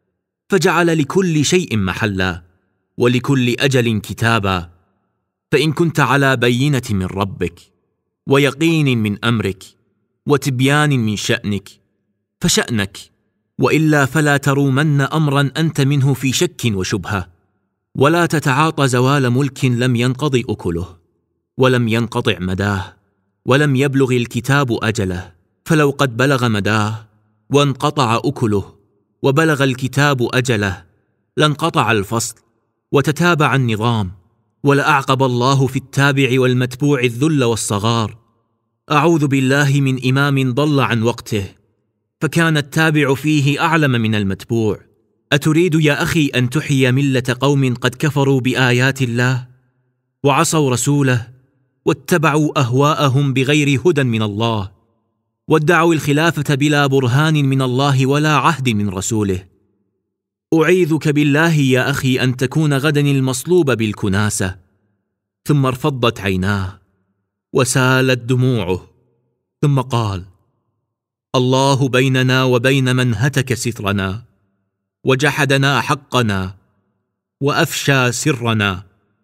فجعل لكل شيء محلا ولكل أجل كتابا. فإن كنت على بينة من ربك ويقين من أمرك وتبيان من شأنك فشأنك، وإلا فلا ترومن أمرا أنت منه في شك وشبهة، ولا تتعاطى زوال ملك لم ينقض أكله ولم ينقطع مداه ولم يبلغ الكتاب أجله. فلو قد بلغ مداه وانقطع أكله وبلغ الكتاب أجله لانقطع الفصل وتتابع النظام، ولأعقب الله في التابع والمتبوع الذل والصغار. أعوذ بالله من إمام ضل عن وقته فكان التابع فيه أعلم من المتبوع. أتريد يا أخي أن تحيي ملة قوم قد كفروا بآيات الله وعصوا رسوله واتبعوا أهواءهم بغير هدى من الله، وادعوا الخلافة بلا برهان من الله ولا عهد من رسوله؟ أعيذك بالله يا أخي أن تكون غدا المصلوب بالكناسة. ثم ارفضت عيناه وسالت دموعه، ثم قال: الله بيننا وبين من هتك سترنا وجحدنا حقنا وأفشى سرنا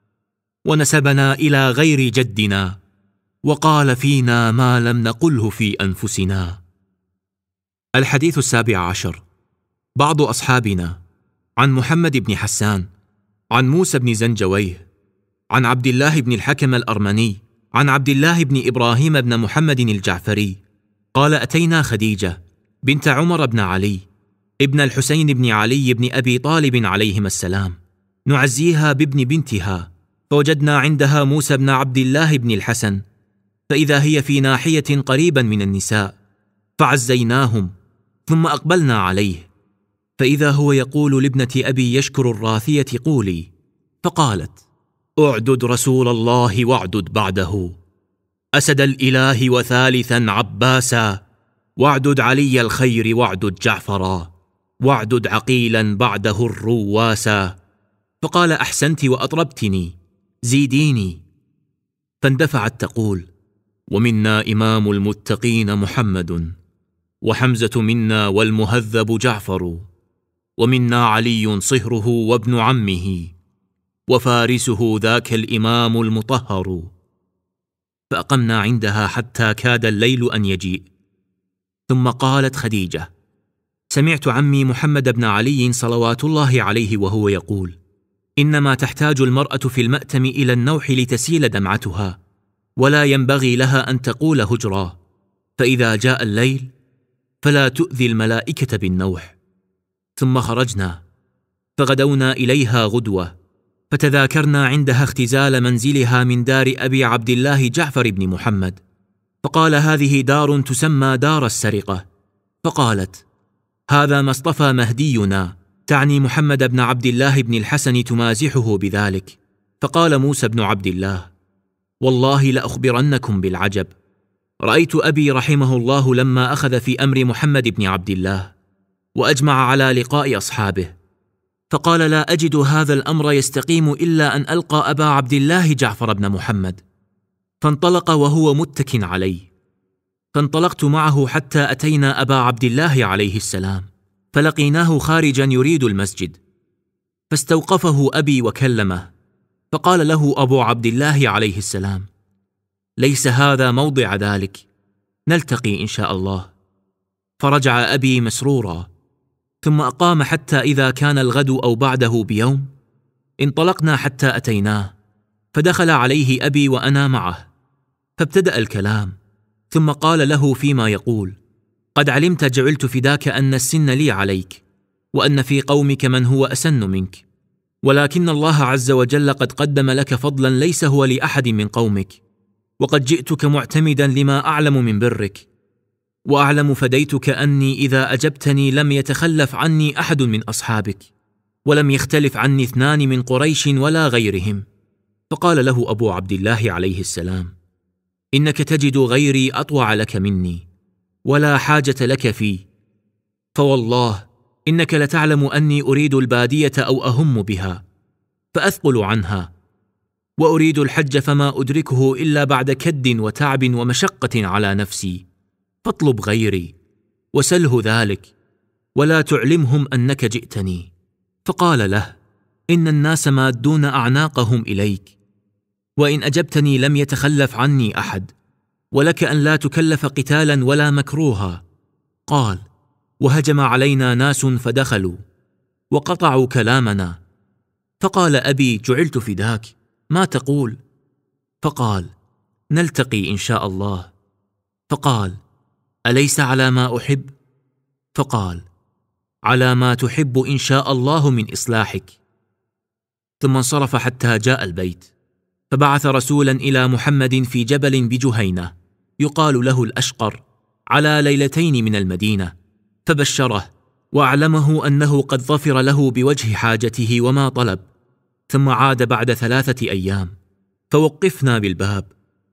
ونسبنا إلى غير جدنا وقال فينا ما لم نقله في أنفسنا. الحديث السابع عشر. بعض أصحابنا عن محمد بن حسان عن موسى بن زنجويه عن عبد الله بن الحكم الأرمني عن عبد الله بن إبراهيم بن محمد الجعفري قال: أتينا خديجة بنت عمر بن علي ابن الحسين بن علي بن أبي طالب عليهما السلام نعزيها بابن بنتها، فوجدنا عندها موسى بن عبد الله بن الحسن، فإذا هي في ناحية قريبا من النساء، فعزيناهم ثم أقبلنا عليه، فإذا هو يقول لابنة أبي يشكر الراثية: قولي. فقالت: أعدد رسول الله واعدد بعده، أسد الإله وثالثا عباسا، واعدد علي الخير واعدد جعفرا، واعدد عقيلا بعده الرواسا. فقال: أحسنت وأطربتني، زيديني. فاندفعت تقول: ومنا إمام المتقين محمد، وحمزة منا والمهذب جعفر، ومنا علي صهره وابن عمه، وفارسه ذاك الإمام المطهر. فأقمنا عندها حتى كاد الليل أن يجيء، ثم قالت خديجة: سمعت عمي محمد بن علي صلوات الله عليه وهو يقول: إنما تحتاج المرأة في المأتم إلى النوح لتسيل دمعتها، ولا ينبغي لها أن تقول هجرا، فإذا جاء الليل فلا تؤذي الملائكة بالنوح. ثم خرجنا فغدونا إليها غدوة، فتذاكرنا عندها اختزال منزلها من دار أبي عبد الله جعفر بن محمد، فقال: هذه دار تسمى دار السرقة. فقالت: هذا ما اصطفى مهدينا، تعني محمد بن عبد الله بن الحسن، تمازحه بذلك. فقال موسى بن عبد الله: والله لأخبرنكم بالعجب، رأيت أبي رحمه الله لما أخذ في أمر محمد بن عبد الله وأجمع على لقاء أصحابه، فقال: لا أجد هذا الأمر يستقيم إلا أن ألقى أبا عبد الله جعفر بن محمد. فانطلق وهو متك علي، فانطلقت معه حتى أتينا أبا عبد الله عليه السلام، فلقيناه خارجا يريد المسجد، فاستوقفه أبي وكلمه، فقال له أبو عبد الله عليه السلام: ليس هذا موضع ذلك، نلتقي إن شاء الله. فرجع أبي مسرورا، ثم أقام حتى إذا كان الغد أو بعده بيوم انطلقنا حتى أتيناه، فدخل عليه أبي وأنا معه، فابتدأ الكلام، ثم قال له فيما يقول: قد علمت جعلت فداك أن السن لي عليك، وأن في قومك من هو أسن منك، ولكن الله عز وجل قد قدم لك فضلا ليس هو لأحد من قومك، وقد جئتك معتمدا لما أعلم من برك، وأعلم فديتك أني إذا أجبتني لم يتخلف عني أحد من أصحابك، ولم يختلف عني اثنان من قريش ولا غيرهم. فقال له أبو عبد الله عليه السلام: إنك تجد غيري أطوع لك مني، ولا حاجة لك فيه، فوالله إنك لتعلم أني أريد البادية أو أهم بها، فأثقل عنها، وأريد الحج فما أدركه إلا بعد كد وتعب ومشقة على نفسي، فاطلب غيري وسله ذلك، ولا تعلمهم أنك جئتني. فقال له: إن الناس مادون أعناقهم إليك، وإن أجبتني لم يتخلف عني أحد، ولك أن لا تكلف قتالا ولا مكروها. قال: وهجم علينا ناس فدخلوا وقطعوا كلامنا، فقال أبي: جعلت فداك، ما تقول؟ فقال: نلتقي إن شاء الله. فقال: أليس على ما أحب؟ فقال: على ما تحب إن شاء الله من إصلاحك. ثم انصرف حتى جاء البيت، فبعث رسولا إلى محمد في جبل بجهينة يقال له الأشقر على ليلتين من المدينة، فبشره وأعلمه أنه قد ظفر له بوجه حاجته وما طلب. ثم عاد بعد ثلاثة أيام فوقفنا بالباب،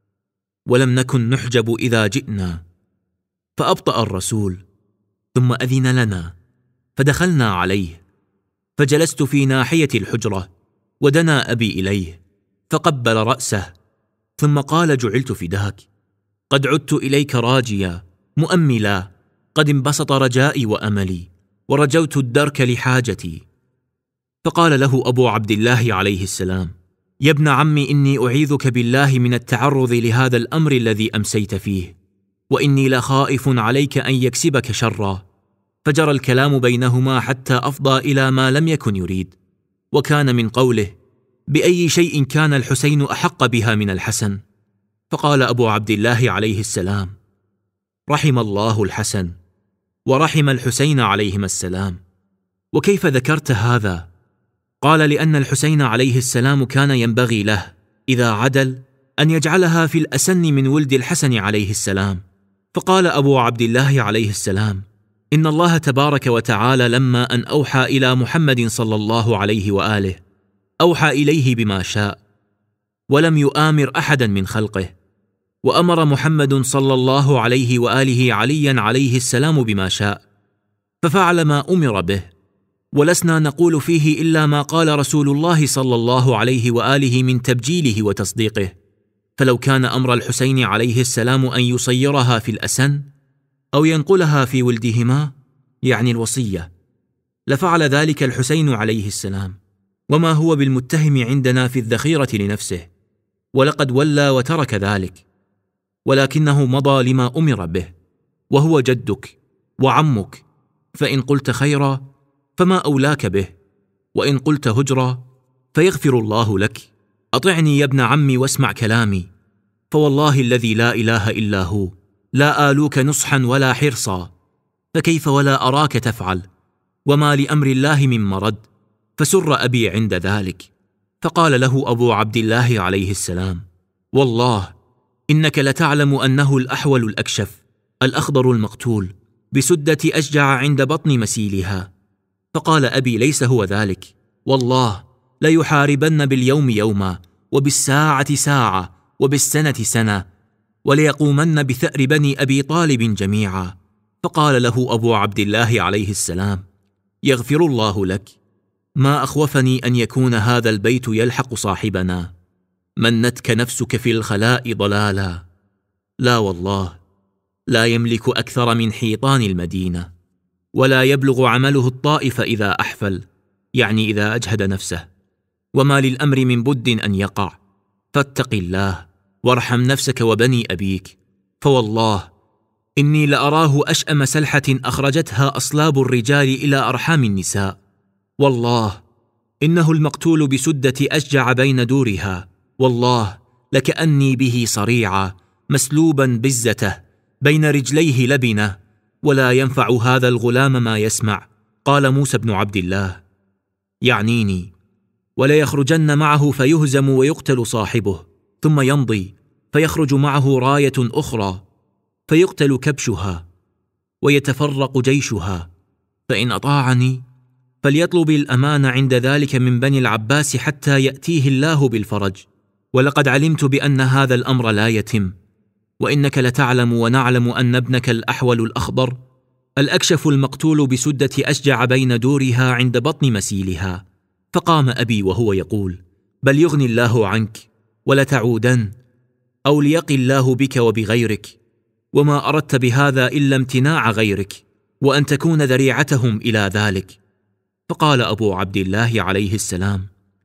ولم نكن نحجب إذا جئنا، فأبطأ الرسول، ثم أذن لنا فدخلنا عليه، فجلست في ناحية الحجرة، ودنا أبي إليه فقبل رأسه، ثم قال: جعلت فداك، قد عدت إليك راجيا مؤملا، قد انبسط رجائي وأملي، ورجوت الدرك لحاجتي. فقال له أبو عبد الله عليه السلام: يا ابن عمي، إني أعيذك بالله من التعرض لهذا الأمر الذي أمسيت فيه، وإني لخائف عليك أن يكسبك شرا. فجرى الكلام بينهما حتى أفضى إلى ما لم يكن يريد، وكان من قوله: بأي شيء كان الحسين أحق بها من الحسن؟ فقال أبو عبد الله عليه السلام: رحم الله الحسن ورحم الحسين عليهما السلام. وكيف ذكرت هذا؟ قال: لأن الحسين عليه السلام كان ينبغي له إذا عدل أن يجعلها في الأسن من ولد الحسن عليه السلام. فقال أبو عبد الله عليه السلام: إن الله تبارك وتعالى لما أن أوحى إلى محمد صلى الله عليه وآله أوحى إليه بما شاء، ولم يؤامر أحدا من خلقه، وأمر محمد صلى الله عليه وآله عليا عليه السلام بما شاء، ففعل ما أمر به، ولسنا نقول فيه إلا ما قال رسول الله صلى الله عليه وآله من تبجيله وتصديقه. فلو كان أمر الحسين عليه السلام أن يصيرها في الأسن أو ينقلها في ولدهما، يعني الوصية، لفعل ذلك الحسين عليه السلام، وما هو بالمتهم عندنا في الذخيرة لنفسه، ولقد ولى وترك ذلك، ولكنه مضى لما أمر به، وهو جدك وعمك، فإن قلت خيرا فما أولاك به، وإن قلت هجرا فيغفر الله لك. أطعني يا ابن عمي واسمع كلامي، فوالله الذي لا إله إلا هو لا آلوك نصحا ولا حرصا، فكيف ولا أراك تفعل، وما لأمر الله من مرد. فسر أبي عند ذلك، فقال له أبو عبد الله عليه السلام: والله إنك لتعلم أنه الأحول الأكشف الأخضر المقتول بسدة أشجع عند بطن مسيلها. فقال أبي: ليس هو ذلك، والله ليحاربن باليوم يوما، وبالساعة ساعة، وبالسنة سنة، وليقومن بثأر بني أبي طالب جميعا. فقال له أبو عبد الله عليه السلام: يغفر الله لك، ما أخوفني أن يكون هذا البيت يلحق صاحبنا، منتك نفسك في الخلاء ضلالا. لا والله، لا يملك أكثر من حيطان المدينة، ولا يبلغ عمله الطائف إذا أحفل، يعني إذا أجهد نفسه، وما للأمر من بد أن يقع، فاتق الله وارحم نفسك وبني أبيك، فوالله إني لأراه أشأم سلحة أخرجتها أصلاب الرجال إلى أرحام النساء، والله إنه المقتول بسدة أشجع بين دورها، والله لكأني به صريعا مسلوبا بزته بين رجليه لبنة، ولا ينفع هذا الغلام ما يسمع. قال موسى بن عبد الله: يعنيني، ولا يخرجن معه فيهزم ويقتل صاحبه، ثم يمضي فيخرج معه راية أخرى فيقتل كبشها ويتفرق جيشها، فإن أطاعني فليطلب الأمان عند ذلك من بني العباس حتى يأتيه الله بالفرج، ولقد علمت بأن هذا الأمر لا يتم، وإنك لتعلم ونعلم أن ابنك الأحول الأخضر الأكشف المقتول بسدة أشجع بين دورها عند بطن مسيلها. فقام أبي وهو يقول: بل يغني الله عنك ولتعودن، أو ليقي الله بك وبغيرك، وما أردت بهذا إلا امتناع غيرك، وأن تكون ذريعتهم إلى ذلك. فقال أبو عبد الله عليه السلام: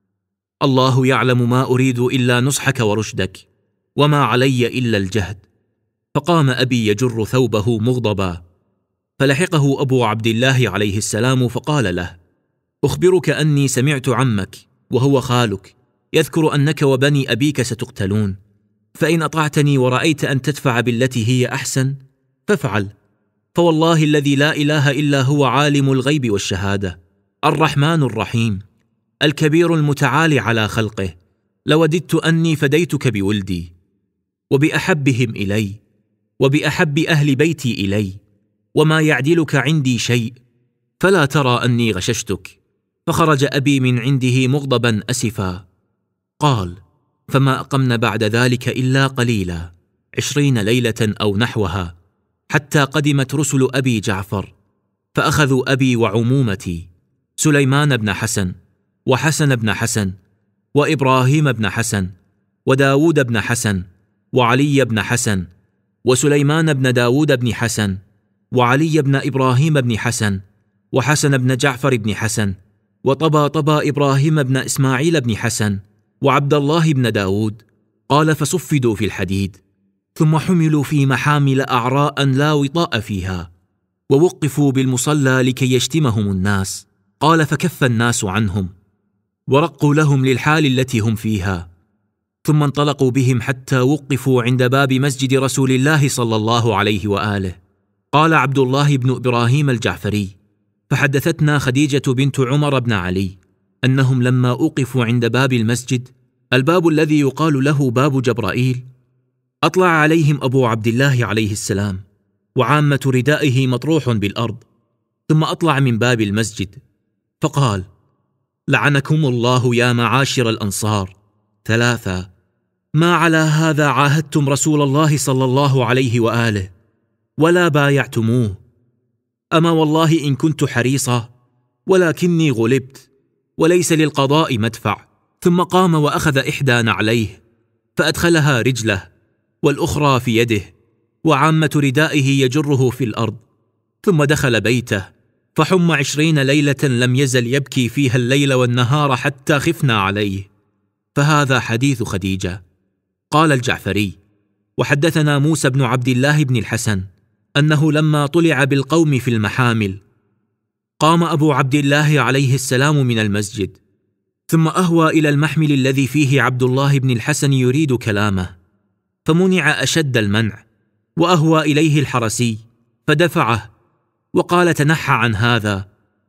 الله يعلم ما أريد إلا نصحك ورشدك، وما علي إلا الجهد. فقام أبي يجر ثوبه مغضبا، فلحقه أبو عبد الله عليه السلام فقال له: أخبرك أني سمعت عمك وهو خالك يذكر أنك وبني أبيك ستقتلون، فإن أطعتني ورأيت أن تدفع بالتي هي أحسن فافعل، فوالله الذي لا إله إلا هو عالم الغيب والشهادة الرحمن الرحيم الكبير المتعالي على خلقه، لوددت أني فديتك بولدي وبأحبهم إلي وبأحب أهل بيتي إلي، وما يعدلك عندي شيء، فلا ترى أني غششتك. فخرج أبي من عنده مغضبا أسفا. قال: فما أقمنا بعد ذلك إلا قليلا، عشرين ليلة أو نحوها، حتى قدمت رسل أبي جعفر، فأخذوا أبي وعمومتي سليمان بن حسن، وحسن بن حسن، وإبراهيم بن حسن، وداود بن حسن، وعلي بن حسن، وسليمان بن داود بن حسن، وعلي بن إبراهيم بن حسن، وحسن بن جعفر بن حسن، وطبا طبا إبراهيم بن إسماعيل بن حسن، وعبد الله بن داود. قال: فصفدوا في الحديد، ثم حملوا في محامل أعراء لا وطاء فيها، ووقفوا بالمصلى لكي يشتمهم الناس. قال: فكف الناس عنهم، ورقوا لهم للحال التي هم فيها، ثم انطلقوا بهم حتى وقفوا عند باب مسجد رسول الله صلى الله عليه وآله. قال عبد الله بن إبراهيم الجعفري: فحدثتنا خديجة بنت عمر بن علي أنهم لما أوقفوا عند باب المسجد، الباب الذي يقال له باب جبرائيل، أطلع عليهم أبو عبد الله عليه السلام، وعامة ردائه مطروح بالأرض، ثم أطلع من باب المسجد فقال: لعنكم الله يا معاشر الأنصار ثلاثة، ما على هذا عاهدتم رسول الله صلى الله عليه وآله ولا بايعتموه، أما والله إن كنت حريصا، ولكني غلبت، وليس للقضاء مدفع. ثم قام وأخذ إحدى نعليه فأدخلها رجله، والأخرى في يده، وعامة ردائه يجره في الأرض، ثم دخل بيته، فحم عشرين ليلة لم يزل يبكي فيها الليل والنهار حتى خفنا عليه. فهذا حديث خديجة. قال الجعفري: وحدثنا موسى بن عبد الله بن الحسن أنه لما طلع بالقوم في المحامل، قام أبو عبد الله عليه السلام من المسجد، ثم أهوى إلى المحمل الذي فيه عبد الله بن الحسن يريد كلامه، فمنع أشد المنع، وأهوى إليه الحرسي فدفعه وقال: تنحى عن هذا،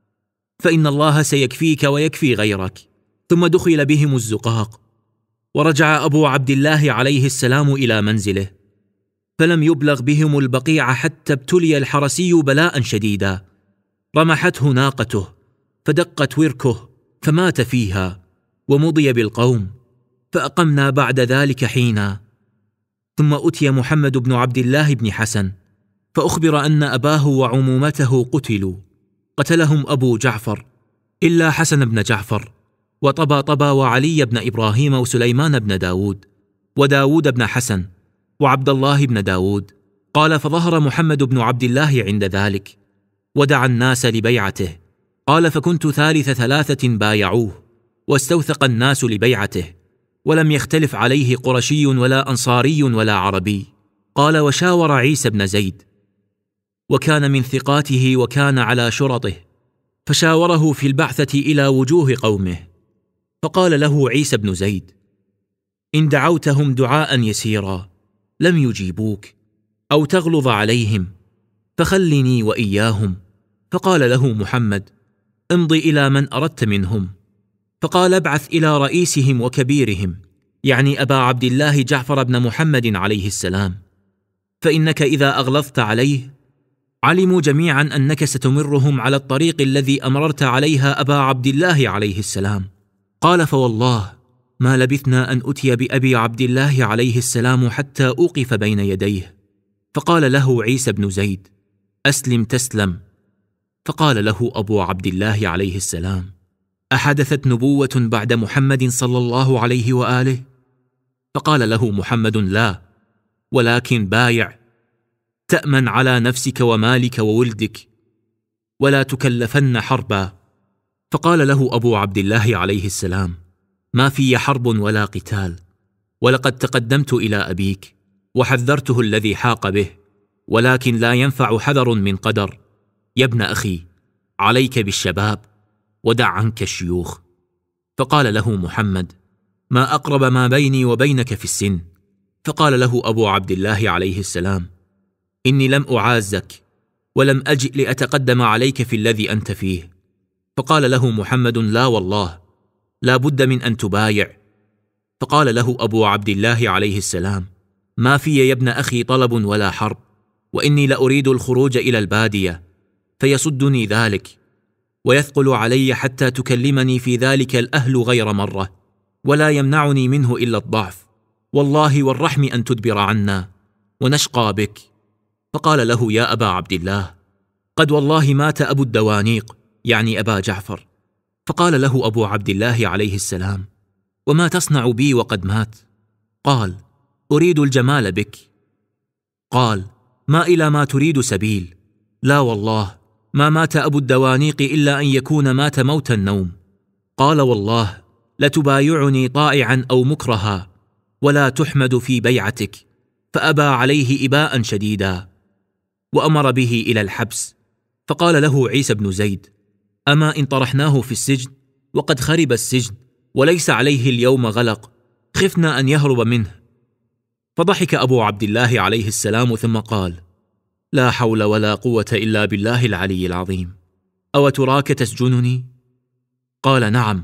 فإن الله سيكفيك ويكفي غيرك. ثم دخل بهم الزقاق، ورجع أبو عبد الله عليه السلام إلى منزله، فلم يبلغ بهم البقيع حتى ابتلي الحرسي بلاء شديدا، رمحته ناقته فدقت وركه فمات فيها، ومضي بالقوم. فأقمنا بعد ذلك حينا، ثم أتي محمد بن عبد الله بن حسن، فأخبر أن أباه وعمومته قتلوا، قتلهم أبو جعفر إلا حسن بن جعفر، وطبا طبا، وعلي بن إبراهيم، وسليمان بن داود، وداود بن حسن، وعبد الله بن داود. قال: فظهر محمد بن عبد الله عند ذلك، ودعا الناس لبيعته. قال: فكنت ثالث ثلاثة بايعوه، واستوثق الناس لبيعته، ولم يختلف عليه قرشي ولا أنصاري ولا عربي. قال: وشاور عيسى بن زيد، وكان من ثقاته وكان على شرطه، فشاوره في البعثة إلى وجوه قومه، فقال له عيسى بن زيد: إن دعوتهم دعاء يسيرا لم يجيبوك، أو تغلظ عليهم، فخلني وإياهم. فقال له محمد: امض إلى من أردت منهم. فقال: ابعث إلى رئيسهم وكبيرهم، يعني أبا عبد الله جعفر بن محمد عليه السلام، فإنك إذا أغلظت عليه علموا جميعا أنك ستمرهم على الطريق الذي أمررت عليها أبا عبد الله عليه السلام. قال: فوالله ما لبثنا أن أتي بأبي عبد الله عليه السلام حتى أوقف بين يديه. فقال له عيسى بن زيد: أسلم تسلم. فقال له أبو عبد الله عليه السلام: أحدثت نبوة بعد محمد صلى الله عليه وآله؟ فقال له محمد: لا، ولكن بايع، تأمن على نفسك ومالك وولدك، ولا تكلفن حربا. فقال له أبو عبد الله عليه السلام: ما في حرب ولا قتال، ولقد تقدمت إلى أبيك وحذرته الذي حاق به، ولكن لا ينفع حذر من قدر. يا ابن أخي، عليك بالشباب ودع عنك الشيوخ. فقال له محمد: ما أقرب ما بيني وبينك في السن. فقال له أبو عبد الله عليه السلام: إني لم أعازك، ولم أجئ لأتقدم عليك في الذي أنت فيه. فقال له محمد: لا والله، لا بد من أن تبايع. فقال له أبو عبد الله عليه السلام: ما في يا ابن أخي طلب ولا حرب، وإني لأريد الخروج إلى البادية، فيصدني ذلك، ويثقل علي حتى تكلمني في ذلك الأهل غير مرة، ولا يمنعني منه إلا الضعف، والله والرحم أن تدبر عنا ونشقى بك. فقال له: يا أبا عبد الله، قد والله مات أبو الدوانيق، يعني أبا جعفر. فقال له أبو عبد الله عليه السلام: وما تصنع بي وقد مات؟ قال: أريد الجمال بك. قال: ما إلى ما تريد سبيل. لا والله ما مات أبو الدوانيق إلا أن يكون مات موت النوم. قال: والله لتبايعني طائعا أو مكرها، ولا تحمد في بيعتك. فأبى عليه إباء شديدا، وأمر به إلى الحبس. فقال له عيسى بن زيد: أما إن طرحناه في السجن وقد خرب السجن وليس عليه اليوم غلق، خفنا أن يهرب منه. فضحك أبو عبد الله عليه السلام ثم قال: لا حول ولا قوة إلا بالله العلي العظيم، أو تراك تسجنني؟ قال: نعم،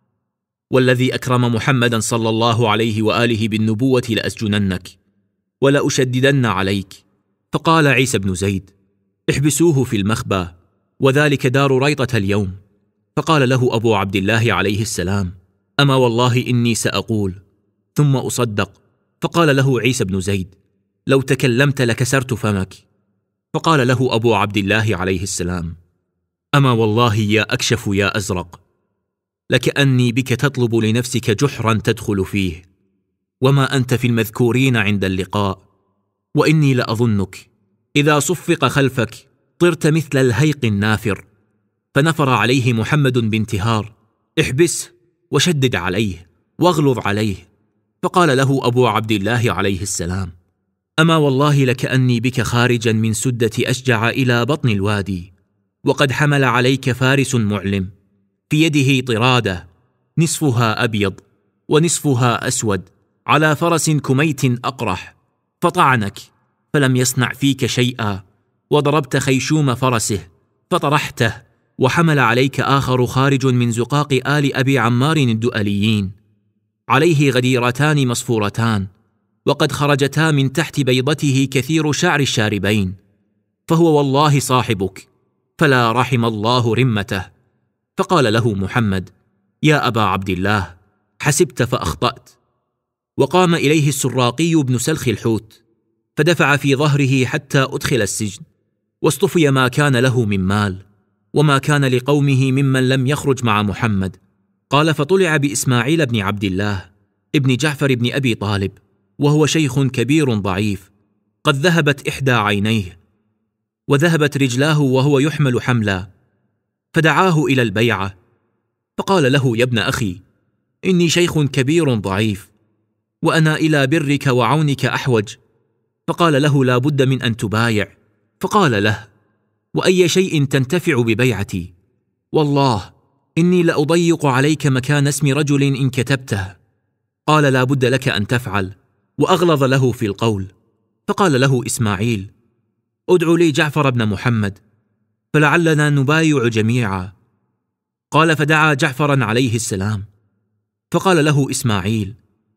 والذي أكرم محمدا صلى الله عليه وآله بالنبوة لأسجننك ولأشددن عليك. فقال عيسى بن زيد: احبسوه في المخبى، وذلك دار ريطة اليوم. فقال له أبو عبد الله عليه السلام: أما والله إني سأقول ثم أصدق. فقال له عيسى بن زيد: لو تكلمت لكسرت فمك. فقال له أبو عبد الله عليه السلام: أما والله يا أكشف يا أزرق، لكأني بك تطلب لنفسك جحرا تدخل فيه، وما أنت في المذكورين عند اللقاء، وإني لأظنك إذا صفق خلفك طرت مثل الهيق النافر. فنفر عليه محمد بانتهار: احبسه وشدد عليه واغلظ عليه. فقال له أبو عبد الله عليه السلام: أما والله لكأني بك خارجا من سدة أشجع إلى بطن الوادي، وقد حمل عليك فارس معلم في يده طرادة نصفها أبيض ونصفها أسود، على فرس كميت أقرح، فطعنك فلم يصنع فيك شيئا، وضربت خيشوم فرسه فطرحته، وحمل عليك آخر خارج من زقاق آل أبي عمار الدؤليين، عليه غديرتان مصفورتان، وقد خرجتا من تحت بيضته كثير شعر الشاربين، فهو والله صاحبك، فلا رحم الله رمته. فقال له محمد: يا أبا عبد الله، حسبت فأخطأت. وقام إليه السراقي بن سلخ الحوت، فدفع في ظهره حتى أدخل السجن، واصطفي ما كان له من مال، وما كان لقومه ممن لم يخرج مع محمد. قال: فطلع بإسماعيل بن عبد الله ابن جعفر بن أبي طالب، وهو شيخ كبير ضعيف، قد ذهبت إحدى عينيه، وذهبت رجلاه وهو يحمل حملا، فدعاه إلى البيعة. فقال له: يا ابن أخي، إني شيخ كبير ضعيف، وأنا إلى برك وعونك أحوج. فقال له: لا بد من أن تبايع. فقال له: وأي شيء تنتفع ببيعتي؟ والله إني لأضيق عليك مكان اسم رجل إن كتبته. قال: لا بد لك أن تفعل، وأغلظ له في القول. فقال له إسماعيل: ادع لي جعفر بن محمد، فلعلنا نبايع جميعا. قال: فدعا جعفرا عليه السلام. فقال له إسماعيل: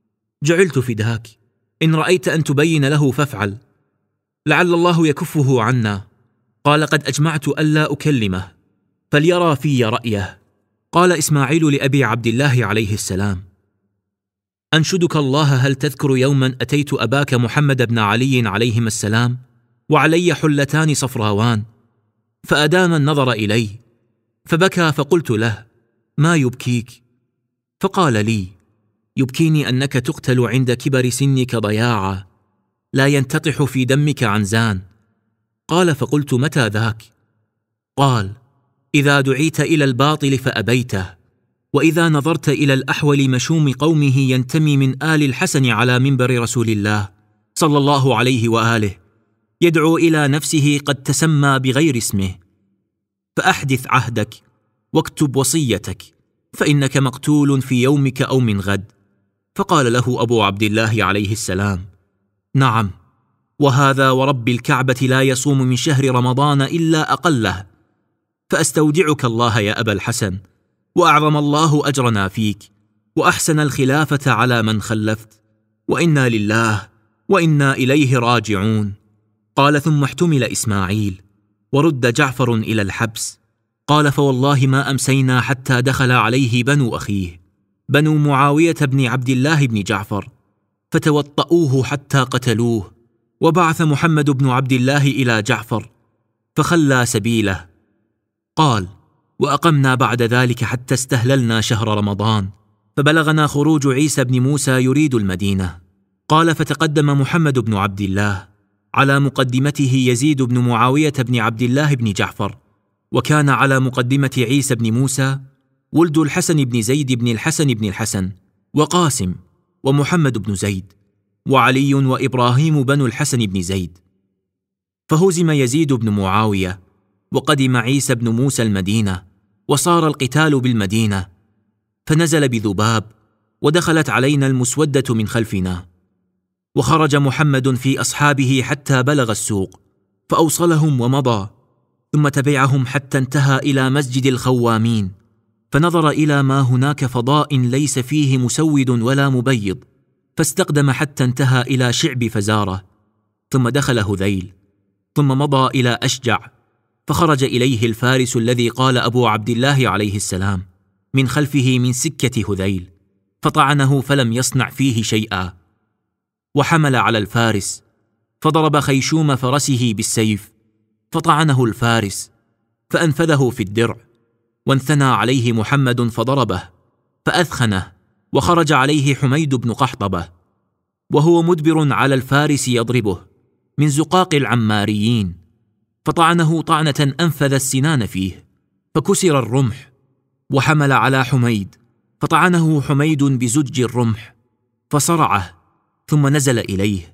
جعلت فداك، إن رأيت أن تبين له فافعل، لعل الله يكفه عنا. قال: قد أجمعت ألا أكلمه، فليرى في رأيه. قال إسماعيل لأبي عبد الله عليه السلام: أنشدك الله، هل تذكر يوما أتيت أباك محمد بن علي عليهما السلام وعلي حلتان صفراوان، فأدام النظر إلي فبكى، فقلت له: ما يبكيك؟ فقال لي: يبكيني أنك تقتل عند كبر سنك ضياعا، لا ينتطح في دمك عنزان. قال: فقلت: متى ذاك؟ قال: إذا دعيت إلى الباطل فأبيته، وإذا نظرت إلى الأحول مشوم قومه ينتمي من آل الحسن على منبر رسول الله صلى الله عليه وآله يدعو إلى نفسه قد تسمى بغير اسمه، فأحدث عهدك واكتب وصيتك، فإنك مقتول في يومك أو من غد. فقال له أبو عبد الله عليه السلام: نعم، وهذا ورب الكعبة لا يصوم من شهر رمضان إلا أقله، فأستودعك الله يا أبا الحسن، وأعظم الله أجرنا فيك، وأحسن الخلافة على من خلفت، وإنا لله وإنا إليه راجعون. قال: ثم احتمل إسماعيل ورد جعفر إلى الحبس. قال: فوالله ما أمسينا حتى دخل عليه بنو أخيه بنو معاوية بن عبد الله بن جعفر، فتوطؤوه حتى قتلوه. وبعث محمد بن عبد الله إلى جعفر فخلى سبيله. قال: وأقمنا بعد ذلك حتى استهللنا شهر رمضان، فبلغنا خروج عيسى بن موسى يريد المدينة. قال: فتقدم محمد بن عبد الله، على مقدمته يزيد بن معاوية بن عبد الله بن جعفر، وكان على مقدمة عيسى بن موسى ولد الحسن بن زيد بن الحسن بن الحسن، وقاسم، ومحمد بن زيد، وعلي، وإبراهيم بن الحسن بن زيد. فهزم يزيد بن معاوية، وقدم عيسى بن موسى المدينة، وصار القتال بالمدينة، فنزل بذباب، ودخلت علينا المسودة من خلفنا. وخرج محمد في أصحابه حتى بلغ السوق، فأوصلهم ومضى، ثم تبعهم حتى انتهى إلى مسجد الخوامين، فنظر إلى ما هناك فضاء ليس فيه مسود ولا مبيض، فاستقدم حتى انتهى إلى شعب فزارة، ثم دخل هذيل، ثم مضى إلى أشجع، فخرج إليه الفارس الذي قال أبو عبد الله عليه السلام من خلفه من سكة هذيل، فطعنه فلم يصنع فيه شيئا. وحمل على الفارس، فضرب خيشوم فرسه بالسيف، فطعنه الفارس، فأنفذه في الدرع، وانثنى عليه محمد فضربه، فأثخنه، وخرج عليه حميد بن قحطبة، وهو مدبر على الفارس يضربه من زقاق العماريين، فطعنه طعنة أنفذ السنان فيه، فكسر الرمح. وحمل على حميد، فطعنه حميد بزج الرمح، فصرعه، ثم نزل إليه،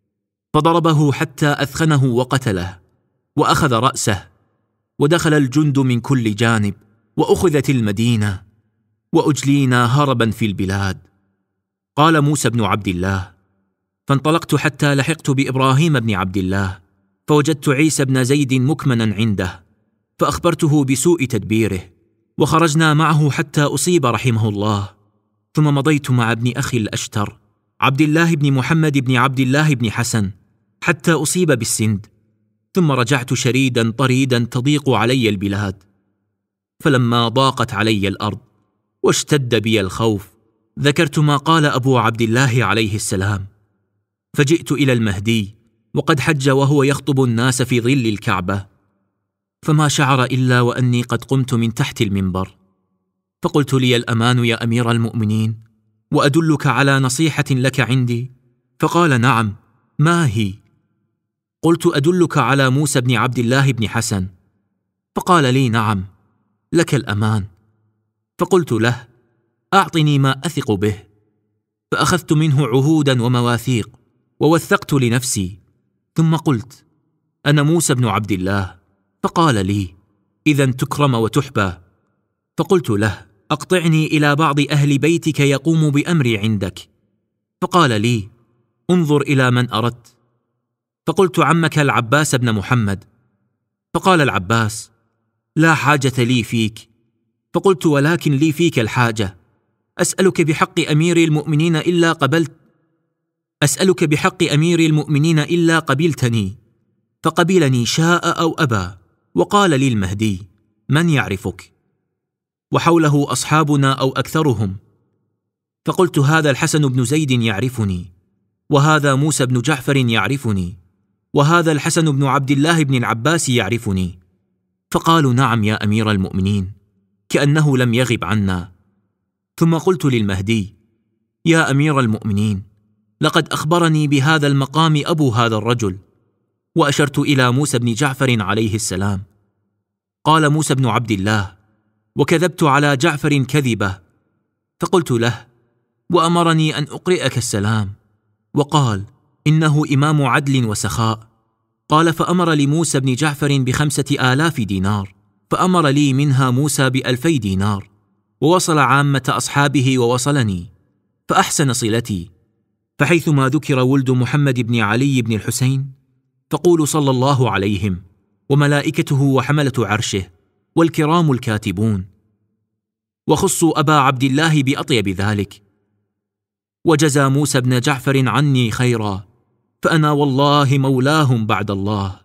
فضربه حتى أثخنه وقتله، وأخذ رأسه. ودخل الجند من كل جانب، وأخذت المدينة، وأجلينا هربا في البلاد. قال موسى بن عبد الله: فانطلقت حتى لحقت بإبراهيم بن عبد الله، فوجدت عيسى بن زيد مكمنا عنده، فأخبرته بسوء تدبيره، وخرجنا معه حتى أصيب رحمه الله. ثم مضيت مع ابن أخي الأشتر عبد الله بن محمد بن عبد الله بن حسن حتى أصيب بالسند، ثم رجعت شريدا طريدا تضيق علي البلاد. فلما ضاقت علي الأرض واشتد بي الخوف، ذكرت ما قال أبو عبد الله عليه السلام، فجئت إلى المهدي وقد حج وهو يخطب الناس في ظل الكعبة، فما شعر إلا وأني قد قمت من تحت المنبر، فقلت: لي الأمان يا أمير المؤمنين، وأدلك على نصيحة لك عندي؟ فقال: نعم، ما هي؟ قلت: أدلك على موسى بن عبد الله بن حسن. فقال لي: نعم، لك الأمان. فقلت له: أعطني ما أثق به. فأخذت منه عهودا ومواثيق، ووثقت لنفسي، ثم قلت: أنا موسى بن عبد الله. فقال لي: إذن تكرم وتحبى. فقلت له: أقطعني إلى بعض أهل بيتك يقوم بأمري عندك. فقال لي: انظر إلى من أردت. فقلت: عمك العباس بن محمد. فقال العباس: لا حاجة لي فيك. فقلت: ولكن لي فيك الحاجة، أسألك بحق أمير المؤمنين إلا قبلت أسألك بحق أمير المؤمنين إلا قبلتني. فقبلني شاء أو أبى. وقال لي المهدي: من يعرفك؟ وحوله أصحابنا أو أكثرهم. فقلت: هذا الحسن بن زيد يعرفني، وهذا موسى بن جعفر يعرفني، وهذا الحسن بن عبد الله بن العباس يعرفني. فقالوا: نعم يا أمير المؤمنين، كأنه لم يغب عنا. ثم قلت للمهدي: يا أمير المؤمنين، لقد أخبرني بهذا المقام أبو هذا الرجل. وأشرت إلى موسى بن جعفر عليه السلام. قال موسى بن عبد الله: وكذبت على جعفر كذبة. فقلت له: وأمرني أن أقرئك السلام، وقال: إنه إمام عدل وسخاء. قال: فأمر لموسى بن جعفر بخمسة آلاف دينار، فأمر لي منها موسى بألفي دينار، ووصل عامة أصحابه ووصلني، فأحسن صلتي. فحيثما ذكر ولد محمد بن علي بن الحسين، فقولوا صلى الله عليهم وملائكته وحملة عرشه والكرام الكاتبون، وخصوا أبا عبد الله بأطيب ذلك. وجزى موسى بن جعفر عني خيرا، فأنا والله مولاهم بعد الله.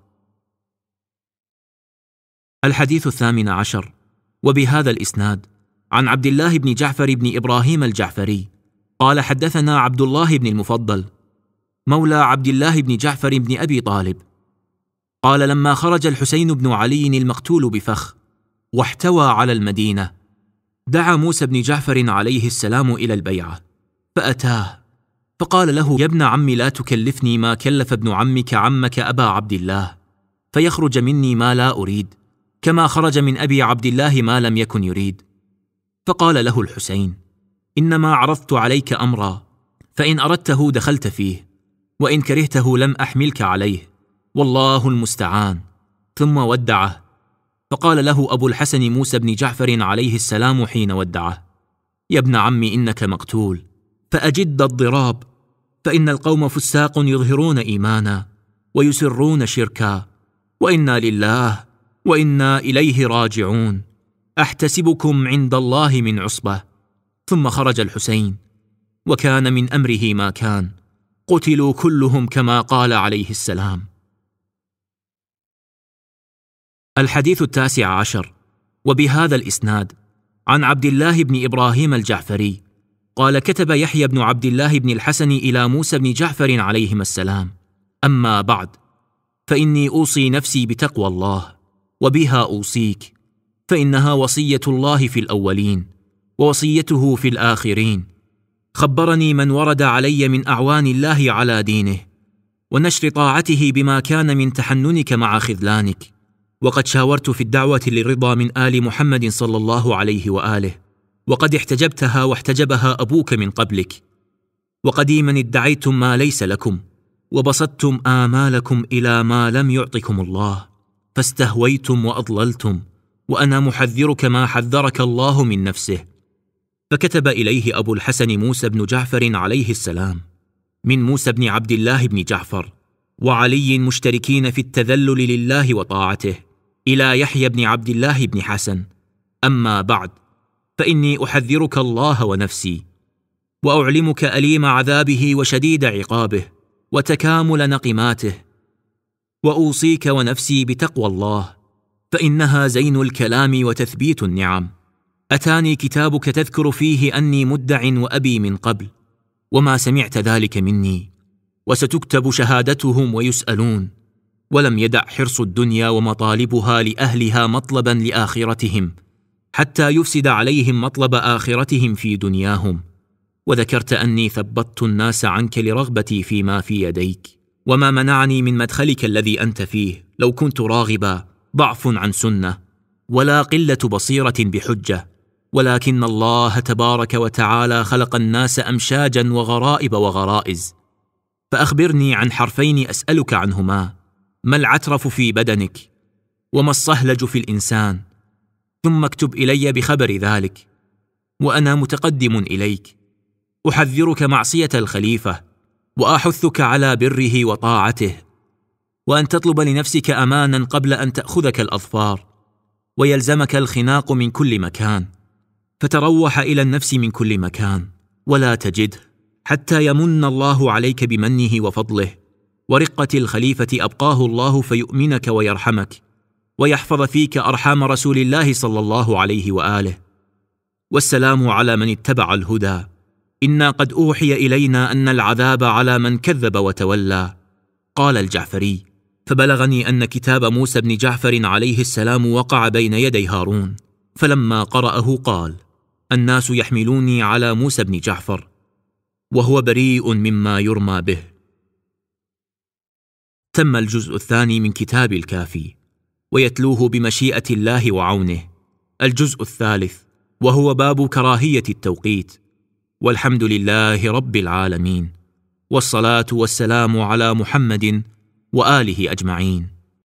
الحديث الثامن عشر، وبهذا الإسناد عن عبد الله بن جعفر بن إبراهيم الجعفري قال: حدثنا عبد الله بن المفضل مولى عبد الله بن جعفر بن أبي طالب قال: لما خرج الحسين بن علي المقتول بفخ واحتوى على المدينة، دعا موسى بن جعفر عليه السلام إلى البيعة، فأتاه فقال له: يا ابن عم، لا تكلفني ما كلف ابن عمك عمك أبا عبد الله، فيخرج مني ما لا أريد، كما خرج من أبي عبد الله ما لم يكن يريد. فقال له الحسين: إنما عرضت عليك أمرا، فإن أردته دخلت فيه، وإن كرهته لم أحملك عليه، والله المستعان. ثم ودعه. فقال له أبو الحسن موسى بن جعفر عليه السلام حين ودعه: يا ابن عم، إنك مقتول، فأجد الضراب، فإن القوم فساق يظهرون إيمانا ويسرون شركا، وإنا لله وإنا إليه راجعون، أحتسبكم عند الله من عصبة. ثم خرج الحسين، وكان من أمره ما كان، قتلوا كلهم كما قال عليه السلام. الحديث التاسع عشر، وبهذا الإسناد عن عبد الله بن إبراهيم الجعفري قال: كتب يحيى بن عبد الله بن الحسن إلى موسى بن جعفر عليهما السلام: أما بعد، فإني أوصي نفسي بتقوى الله، وبها أوصيك، فإنها وصية الله في الأولين ووصيته في الآخرين. خبرني من ورد علي من أعوان الله على دينه ونشر طاعته بما كان من تحننك مع خذلانك، وقد شاورت في الدعوة للرضا من آل محمد صلى الله عليه وآله، وقد احتجبتها واحتجبها أبوك من قبلك، وقديما ادعيتم ما ليس لكم، وبسطتم آمالكم إلى ما لم يعطكم الله، فاستهويتم وأضللتم، وأنا محذرك ما حذرك الله من نفسه. فكتب إليه أبو الحسن موسى بن جعفر عليه السلام من موسى بن عبد الله بن جعفر وعلي مشتركين في التذلل لله وطاعته، إلى يحيى بن عبد الله بن حسن: أما بعد، فإني أحذرك الله ونفسي، وأعلمك أليم عذابه وشديد عقابه وتكامل نقماته، وأوصيك ونفسي بتقوى الله، فإنها زين الكلام وتثبيت النعم. أتاني كتابك تذكر فيه أني مدع وأبي من قبل، وما سمعت ذلك مني، وستكتب شهادتهم ويسألون، ولم يدع حرص الدنيا ومطالبها لأهلها مطلبا لآخرتهم، حتى يفسد عليهم مطلب آخرتهم في دنياهم. وذكرت أني ثبطت الناس عنك لرغبتي فيما في يديك، وما منعني من مدخلك الذي أنت فيه لو كنت راغبا ضعف عن سنة، ولا قلة بصيرة بحجة، ولكن الله تبارك وتعالى خلق الناس أمشاجا وغرائب وغرائز. فأخبرني عن حرفين أسألك عنهما: ما العترف في بدنك؟ وما الصهلج في الإنسان؟ ثم اكتب إلي بخبر ذلك، وأنا متقدم إليك، أحذرك معصية الخليفة، وأحثك على بره وطاعته، وأن تطلب لنفسك أمانا قبل أن تأخذك الأظفار، ويلزمك الخناق من كل مكان، فتروح إلى النفس من كل مكان ولا تجده، حتى يمن الله عليك بمنه وفضله ورقة الخليفة أبقاه الله فيؤمنك ويرحمك، ويحفظ فيك أرحام رسول الله صلى الله عليه وآله. والسلام على من اتبع الهدى. إنا قد أوحي إلينا أن العذاب على من كذب وتولى. قال الجعفري: فبلغني أن كتاب موسى بن جعفر عليه السلام وقع بين يدي هارون، فلما قرأه قال: الناس يحملوني على موسى بن جعفر، وهو بريء مما يرمى به. تم الجزء الثاني من كتاب الكافي، ويتلوه بمشيئة الله وعونه الجزء الثالث، وهو باب كراهية التوقيت. والحمد لله رب العالمين، والصلاة والسلام على محمد وآله أجمعين.